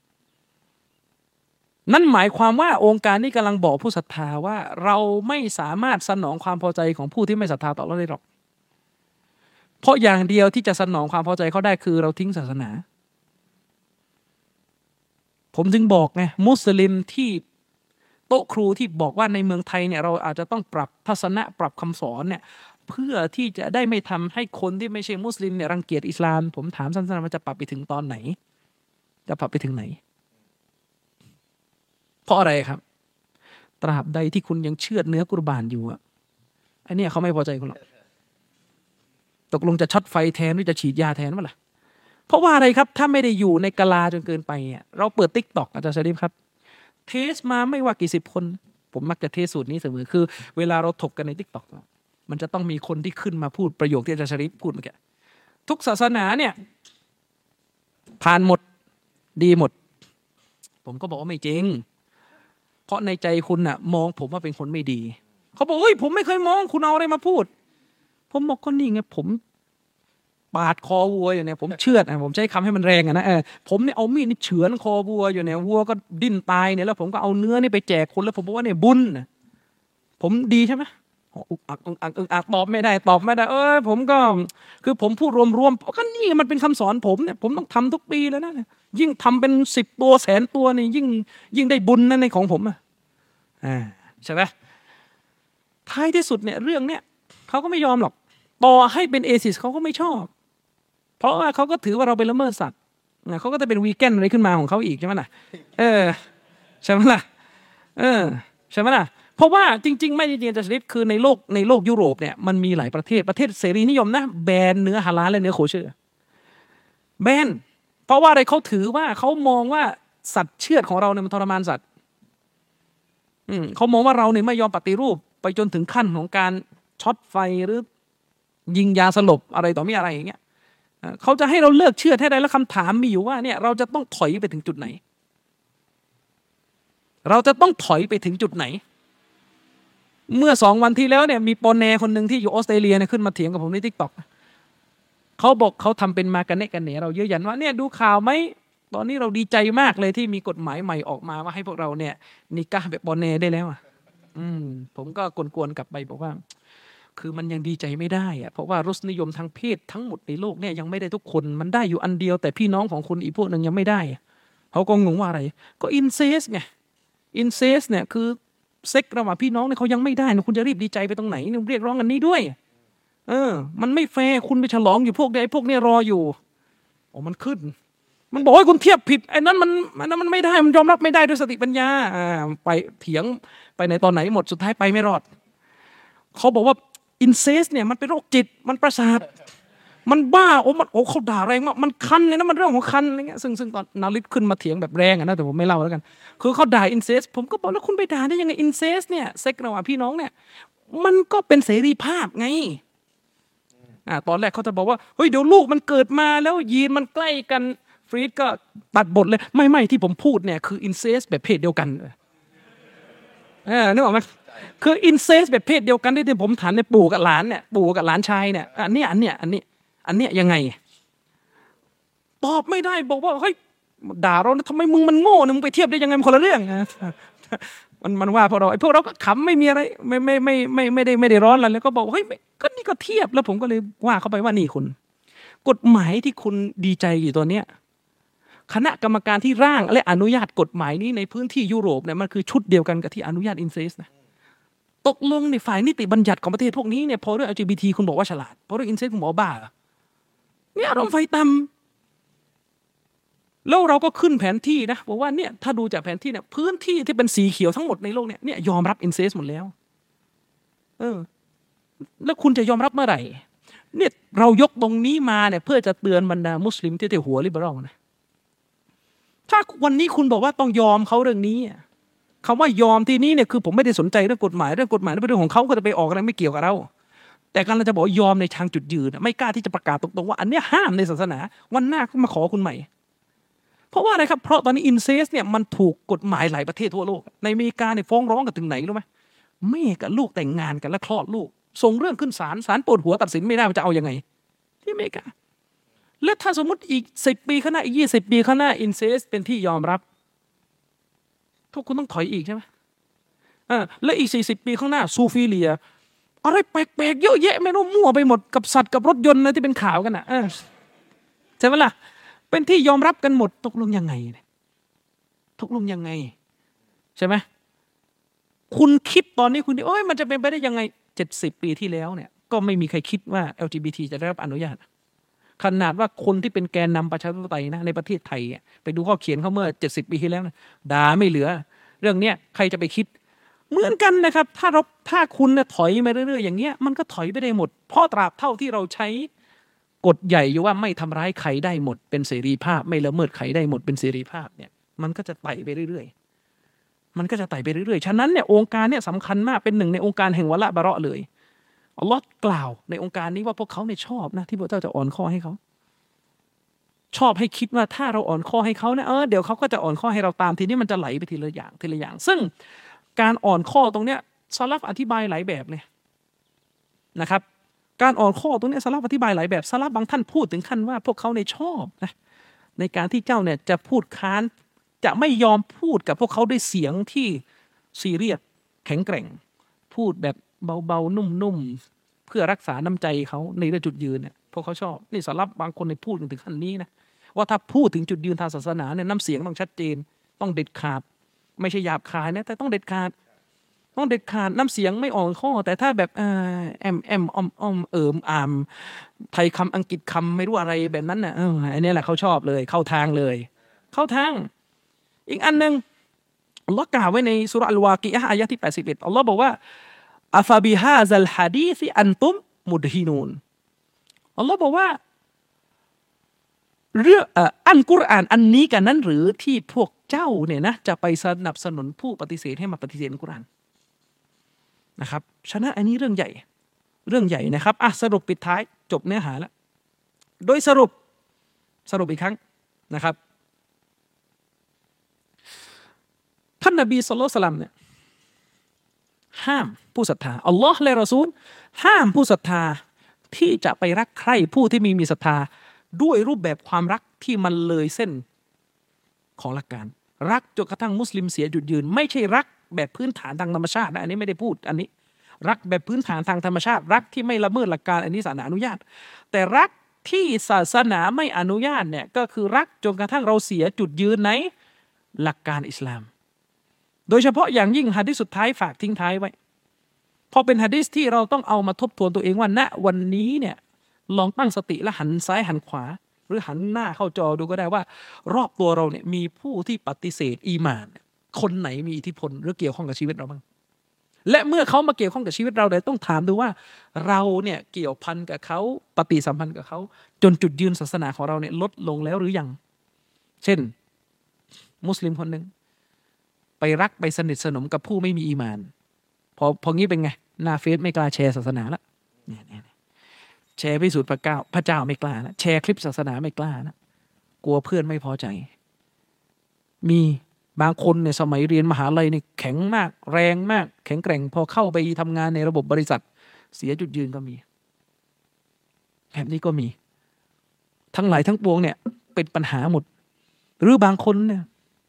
นั่นหมายความว่าองค์การนี้กำลังบอกผู้ศรัทธาว่าเราไม่สามารถสนองความพอใจของผู้ที่ไม่ศรัทธาต่อเราได้หรอกเพราะอย่างเดียวที่จะสนองความพอใจเขาได้คือเราทิ้งศาสนาผมจึงบอกไงมุสลิมที่โต๊ะครูที่บอกว่าในเมืองไทยเนี่ยเราอาจจะต้องปรับทัศนะปรับคำสอนเนี่ยเพื่อที่จะได้ไม่ทำให้คนที่ไม่ใช่มุสลิมเนี่ยรังเกียจอิสลามผมถามสั้นๆว่าจะปรับไปถึงตอนไหนจะปรับไปถึงไหนเพราะอะไรครับตราบใดที่คุณยังเชือดเนื้อกุรบานอยู่อ่ะไอ้นี่เขาไม่พอใจคุณหรอกตกลงจะช็อตไฟแทนหรือจะฉีดยาแทนมั้ยล่ะเพราะว่าอะไรครับถ้าไม่ได้อยู่ในกะลาจนเกินไปเนี่ยเราเปิด TikTok อาจารย์ชะริฟครับเทสมาไม่ว่ากี่สิบคนผมมักจะเทสสูตรนี้เสมอคือเวลาเราถกกันใน TikTok มันจะต้องมีคนที่ขึ้นมาพูดประโยคที่อาจารย์ชะริฟพูดเมื่อกี้ทุกศาสนาเนี่ยผ่านหมดดีหมดผมก็บอกว่าไม่จริงเพราะในใจคุณน่ะมองผมว่าเป็นคนไม่ดีเขาบอกเฮ้ยผมไม่เคยมองคุณเอาอะไรมาพูดผมบอกก็นี่ไงผมปาดคอวัวอยู่เนี่ยผมเชือดผมใช้คำให้มันแรงนะผมเนี่ยเอามีดนี่เฉือนคอวัวอยู่เนี่ยวัวก็ดิ้นตายเนี่ยแล้วผมก็เอาเนื้อนี่ไปแจกคนแล้วผมบอกว่าเนี่ยบุญผมดีใช่ไหมอักตอบไม่ได้ผมก็คือผมพูดรวมๆก็นี่มันเป็นคำสอนผมเนี่ยผมต้องทำทุกปีแล้วนะยิ่งทำเป็น10 ตัว100,000 ตัวนี่ยิ่งได้บุญนั่นในของผมใช่ไหมท้ายที่สุดเนี่ยเรื่องเนี้ยเขาก็ไม่ยอมหรอกต่อให้เป็นเอซิสเขาก็ไม่ชอบเพราะว่าเขาก็ถือว่าเราเป็นละเมิดสัตว์เขาก็จะเป็นวีแกนอะไรขึ้นมาของเขาอีกใช่ไหมล่ะใช่ไหมล่ะใช่ไหมล่ะเพราะว่าจริงๆไม่จริงๆจะสลิปคือในโลกยุโรปเนี่ยมันมีหลายประเทศเสรีนิยมนะแบนเนื้อฮาลาลและเนื้อโคเชอร์แบนเพราะว่าอะไรเขาถือว่าเขามองว่าสัตว์เชือดของเราเนี่ยมันทรมานสัตว์เขามองว่าเราเนี่ยไม่ยอมปฏิรูปไปจนถึงขั้นของการช็อตไฟหรือยิงยาสลบอะไรต่อมีอะไรอย่างเงี้ยเขาจะให้เราเลิกเชื่อแท้ใดแล้วคำถามมีอยู่ว่าเนี่ยเราจะต้องถอยไปถึงจุดไหนเราจะต้องถอยไปถึงจุดไหนเมื่อ2 วันที่แล้วเนี่ยมีปอแนคนหนึ่งที่อยู่ออสเตรเลียเนี่ยขึ้นมาเถียงกับผมใน TikTok เขาบอกเขาทำเป็นมากันเนะกันเหนเราเยอะยันว่าเนี่ยดูข่าวไหมตอนนี้เราดีใจมากเลยที่มีกฎหมายใหม่ออกมาว่าให้พวกเราเนี่ยนิกะห์แบบปอแนได้แล้วผมก็กวนๆกลับไปบอกว่าคือมันยังดีใจไม่ได้อะเพราะว่ารสนิยมทางเพศทั้งหมดในโลกเนี่ยยังไม่ได้ทุกคนมันได้อยู่อันเดียวแต่พี่น้องของคุณอีกพวกนึงยังไม่ได้เขาก็งงว่าอะไรก็อินเซสไงอินเซสเนี่ยคือเซ็กระหว่างพี่น้องเนี่ยเขายังไม่ได้นะคุณจะรีบดีใจไปตรงไหนเรียกร้องอันนี้ด้วยมันไม่แฟร์คุณไปฉลองอยู่พวกเดียวพวกนี้รออยู่มันขึ้นมันบอกให้คุณเทียบผิดไอ้นั้นมันไม่ได้มันยอมรับไม่ได้ด้วยสติปัญญาไปเถียงไปในตอนไหนหมดสุดท้ายไปไม่รอดเขาบอกว่าอินเซสเนี่ยมันเป็นโรคจิตมันประสาทมันบ้าเขาด่าแรงมากมันคันเลยนะมันเรื่องของคันอะไรเงี้ยซึ่งตอนนาริสขึ้นมาเถียงแบบแรงนะแต่ผมไม่เล่าแล้วกันคือเขาด่าอินเซสผมก็บอกแล้วคุณไปด่าได้ยังไงอินเซสเนี่ยเซ็กระหว่างพี่น้องเนี่ยมันก็เป็นเสรีภาพไงตอนแรกเขาจะบอกว่าเฮ้ยเดี๋ยวลูกมันเกิดมาแล้วยีนมันใกล้กันฟรีดก็ตัดบทเลยไม่ที่ผมพูดเนี่ยคืออินเซสแบบเพศเดียวกันนึกออกไหมคืออินเซสแบบเพศเดียวกันที่ผมถามในปู่กับหลานเนี่ยปู่กับหลานชายเนี่ยอันเนี้ยยังไงตอบไม่ได้บอกว่าเฮ้ยด่าเราทำไมมึงมันโง่เนี่ยมึงไปเทียบได้ยังไงมันคนละเรื่องมันว่าพวกเราก็ขำไม่มีอะไรไม่ได้ร้อนอะไรแล้วก็บอกเฮ้ยก็นี่ก็เทียบแล้วผมก็เลยว่าเข้าไปว่านี่คุณกฎหมายที่คุณดีใจอยู่ตัวเนี้ยคณะกรรมการที่ร่างและอนุญาตกฎหมายนี้ในพื้นที่ยุโรปเนี่ยมันคือชุดเดียวกันกับที่อนุญาตอินเซสนะตกลงในฝ่ายนิติบัญญัติของประเทศพวกนี้เนี่ยพอเรื่อง LGBT คุณบอกว่าฉลาดพอเรื่องอินเซสคุณบอกว่าบ้าเนี่ยอารมณ์ไฟต่ำแล้วเราก็ขึ้นแผนที่นะบอกว่าเนี่ยถ้าดูจากแผนที่เนี่ยพื้นที่ที่เป็นสีเขียวทั้งหมดในโลกเนี่ยยอมรับอินเซสหมดแล้วแล้วคุณจะยอมรับเมื่อไหร่เนี่ยเรายกตรงนี้มาเนี่ยเพื่อจะเตือนบรรดามุสลิมที่หัวลิเบอรัลนะถ้าวันนี้คุณบอกว่าต้องยอมเขาเรื่องนี้คำว่ายอมที่นี้เนี่ยคือผมไม่ได้สนใจเรื่องกฎหมายเป็นเรื่องของเขาก็จะไปออกอะไรไม่เกี่ยวกับเราแต่การเราจะบอกยอมในทางจุดยืนไม่กล้าที่จะประกาศตรงๆว่าอันนี้ห้ามในศาสนาวันหน้าก็มาขอคุณใหม่เพราะว่าอะไรครับเพราะตอนนี้อินเซสเนี่ยมันถูกกฎหมายหลายประเทศทั่วโลกในอเมริกาเนี่ยฟ้องร้องกันถึงไหนรู้ไหมแม่กับลูกแต่งงานกันแล้วคลอดลูกส่งเรื่องขึ้นศาลปวดหัวตัดสินไม่ได้ว่าจะเอายังไงที่อเมริกาและถ้าสมมติอีก10 ปีข้างหน้าอีก20 ปีข้างหน้าอินเซสเป็นที่ยอมรับทุกคุณต้องถอยอีกใช่ไหมและอีก40 ปีข้างหน้าซูฟิเลียอะไรแปลกๆเยอะแยะไม่รู้มั่วไปหมดกับสัตว์กับรถยนต์นะที่เป็นข่าวกันใช่ไหมล่ะเป็นที่ยอมรับกันหมดตกลงยังไงตกลงยังไงใช่ไหมคุณคิดตอนนี้คุณโอ้ยมันจะเป็นไปได้ยังไง70 ปีที่แล้วเนี่ยก็ไม่มีใครคิดว่า LGBT จะได้รับอนุญาตขนาดว่าคนที่เป็นแกนนำประชาธิปไตยนะในประเทศไทยไปดูข้อเขียนเขาเมื่อ70 ปีที่แล้วนะด่าไม่เหลือเรื่องเนี้ยใครจะไปคิดเหมือนกันนะครับถ้าคุณเนี่ยถอยมาเรื่อยๆอย่างเงี้ยมันก็ถอยไปได้หมดเพราะตราบเท่าที่เราใช้กฎใหญ่อยู่ว่าไม่ทำร้ายใครได้หมดเป็นเสรีภาพไม่ละเมิดใครได้หมดเป็นเสรีภาพเนี่ยมันก็จะไต่ไปเรื่อยๆฉะนั้นเนี่ยองค์การเนี่ยสำคัญมากเป็นหนึ่งในองค์การแห่งวะละบะเราะห์เลยอัลลอฮ์กล่าวในองค์การนี้ว่าพวกเขาเนี่ยชอบนะที่พระเจ้าจะอ่อนข้อให้เขาชอบให้คิดว่าถ้าเราอ่อนข้อให้เขาเนี่ยเดี๋ยวเขาก็จะอ่อนข้อให้เราตามทีนี้มันจะไหลไปทีละอย่างซึ่งการอ่อนข้อตรงเนี้ยซะลัฟอธิบายหลายแบบเลยนะครับการอ่อนข้อตรงนี้ซะลัฟอธิบายหลายแบบซะลัฟบางท่านพูดถึงขั้นว่าพวกเขาในชอบนะในการที่เจ้าเนี่ยจะพูดค้านจะไม่ยอมพูดกับพวกเขาด้วยเสียงที่ซีเรียสแข็งแกร่งพูดแบบเบาๆนุ่มๆเพื่อรักษาน้ำใจเขาในเรื่องจุดยืนเนี่ยพวกเขาชอบนี่ซะลัฟบางคนในพูดถึงขั้นนี้นะว่าถ้าพูดถึงจุดยืนทางศาสนาเนี่ยน้ำเสียงต้องชัดเจนต้องเด็ดขาดไม่ใช่หยาบคายนะแต่ต้องเด็ดขาดน้ำเสียงไม่อ่อนข้อแต่ถ้าแบบแอมอ้อมอามไทยคำอังกฤษคำไม่รู้อะไรแบบนั้นน่ะอันนี้แหละเขาชอบเลยเข้าทางอีกอันนึงอัลลอฮ์กล่าวไว้ในซูเราะห์อัลวากิอะห์อายะห์ที่81อัลลอฮ์บอกว่าอะฟาบิฮาซัลฮะดีซอันตุมมุดฮินูนอัลลอฮ์บอกว่าเรื่องอันกุรอานอันนี้กันนั้นหรือที่พวกเจ้าเนี่ยนะจะไปสนับสนุนผู้ปฏิเสธให้มาปฏิเสธอัลกุรอานนะครับฉะนั้นอันนี้เรื่องใหญ่เรื่องใหญ่นะครับสรุปปิดท้ายจบเนื้อหาแล้วโดยสรุปอีกครั้งนะครับท่านนบีศ็อลลัลลอฮุอะลัยฮิวะซัลลัมเนี่ยห้ามผู้ศรัทธาอัลลอฮ์และรอซูลห้ามผู้ศรัทธาที่จะไปรักใคร่ผู้ที่มีศรัทธาด้วยรูปแบบความรักที่มันเลยเส้นของหลักการรักจนกระทั่งมุสลิมเสียจุดยืนไม่ใช่รักแบบพื้นฐานทางธรรมชาตินะอันนี้ไม่ได้พูดอันนี้รักแบบพื้นฐานทางธรรมชาติรักที่ไม่ละเมิดหลักการอันนี้ศาสนาอนุญาตแต่รักที่ศาสนาไม่อนุญาตเนี่ยก็คือรักจนกระทั่งเราเสียจุดยืนในหลักการอิสลามโดยเฉพาะอย่างยิ่งหะดีษสุดท้ายฝากทิ้งท้ายไว้พอเป็นหะดีษที่เราต้องเอามาทบทวนตัวเองว่าณวันนี้เนี่ยลองตั้งสติและหันซ้ายหันขวาหรือหันหน้าเข้าจอดูก็ได้ว่ารอบตัวเราเนี่ยมีผู้ที่ปฏิเสธอีหม่านคนไหนมีอิทธิพลหรือเกี่ยวข้องกับชีวิตเราบ้างและเมื่อเขามาเกี่ยวข้องกับชีวิตเราเลยต้องถามดูว่าเราเนี่ยเกี่ยวพันกับเขาปฏิสัมพันธ์กับเขาจนจุดยืนศาสนาของเราเนี่ยลดลงแล้วหรือยังเช่นมุสลิมคนหนึ่งไปรักไปสนิทสนมกับผู้ไม่มีอีหม่านพองี้เป็นไงหน้าเฟซไม่กล้าแชร์ศาสนาละเนี่ยแชร์พิสูจน์พระเจ้าไม่กล้านะแชร์คลิปศาสนาไม่กล้านะกลัวเพื่อนไม่พอใจมีบางคนเนี่ยสมัยเรียนมหาลัยเนี่ยแข็งมากแรงมากแข็งแกร่งพอเข้าไปทำงานในระบบบริษัทเสียจุดยืนก็มีแบบนี้ก็มีทั้งหลายทั้งปวงเนี่ยเป็นปัญหาหมดหรือบางคนเนี่ย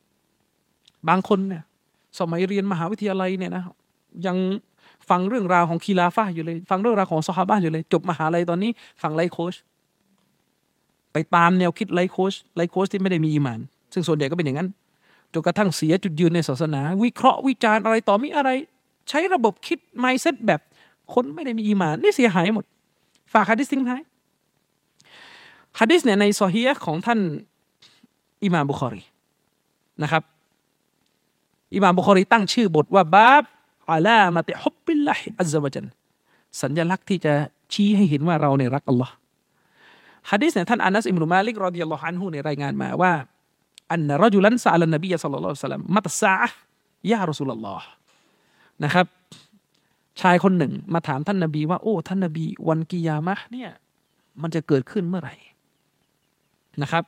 สมัยเรียนมหาวิทยาลัยเนี่ยนะยังฟังเรื่องราวของคีลาฟะห์อยู่เลยฟังเรื่องราวของซอฮาบะห์อยู่เลยจบมหาลัยตอนนี้ฟังไลฟ์โค้ชไปตามแนวคิดไลฟ์โค้ชที่ไม่ได้มีอีหม่านซึ่งส่วนใหญ่ก็เป็นอย่างนั้นจนกระทั่งเสียจุดยืนในศาสนาวิเคราะห์วิจารณ์อะไรต่อมีอะไรใช้ระบบคิด mindset แบบคนไม่ได้มีอีหม่านนี่เสียหายหมดฝากหะดีษทิ้งท้ายหะดีษเนี่ยในซอฮีฮ์ของท่านอิหม่ามบุคอรีนะครับอิหม่ามบุคอรีตั้งชื่อบทว่าบาบอะลามะติฮุบบิลลาฮิอัซซะวะญัลสัญลักษณ์ที่จะชี้ให้เห็นว่าเราเนี่ยรักอัลลอฮ์หะดีษเนี่ยท่านอานัสอิบนุมาลิกรอฎิยัลลอฮุอันฮุเนี่ยรายงานมาว่าอันนะรอจุลันซะอะลันนบีศ็อลลัลลอฮุอะลัยฮิวะซัลลัมมัตซาอะฮ์ยารอซูลุลลอฮ์นะครับชายคนหนึ่งมาถามท่านนบีว่าโอ้ท่านนบีวันกิยามะห์เนี่ยมันจะเกิดขึ้นเมื่อไหร่นะครับ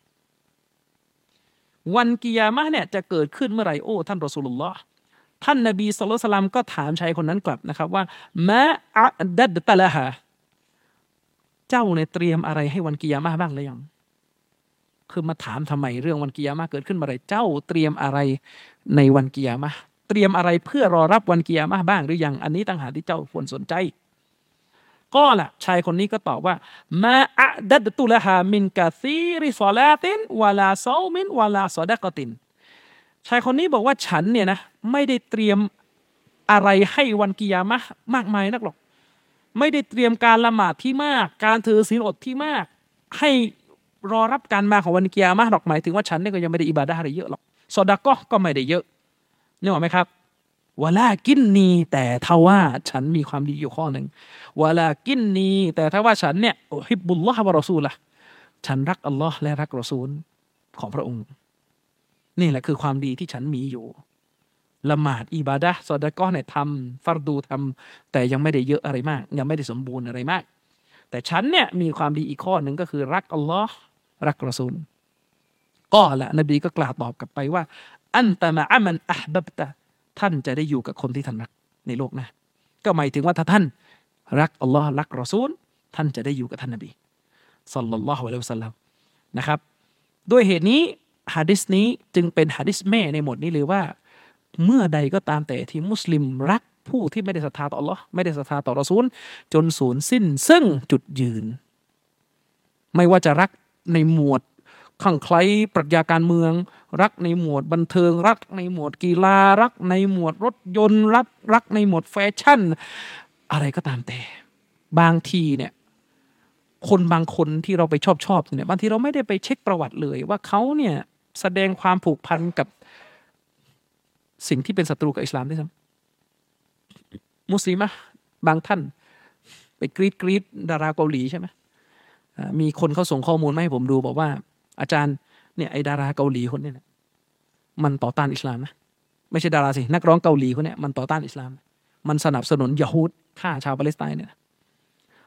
วันกิยามะห์เนี่ยจะเกิดขึ้นเมื่อไหร่โอ้ท่านรอซูลุลลอฮ์ท่านนบีศ็อลลัลลอฮุอะลัยฮิวะซัลลัมก็ถามชายคนนั้นกลับนะครับว่ามะอะดัดตะละฮาเจ้าเนี่ยเตรียมอะไรให้วันกิยามะห์บ้างหรือยังคือมาถามทำไมเรื่องวันกิยามะห์เกิดขึ้นเมื่อไหร่เจ้าเตรียมอะไรในวันกิยามะห์เตรียมอะไรเพื่อรอรับวันกิยามะห์บ้างหรือยังอันนี้ต่างหากที่เจ้าควรสนใจก็ล่ะชายคนนี้ก็ตอบว่ามาอะดัดตุละฮามินกะซีริศอลาตินวะลาซอมินวะลาซอดะกะตินชายคนนี้บอกว่าฉันเนี่ยนะไม่ได้เตรียมอะไรให้วันกิยามะห์มากมายนักหรอกไม่ได้เตรียมการละหมาดที่มากการถือศีลอดที่มากให้รอรับการมาของวันกิยามะห์หรอกหมายถึงว่าฉันเนี่ยก็ยังไม่ได้อิบาดะห์อะไรเยอะหรอกซอดะกอฮ์ก็ไม่ได้เยอะนึกออกไหมครับวะลากินนีแต่ถ้าว่าฉันมีความดีอยู่ข้อหนึ่งวะลากินนีแต่ถ้าว่าฉันเนี่ยฮิบบุลลอฮ์วะรอซูละฉันรักอัลลอฮ์และรักรอซูลของพระองค์นี่แหละคือความดีที่ฉันมีอยู่ละหมาดอิบาดะห์ซอดะกอฮ์เนี่ยทำฟัรดูทำแต่ยังไม่ได้เยอะอะไรมากยังไม่ได้สมบูรณ์อะไรมากแต่ฉันเนี่ยมีความดีอีกข้อหนึ่งก็คือรักอัลลอฮ์รักรอซูลก็ละนบีก็กล่าวตอบกลับไปว่าอันตะมะอะมันอะห์บับตะท่านจะได้อยู่กับคนที่ท่านรักในโลกนะก็หมายถึงว่าถ้าท่านรักอัลลอฮ์รักรอซูลท่านจะได้อยู่กับท่านนบีศ็อลลัลลอฮุอะลัยฮิวะซัลลัมนะครับด้วยเหตุนี้หะดีษนี้จึงเป็นหะดีษแม่ในหมวดนี้เลยว่าเมื่อใดก็ตามแต่ที่มุสลิมรักผู้ที่ไม่ได้ศรัทธาต่ออัลลอฮ์ไม่ได้ศรัทธาต่อรอซูลจนสูญสิ้นซึ่งจุดยืนไม่ว่าจะรักในหมวดข้างใคล้ปรัชญาการเมืองรักในหมวดบันเทิงรักในหมวดกีฬารักในหมวดรถยนต์รักในหมวดแฟชั่นอะไรก็ตามแต่บางทีเนี่ยคนบางคนที่เราไปชอบเนี่ยบางทีเราไม่ได้ไปเช็คประวัติเลยว่าเขาเนี่ยแสดงความผูกพันกับสิ่งที่เป็นศัตรูกับอิสลามด้วยซ้ำมุสลิมะบางท่านไปกรีดดาราเกาหลีใช่ไหมมีคนเขาส่งข้อมูลมาให้ผมดูบอกว่าอาจารย์เนี่ยไอ้ดาราเกาหลีคนนี้นะมันต่อต้านอิสลามนะไม่ใช่ดาราสินักร้องเกาหลีคนนี้มันต่อต้านอิสลามมันสนับสนุนยะฮูดฆ่าชาวปาเลสไตน์เนี่ย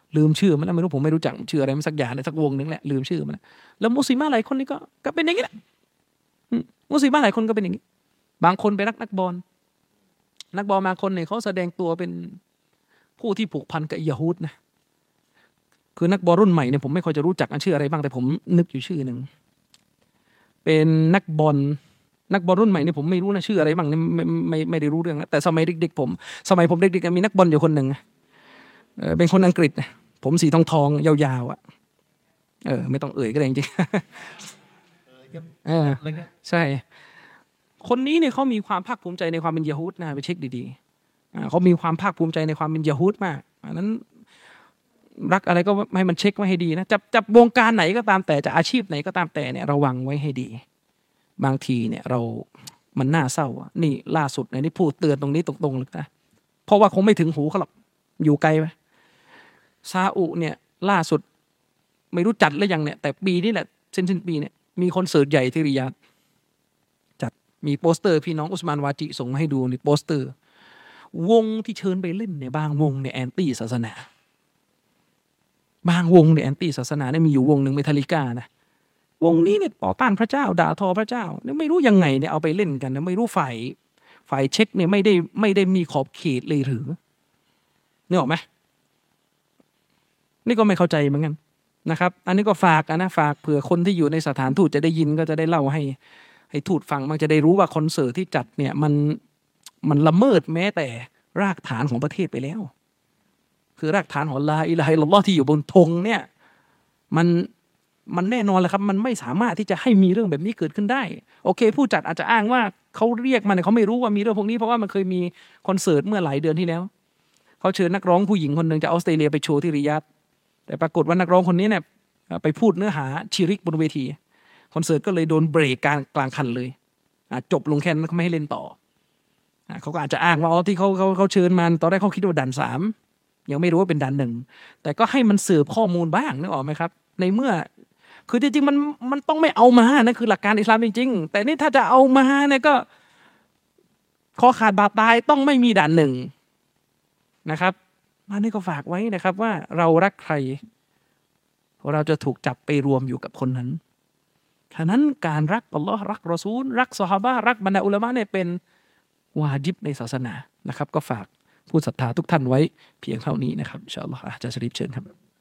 ลืมชื่อมันแล้วไม่รู้ผมไม่รู้จักชื่ออะไรมันสักอย่างเลยสักวงนึงแหละลืมชื่อมันแล้วมุสลิมหลายคนนี่ก็เป็นอย่างนี้แหละมุสลิมหลายคนก็เป็นอย่างนี้บางคนไปรักนักบอลบางคนเนี่ยเขาแสดงตัวเป็นผู้ที่ผูกพันกับยะฮูดนะคือนักบอลรุ่นใหม่เนี่ยผมไม่ค่อยจะรู้จักชื่ออะไรบ้างแต่ผมนึกอยู่ชื่อหนึ่งเป็นนักบอลรุ่นใหม่เนี่ยผมไม่รู้นะชื่ออะไรบ้างเนี่ยไม่ได้รู้เรื่องนะแต่สมัยเด็กๆสมัยผมเด็กๆมีนักบอลอยู่คนหนึ่งเป็นคนอังกฤษนะผมสีทองยาวๆอ่ะไม่ต้องเอ่ยก็ได้จริงๆใช่คนนี้เนี่ยเขามีความภาคภูมิใจในความเป็นยะฮูดนะไปเช็คดีๆเขามีความภาคภูมิใจในความเป็นยะฮูดมากอันนั้นรักอะไรก็ให้มันเช็คไว้ให้ดีนะจะวงการไหนก็ตามแต่จะอาชีพไหนก็ตามแต่เนี่ยระวังไว้ให้ดีบางทีเนี่ยมันน่าเศร้าอ่ะนี่ล่าสุดเนี่ยนี่พูดเตือนตรงนี้ตรงๆเลยนะเพราะว่าคงไม่ถึงหูเขาหรอกอยู่ไกลไปซาอุเนี่ยล่าสุดไม่รู้จัดแล้วยังเนี่ยแต่ปีนี้แหละสิ้นปีเนี่ยมีคอนเสิร์ตใหญ่ที่ริยาดจัดมีโปสเตอร์พี่น้องอุสมานวาจิส่งมาให้ดูนี่โปสเตอร์วงที่เชิญไปเล่นเนี่ยบางวงเนี่ยแอนตี้ศาสนาบางวงเนี่ยแอนตี้ศาสนาเนี่ยมีอยู่วงหนึ่งเมทัลลิก้านะวงนี้เนี่ยต่อต้านพระเจ้าด่าทอพระเจ้าเนี่ยไม่รู้ยังไงเนี่ยเอาไปเล่นกันนะไม่รู้ฝ่ายเช็คเนี่ยไม่ได้มีขอบเขตเลยหรือนึกออกไหมนี่ก็ไม่เข้าใจเหมือนกันนะครับอันนี้ก็ฝากนะฝากเผื่อคนที่อยู่ในสถานทูตจะได้ยินก็จะได้เล่าให้ทูตฟังมันจะได้รู้ว่าคอนเสิร์ตที่จัดเนี่ยมันละเมิดแม้แต่รากฐานของประเทศไปแล้วคือรากฐานของลาอิลาฮะอิลลัลลอฮ์ที่อยู่บนธงเนี่ยมันแน่นอนแหละครับมันไม่สามารถที่จะให้มีเรื่องแบบนี้เกิดขึ้นได้โอเคผู้จัดอาจจะอ้างว่าเขาเรียกมันเขาไม่รู้ว่ามีเรื่องพวกนี้เพราะว่ามันเคยมีคอนเสิร์ตเมื่อหลายเดือนที่แล้วเขาเชิญนักร้องผู้หญิงคนหนึ่งจากออสเตรเลียไปโชว์ที่ริยาดแต่ปรากฏว่านักร้องคนนี้เนี่ยไปพูดเนื้อหาชิริกบนเวทีคอนเสิร์ตก็เลยโดนเบรกกลางคันเลยจบลงแค่นั้นเขาไม่ให้เล่นต่อเขาก็อาจจะอ้างว่าที่เขาเชิญมันตอนแรกเขาคิดว่าด่าน3ยังไม่รู้ว่าเป็นด่าน1แต่ก็ให้มันสืบข้อมูลบ้างนึกออกไหมครับในเมื่อคือจริงๆมันต้องไม่เอามานะคือหลักการอิสลามจริงๆแต่นี่ถ้าจะเอามาเนี่ยก็คอขาดบาปตายต้องไม่มีด่าน1นะครับอันนี้ก็ฝากไว้นะครับว่าเรารักใครเราจะถูกจับไปรวมอยู่กับคนนั้นฉะนั้นการรักอัลลอฮ์รักรอซูลรักซอฮาบะห์รักบรรดาอุลามะเนี่ยเป็นวาญิบในศาสนานะครับก็ฝากผู้ศรัทธาทุกท่านไว้เพียงเท่านี้นะครับอินชาอัลลอฮ์อาจารย์ชะรีฟเชิญครับ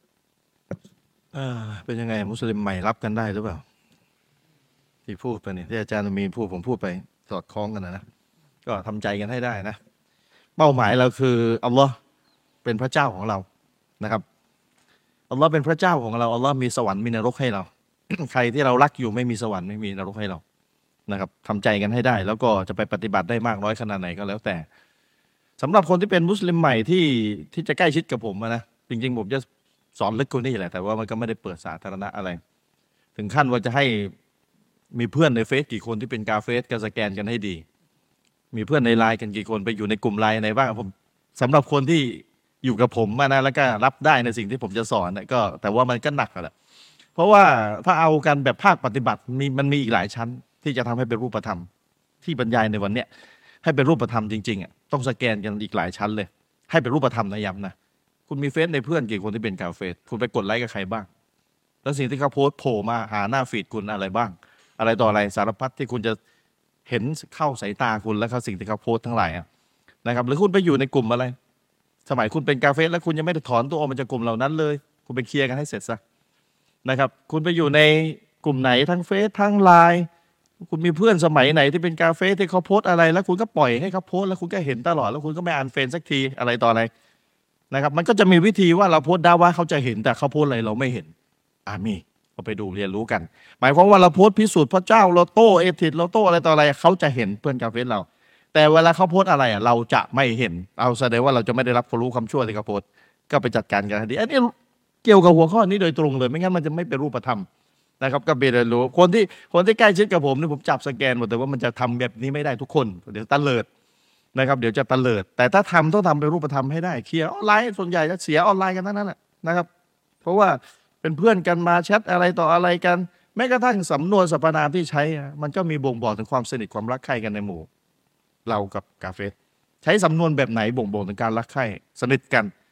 เป็นยังไงมุสลิมใหม่รับกันได้หรือเปล่าที่พูดไปเนี่ยที่อาจารย์มีพูดผมพูดไปสอดคล้องกันนะก็ทำใจกันให้ได้นะเป้าหมายเราคืออัลลอฮ์เป็นพระเจ้าของเรานะครับอัลลอฮ์เป็นพระเจ้าของเราอัลลอฮ์มีสวรรค์มีนรกให้เรา ใครที่เรารักอยู่ไม่มีสวรรค์ไม่มีนรกให้เรานะครับทำใจกันให้ได้แล้วก็จะไปปฏิบัติได้มากน้อยขนาดไหนก็แล้วแต่สำหรับคนที่เป็นมุสลิมใหม่ที่จะใกล้ชิดกับผมนะจริงๆผมจะสอนลึกกว่านี้แหละแต่ว่ามันก็ไม่ได้เปิดสาธารณะอะไรถึงขั้นว่าจะให้มีเพื่อนในเฟซกี่คนที่เป็นกาเฟสก็สแกนกันให้ดีมีเพื่อนในไลน์กันกี่คนไปอยู่ในกลุ่มไลน์ไหนบ้างผมสำหรับคนที่อยู่กับผมนะแล้วก็รับได้ในสิ่งที่ผมจะสอนนะก็แต่ว่ามันก็หนักแหละเพราะว่าถ้าเอากันแบบภาคปฏิบัติมันมีอีกหลายชั้นที่จะทำให้เป็นรูปธรรมที่บรรยายในวันเนี้ยให้เป็นรูปธรรมจริงๆต้องสแกนกันอีกหลายชั้นเลยให้เป็นรูปธรรมนะย้ำนะคุณมีเฟซในเพื่อนกี่คนที่เป็นกาเฟสคุณไปกดไลค์กับใครบ้างแล้วสิ่งที่เขาโพสต์โผล่มาหาหน้าฟีดคุณอะไรบ้างอะไรต่ออะไรสารพัดที่คุณจะเห็นเข้าสายตาคุณแล้วเขาสิ่งที่เขาโพสต์ทั้งหลายนะครับหรือคุณไปอยู่ในกลุ่มอะไรสมัยคุณเป็นกาเฟสแล้วคุณยังไม่ได้ถอนตัวออกมาจากกลุ่มเหล่านั้นเลยคุณไปเคลียร์กันให้เสร็จซะนะครับคุณไปอยู่ในกลุ่มไหนทั้งเฟซทั้งไลน์คุณมีเพื่อนสมัยไหนที่เป็นกาเฟสที่เขาโพสต์อะไรแล้วคุณก็ปล่อยให้เขาโพสต์แล้วคุณก็เห็นตลอดแล้วคุณก็ไม่อ่านเฟซสักทีอะไรต่ออะไรนะครับมันก็จะมีวิธีว่าเราโพสต์ได้ว่าเขาจะเห็นแต่เขาโพสต์อะไรเราไม่เห็นมีก็ไปดูเรียนรู้กันหมายความว่าเราโพสต์พิสูจน์พระเจ้าเราโต้เอทิดเราโต้อะไรต่ออะไรเขาจะเห็นเพื่อนกาเฟสเราแต่เวลาเขาโพสต์อะไรเราจะไม่เห็นเอาแสดงว่าเราจะไม่ได้รับความรู้ความชั่วที่เขาโพสต์ก็ไปจัดการกันให้ดีอันนี้เกี่ยวกับหัวข้อนี้โดยตรงเลยไม่งั้นมันจะไม่เป็นรูปธรรมนะครับก็ไปเรียนรู้คนที่ใกล้ชิดกับผมนี่ผมจับสแกนหมดแต่ว่ามันจะทำแบบนี้ไม่ได้ทุกคนเดี๋ยวตะเลิดนะครับเดี๋ยวจะตะเลิดแต่ถ้าทำต้องทำเป็นรูปธรรมให้ได้เคลียร์ออนไลน์ส่วนใหญ่จะเสียออนไลน์กันทั้งนั้นแหละนะครับเพราะว่าเป็นเพื่อนกันมาแชทอะไรต่ออะไรกันแม้กระทั่งสำนวนสรรพนามที่ใช้มันก็มีบ่งบอกถึงความสนิทความรักใคร่กันในหมู่เรากับกาเฟสใช้สำนวนแบบไหนบ่งบอกถึงการรักใคร่สนิทกัน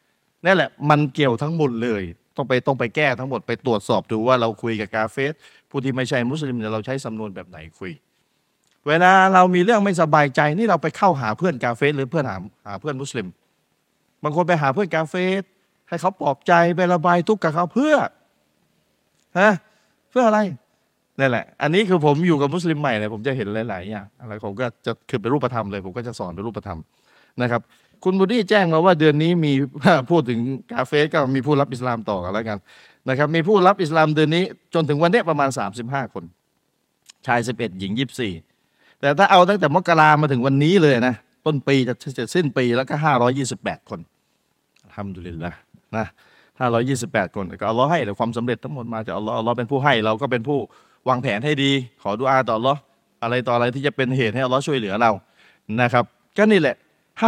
นั่นแหละมันเกี่ยวทั้งหมดเลยต้องไปแก้ทั้งหมดไปตรวจสอบดูว่าเราคุยกับกาเฟรผู้ที่ไม่ใช่มุสลิมเนี่ยเราใช้สำนวนแบบไหนคุยเวลาเรามีเรื่องไม่สบายใจนี่เราไปเข้าหาเพื่อนกาเฟรหรือเพื่อนหาเพื่อนมุสลิมบางคนไปหาเพื่อนกาเฟรให้เขาปลอบใจไประบายทุกข์กับเขาเพื่ออะไรนั่นแหละอันนี้คือผมอยู่กับมุสลิมใหม่เลยผมจะเห็นหลายๆอย่างอะไรผมก็จะคือเป็นรูปธรรมเลยผมก็จะสอนเป็นรูปธรรมนะครับคุณบูดี้แจ้งมาว่าเดือนนี้มี พูดถึงกาเฟสก็มีผู้รับอิสลามต่อกันแล้วกันนะครับมีผู้รับอิสลามเดือนนี้จนถึงวันนี้ประมาณ35คนชาย11หญิง24แต่ถ้าเอาตั้งแต่มกรามาถึงวันนี้เลยนะต้นปีจะสิ้นปีแล้วก็528คนอัลฮัมดุลิลละห์นะ528คนก็อัลลอฮ์ให้แต่ความสำเร็จทั้งหมดมาจากอัลลอฮ์เป็นผู้ให้เราก็เป็นผู้วางแผนให้ดีขอดุอาต่ออัลลอฮ์อะไรต่ออะไรที่จะเป็นเหตุให้อัลลอฮ์ช่วยเหลือเรานะครับก็นี่แหละ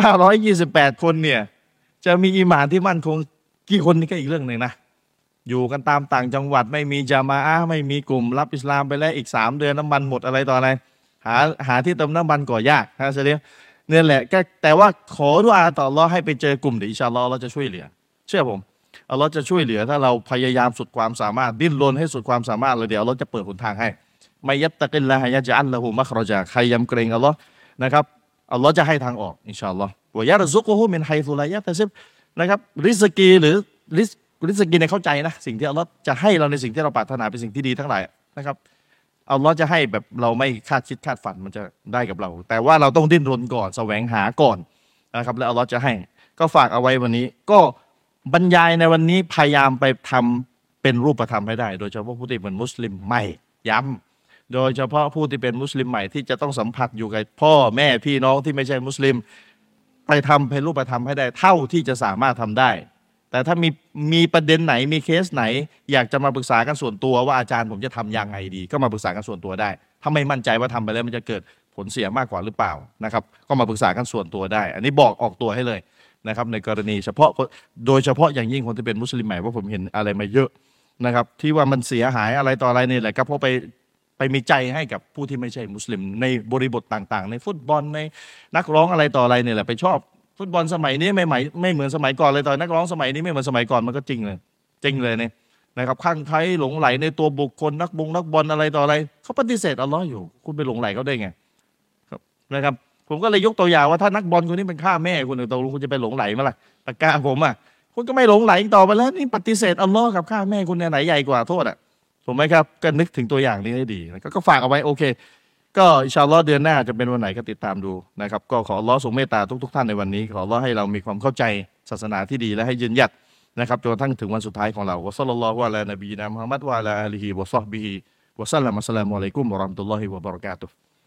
528คนเนี่ยจะมีอีหม่านที่มั่นคงกี่คนนี่ก็อีกเรื่องหนึ่งนะอยู่กันตามต่างจังหวัดไม่มีญะมาอะห์ไม่มีกลุ่มรับอิสลามไปแล้วอีก3 เดือนน้ำมันหมดอะไรต่ออะไรหาที่เติมน้ำมันก็ยากนะเฉลียเนี่ยแหละก็แต่ว่าขอดุอาต่ออัลลอฮ์ให้ไปเจอกลุ่มที่อินชาอัลลอฮ์เราจะช่วยเหลือเชื่อผมอัลลอฮ์จะช่วยเหลือถ้าเราพยายามสุดความสามารถดิ้นรนให้สุดความสามารถเลยเดี๋ยวอัลลอฮ์จะเปิดหนทางให้ไม่ยัตตะกิลละฮะยะจัลละหูมัคเราะญะใครยำเกรงอัลลอฮ์นะครับอัลลอฮ์จะให้ทางออกอินชาอัลลอฮ์วะยะรซุกุฮุมินไฮซุลายะตะซิบนะครับริสกีหรือริสกีในเข้าใจนะสิ่งที่อัลลอฮ์จะให้เราในสิ่งที่เราปรารถนาเป็นสิ่งที่ดีทั้งหลายนะครับอัลลอฮ์จะให้แบบเราไม่คาดคิดคาดฝันมันจะได้กับเราแต่ว่าเราต้องดิ้นรนก่อนแสวงหาก่อนนะครับแล้วอัลลอฮ์จะให้ก็ฝากเอาไว้วันนี้ก็บรรยายในวันนี้พยายามไปทำเป็นรูปธรรมให้ได้โดยเฉพาะผู้ที่เป็นมุสลิมใหม่ย้ำโดยเฉพาะผู้ที่เป็นมุสลิมใหม่ที่จะต้องสัมผัสอยู่กับพ่อแม่พี่น้องที่ไม่ใช่มุสลิมไปทำเป็นรูปธรรมให้ได้เท่าที่จะสามารถทำได้แต่ถ้ามีประเด็นไหนมีเคสไหนอยากจะมาปรึกษากันส่วนตัวว่าอาจารย์ผมจะทำยังไงดีก็มาปรึกษากันส่วนตัวได้ถ้าไม่มั่นใจว่าทำไปแล้วมันจะเกิดผลเสียมากกว่าหรือเปล่านะครับก็มาปรึกษากันส่วนตัวได้อันนี้บอกออกตัวให้เลยนะครับในกรณีเฉพาะโดยเฉพาะอย่างยิ่งคนที่เป็นมุสลิมใหม่เพราะผมเห็นอะไรมาเยอะนะครับที่ว่ามันเสียหายอะไรต่ออะไรนี่แหละก็เพราะไปมีใจให้กับผู้ที่ไม่ใช่มุสลิมในบริบทต่างๆในฟุตบอลในนักร้องอะไรต่ออะไรนี่แหละไปชอบฟุตบอลสมัยนี้ไม่เหมือนสมัยก่อนเลยตอนนักร้องสมัยนี้ไม่เหมือนสมัยก่อนมันก็จริงเลยเนี่ยนะครับข้างใครหลงไหลในตัวบุคคลนักบอลอะไรต่ออะไรเขาปฏิเสธอัลลอฮ์อยู่คุณไปหลงไหลเขาได้ไงครับนะครับผมก็เลยยกตัวอย่างว่าถ้านักบอลคนนี้เป็นฆ่าแม่คุณตกลงคุณจะไปหลงไหลมั้ยล่ะตะกร้าผมอ่ะคุณก็ไม่หลงไหลต่อไปแล้วนี่ปฏิเสธอัลลอฮ์กับฆ่าแม่คุณไหนใหญ่กว่าโทษอ่ะถูกไหมครับก็นึกถึงตัวอย่างนี้ให้ดีก็ฝากเอาไว้โอเคก็อินชาอัลลอฮ์เดือนหน้าจะเป็นวันไหนก็ติดตามดูนะครับก็ขออัลลอฮ์ทรงเมตตาทุกท่านในวันนี้ขออัลลอฮ์ให้เรามีความเข้าใจศาสนาที่ดีและให้ยืนหยัดนะครับจนกระทั่งถึงวันสุดท้ายของเราวะศ็อลลัลลอฮุอะลานบีนะมุฮัมมัดวะอะลาอาลีฮิวะศอฮบิฮิวะซัลลัมอัสสลามุอะลัยกุมวะเราะห์มะตุลลอฮิวะบะเราะกาตุฮ์